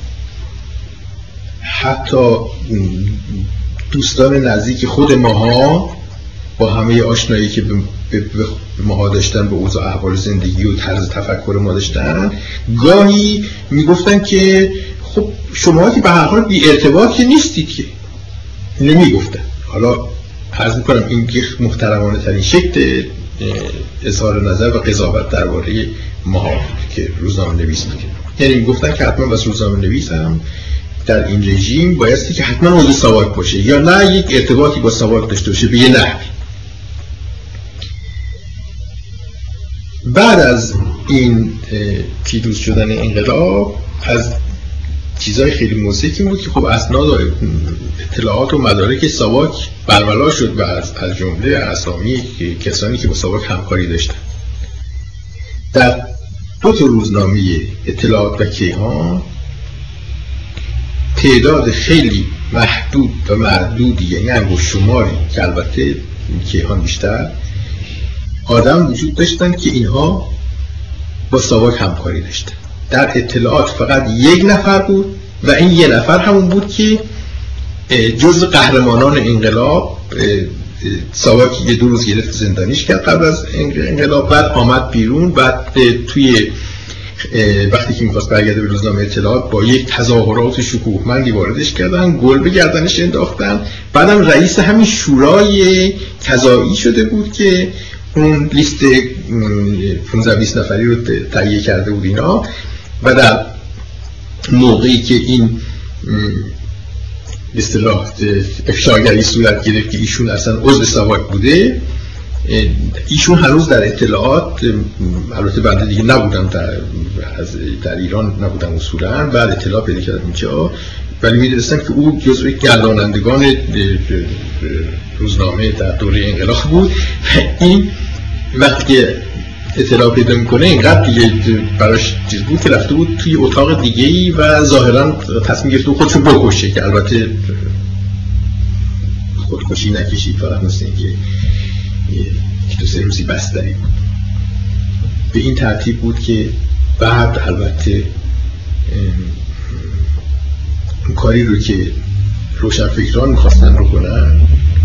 حتی دوستان نزدیک خود ماها با همه آشنایی که به ماها داشتن، به اوضاع احوال زندگی و طرز تفکر ما داشتن، گاهی میگفتن که خب شما که به هر حال بی ارتباط که نیستید که. نمیگفتن. حالا عرض میکنم این که محترمانه ترین شکل اظهار نظر و قضاوت درباره ما که روزنامه نویس بودیم. یعنی میگفتن که حتما بس روزنامه نویس هم در این رژیم بایستی که حتما موضوع ساواک باشه یا نه یک ارتباطی با ساواک داشته باشه به یه نحوی. بعد از این پیروز شدن انقلاب از چیزای خیلی موثقی بود که خب اسناد اطلاعات و مدارک ساواک برملا شد و از جمله اسامی کسانی که با ساواک همکاری داشتن. در دو تا روزنامه اطلاعات و کیهان تعداد خیلی محدود و معدودی، یعنی انگشت شماری که البته کیهان بیشتر، آدم وجود داشتن که اینها با ساواک همکاری داشتن. در اطلاعات فقط یک نفر بود و این یک نفر همون بود که جزء قهرمانان انقلاب ساواک یه 2 روز گرفت زندانیش کرد قبل از انقلاب، بعد آمد بیرون، بعد توی وقتی که می‌خواست برگرده به روزنامه اطلاعات با یک تظاهرات شکوهمندی واردش کردن، گل به گردنش انداختن. بعدم رئیس همین شورای قضایی شده بود که اون لیست 15-20 نفری رو تهیه کرده بود اینا. و در موقعی که این به اصطلاح افشاگری صورت گرفت که ایشون اصلا عضو ساواک بوده، ایشون هنوز در اطلاعات، البته بعد دیگه نبودم در ایران نبودم اصولا، بعد اطلاع پیدا کردم اینجا، ولی می‌دونستم که او جزو گردانندگان روزنامه در دوره انقلاب بود. این وقتی که اطلاع پیدا میکنه اینقدر دیگه براش چیز بود که رفته بود توی اتاق دیگه‌ای و ظاهراً تصمیم گرفته بود خودشو بکشه، که البته خودکشی نکشید، فقط مثل اینکه 2-3 روزی بستری بود. به این ترتیب بود که بعد البته اون کاری رو که روشنفکران میخواستن رو کنن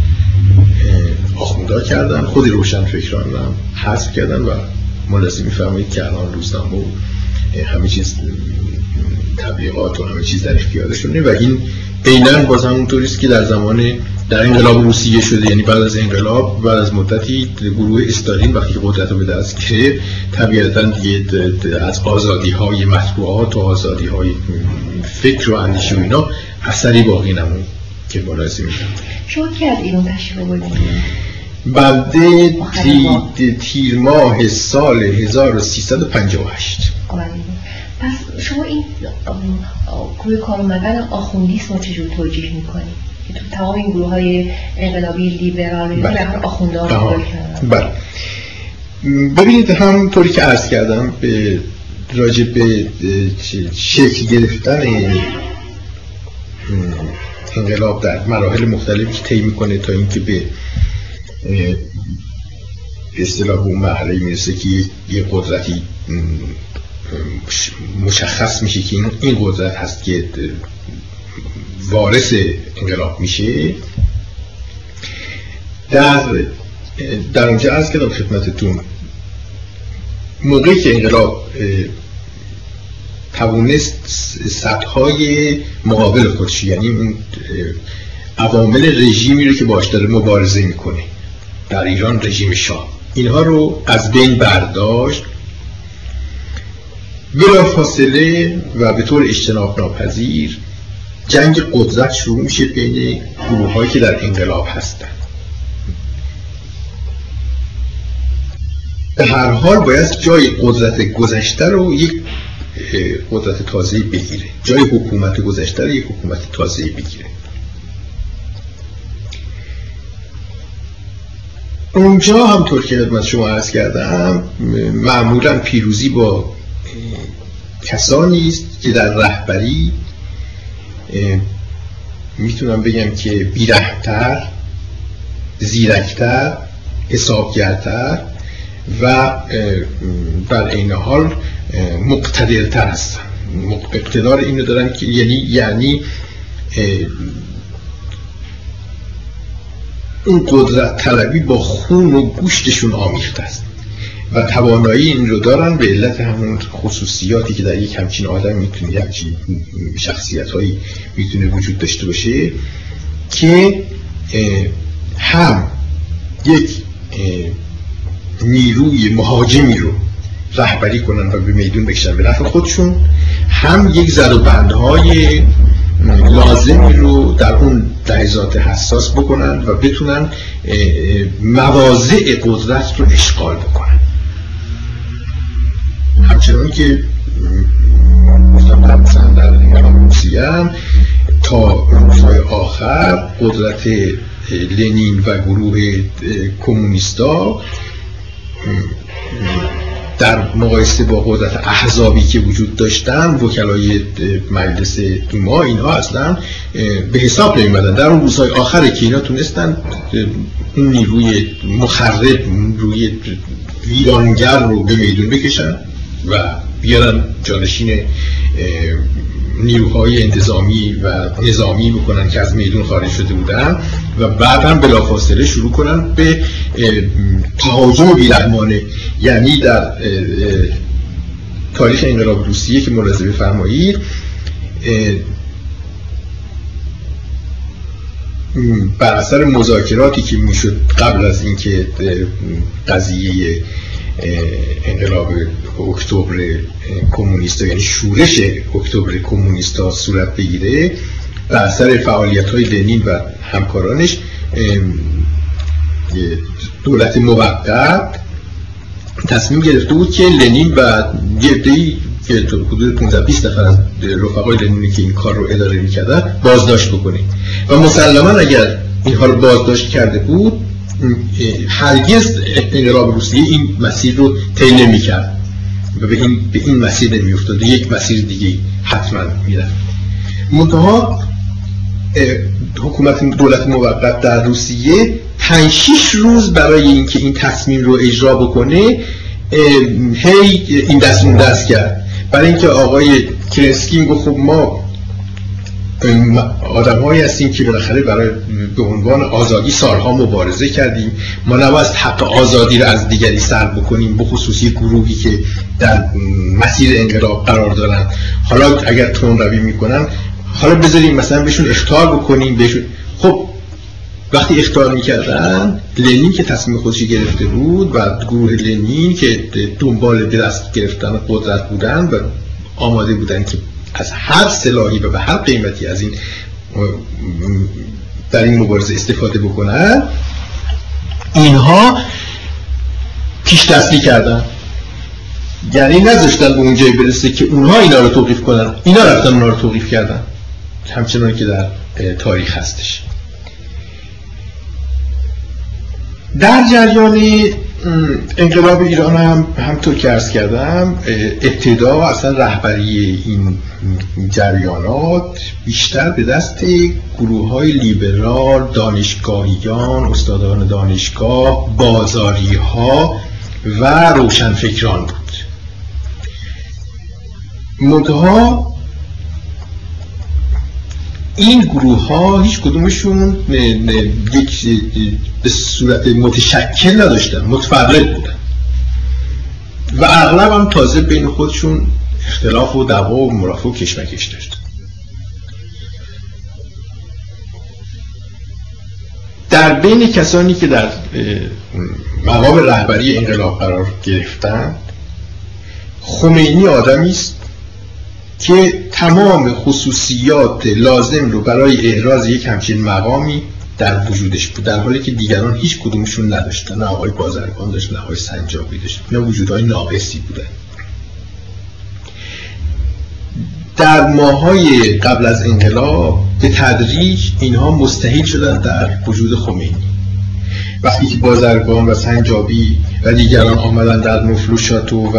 آخوندا کردن، خود روشنفکران هم حذف کردن و ما لازم میفهمید که الان روزنامه همه چیز تبلیغات و همه چیز در اختیارشونه و این عیناً باز همونطوری است که در انقلاب روسیه شده. یعنی بعد از انقلاب، بعد از مدتی، گروه استالین وقتی که قدرت رو به دست گرفت طبیعتاً دیگه از آزادی‌های مطبوعات و آزادی‌های فکر و اندیشه و اینا اثری باقی نموند که ملاحظه می‌کنم. شما کی از ایران تشریف آوردید؟ بنده تیر ماه سال 1358. پس شما این گروه کارآمدان آخوندیسم رو چجور توجیه میکنید؟ که تو تمام این گروه های انقلابی لیبرال آخونده ها رو کردن. بله. ببینید همونطوری که عرض کردم به راجع به شکل گرفتن انقلاب در مراحل مختلفی که طی میکنه تا اینکه به اصطلاح اون مرحله میرسه که یه قدرتی مشخص میشه که این قدرت هست که وارث انقلاب میشه. در اونجا عرض کردم خدمتتون موقعی که انقلاب توانست سطح‌های مقابل خودش، یعنی اون عوامل رژیمی رو که باهاش داره مبارزه میکنه، در ایران رژیم شاه، اینها رو از بین برداشت، بلافاصله و به طور اجتناب ناپذیر جنگ قدرت شروع میشه بین گروه‌هایی که در انقلاب هستن. به هر حال باید جای قدرت گذشته رو یک قدرت تازه بگیره، جای حکومت گذشته رو یک حکومت تازه بگیره. اونجا همطور که خدمت شما عرض کردم معمولا پیروزی با کسانی است که در رهبری میتونم بگم که بی‌رحم‌تر، زیرکتر، حسابگرتر و در این حال مقتدرتر هستن. اقتدار اینو دارن که یعنی اون قدرت طلبی با خون و گوشتشون آمیخته است و توانایی این رو دارن به علت همون خصوصیاتی که در یک همچین آدم میتونه، یک همچین شخصیت‌هایی میتونه وجود داشته باشه که هم یک نیروی مهاجمی رو رهبری کنن و به میدون بکشن به نفع خودشون، هم یک زدوبندهای لازمی رو در اون لحظات حساس بکنن و بتونن مواضع قدرت رو اشغال بکنن. همچنان که مثلا در انقلاب روسیه هم تا روزهای آخر قدرت لنین و گروه کمونیستا در مقایسه با قدرت احزابی که وجود داشتن، وکلای مجلس دوما، اینها اصلا به حساب نمی‌آمدن. در اون روزهای آخره که اینا تونستن اون نیروی مخرب، روی ویرانگر رو به میدون بکشن و بیارن جانشین نیروهای انتظامی و نظامی بکنن که از میدون خارج شده بودن و بعد هم بلافاصله شروع کنن به تهاجم بی‌رحمانه. یعنی در تاریخ انقلاب روسیه که ملاحظه بفرمایید، بر اثر مذاکراتی که میشد قبل از اینکه قضیه انقلاب اکتبر کمونیستا، یعنی شورش اکتبر کمونیستا صورت بگیره، بر اثر فعالیت‌های لنین و همکارانش دولت موقت تصمیم گرفته بود که لنین و گرده‌ای که حدود 15-20 نفر از رفقای لنینی که این کار رو اداره می‌کردن بازداشت بکنه و مسلماً اگر اینها رو بازداشت کرده بود هرگز انقلاب روسیه این مسیر رو طی نمی‌کرد و به این مسیر نمی‌افتاد، یک مسیر دیگه حتما می‌رفت. منتها حکومت دولت موقت در روسیه 5-6 روز برای اینکه این تصمیم رو اجرا بکنه این دست اون دست کرد. برای اینکه آقای کرنسکی گفت خب ما آدم‌هایی هستیم که بالاخره برای به عنوان آزادی سالها مبارزه کردیم. ما نباید حق آزادی رو از دیگری سلب بکنیم، به خصوص گروهی که در مسیر انقلاب قرار دارن. حالا اگر تندروی میکنن، حالا بذاریم مثلا بهشون اخطار بکنیم بهشون. خب وقتی اخطار میکردن، لنین که تصمیم خودشی گرفته بود و گروه لنین که دنبال به دست گرفتن قدرت بودن و آماده بودن که از هر سلاحی و به هر قیمتی از این در این مبارزه استفاده بکنن، اینها پیش دستی کردن، یعنی نذاشتن به اونجایی برسه که اونها اینا رو توقیف کنن، اینا رفتن اونها رو توقیف کردن، همچنان که در تاریخ هستش. در جریان انقلاب ایران هم همطور که عرض کردم، ابتدا اصلا رهبری این جریانات بیشتر به دست گروه‌های لیبرال، دانشگاهیان، استادان دانشگاه، بازاری‌ها و روشنفکران بود. منتها این گروه ها هیچ کدومشون به صورت متشکل نداشتن، متفرق بودن و اغلب هم تازه بین خودشون اختلاف و دعوا و مرافع و کشمکش داشتن. در بین کسانی که در مقام رهبری انقلاب قرار گرفتند، خمینی آدمی است که تمام خصوصیات لازم رو برای احراز یک همچین مقامی در وجودش بود، در حالی که دیگران هیچ کدومشون نداشتن. نه آقای بازرگان داشت، نه آقای سنجابی داشت، نه وجودهای ناقصی بودن. در ماه‌های قبل از انقلاب به تدریج اینها مستحیل شدن در وجود خمینی. وقتی که بازرگان و سنجابی و دیگران آمدن در نفل و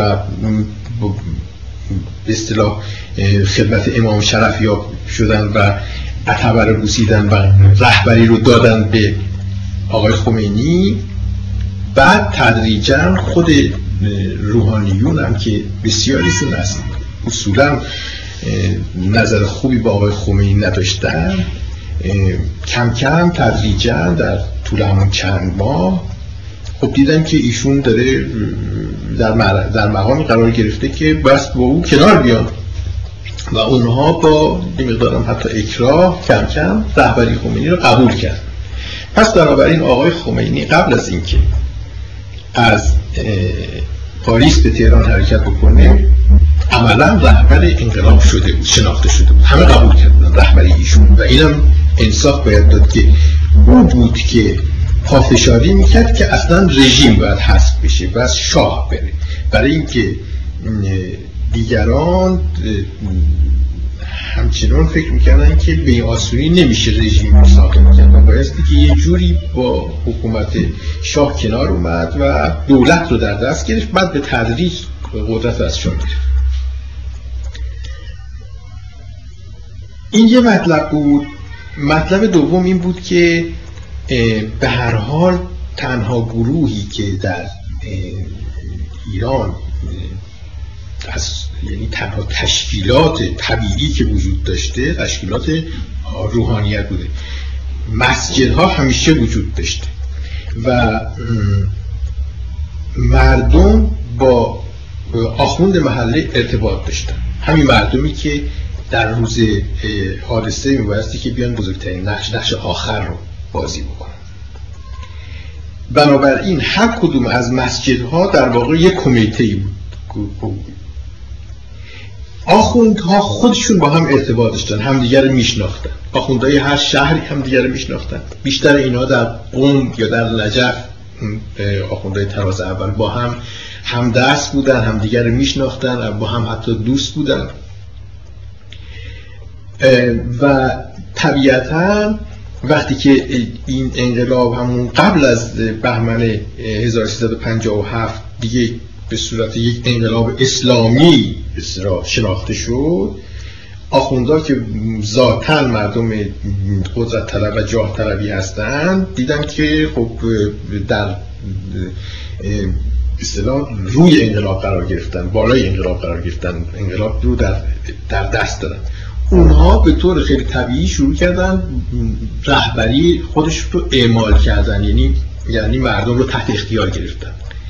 به اصطلاح خدمت امام شرفیاب شدن و عتبه رو بوسیدن و رهبری رو دادن به آقای خمینی، بعد تدریجاً خود روحانیون هم که بسیاریشون هستن اصولاً نظر خوبی با آقای خمینی نداشتن، کم کم تدریجاً در طول همون چند ماه خب دیدن که ایشون داره در مقامی قرار گرفته که بس با او کنار بیان و اونها با مقدارم حتی اکراه کم کم رهبری خمینی رو قبول کرد. پس بنابراین آقای خمینی قبل از اینکه از پاریس به تهران حرکت بکنه عملا رهبر انقلاب شده بود، شناخته شده بود، همه قبول کردن رهبری ایشون و اینم انصاف باید داد که اون بود که پافشاری میکرد که اصلا رژیم باید حذف بشه و از شاه بره، برای اینکه دیگران همچنان فکر میکردن که به این آسونی نمیشه رژیم رو ساخته کردن، بایستی که یه جوری با حکومت شاه کنار اومد و دولت رو در دست گرفت، بعد به تدریج قدرت از شاه گرفت. این یه مطلب بود. مطلب دوم این بود که به هر حال تنها گروهی که در ایران یعنی تنها تشکیلات طبیعی که وجود داشته تشکیلات روحانیت بوده. مسجدها همیشه وجود داشته و مردم با آخوند محله ارتباط داشتن، همین مردمی که در روز حادثه میبایستی که بیان بزرگترین نقش آخر رو بازی بکنن. بنابراین هر کدوم از مسجدها در واقع یک کمیته‌ای بود. آخوندها خودشون با هم ارتباط داشتن، همدیگر رو میشناختن. آخوندهای هر شهری همدیگر رو میشناختن. بیشتر اینا در قم یا در نجف آخوندهای تراز اول با هم همدست بودن، همدیگر رو میشناختن، با هم حتی دوست بودن و طبیعتاً وقتی که این انقلاب همون قبل از بهمن 1357 دیگه به صورت یک انقلاب اسلامی شناخته شد، آخوندها که ذاتاً مردم قدرت طلب و جاه طلبی هستند دیدن که خب در اصطلاح روی انقلاب قرار گرفتن، بالای انقلاب قرار گرفتن، انقلاب رو در دست دارن. اونها به طور خیلی طبیعی شروع کردن رهبری خودش رو اعمال کردن، یعنی مردم رو تحت اختیار گرفتن.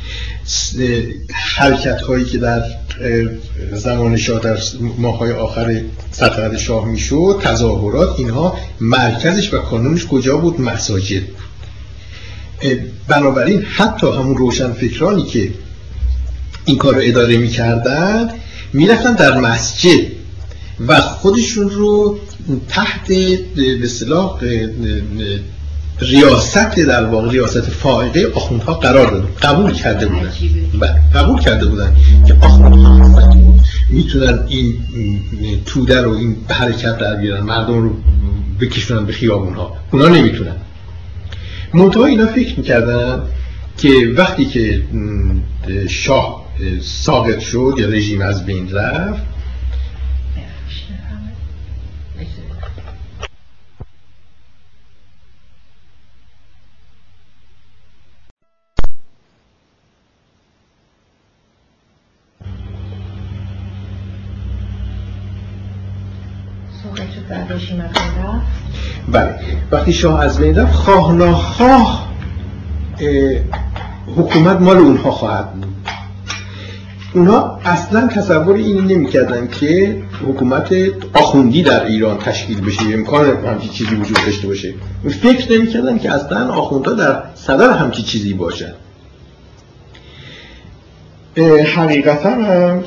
حرکت هایی که در زمان شاه در ماه‌های آخر سلطنت شاه میشد، تظاهرات، اینها مرکزش و کانونش کجا بود؟ مساجد. بنابراین حتی همون روشنفکرانی که این کار رو اداره میکردن میرفتن در مسجد و خودشون رو تحت به اصطلاح ریاست، در واقع ریاست فائقه آخوندها قرار دادن، قبول کرده بودن که آخوندها میتونن این توده رو، این حرکت در بیارن، مردم رو بکشونن به خیابونها، اونا نمیتونن. منتها اینا فکر میکردن که وقتی که شاه ساقط شد یا رژیم از بین رفت، بله، وقتی شاه از بین رفت، خواه ناخواه حکومت مال اونها خواهد بود. اونها اصلا تصور اینو نمی‌کردن که حکومت آخوندی در ایران تشکیل بشه، امکان همچین چیزی وجود داشته باشه. فکر نمی‌کردن که اصلا آخوندها در صدر همچین چیزی باشن. حقیقتا هم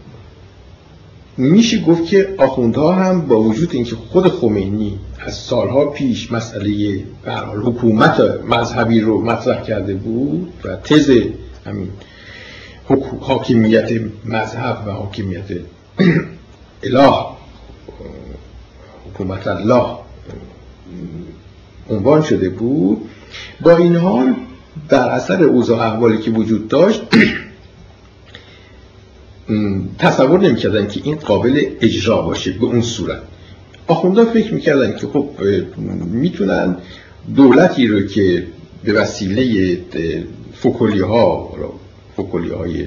میشه گفت که آخوندها هم با وجود اینکه خود خمینی از سالها پیش مسئله به هر حال حکومت مذهبی رو مطرح کرده بود و تز همین حاکمیت مذهب و حاکمیت اله، حکومت الله عنوان شده بود، با این حال در اثر اوضاع احوالی که وجود داشت تصور نمی‌کردن که این قابل اجرا باشه به اون صورت. آخوندها فکر می‌کردن که خب میتونن دولتی رو که به وسیله فکولی‌های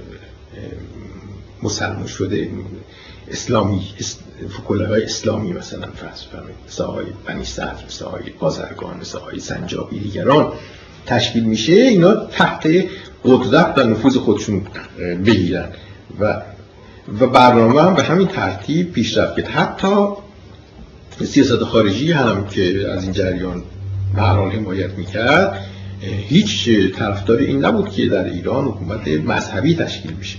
مسلمان شده اسلامی، فکولی‌های اسلامی مثلا فرض فرمایید، مثل آقای بنی صدر، مثل آقای بازرگان، مثل آقای سنجابی، دیگران تشکیل میشه، اینا تحت قدرت و نفوذ خودشون بگیرن و برنامه هم به همین ترتیب پیش رفت که حتی سیاست خارجی هم که از این جریان به هر حال حمایت میکرد، هیچ طرفدار این نبود که در ایران حکومت مذهبی تشکیل بشه،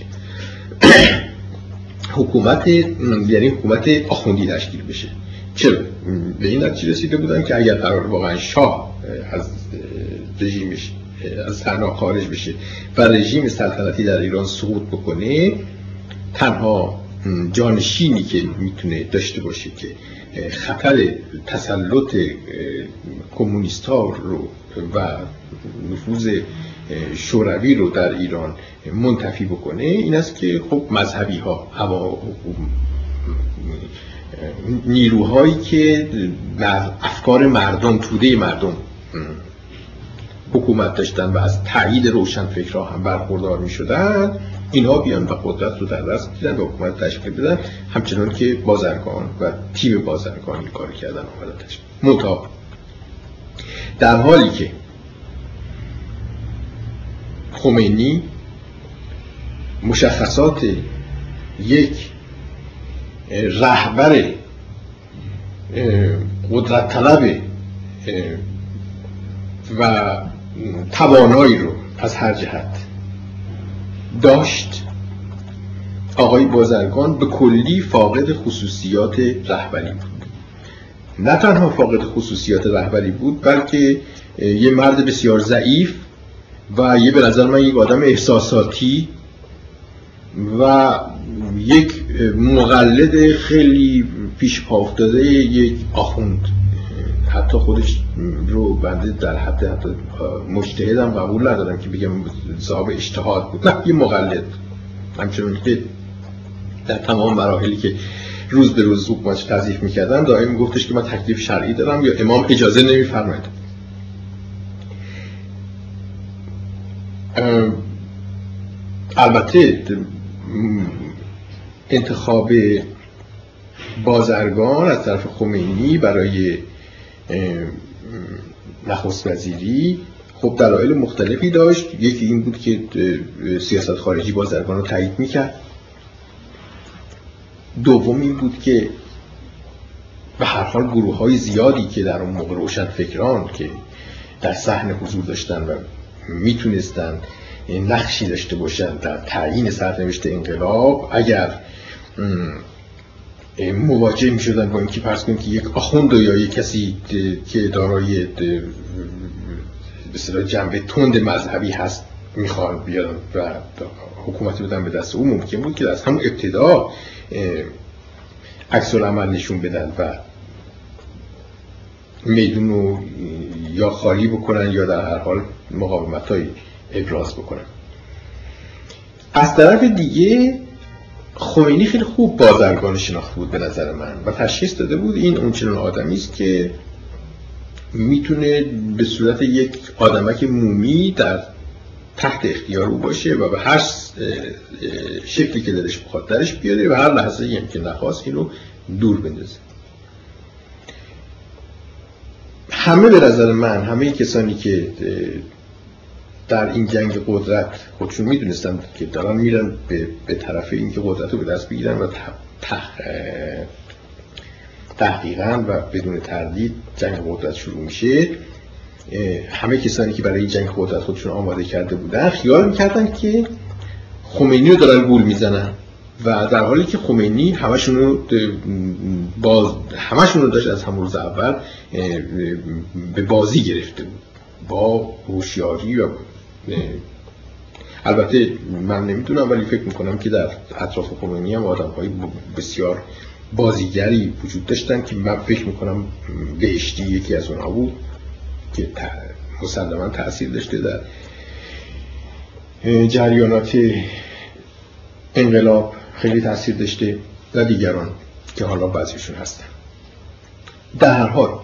یعنی حکومت آخوندی تشکیل بشه. چرا؟ به این نتیجه رسیده بودن که اگر قرار واقعا شاه از رژیمش از سرنا خارج بشه و رژیم سلطنتی در ایران سقوط بکنه، تنها جانشینی که میتونه داشته باشه که خطر تسلط کمونیست ها رو و نفوذ شوروی رو در ایران منتفی بکنه این است که خب مذهبی ها، نیروهایی که در افکار مردم، توده مردم حکومت داشتن و از تایید روشنفکرها هم برخوردار می شدن، اینها بیان و قدرت رو در دست بگیرن و حکومت تشکیل بدن، همچنان که بازرگان و تیم بازرگان این کار کردن آمدن تشکیل. منتها در حالی که خمینی مشخصات یک رهبر قدرت طلب و توانایی رو از هر جهت داشت، آقای بازرگان به کلی فاقد خصوصیات رهبری بود. نه تنها فاقد خصوصیات رهبری بود، بلکه یه مرد بسیار ضعیف و به نظر من یک آدم احساساتی و یک مقلد خیلی پیش پا افتاده یک آخوند. حتی خودش رو بنده در حد مجتهدم قبول ندارم که بگم صاحب اجتهاد بود، نه، یه مقلد. همچنین که در تمام مراحلی که روز به روز حکومتش تضعیف میکردن دائم گفتش که من تکلیف شرعی دارم یا امام اجازه نمیفرماید. البته انتخاب بازرگان از طرف خمینی برای نخست وزیری خب دلایل مختلفی داشت. یکی این بود که سیاست خارجی بازرگان رو تایید میکرد. دوم این بود که به هر حال گروه‌های زیادی که در اون موقع روشنفکران که در صحنه حضور داشتن و میتونستن نقشی داشته باشن در تعیین سرنوشت انقلاب، اگر مواجه میشدن با اینکه فرض کنید که یک آخوند یا یک کسی که دارای به اصطلاح جنبه تند مذهبی هست میخوان بیان و حکومت بدن به دست او، ممکن بود که از همون ابتدا عکس العمل نشون بدن و میدون رو یا خالی بکنن یا در هر حال مقاومت‌های ابراز بکنن. از طرف دیگه خمینی خیلی خوب بازرگان شناخته بود به نظر من و تشخیص داده بود این اونچنان آدمی است که میتونه به صورت یک آدمک مومی در تحت اختیار او باشه و به هر شکلی که دلش بخواد درش بیاره و هر لحظه هم که نخواست این رو دور بندازه. همه به نظر من، همه کسانی که در این جنگ قدرت خودشون میدونستن که دارن میرن به طرف اینکه قدرت رو به دست بگیرن و تحقیقاً و بدون تردید جنگ قدرت شروع میشه، همه کسانی که برای این جنگ قدرت خودشون آماده کرده بودن خیال میکردن که خمینی رو دارن گول میزنن و در حالی که خمینی همشون رو داشت از همون روز اول به بازی گرفته بود با هوشیاری و البته من نمیدونم ولی فکر میکنم که در اطراف خمینی هم آدم‌های بسیار بازیگری وجود داشتن که من فکر میکنم بهشتی یکی از اونها بود که مسلماً تأثیر داشته در جریانات انقلاب، خیلی تأثیر داشته و دیگران که حالا بعضیشون هستن. در هر حال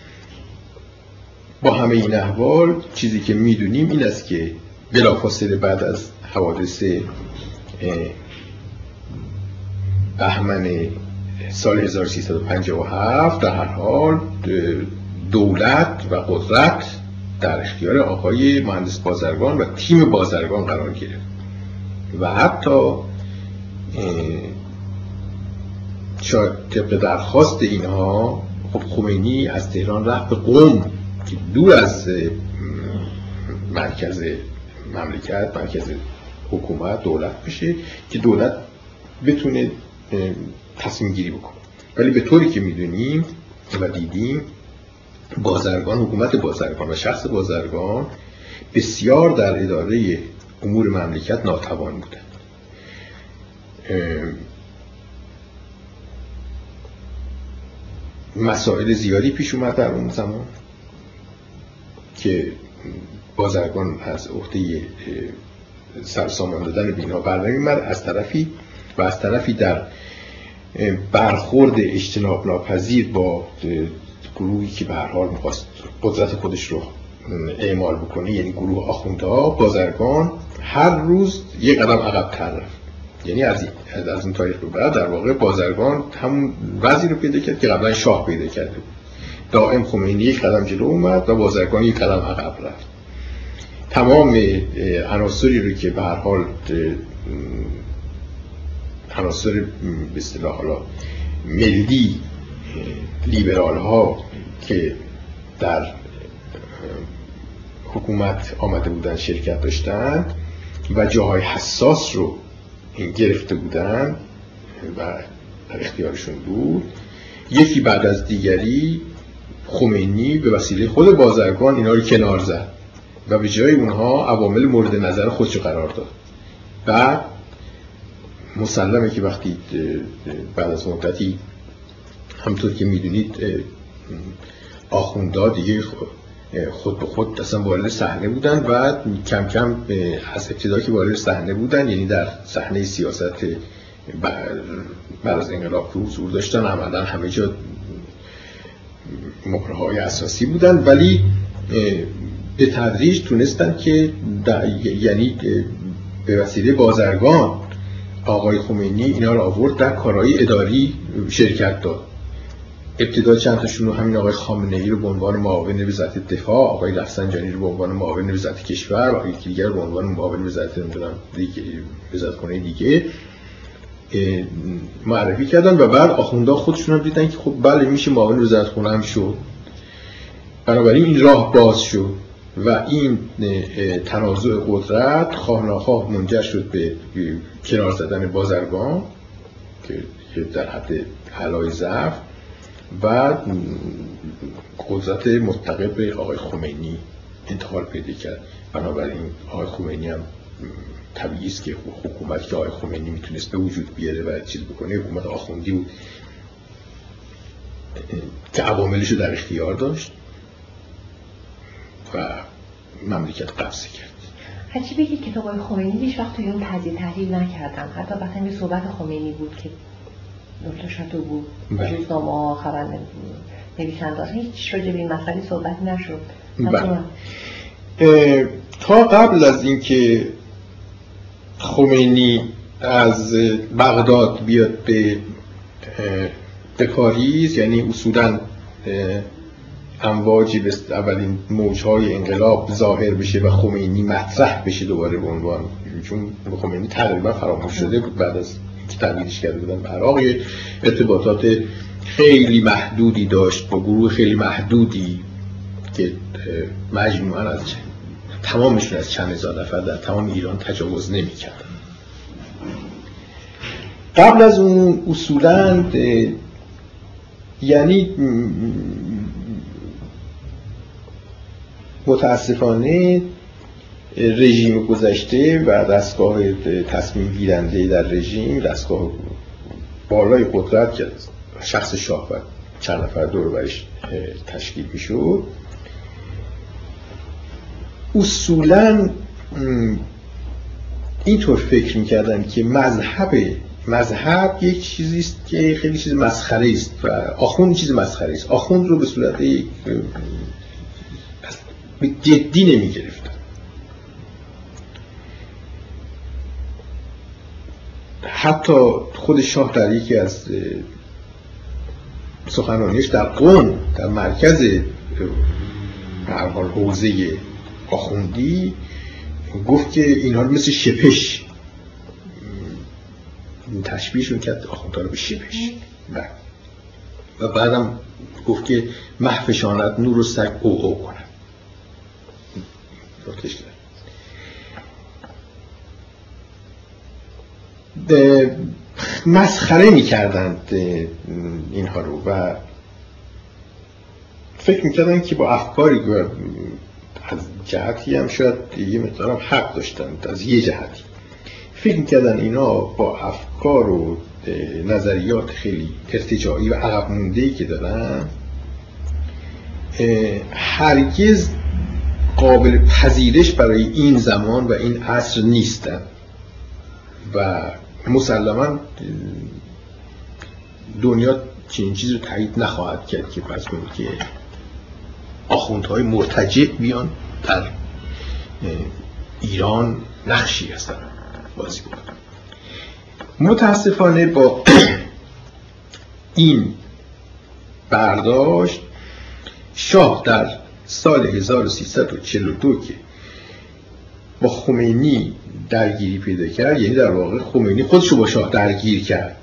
با همه این احوال چیزی که میدونیم این است که بلافاصله بعد از حوادث بهمن سال 1357 در هر حال دولت و قدرت در اختیار آقای مهندس بازرگان و تیم بازرگان قرار گرفت و حتی شاید طبق درخواست اینها خب خمینی از تهران رفت به قم که دور از مرکز مملکت، مرکز حکومت دولت بشه که دولت بتونه تصمیم گیری بکنه. ولی به طوری که میدونیم و دیدیم بازرگان، حکومت بازرگان و شخص بازرگان بسیار در اداره امور مملکت ناتوان بودند. مسائل زیادی پیش اومد در اون زمان که بازرگان از عهده سرسامان دادن بینا برنمی‌آمد از طرفی و از طرفی در برخورد اجتناب ناپذیر با گروهی که به هر حال می‌خواست قدرت خودش رو اعمال بکنه، یعنی گروه آخوندها، بازرگان هر روز یک قدم عقب‌تر رفت. یعنی از این تاریخ به بعد در واقع بازرگان همون وضعی رو پیدا کرد که قبلا شاه پیدا کرده بود. دائم خمینی یک قدم جلو اومد و بازرگان یک قدم عقب رفت. تمام عناصری رو که به هر حال عناصر به اصطلاح حالا ملی لیبرال ها که در حکومت آمده بودن شرکت داشتن و جاهای حساس رو گرفته بودن و در اختیارشون بود، یکی بعد از دیگری خمینی به وسیله خود بازرگان اینا رو کنار زد و به جای اونها عوامل مورد نظر خودش رو قرار داد. بعد مسلمه که وقتی بعد از مدتی همطور که میدونید آخوندها دیگه خود به خود اصلا وارد صحنه بودن و کم کم از ابتدا که وارد صحنه بودن، یعنی در صحنه سیاست بعد از انقلاب حضور داشتن، عملاً همه جا مهره‌های اساسی بودن، ولی به تدریج تونستن که یعنی به وسیله بازرگان آقای خمینی اینا رو آورد در کارهای اداری شرکت داد. ابتدا چند تاشون رو همین آقای خامنه‌ای رو به عنوان معاون وزارت دفاع، آقای رفسنجانی رو به عنوان معاون وزارت کشور و یکی دیگر رو به عنوان معاون وزارت وزارتخانه دیگه معرفی کردن و بعد آخوندها خودشون هم دیدن که خب بله میشه معاون وزارتخانه هم شد. بنابراین این راه باز شد و این تنازع قدرت خواه ناخواه منجر شد به کنار زدن بازرگان که در حد علای ضعف و قدرت متقب به آقای خمینی انتقال پیدا کرد. بنابراین آقای خمینی هم طبیعی است که حکومتی که آقای خمینی میتونست به وجود بیاره و چیز بکنه حکومت آخوندی بود که عواملش رو در اختیار داشت و مملکت قبضه کرد. هرچی بگید که آقای خمینی هیچ وقت توی اون تجزیه تحلیل نکردن. حتی وقتی به صحبت خمینی بود که دکتر شاتو بود، روزنامه‌ها خبر نویسنده هیچ راجع به این مسئله صحبت نشد. تا قبل از اینکه خمینی از بغداد بیاد به پاریس، یعنی اصولاً امواجی به اولین موجهای انقلاب ظاهر بشه و خمینی مطرح بشه دوباره به عنوان، چون خمینی تقریبا فراموش شده بود بعد از اینکه تغییرش کرده بودن به عراق، ارتباطات خیلی محدودی داشت با گروه خیلی محدودی که مجموعاً از تمامشون از چند هزار نفر در تمام ایران تجاوز نمی‌کردن. قبل از اون اصولاً یعنی متاسفانه رژیم گذشته و دستگاه تصمیم گیرنده در رژیم، دستگاه بالای قدرت که شخص شاه و چند نفر دور برش تشکیل میشد، اصولاً اینطور فکر میکردن که مذهب یک چیزی است که خیلی چیز مسخره است و آخوند چیز مسخره است. آخوند رو به صورت جدی نمی گرفتن. حتی خود شاه در یکی از سخنرانیش در قم، در مرکز هر حال حوزه آخوندی، گفت که اینها رو مثل شپش تشبیهشون کرد، آخوندها رو به شپش. و بعدم گفت که محفشانت نور و سگ او کنن. مسخره می‌کردند اینها رو و فکر می‌کردن که با افکاری که از جهتی هم شاید یه مقدار حق داشتند، از یه جهتی فکر می‌کردن اینا با افکار و نظریات خیلی ارتجاعی و عقب مونده‌ای که دارن هرگز قابل پذیرش برای این زمان و این عصر نیستن و مسلماً دنیا چنین چیزی رو تایید نخواهد کرد که فرض کنید که آخوندهای مرتجع بیان در ایران نقشی هستن بازی کنن. متاسفانه با این برداشت شاه در سال 1342 که با خمینی درگیری پیدا کرد، یعنی در واقع خمینی خودشو با شاه درگیر کرد.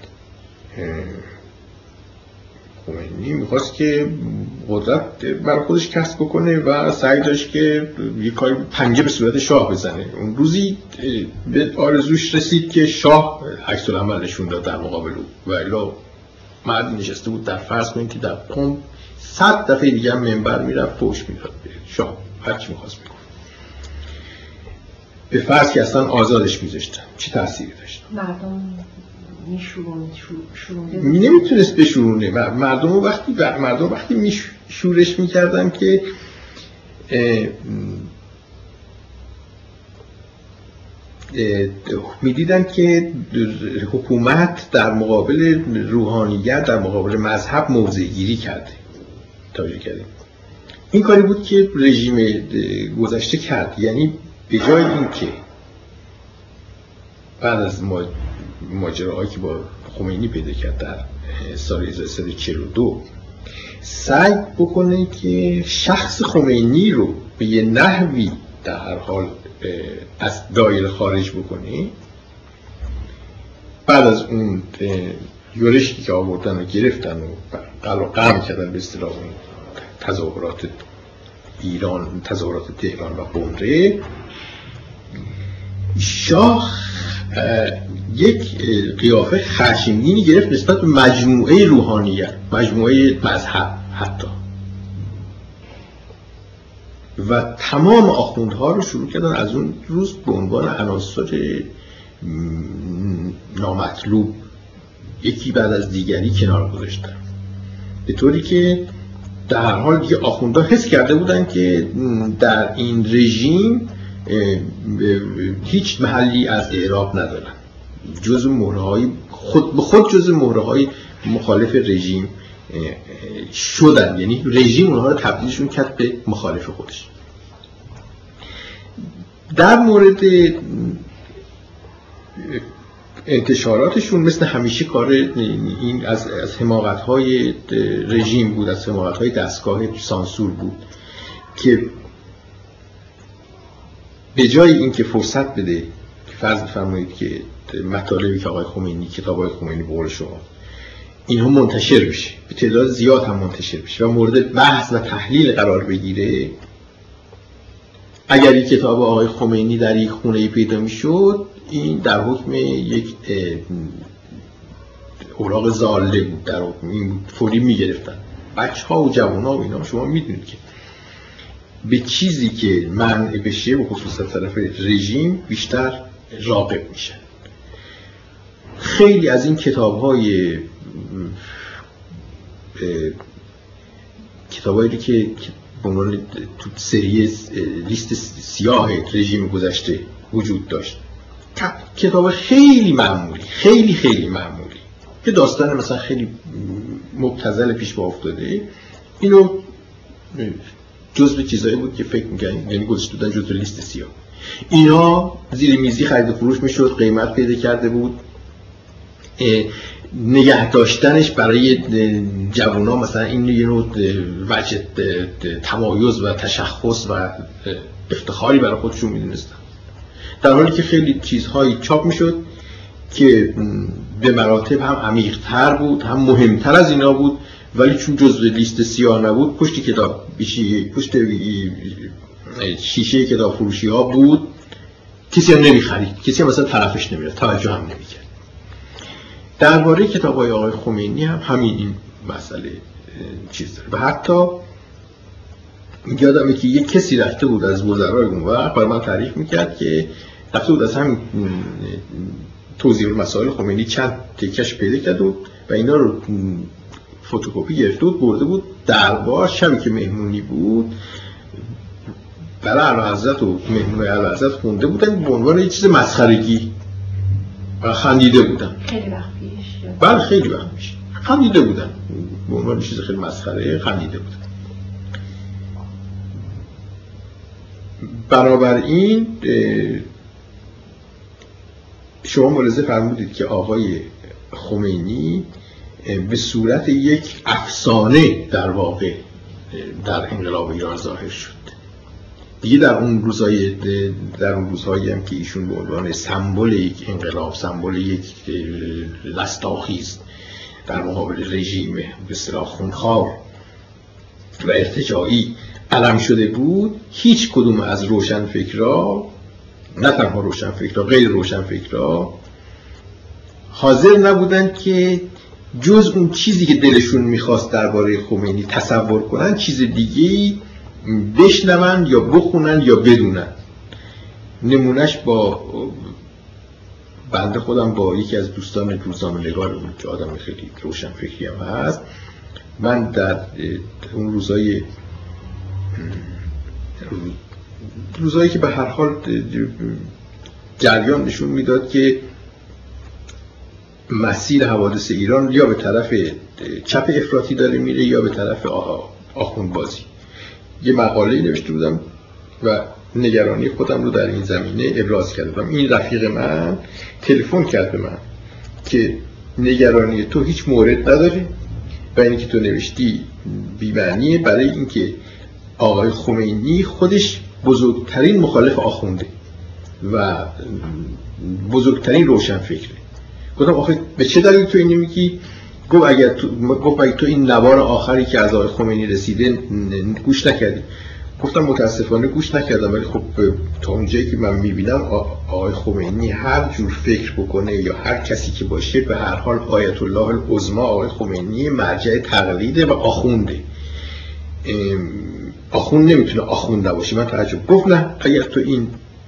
خمینی میخواست که قدرت برای خودش کسب بکنه و سعی داشت که یک کاری پنجه به صورت شاه بزنه. اون روزی به آرزوش رسید که شاه عکس العمل نشون داد در مقابل او و الا مردی نشسته بود در فرض کنید که در قم 100 دفعه دیگه هم منبر میرفت فوش میداد به شاه، هرچی میخواست میگفت. به فرض که اصلا آزادش میذاشتن، چه تأثیری داشت؟ مردم نمیتونست بشورونه. مردم وقتی شورش میکردن که میدیدن که حکومت در مقابل روحانیت، در مقابل مذهب موضع گیری کرده. توجه کردیم این کاری بود که رژیم گذشته کرد. یعنی به جای این که بعد از ماجراهایی که با خمینی پیدا کرد در سال 1342 سعی بکنه که شخص خمینی رو به یه نحوی در هر حال از دایره خارج بکنه. بعد از اون یورشی که آوردن و گرفتن و قلم کردن به اصطلاح اون تظاهرات ایران، تظاهرات تهران و قمره، شاه یک قیافه خشمگینی گرفت نسبت به مجموعه روحانیت، مجموعه مذهب حتی، و تمام آخوندها رو شروع کردن از اون روز به عنوان عناصر نامطلوب یکی بعد از دیگری کنار گذاشتن، به طوری که در هر حال دیگه آخوندها حس کرده بودن که در این رژیم هیچ محلی از اعراب ندارن، جزء مهره‌های خود به خود جزء مهره‌های مخالف رژیم شدن، یعنی رژیم اونها رو تبدیلشون کرد به مخالف خودش. در مورد انتشاراتشون مثل همیشه کار این از حماقت‌های رژیم بود، از حماقت‌های دستگاه سانسور بود که به جای اینکه فرصت بده، فرض بفرمایید که مطالبی که آقای خمینی، کتاب‌های خمینی به قول شما اینها منتشر بشه، به تعداد زیاد هم منتشر بشه و مورد بحث و تحلیل قرار بگیره، اگر این کتاب آقای خمینی در یک خونه پیدا میشد، این در حکم یک اوراق ضاله بود، در حکم این فوری میگرفتن. بچه‌ها و جوان‌ها و اینا شما میدونید که به چیزی که منع بشه و خصوصا طرف رژیم بیشتر راغب میشن. خیلی از این کتاب‌هایی که به عنوان تو سری لیست سیاه رژیم گذشته وجود داشت، کتاب خیلی معمولی، خیلی معمولی که داستان مثلا خیلی مبتذل پیش با افتاده، اینو جزء چیزایی بود که فکر می‌کنن یعنی گذاشته بودن جزء لیست سیاه. اینا زیر میزی خرید و فروش میشد، قیمت پیدا کرده بود، نگه داشتنش برای جوونا مثلا این یه نوع وجه تمایز و تشخص و افتخاری برای خودشون میدونستن، در حالی که خیلی چیزهایی چاپ میشد که به مراتب هم عمیق‌تر بود، هم مهمتر از اینا بود، ولی چون جزء لیست سیاه نبود، پشت کتاب پشت شیشه کتاب فروشی ها بود، کسی هم نمیخرید، کسی هم مثلا طرفش نمیرفت، توجه هم نمیکرد. درباره کتاب‌های آقای خمینی هم همین این مسئله چیز داره. و حتی یادمه که یک کسی رفته بود از وزرای اون وقت برای من تعریف میکرد که رفته بود از همین توضیح مسائل خمینی چند تکش پیدا کرد و اینا رو فتوکپی گرفته بود، برده بود دربار. شبی که مهمونی بود برای اعلیحضرت و مهمونای اعلیحضرت خونده بودن به عنوان یه چیز مسخرگی و خندیده بودن. خیلی وقت پیش. بله خیلی وقت پیش خندیده بودن، به عنوان چیز خیلی مسخره خندیده بودن. بنابراین شما ملاحظه فرمودید که آقای خمینی به صورت یک افسانه در واقع در انقلاب ایران ظاهر شد. دیگه در اون روزهایی هم که ایشون به عنوان سمبل یک انقلاب، سمبل یک رستاخیز در مقابل رژیم به اصطلاح خونخوار و ارتجاعی علم شده بود، هیچ کدوم از روشنفکرها، نه تنها روشنفکرها، غیر روشنفکرها حاضر نبودن که جز اون چیزی که دلشون میخواست درباره خمینی تصور کنن چیز دیگه‌ای بشنون یا بخونن یا بدونن. نمونش با بنده خودم با یکی از دوستان روزنامه‌نگار بود که آدم خیلی روشنفکری هم هست، من در اون روزایی که به هر حال جریان نشون میداد که مسیر حوادث ایران یا به طرف چپ افراطی داره میره یا به طرف آخوندبازی، یه مقاله نوشته بودم و نگرانی خودم رو در این زمینه ابراز کردم. این رفیق من تلفن کرد به من که نگرانی تو هیچ مورد نداره و اینی که تو نوشتی بی‌معنیه، برای اینکه آقای خمینی خودش بزرگترین مخالف آخونده و بزرگترین روشنفکره. گفتم آخه به چه دلیل تو اینو میگی؟ گفت اگر تو این نوار آخری که از آقای خمینی رسیده گوش نکردی. گفتم متاسفانه گوش نکردم، ولی خب تا اونجایی که من میبینم آقای خمینی هر جور فکر بکنه یا هر کسی که باشه به هر حال آیت الله العظما آقای خمینی مرجع تقلیده و آخونده. آخوند نمیتونه آخوند نباشه. من تعجب گفت نه اگر تو این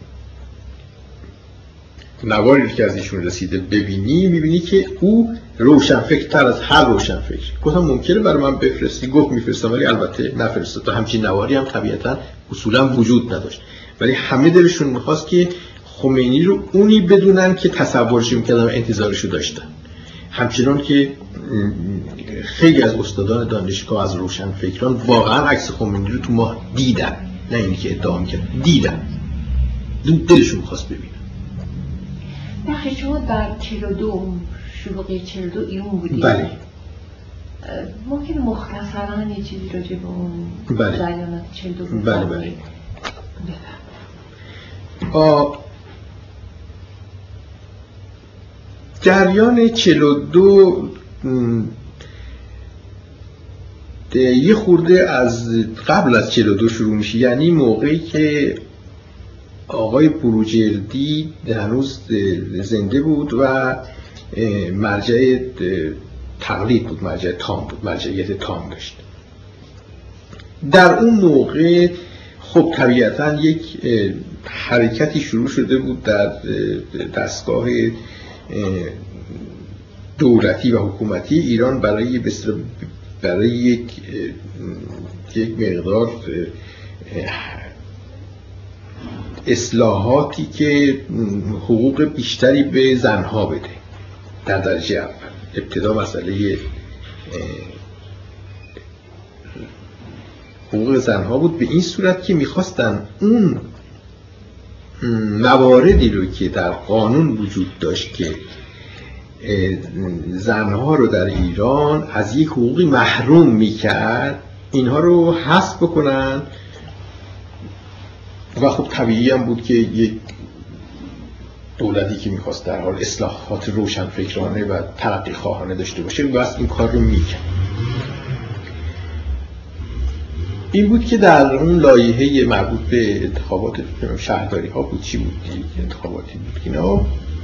نواری که از ایشون رسیده ببینی میبینی که او روشنفکرتر از هر روشنفکر. گفتم ممکنه برای من بفرستی؟ گفت میفرستم، ولی البته نفرستاد. تا همچین نواری هم طبیعتا اصولا وجود نداشت، ولی همه دلشون میخواست که خمینی رو اونی بدونن که تصورش میکردن و انتظارشو داشتن. همچنان که خیلی از استادان دانشگاه از روشنفکران واقعا عکس خمینی رو تو ماه دیدن، نه اینی که ادعا میکردن، دیدن، دلشون میخواست ببینن. بخی شما در 42 شروع 42 ایران بودید. بله. ممکن مختصراً یه چیزی راجع به اون بله. جریانات 42 بله بله. جریان 42 یه خورده از قبل از 42 شروع میشه، یعنی موقعی که آقای بروجردی هنوز زنده بود و مرجع تقلید بود، مرجع تام بود، مرجعیت تام داشت. در اون موقع خب طبیعتاً یک حرکتی شروع شده بود در دستگاه دولتی و حکومتی ایران برای یک مقدار اصلاحاتی که حقوق بیشتری به زنها بده. در درجه اول ابتدا مسئله حقوق زنها بود، به این صورت که میخواستن اون مواردی رو که در قانون وجود داشت که زنها رو در ایران از یک حقوقی محروم میکرد، اینها رو حذف بکنن. و خب طبیعی هم بود که یک دولتی که میخواست در حال اصلاحات روشنفکرانه و ترقی خواهانه داشته باشه بس این کار رو میکرد. این بود که در اون لایحه مربوط به انتخابات شهرداری ها بود، چی بود انتخاباتی بود، اینا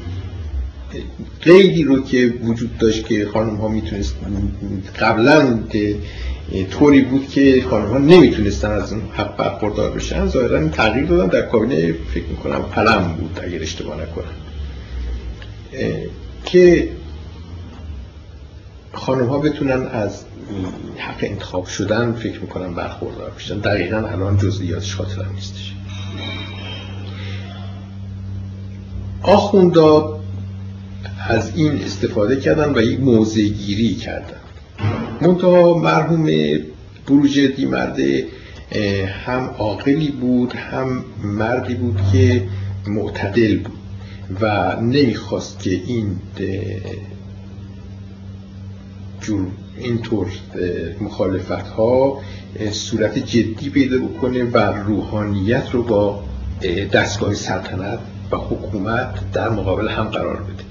قیدی رو که وجود داشت که خانم ها میتونست قبلا طوری بود که خانم ها نمیتونستن از اون حق برخوردار بشن، ظاهرا این تغییر دادن. در کابینه فکر میکنم پلم بود اگر اشتباه نکنم که خانم ها بتونن از حق انتخاب شدن فکر میکنم برخوردار بشن. دقیقا الان جزئیاتش خاطرم نیستش. آخوندا از این استفاده کردن و یک موضع گیری کردن. منتها مرحوم بروجردی مرد هم عاقلی بود، هم مردی بود که معتدل بود و نمیخواست که اینطور مخالفت ها صورت جدی پیدا بکنه و روحانیت رو با دستگاه سلطنت و حکومت در مقابل هم قرار بده.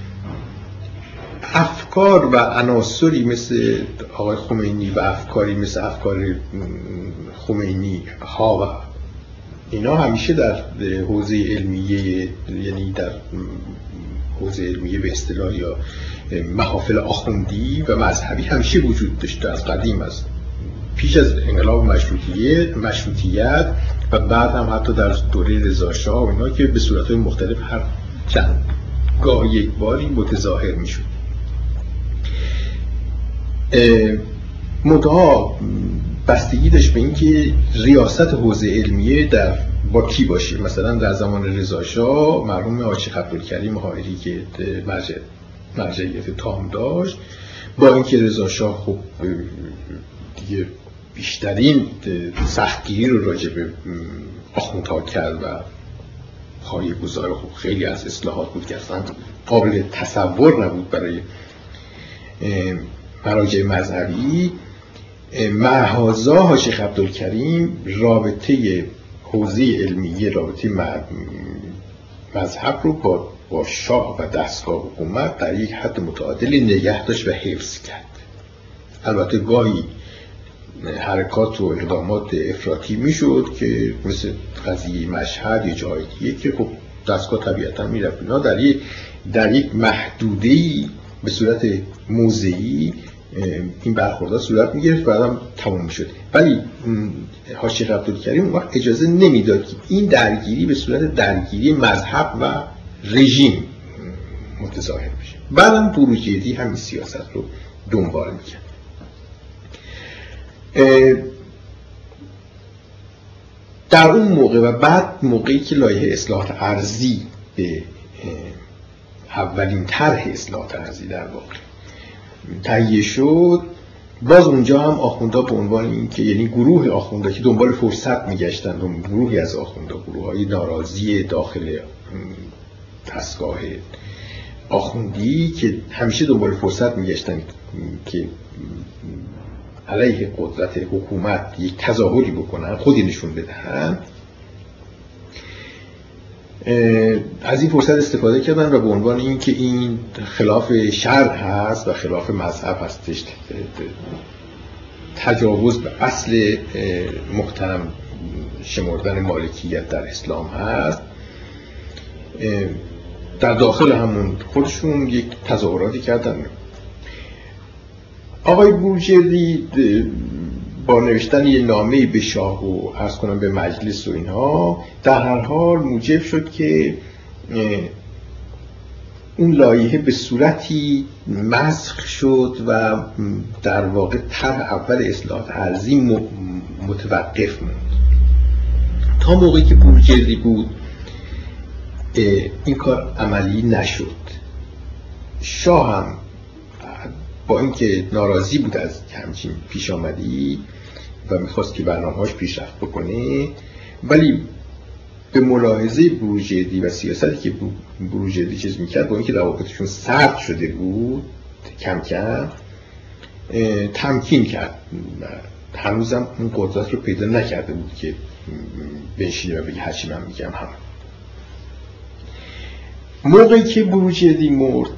افکار و عناصری مثل آقای خمینی و افکاری مثل افکار خمینی ها و اینا همیشه در حوزه علمیه، یعنی در حوزه علمیه به اصطلاح یا محافل آخوندی و مذهبی همیشه وجود داشته، از قدیم، از پیش از انقلاب مشروطیت و بعد هم حتی در دوره رضا شاه و اینا که به صورت‌های مختلف هر چند گاه یک باری متظاهر میشد. منتها بستگی داشت به اینکه ریاست حوزه علمیه با کی باشه. مثلا در زمان رضا شاه مرحوم حاجی عبدالکریم حائری که مرجعیت تام داشت، با اینکه رضا شاه خب دیگه بیشترین سختگیری رو راجع به آخوندها کرد و پایه‌گذار خیلی از اصلاحات بود که اصلا قابل تصور نبود برای مراجع مذهبی. معهازا حاجی عبدالکریم رابطه حوزه علمیه، رابطه مذهب رو با شاه و دستگاه حکومت در یک حد متعادل نگه داشت و حفظ کرد. البته گاهی حرکات و اقدامات افراطی میشد که مثل قضیه مشهد یا جای دیگه که خب دستگاه طبیعتا میرفت اینا در یک محدوده‌ای به صورت موضعی این برخوردها صورت میگرفت و بعدم تموم میشد. ولی حاجی عبدالکریم اون وقت اجازه نمیداد که این درگیری به صورت درگیری مذهب و رژیم متظاهر بشه. بعدم بروجردی همین سیاست رو دنبال میکرد. در اون موقع و بعد موقعی که لایحه اصلاحات ارضی به اولین طرح اصلاحات ارضی در واقع تهیه شد، باز اونجا هم آخوندها به عنوان این که یعنی گروه آخوندها که دنبال فرصت میگشتند، گروهی از آخوندها، گروه‌های ناراضی داخل دستگاه آخوندی که همیشه دنبال فرصت میگشتند که علیه قدرت حکومت یک تظاهری بکنن، خودی نشون بدهن، از این فرصت استفاده کردن و به عنوان این که این خلاف شرع هست و خلاف مذهب هستش، تجاوز به اصل محترم شمردن مالکیت در اسلام هست، در داخل همون خودشون یک تظاهراتی کردن. آقای بروجردی با نوشتن یه نامه‌ای به شاه و عرض کنم به مجلس و اینها در هر حال موجب شد که اون لایحه به صورتی مسخ شد و در واقع طرح اول اصلاحات ارضی متوقف موند. تا موقعی که بروجردی بود این کار عملی نشد. شاه هم با اینکه ناراضی بود از همچین پیش آمدی و میخواست که برنامه‌هاش پیشرفت بکنه، ولی به ملاحظه بروجردی و سیاستی که بروجردی چیز میکرد، با اینکه روابطشون سرد شده بود کم کم تمکین کرد. هنوزم اون قدرت رو پیدا نکرده بود که بنشینه و بگه هرچی من میگم هم. موقعی که بروجردی مرد،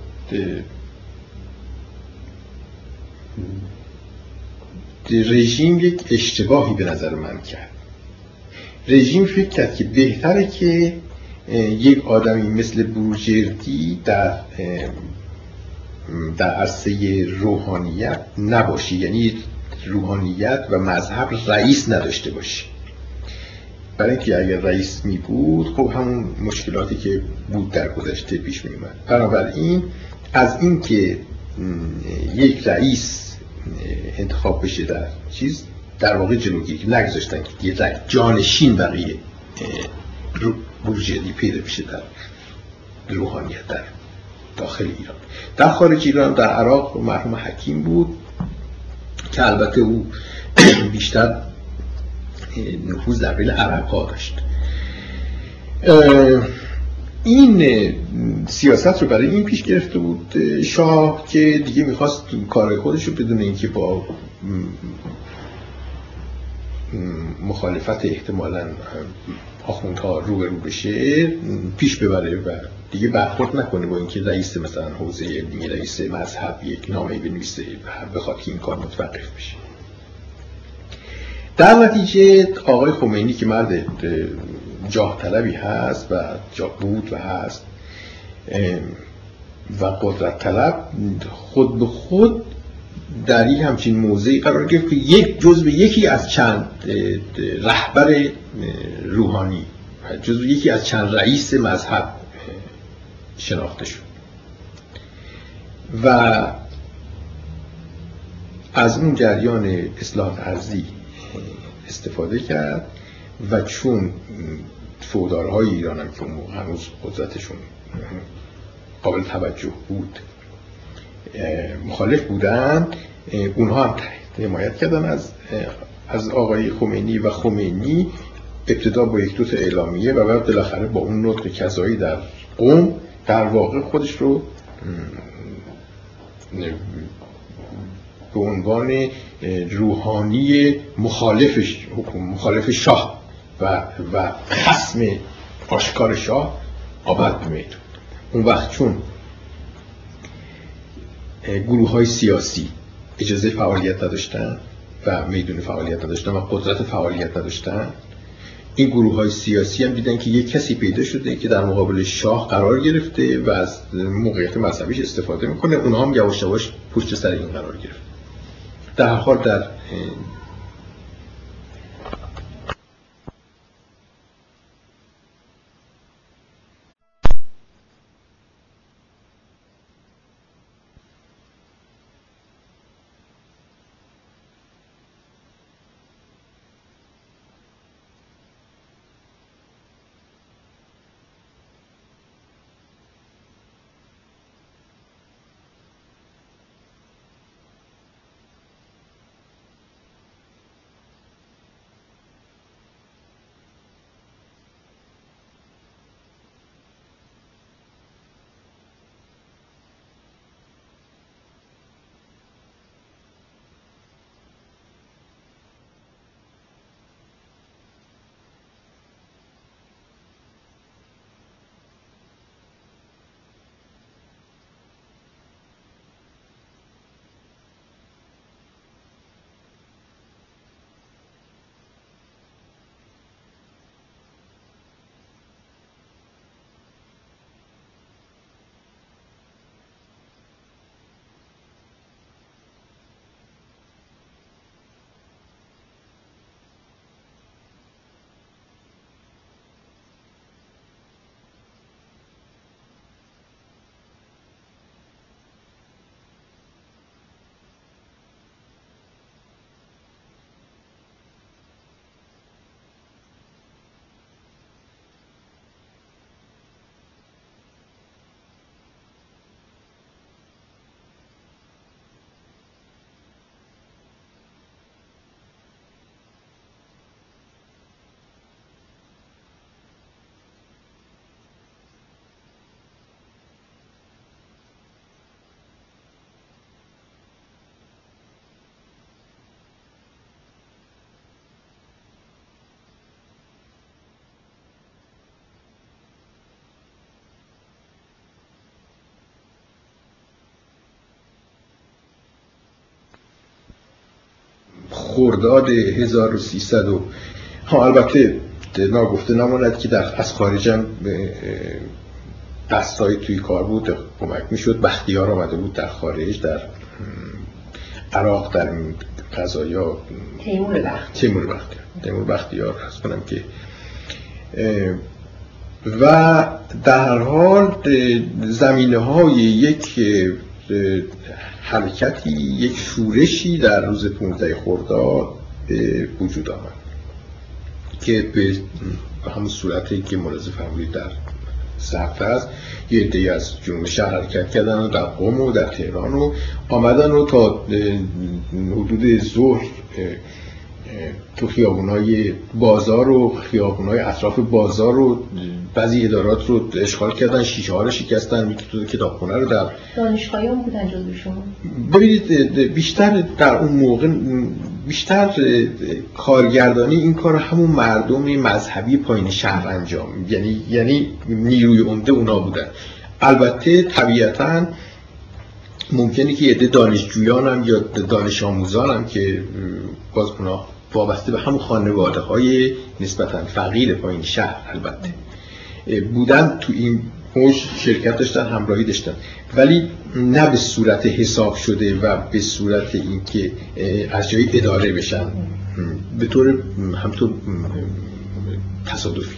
رژیم یک اشتباهی به نظر من کرد. رژیم فکر کرد که بهتره که یک آدمی مثل بروجردی در عرصه روحانیت نباشه، یعنی روحانیت و مذهب رئیس نداشته باشه، برای اینکه اگر رئیس می بود خب همون مشکلاتی که بود در گذشته پیش می اومد. بنابراین از این که یک رئیس انتخاب بشه در واقع جلوگیری نگذاشتن که یه جانشین بقیه بروجردی پیدا بشه در روحانیت در داخل ایران. در خارج ایران در عراق مرحوم حکیم بود که البته او بیشتر نفوذ در بین عرب‌ها داشت. این سیاست رو برای این پیش گرفته بود شاه که دیگه میخواست کار خودش رو بدون اینکه با مخالفت احتمالاً آخوندها روبرو بشه پیش ببره و دیگه برخورد نکنه با اینکه رئیس مثلا حوزه علمی، رئیس مذهب یک نامه‌ای بنویسه و بخواد که این کار متوقف بشه. در نتیجه آقای خمینی که مرد جاه طلبی هست و بود و هست و قدرت طلب، خود به خود در این همچین موضعی قرار گرفت که یکی از چند رهبر روحانی، یکی از چند رئیس مذهب شناخته شد و از اون جریان اصلاحات ارضی استفاده کرد و چون فودارهای ایران هم که هنوز قدرتشون قابل توجه بود مخالف بودن، اونها هم حمایت کردن از از آقای خمینی و خمینی ابتدا با یک دوتا اعلامیه و بعد بالاخره با اون نطق کذایی در قم در واقع خودش رو به عنوان روحانی مخالف شاه و خصم آشکار شاه آورد به میدون. اون وقت چون گروه‌های سیاسی اجازه فعالیت نداشتن و میدون فعالیت نداشتن و قدرت فعالیت نداشتن، این گروه‌های سیاسی هم دیدن که یک کسی پیدا شده که در مقابل شاه قرار گرفته و از موقعیت مذهبیش استفاده میکنه. اونها هم یواش یواش پشت سر این قرار گرفت. در هر حال در خرداد 1300 البته ناگفته نماند که از خارج هم دستایی توی کار بود، کمک میشد. بختیار آمده بود در خارج، در عراق، در قضایا تیمور بختیار هست کنم که و در هر حال زمینه های یک حرکتی، یک شورشی در روز 15 خرداد به وجود آمد که به همون صورتی که ملاحظه فرمودید در سرتز یه عده‌ای از جنوب شهر حرکت کردن و در قم و در تهران و آمدن و تا حدود ظهر تو خیابونای بازار و خیابونای اطراف بازار و بعضی ادارات رو اشغال کردن، شیشه ها رو شکستن، کتابخونه رو در دانشگاهی هم بودن جزوشون. ببینید بیشتر در اون موقع بیشتر کارگردانی این کار همون مردم مذهبی پایین شهر انجام، یعنی نیروی عمده اونا بودن. البته طبیعتاً ممکنه که عده دانشجویان هم یا دانش آموزان هم که باز اونا وابسته به همون خانواده های نسبتاً فقیر پایین شهر البته بودن، تو این موج شرکت داشتن، همراهی داشتن، ولی نه به صورت حساب شده و به صورت اینکه از جای اداره بشن، به طور همطور تصادفی.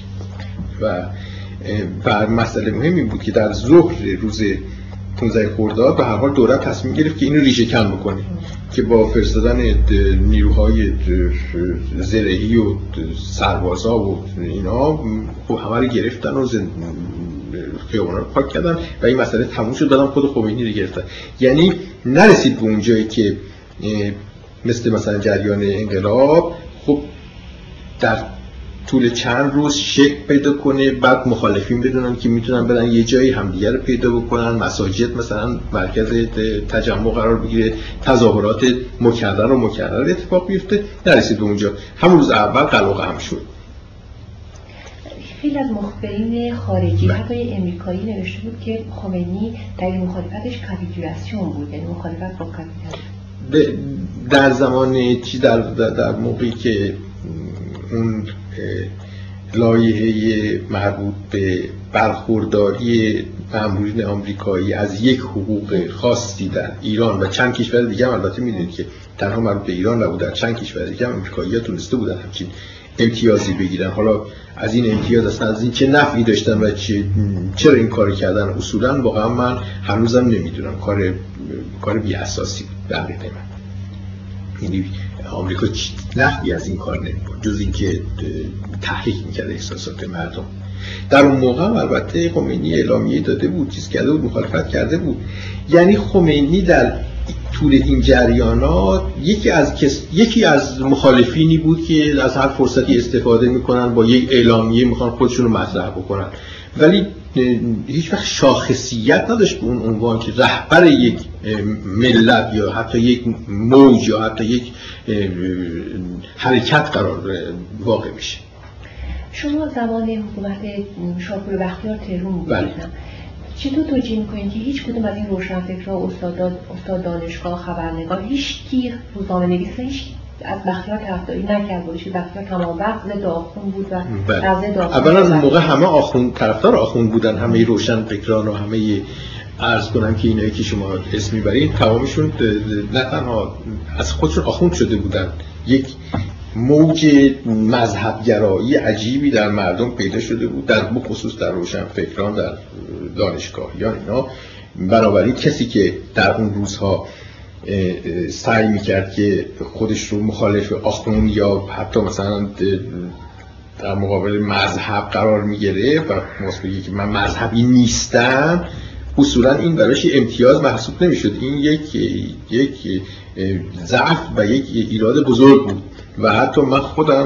و مسئله مهمی بود که در ظهر روز 15 خرداد به هر حال دولت تصمیم گرفت که اینو ریشه کن بکنه، که با فرستادن نیروهای زرهی و سربازا و اینا خب همه رو گرفتن و خیابونا رو پاک کردن و این مسئله تموم شد. دادم خود خمینی رو گرفتن. یعنی نرسید به اون جایی که مثلا جریان انقلاب خب در طول چند روز شکل پیدا کنه، بعد مخالفین بدونن که میتونن برن یه جایی همدیگه رو پیدا بکنن، مساجد مثلا مرکز تجمع قرار بگیره، تظاهرات مکرر اتفاق بیفته. نرسید به اونجا، همون روز اول قلقه هم شد. خیلی از مخبرین خارجی حتی امریکایی نوشته بود که خمینی در مخالفتش کاپیتولیاسیون بود، یعنی مخالفت با کاپیتولیاسیون. در زمان در موقعی که اون لایحه مربوط به برخورداری مامورین آمریکایی از یک حقوق خاصی در ایران و چند کشور دیگه هم، البته میدونید که تنها مربوط به ایران نبود، در چند کشور دیگه هم آمریکایی‌ها تونسته بودن همچین امتیازی بگیرن. حالا از این امتیاز اصلا از این چه نفعی داشتن و چرا این کار کردن اصولا واقعا من هنوزم نمیدونم. کار بی اساسی بود به عقیده من. یعنی آمریکا نفعی از این کار نمی‌برد جز اینکه تحریک می‌کرد احساسات مردم. در اون موقع البته خمینی اعلامیه داده بود، چیز کرده بود، مخالفت کرده بود. یعنی خمینی در طول این جریانات یکی از مخالفینی بود که از هر فرصتی استفاده میکنن، با یک اعلامیه میخوان خودشون رو مطرح بکنن، ولی هیچ وقت شاخصیت نداشت به اون عنوان که رهبر یک ملت یا حتی یک موج یا حتی یک حرکت قرار واقع میشه. شما زمان حکومت شاپور بختیار تهران بودید، چطور توجیه میکنید که هیچ کدوم از این روشنفکرها، استاد دانشگاه، خبرنگار، هیچ کی روزنامه‌نویس هیچ از بختیار طرفداری نکرد بود؟ بختیار تمام وقت ضد آخوند بود و ضد آخوند. اولا اون موقع همه آخوند طرفدار آخوند بودن، همه روشنفکران و همه عرض کنم که اینایی که شما اسم میبرید تمامشون نه تنها از خودشون آخوند شده بودن. یک موج مذهبگرایی عجیبی در مردم پیدا شده بود، در بخصوص در روشنفکران، در دانشگاهیان اینا. بنابراین کسی که در اون روزها سعی میکرد که خودش رو مخالف آخوند یا حتی مثلا در مقابل مذهب قرار میگیره و بگه که من مذهبی نیستم، اصولا این براش امتیاز محسوب نمیشد. این یک ضعف و یک ایراد بزرگ بود و حتی من خودم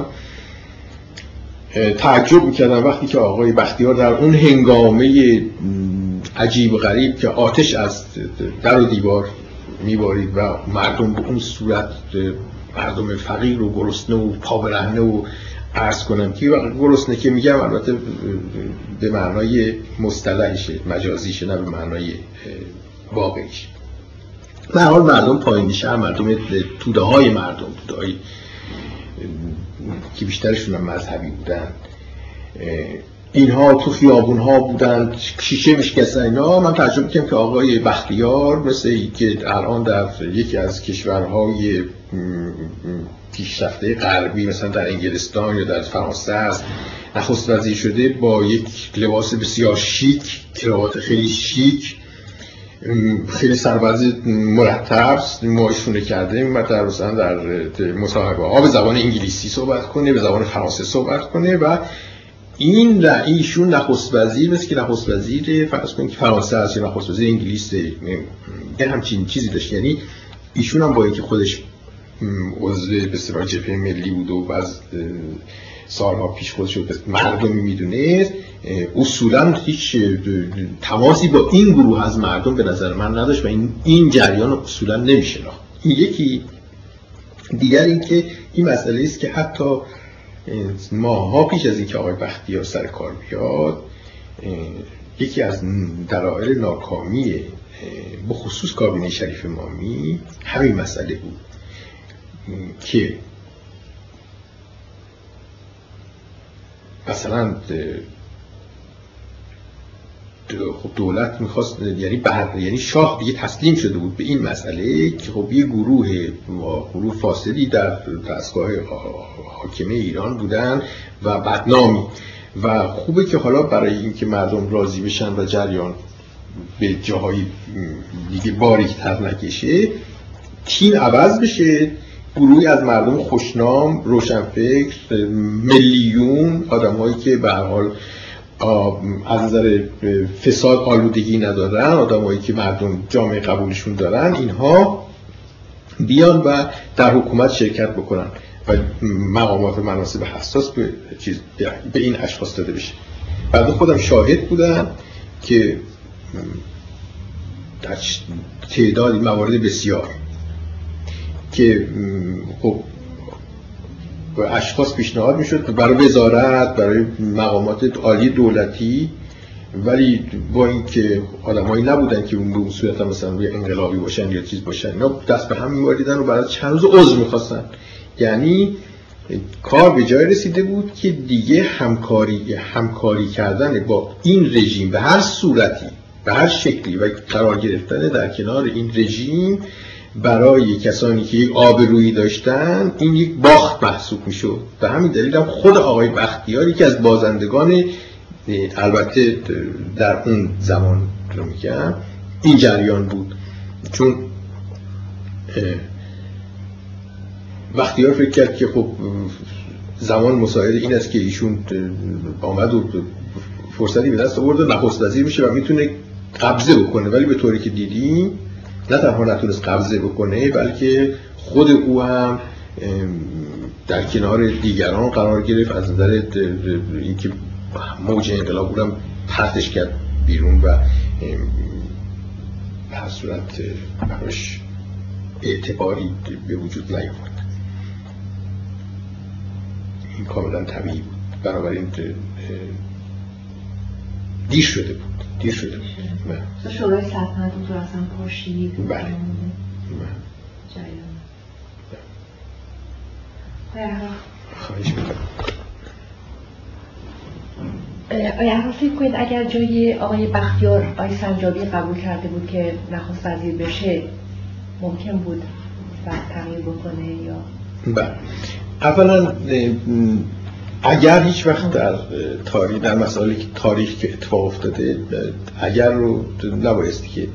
تعجب میکردم وقتی که آقای بختیار در اون هنگامه عجیب و غریب که آتش از در و دیوار میبارید و مردم به اون صورت، مردم فقیر و گرسنه و پابرهنه و عرض کنم که گرسنه که میگم البته به معنای مصطلحشه، مجازیشه، نه به معنای واقعیش. به هر حال مردم پایین شهر، مردم توده های مردم، توده های که بیشترشون هم مذهبی بودن، اینها تو خیابون ها بودن، شیشه میشکستن اینا. من تعجب میکنم که آقای بختیار مثل که الان در یکی از کشورهای پیشرفته غربی مثلا در انگلستان یا در فرانسه است، نخست وزیر شده، با یک لباس بسیار شیک، کراوات خیلی شیک، خیلی سرباز مرتب موهاشونه کرده، مثلا مثلا در مصاحبه ها به زبان انگلیسی صحبت کنه، به زبان فرانسه صحبت کنه و ایشون نخست وزیر مثل که نخست وزیر فرض کنید که فرانسه است یا نخست وزیر انگلیس همچین چیزی داشت. یعنی ایشون هم با اینکه خودش عضو به اصطلاح جبهه ملی بود و از سالها پیش خودش رو مردمی میدونه، اصولا هیچ تماسی با این گروه از مردم به نظر من نداشت و این جریان اصولا نمیشناخت. این یکی. دیگر این که این مسئله است که حتی ماها پیش از اینکه آقای بختیار سر کار بیاد، یکی از دلایل ناکامی بخصوص کابینه شریف امامی همین مسئله بود که مثلا خب دولت میخواست، یعنی شاه دیگه تسلیم شده بود به این مسئله که خب یه گروه فاسدی در دستگاه حاکمه ایران بودن و بدنامی و خوبه که حالا برای اینکه مردم راضی بشن و جریان به جاهای دیگه باریک‌تر نکشه، تیم عوض بشه، گروهی از مردم خوشنام، روشنفکر، ملیون، آدم‌هایی که به هر حال از نظر فساد آلودگی ندارن، آدمایی که مردم جامعه قبولشون دارن، اینها بیان و در حکومت شرکت بکنن و مقامات مناصب حساس به این اشخاص داده بشه. بعد خودم شاهد بودم که در تعدادی موارد بسیار که خب اشخاص پیشنهاد میشد برای وزارت، برای مقامات عالی دولتی، ولی با اینکه آدمایی نبودن که اون به اون صورت مثلا یه انقلابی باشن یا چیز باشن، اینا دست به هم می‌آوردن و بعد چند روز عذر می‌خواستن. یعنی کار به جای رسیده بود که دیگه همکاری کردن با این رژیم به هر صورتی، به هر شکلی و قرار گرفتن در کنار این رژیم برای کسانی که یک آبرویی داشتن این یک باخت محسوب میشد. به همین دلیل هم خود آقای بختیاری که از بازندگان، البته در اون زمان رو میگم، این جریان بود، چون بختیار فکر کرد که خب زمان مساعد این است که ایشون آمد و فرصتی به دست آورد و نخست وزیر میشه و میتونه قبضه بکنه، ولی به طوری که دیدیم نه تنها نتونست قبضه بکنه بلکه خود او هم در کنار دیگران قرار گرفت. از نظر اینکه موج انقلاب بودم پرتش کرد بیرون و در صورت براش اعتباری به وجود نیاورد. این کاملا طبیعی بود، بنابراین دیر شده بود. شورای سلطنت تو اصلا پاشید. بله. جریان. خواهش میکنم. آیا فکر کنید اگر جای آقای بختیار آقای سنجابی قبول کرده بود که نخست وزیر بشه ممکن بود بعد تغییر بکنه یا؟ بله. اولا اگر هیچ وقت در تاریخ، در مسائلی که تاریخ که اتفاق افتاده، اگر رو نبایستی که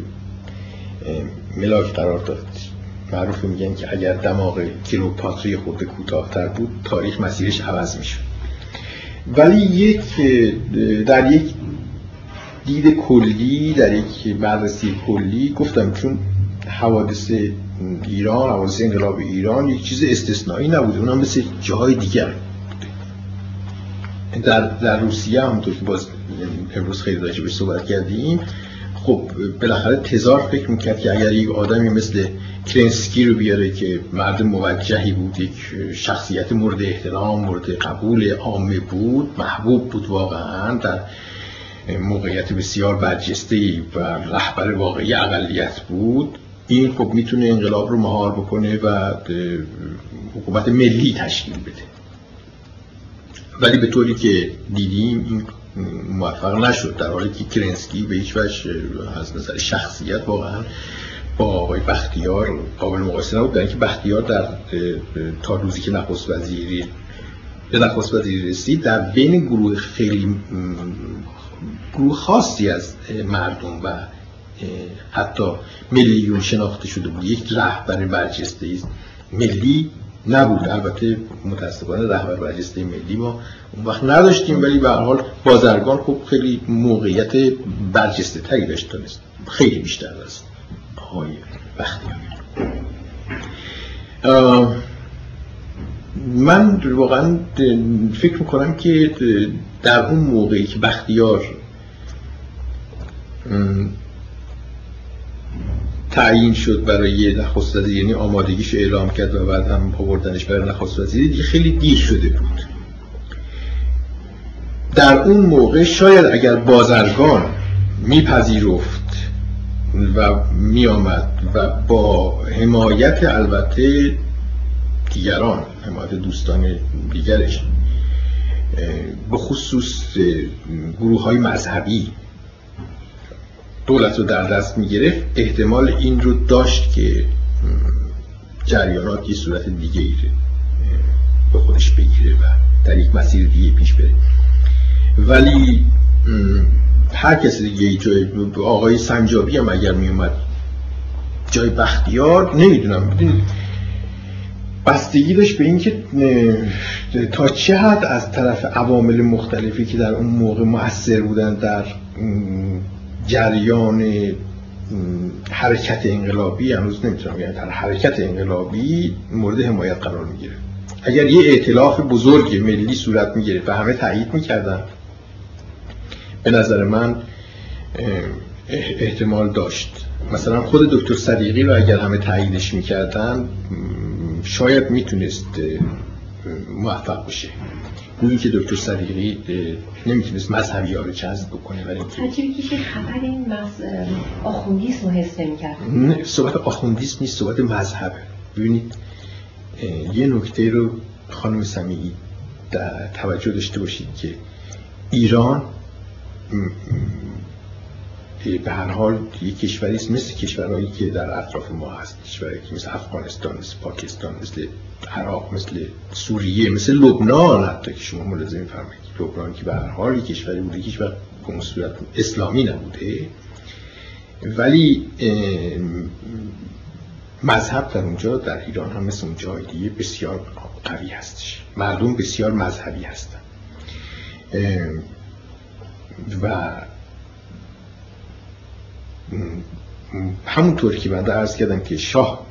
ملاک قرار داد. معروف میگن که اگر دماغ کلئوپاترا خود کوتاه‌تر بود تاریخ مسیرش عوض میشه. ولی در یک دید کلی، در یک بررسی کلی گفتم چون حوادث ایران، حوادث انقلاب ایران یک چیز استثنایی نبوده، اونم مثل جاهای دیگر در روسیه همونطور که باز امروز خیلی راجع بهش صحبت کردیم، خب بالاخره تزار فکر میکرد که اگر یک آدمی مثل کرنسکی رو بیاره که مرد موجهی بود، یک شخصیت مورد احترام، مورد قبول عامه بود، محبوب بود، واقعا در موقعیت بسیار برجسته‌ای و رهبر واقعی اقلیت بود، این خب میتونه انقلاب رو مهار بکنه و حکومت ملی تشکیل بده. ولی به طوری که دیدیم این موفق نشد، در حالی که کرنسکی به هیچ وجه از نظر شخصیت واقعا با آقای بختیار قابل مقایسه نبود، برای اینکه بختیار در تا روزی که نخست وزیری رسید در بین گروه خاصی از مردم و حتی ملیون شناخته شده بود. یک رهبر برجسته ملی نبود. البته متاسفانه رهبر برجسته ملی ما اون وقت نداشتیم، ولی به هر حال بازرگان خب خیلی موقعیت برجسته تری داشت، خیلی بیشتر از آقای بختیار. من واقعا فکر میکنم که در اون موقعی که بختیار تعیین شد برای نخست وزیری، یعنی آمادگیش اعلام کرد و بعد هم آوردنش برای نخست وزیری، دیگه خیلی دیر شده بود. در اون موقع شاید اگر بازرگان میپذیرفت و میآمد و با حمایت البته دیگران، حمایت دوستان دیگرش، به خصوص گروه‌های مذهبی دولت رو در دست میگرفت، احتمال این رو داشت که جریانات یه صورت دیگه ای رو به خودش بگیره و در یک مسیر دیگه پیش بره. ولی هر کسی دیگه جای آقای سنجابی هم اگر میومد جای بختیار، نمیدونم، بدونید بستگی داشت به این که تا چه حد از طرف عوامل مختلفی که در اون موقع مؤثر بودن در جریان حرکت انقلابی، هنوز نمیتونم بگم در حرکت انقلابی مورد حمایت قرار میگیره. اگر یه ائتلاف بزرگ ملی صورت میگیره و همه تایید میکردن، به نظر من احتمال داشت. مثلا خود دکتر صدیقی رو اگر همه تاییدش میکردن شاید میتونست موفق بشه. این که دکتر صدیقی نمیتونست مذهبی ها رو جذب بکنه، ولی عجیبه که خبر این آخوندیسم رو حس نمی‌کرد. نه، صحبت آخوندیسم نیست، صحبت مذهبه. ببینید یه نکته رو خانم سمیعی توجه داشته باشید که ایران به هر حال یک کشوری است مثل کشورهایی که در اطراف ما هست، کشورهایی که مثل افغانستان، مثل پاکستان، مثل عراق، مثل سوریه، مثل لبنان، حتی که شما ملاحظه می‌فرمایید لبنان که به هر حال یک کشوری بوده که هیچ وقت به صورت اسلامی نبوده، ولی مذهب در اونجا، در ایران هم مثل اون جای دیگه بسیار قوی هستش. مردم بسیار مذهبی هستن و همونطور که بنده عرض کردم که شاه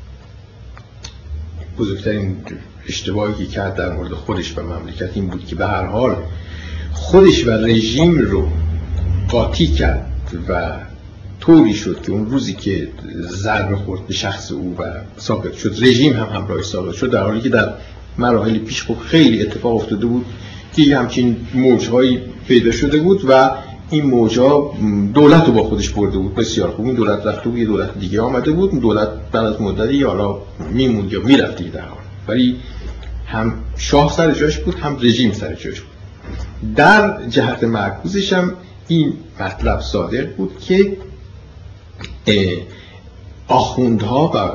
بزرگترین اشتباهی که کرد در مورد خودش و مملکت این بود که به هر حال خودش و رژیم رو قاطی کرد و طوری شد که اون روزی که ضربه خورد به شخص او و ساقط شد، رژیم هم همراهش ساقط شد، در حالی که در مراحل پیش خب خیلی اتفاق افتاده بود که همچین موجهایی پیدا شده بود و این موجا دولت رو با خودش برده بود. بسیار خوب، این دولت رفته بود، یه دولت دیگه آمده بود، این دولت بعد از مدتی حالا میموند یا میرفت در حال، ولی هم شاه سر جاش بود هم رژیم سر جاش بود. در جهت معکوسش هم این مطلب صادق بود که آخوندها و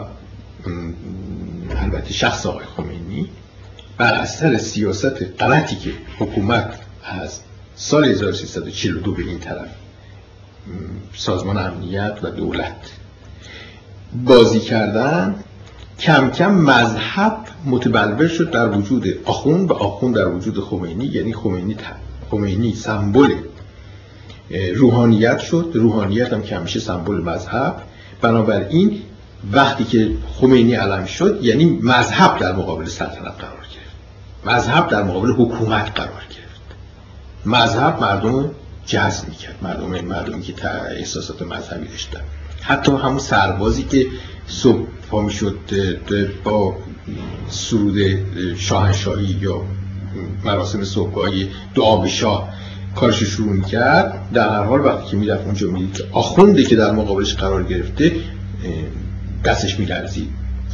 البته شخص آقای خمینی بر اثر سیاست غلطی که حکومت از سال 1342 به این طرف سازمان امنیت و دولت بازی کردن، کم کم مذهب متبلور شد در وجود آخوند و آخوند در وجود خمینی. یعنی خمینی سمبل روحانیت شد، روحانیت هم که همیشه سمبل مذهب. بنابراین وقتی که خمینی علم شد، یعنی مذهب در مقابل سلطنت قرار گرفت، مذهب در مقابل حکومت قرار گرفت. مذهب مردم جذب میکرد، مردمی که احساسات مذهبی داشتن. حتی همون سربازی که صبح پا میشد با سرود شاهنشاهی یا مراسم صبحگاهی دعا به شاه کارش شروع میکرد، در هر حال وقتی که میرفت اونجا میدید که آخونده که در مقابلش قرار گرفته دستش میلرزید،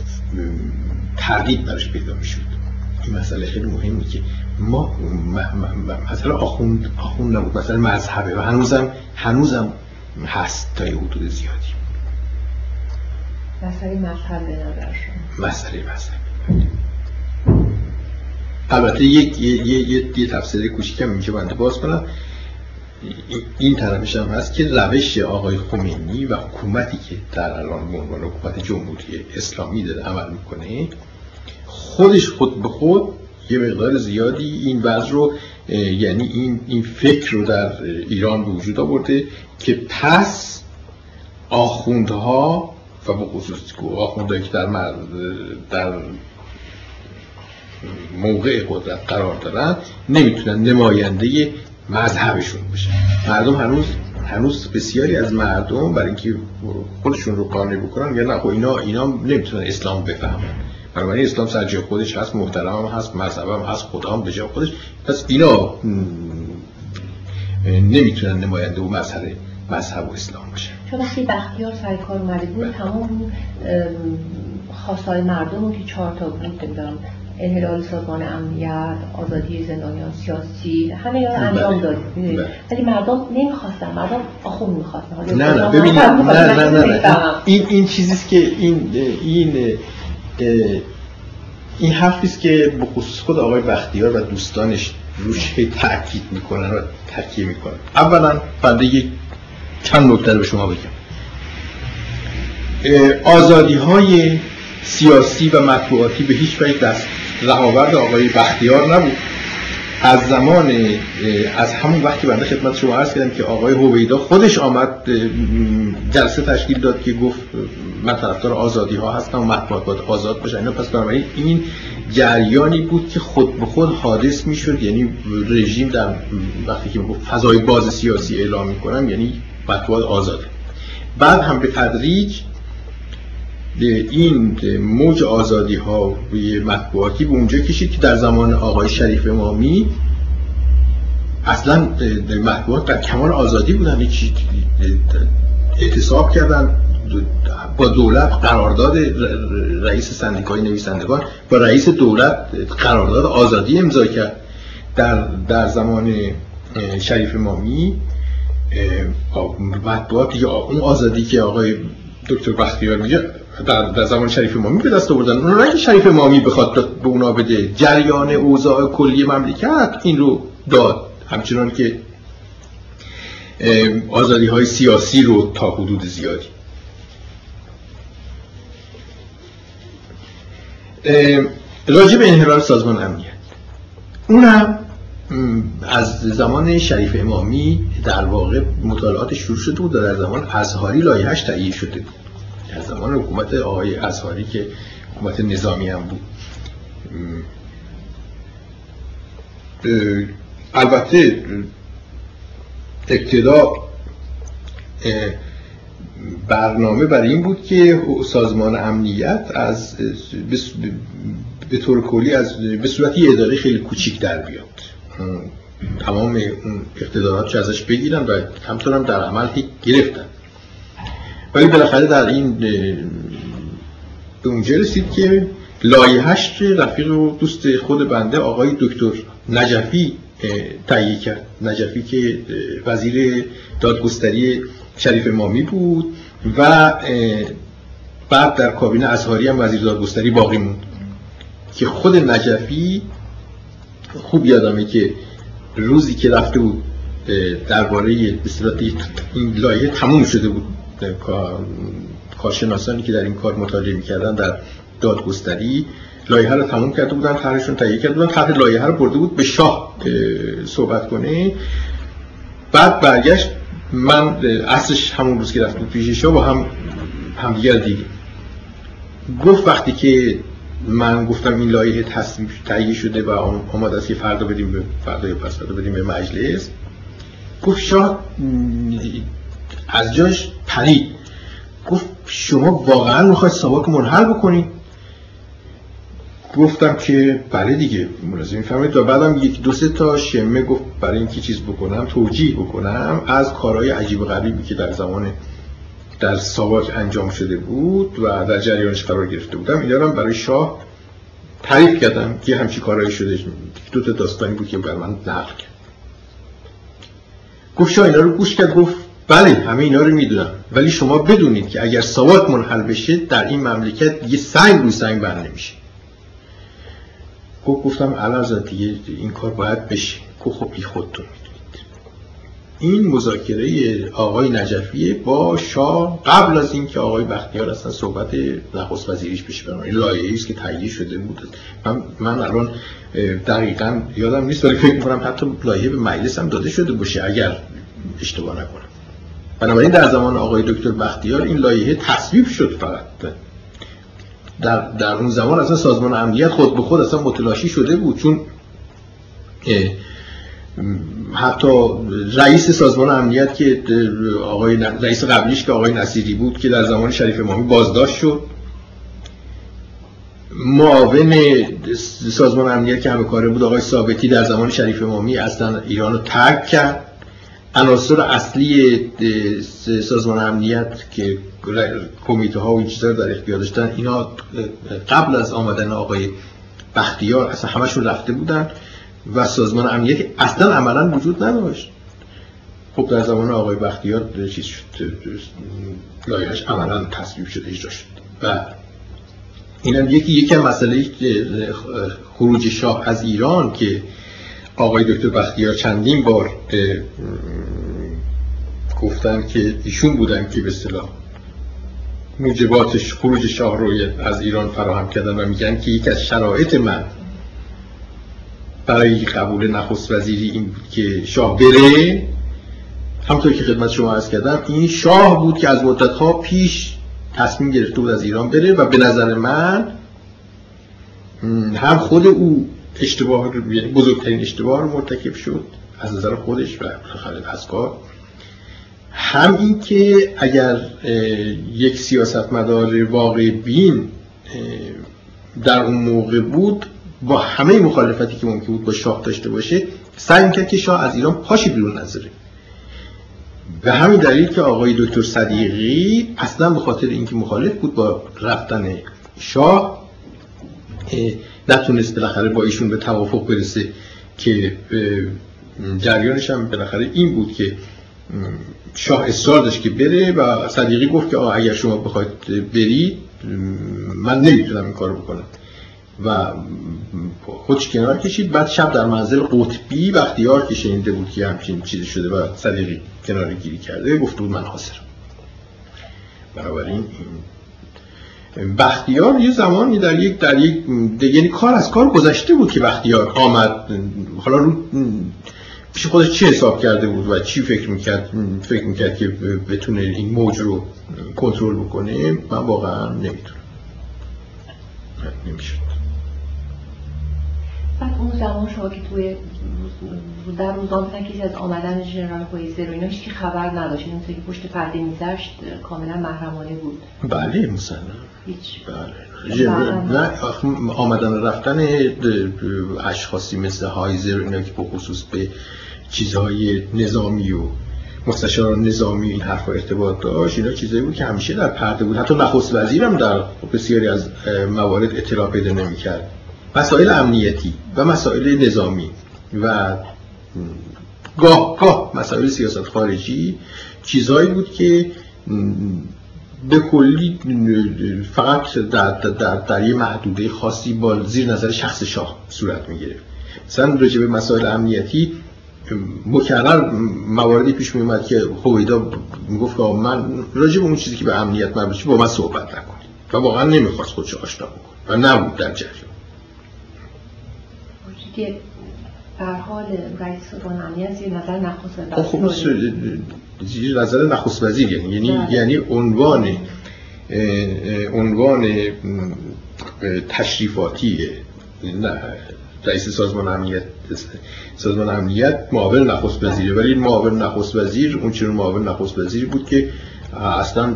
تردید برش پیدا میشد. این مسئله خیلی مهمه که ما مثلا آخوند نبود، مثلا مذهبه و هنوزم هست تا یه حدود زیادی. مسئله مذهب به نظر شما؟ مسئله مذهب. البته یه تفسیر کوچیکم اینجا بنده باز کنم، این طرفش هم هست که روش آقای خمینی و حکومتی که در الان به عنوان حکومت جمهوری اسلامی داره عمل میکنه، خود به خود یه مقدار زیادی این وضع رو، یعنی این فکر رو در ایران به وجود آورده که پس آخوندها و به خصوص آخوندهایی که در موقع قدرت قرار دارن نمیتونن نماینده مذهبشون باشن. مردم هنوز بسیاری از مردم برای اینکه خودشون رو قانع بکنن یا نه خب اینا نمیتونن اسلام بفهمن، بنابراین اسلام سر جای خودش هست، محترم هست، مذهب هم هست، خدا هم به جای خودش، پس اینا نمیتونن نماینده و مذهب و اسلام باشن. چون وقتی بختیار سر کار اومده بود تمام خواستای مردم رو که 4 تا بود، نمیدونم انحلال سازمان امنیت، آزادی زندانیان سیاسی، همه اینا رو انجام داد. ولی مردم نمیخواستن، مردم آخوند میخواستن. نه ببینید، نه این چیزیست که این حرفیست که به خصوص خود آقای بختیار و دوستانش روش تأکید میکنن و تکیه میکنن. اولا بنده یک چند نکته رو به شما بگم. آزادی‌های سیاسی و مطبوعاتی به هیچ وجه دست رهاورد آقای بختیار نبود. از همون وقتی بنده خدمت شما عرض کردم که آقای هویدا خودش آمد جلسه تشکیل داد که گفت من طرفدار آزادی ها هستم و مطبوعات باید آزاد باشه اینا، پس بنابراین این جریانی بود که خود به خود حادث میشد. یعنی رژیم در وقتی که میگفت فضای باز سیاسی اعلام میکنم یعنی مطبوعات آزاده. بعد هم به تدریج این موج آزادی ها و مطبوعاتی به اونجا کشید که در زمان آقای شریف امامی اصلا مطبوعات در کمال آزادی بودن، هیچ اعتصاب کردن با دولت، قرارداد رئیس سندیکای نویسندگان با رئیس دولت قرارداد آزادی امضا کرد. در زمان شریف امامی مطبوعات یا اون آزادی که آقای دکتر بختیار میگه در زمان شریف امامی به دست آوردن، اون نه که شریف امامی بخواد به اونا بده، جریان اوضاع کلی مملکت این رو داد، همچنان که آزادی های سیاسی رو تا حدود زیادی. راجع به انحلال سازمان امنیت، اونم از زمان شریف امامی در واقع مطالعات شروع شده بود، در زمان ازهاری لایحه‌اش تهیه شده بود، در زمان حکومت آقای ازهاری که حکومت نظامی هم بود. البته ابتدا برنامه برای این بود که سازمان امنیت از به طور کلی به صورت یه اداره خیلی کوچیک در بیاد، تمام اون اقتداراتش ازش بگیرن و همطور هم در عمل گرفتن. ولی بالاخره در این به اونجا رسید که لایحه‌اش رفیق و دوست خود بنده آقای دکتر نجفی تهیه کرد. نجفی که وزیر دادگستری شریف امامی بود و بعد در کابینه ازهاری هم وزیر دادگستری باقی موند، که خود نجفی خوب یادمه که روزی که رفته بود درباره به صورت این لایحه تموم شده بود، کارشناسانی که در این کار مطالعه می‌کردن در دادگستری لایحه رو تموم کرده بودن، طرحشون تهیه کرده بودن، طرح لایحه رو برده بود به شاه صحبت کنه. بعد برگشت، من اصلش همون روز که رفتم پیش شاه با همدیگر دیدیم. گفت وقتی که من گفتم این لایحه تهیه شده و آماده است که فردا بدیم به مجلس، گفت شاه از جاش پرید، گفت شما واقعا میخواید ساواک منحل بکنید؟ گفتم که بله دیگه ملازم میفهمید. و بعدم یک دو سه تا شمه گفت برای اینکه چیز بکنم، توجیه بکنم از کارهای عجیب و غریبی که در ساواک انجام شده بود و در جریانش قرار گرفته بودم، اینا رو برای شاه تعریف کردم که همچین کارهایی شده. دو تا داستانی بود که برای من نقل کرد. گفت شاه اینا رو گوش کرد، گفت بله همه اینا رو میدونم، ولی شما بدونید که اگر ساواک منحل بشه در این مملکت یه سنگ روی سنگ بر نمیشه. گفتم علاوه دیگه این کار باید بشه. خب بی خودتون میدونید. این مذاکره آقای نجفی با شاه قبل از اینکه آقای بختیار اصلا صحبت نخست وزیریش بشه، برای لایحه‌ای است که تهیه شده بود. من الان دقیقاً یادم نیست، ولی فکر می‌کنم حتی لایحه به مجلس هم داده شده باشه اگر اشتباه نکنم. بنابراین در زمان آقای دکتر بختیار این لایحه تصویب شد. فقط در اون زمان اصلا سازمان امنیت خود به خود اصلا متلاشی شده بود، چون حتی رئیس سازمان امنیت که رئیس قبلیش که آقای نصیری بود که در زمان شریف امامی بازداشت شد، معاون سازمان امنیت که همه کاره بود آقای ثابتی در زمان شریف امامی اصلا ایران رو ترک کرد. عناصر اصلی سازمان امنیت که کمیته ها و این چیزا در اختیار داشتن، اینا قبل از آمدن آقای بختیار اصلا همشون رفته بودن و سازمان امنیت اصلا عملا وجود نداشت. خب در زمان آقای بختیار چیز شد، لایحه‌اش عملا تصویب شد، اجرا شد. و اینم یکی از مسئله خروج شاه از ایران که آقای دکتر بختیار چندین بار گفتن که ایشون بودن که به اصطلاح موجبات خروج شاه رو از ایران فراهم کردن و میگن که یکی از شرایط من برای قبول نخست وزیری این بود که شاه بره. همونطور که خدمت شما عرض کردم این شاه بود که از مدت‌ها پیش تصمیم گرفته بود از ایران بره و به نظر من هم خود او اشتباه، یعنی بزرگترین اشتباه رو مرتکب شد از نظر خودش و خالد هسکار، هم این که اگر یک سیاستمدار واقع بین در اون موقع بود با همه مخالفتی که ممکن بود با شاه داشته باشه سعی می‌کرد که شاه از ایران پاشی بیرون نذاره. به همین دلیل که آقای دکتر صدیقی اصلا به خاطر اینکه مخالف بود با رفتن شاه نتونست بالاخره با ایشون به توافق برسه که جریانش هم بالاخره این بود که شاه اصرار داشت که بره و صدیقی گفت که اگر شما بخواید برید من نمیتونم این کارو بکنم و خودش کنار کشید. بعد شب در منزل قطبی بختیار که شنیده بود که همچین چیزی شده و صدیقی کنار گیری کرده گفت بود من حاضرم. بنابراین بختیار یه زمانی در یک یعنی کار از کار گذشته بود که بختیار آمد، حالا رو پیش خودش چی حساب کرده بود و چی فکر میکرد که بتونه این موج رو کنترل بکنه. من واقعا نمیتونم، نمیشد. بعد اون زمان شما که توی در روزنامه کسی از آمدن ژنرال کویزر و اینا هیچ کی خبر نداشت، اون که پشت پرده می‌گذشت کاملا محرمانه بود. بله مثلا هیچ نه آمدن و رفتن اشخاصی مثل هایزر اینا که به خصوص به چیزهای نظامی و مستشاران نظامی این حرفا ارتباط داشت، اینا چیزایی بود که همیشه در پرده بود. حتی نخست وزیرم در بسیاری از موارد اطلاع پیدا نمی‌کرد. مسائل امنیتی و مسائل نظامی و گاه مسائل سیاست خارجی چیزهایی بود که به کلی فقط در یه محدوده خاصی با زیر نظر شخص شاه صورت می‌گرفت. مثلا راجع به مسائل امنیتی مکرر مواردی پیش می‌اومد که هویدا میگفت که من راجع به اون چیزی که به امنیت مربوطه با من صحبت نکنید و واقعا نمی‌خواست خودش آشنا بکنه و نبود در جریان. که در حال رئیس سازمان امنیت زیر نظر نخست وزیر زیر نظر نخست وزیر یعنی عنوان تشریفاتی رئیس سازمان امنیت معاون نخست وزیره، ولی معاون نخست وزیر اون چنین معاون نخست وزیری بود که اصلا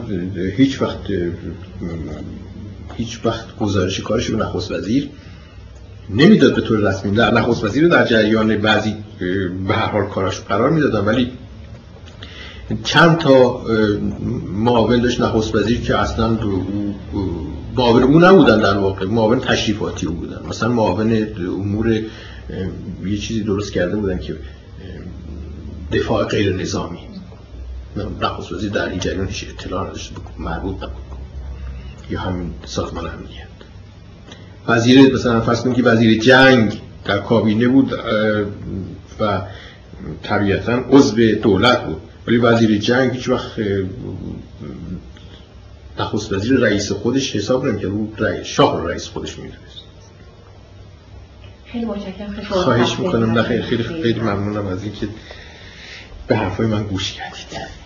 هیچ وقت گزارش کارش به نخست وزیر نمیداد به طور رسمی. در نخست وزیر در جریان بعضی به هر حال کاراش قرار میدادن، ولی چند تا معاون داشت نخست وزیر که اصلا معاون او نبودن، در واقع معاون تشریفاتی او بودن. مثلا معاون امور یه چیزی درست کرده بودن که دفاع غیر نظامی، نخست وزیر در این جریان هیچ اطلاع نداشت، مربوط نبود. یا همین سازمان امنیت وزیر مثلا فرض کنید که وزیر جنگ در کابینه بود و طبیعتاً عضو دولت بود، ولی وزیر جنگ هیچ وقت نخست وزیر رئیس خودش حساب نمی‌کرد، او شاه رو رئیس خودش می‌دونست. خیلی متشکرم. خواهش می‌کنم. خیلی ممنونم از اینکه به حرفای من گوش کردید.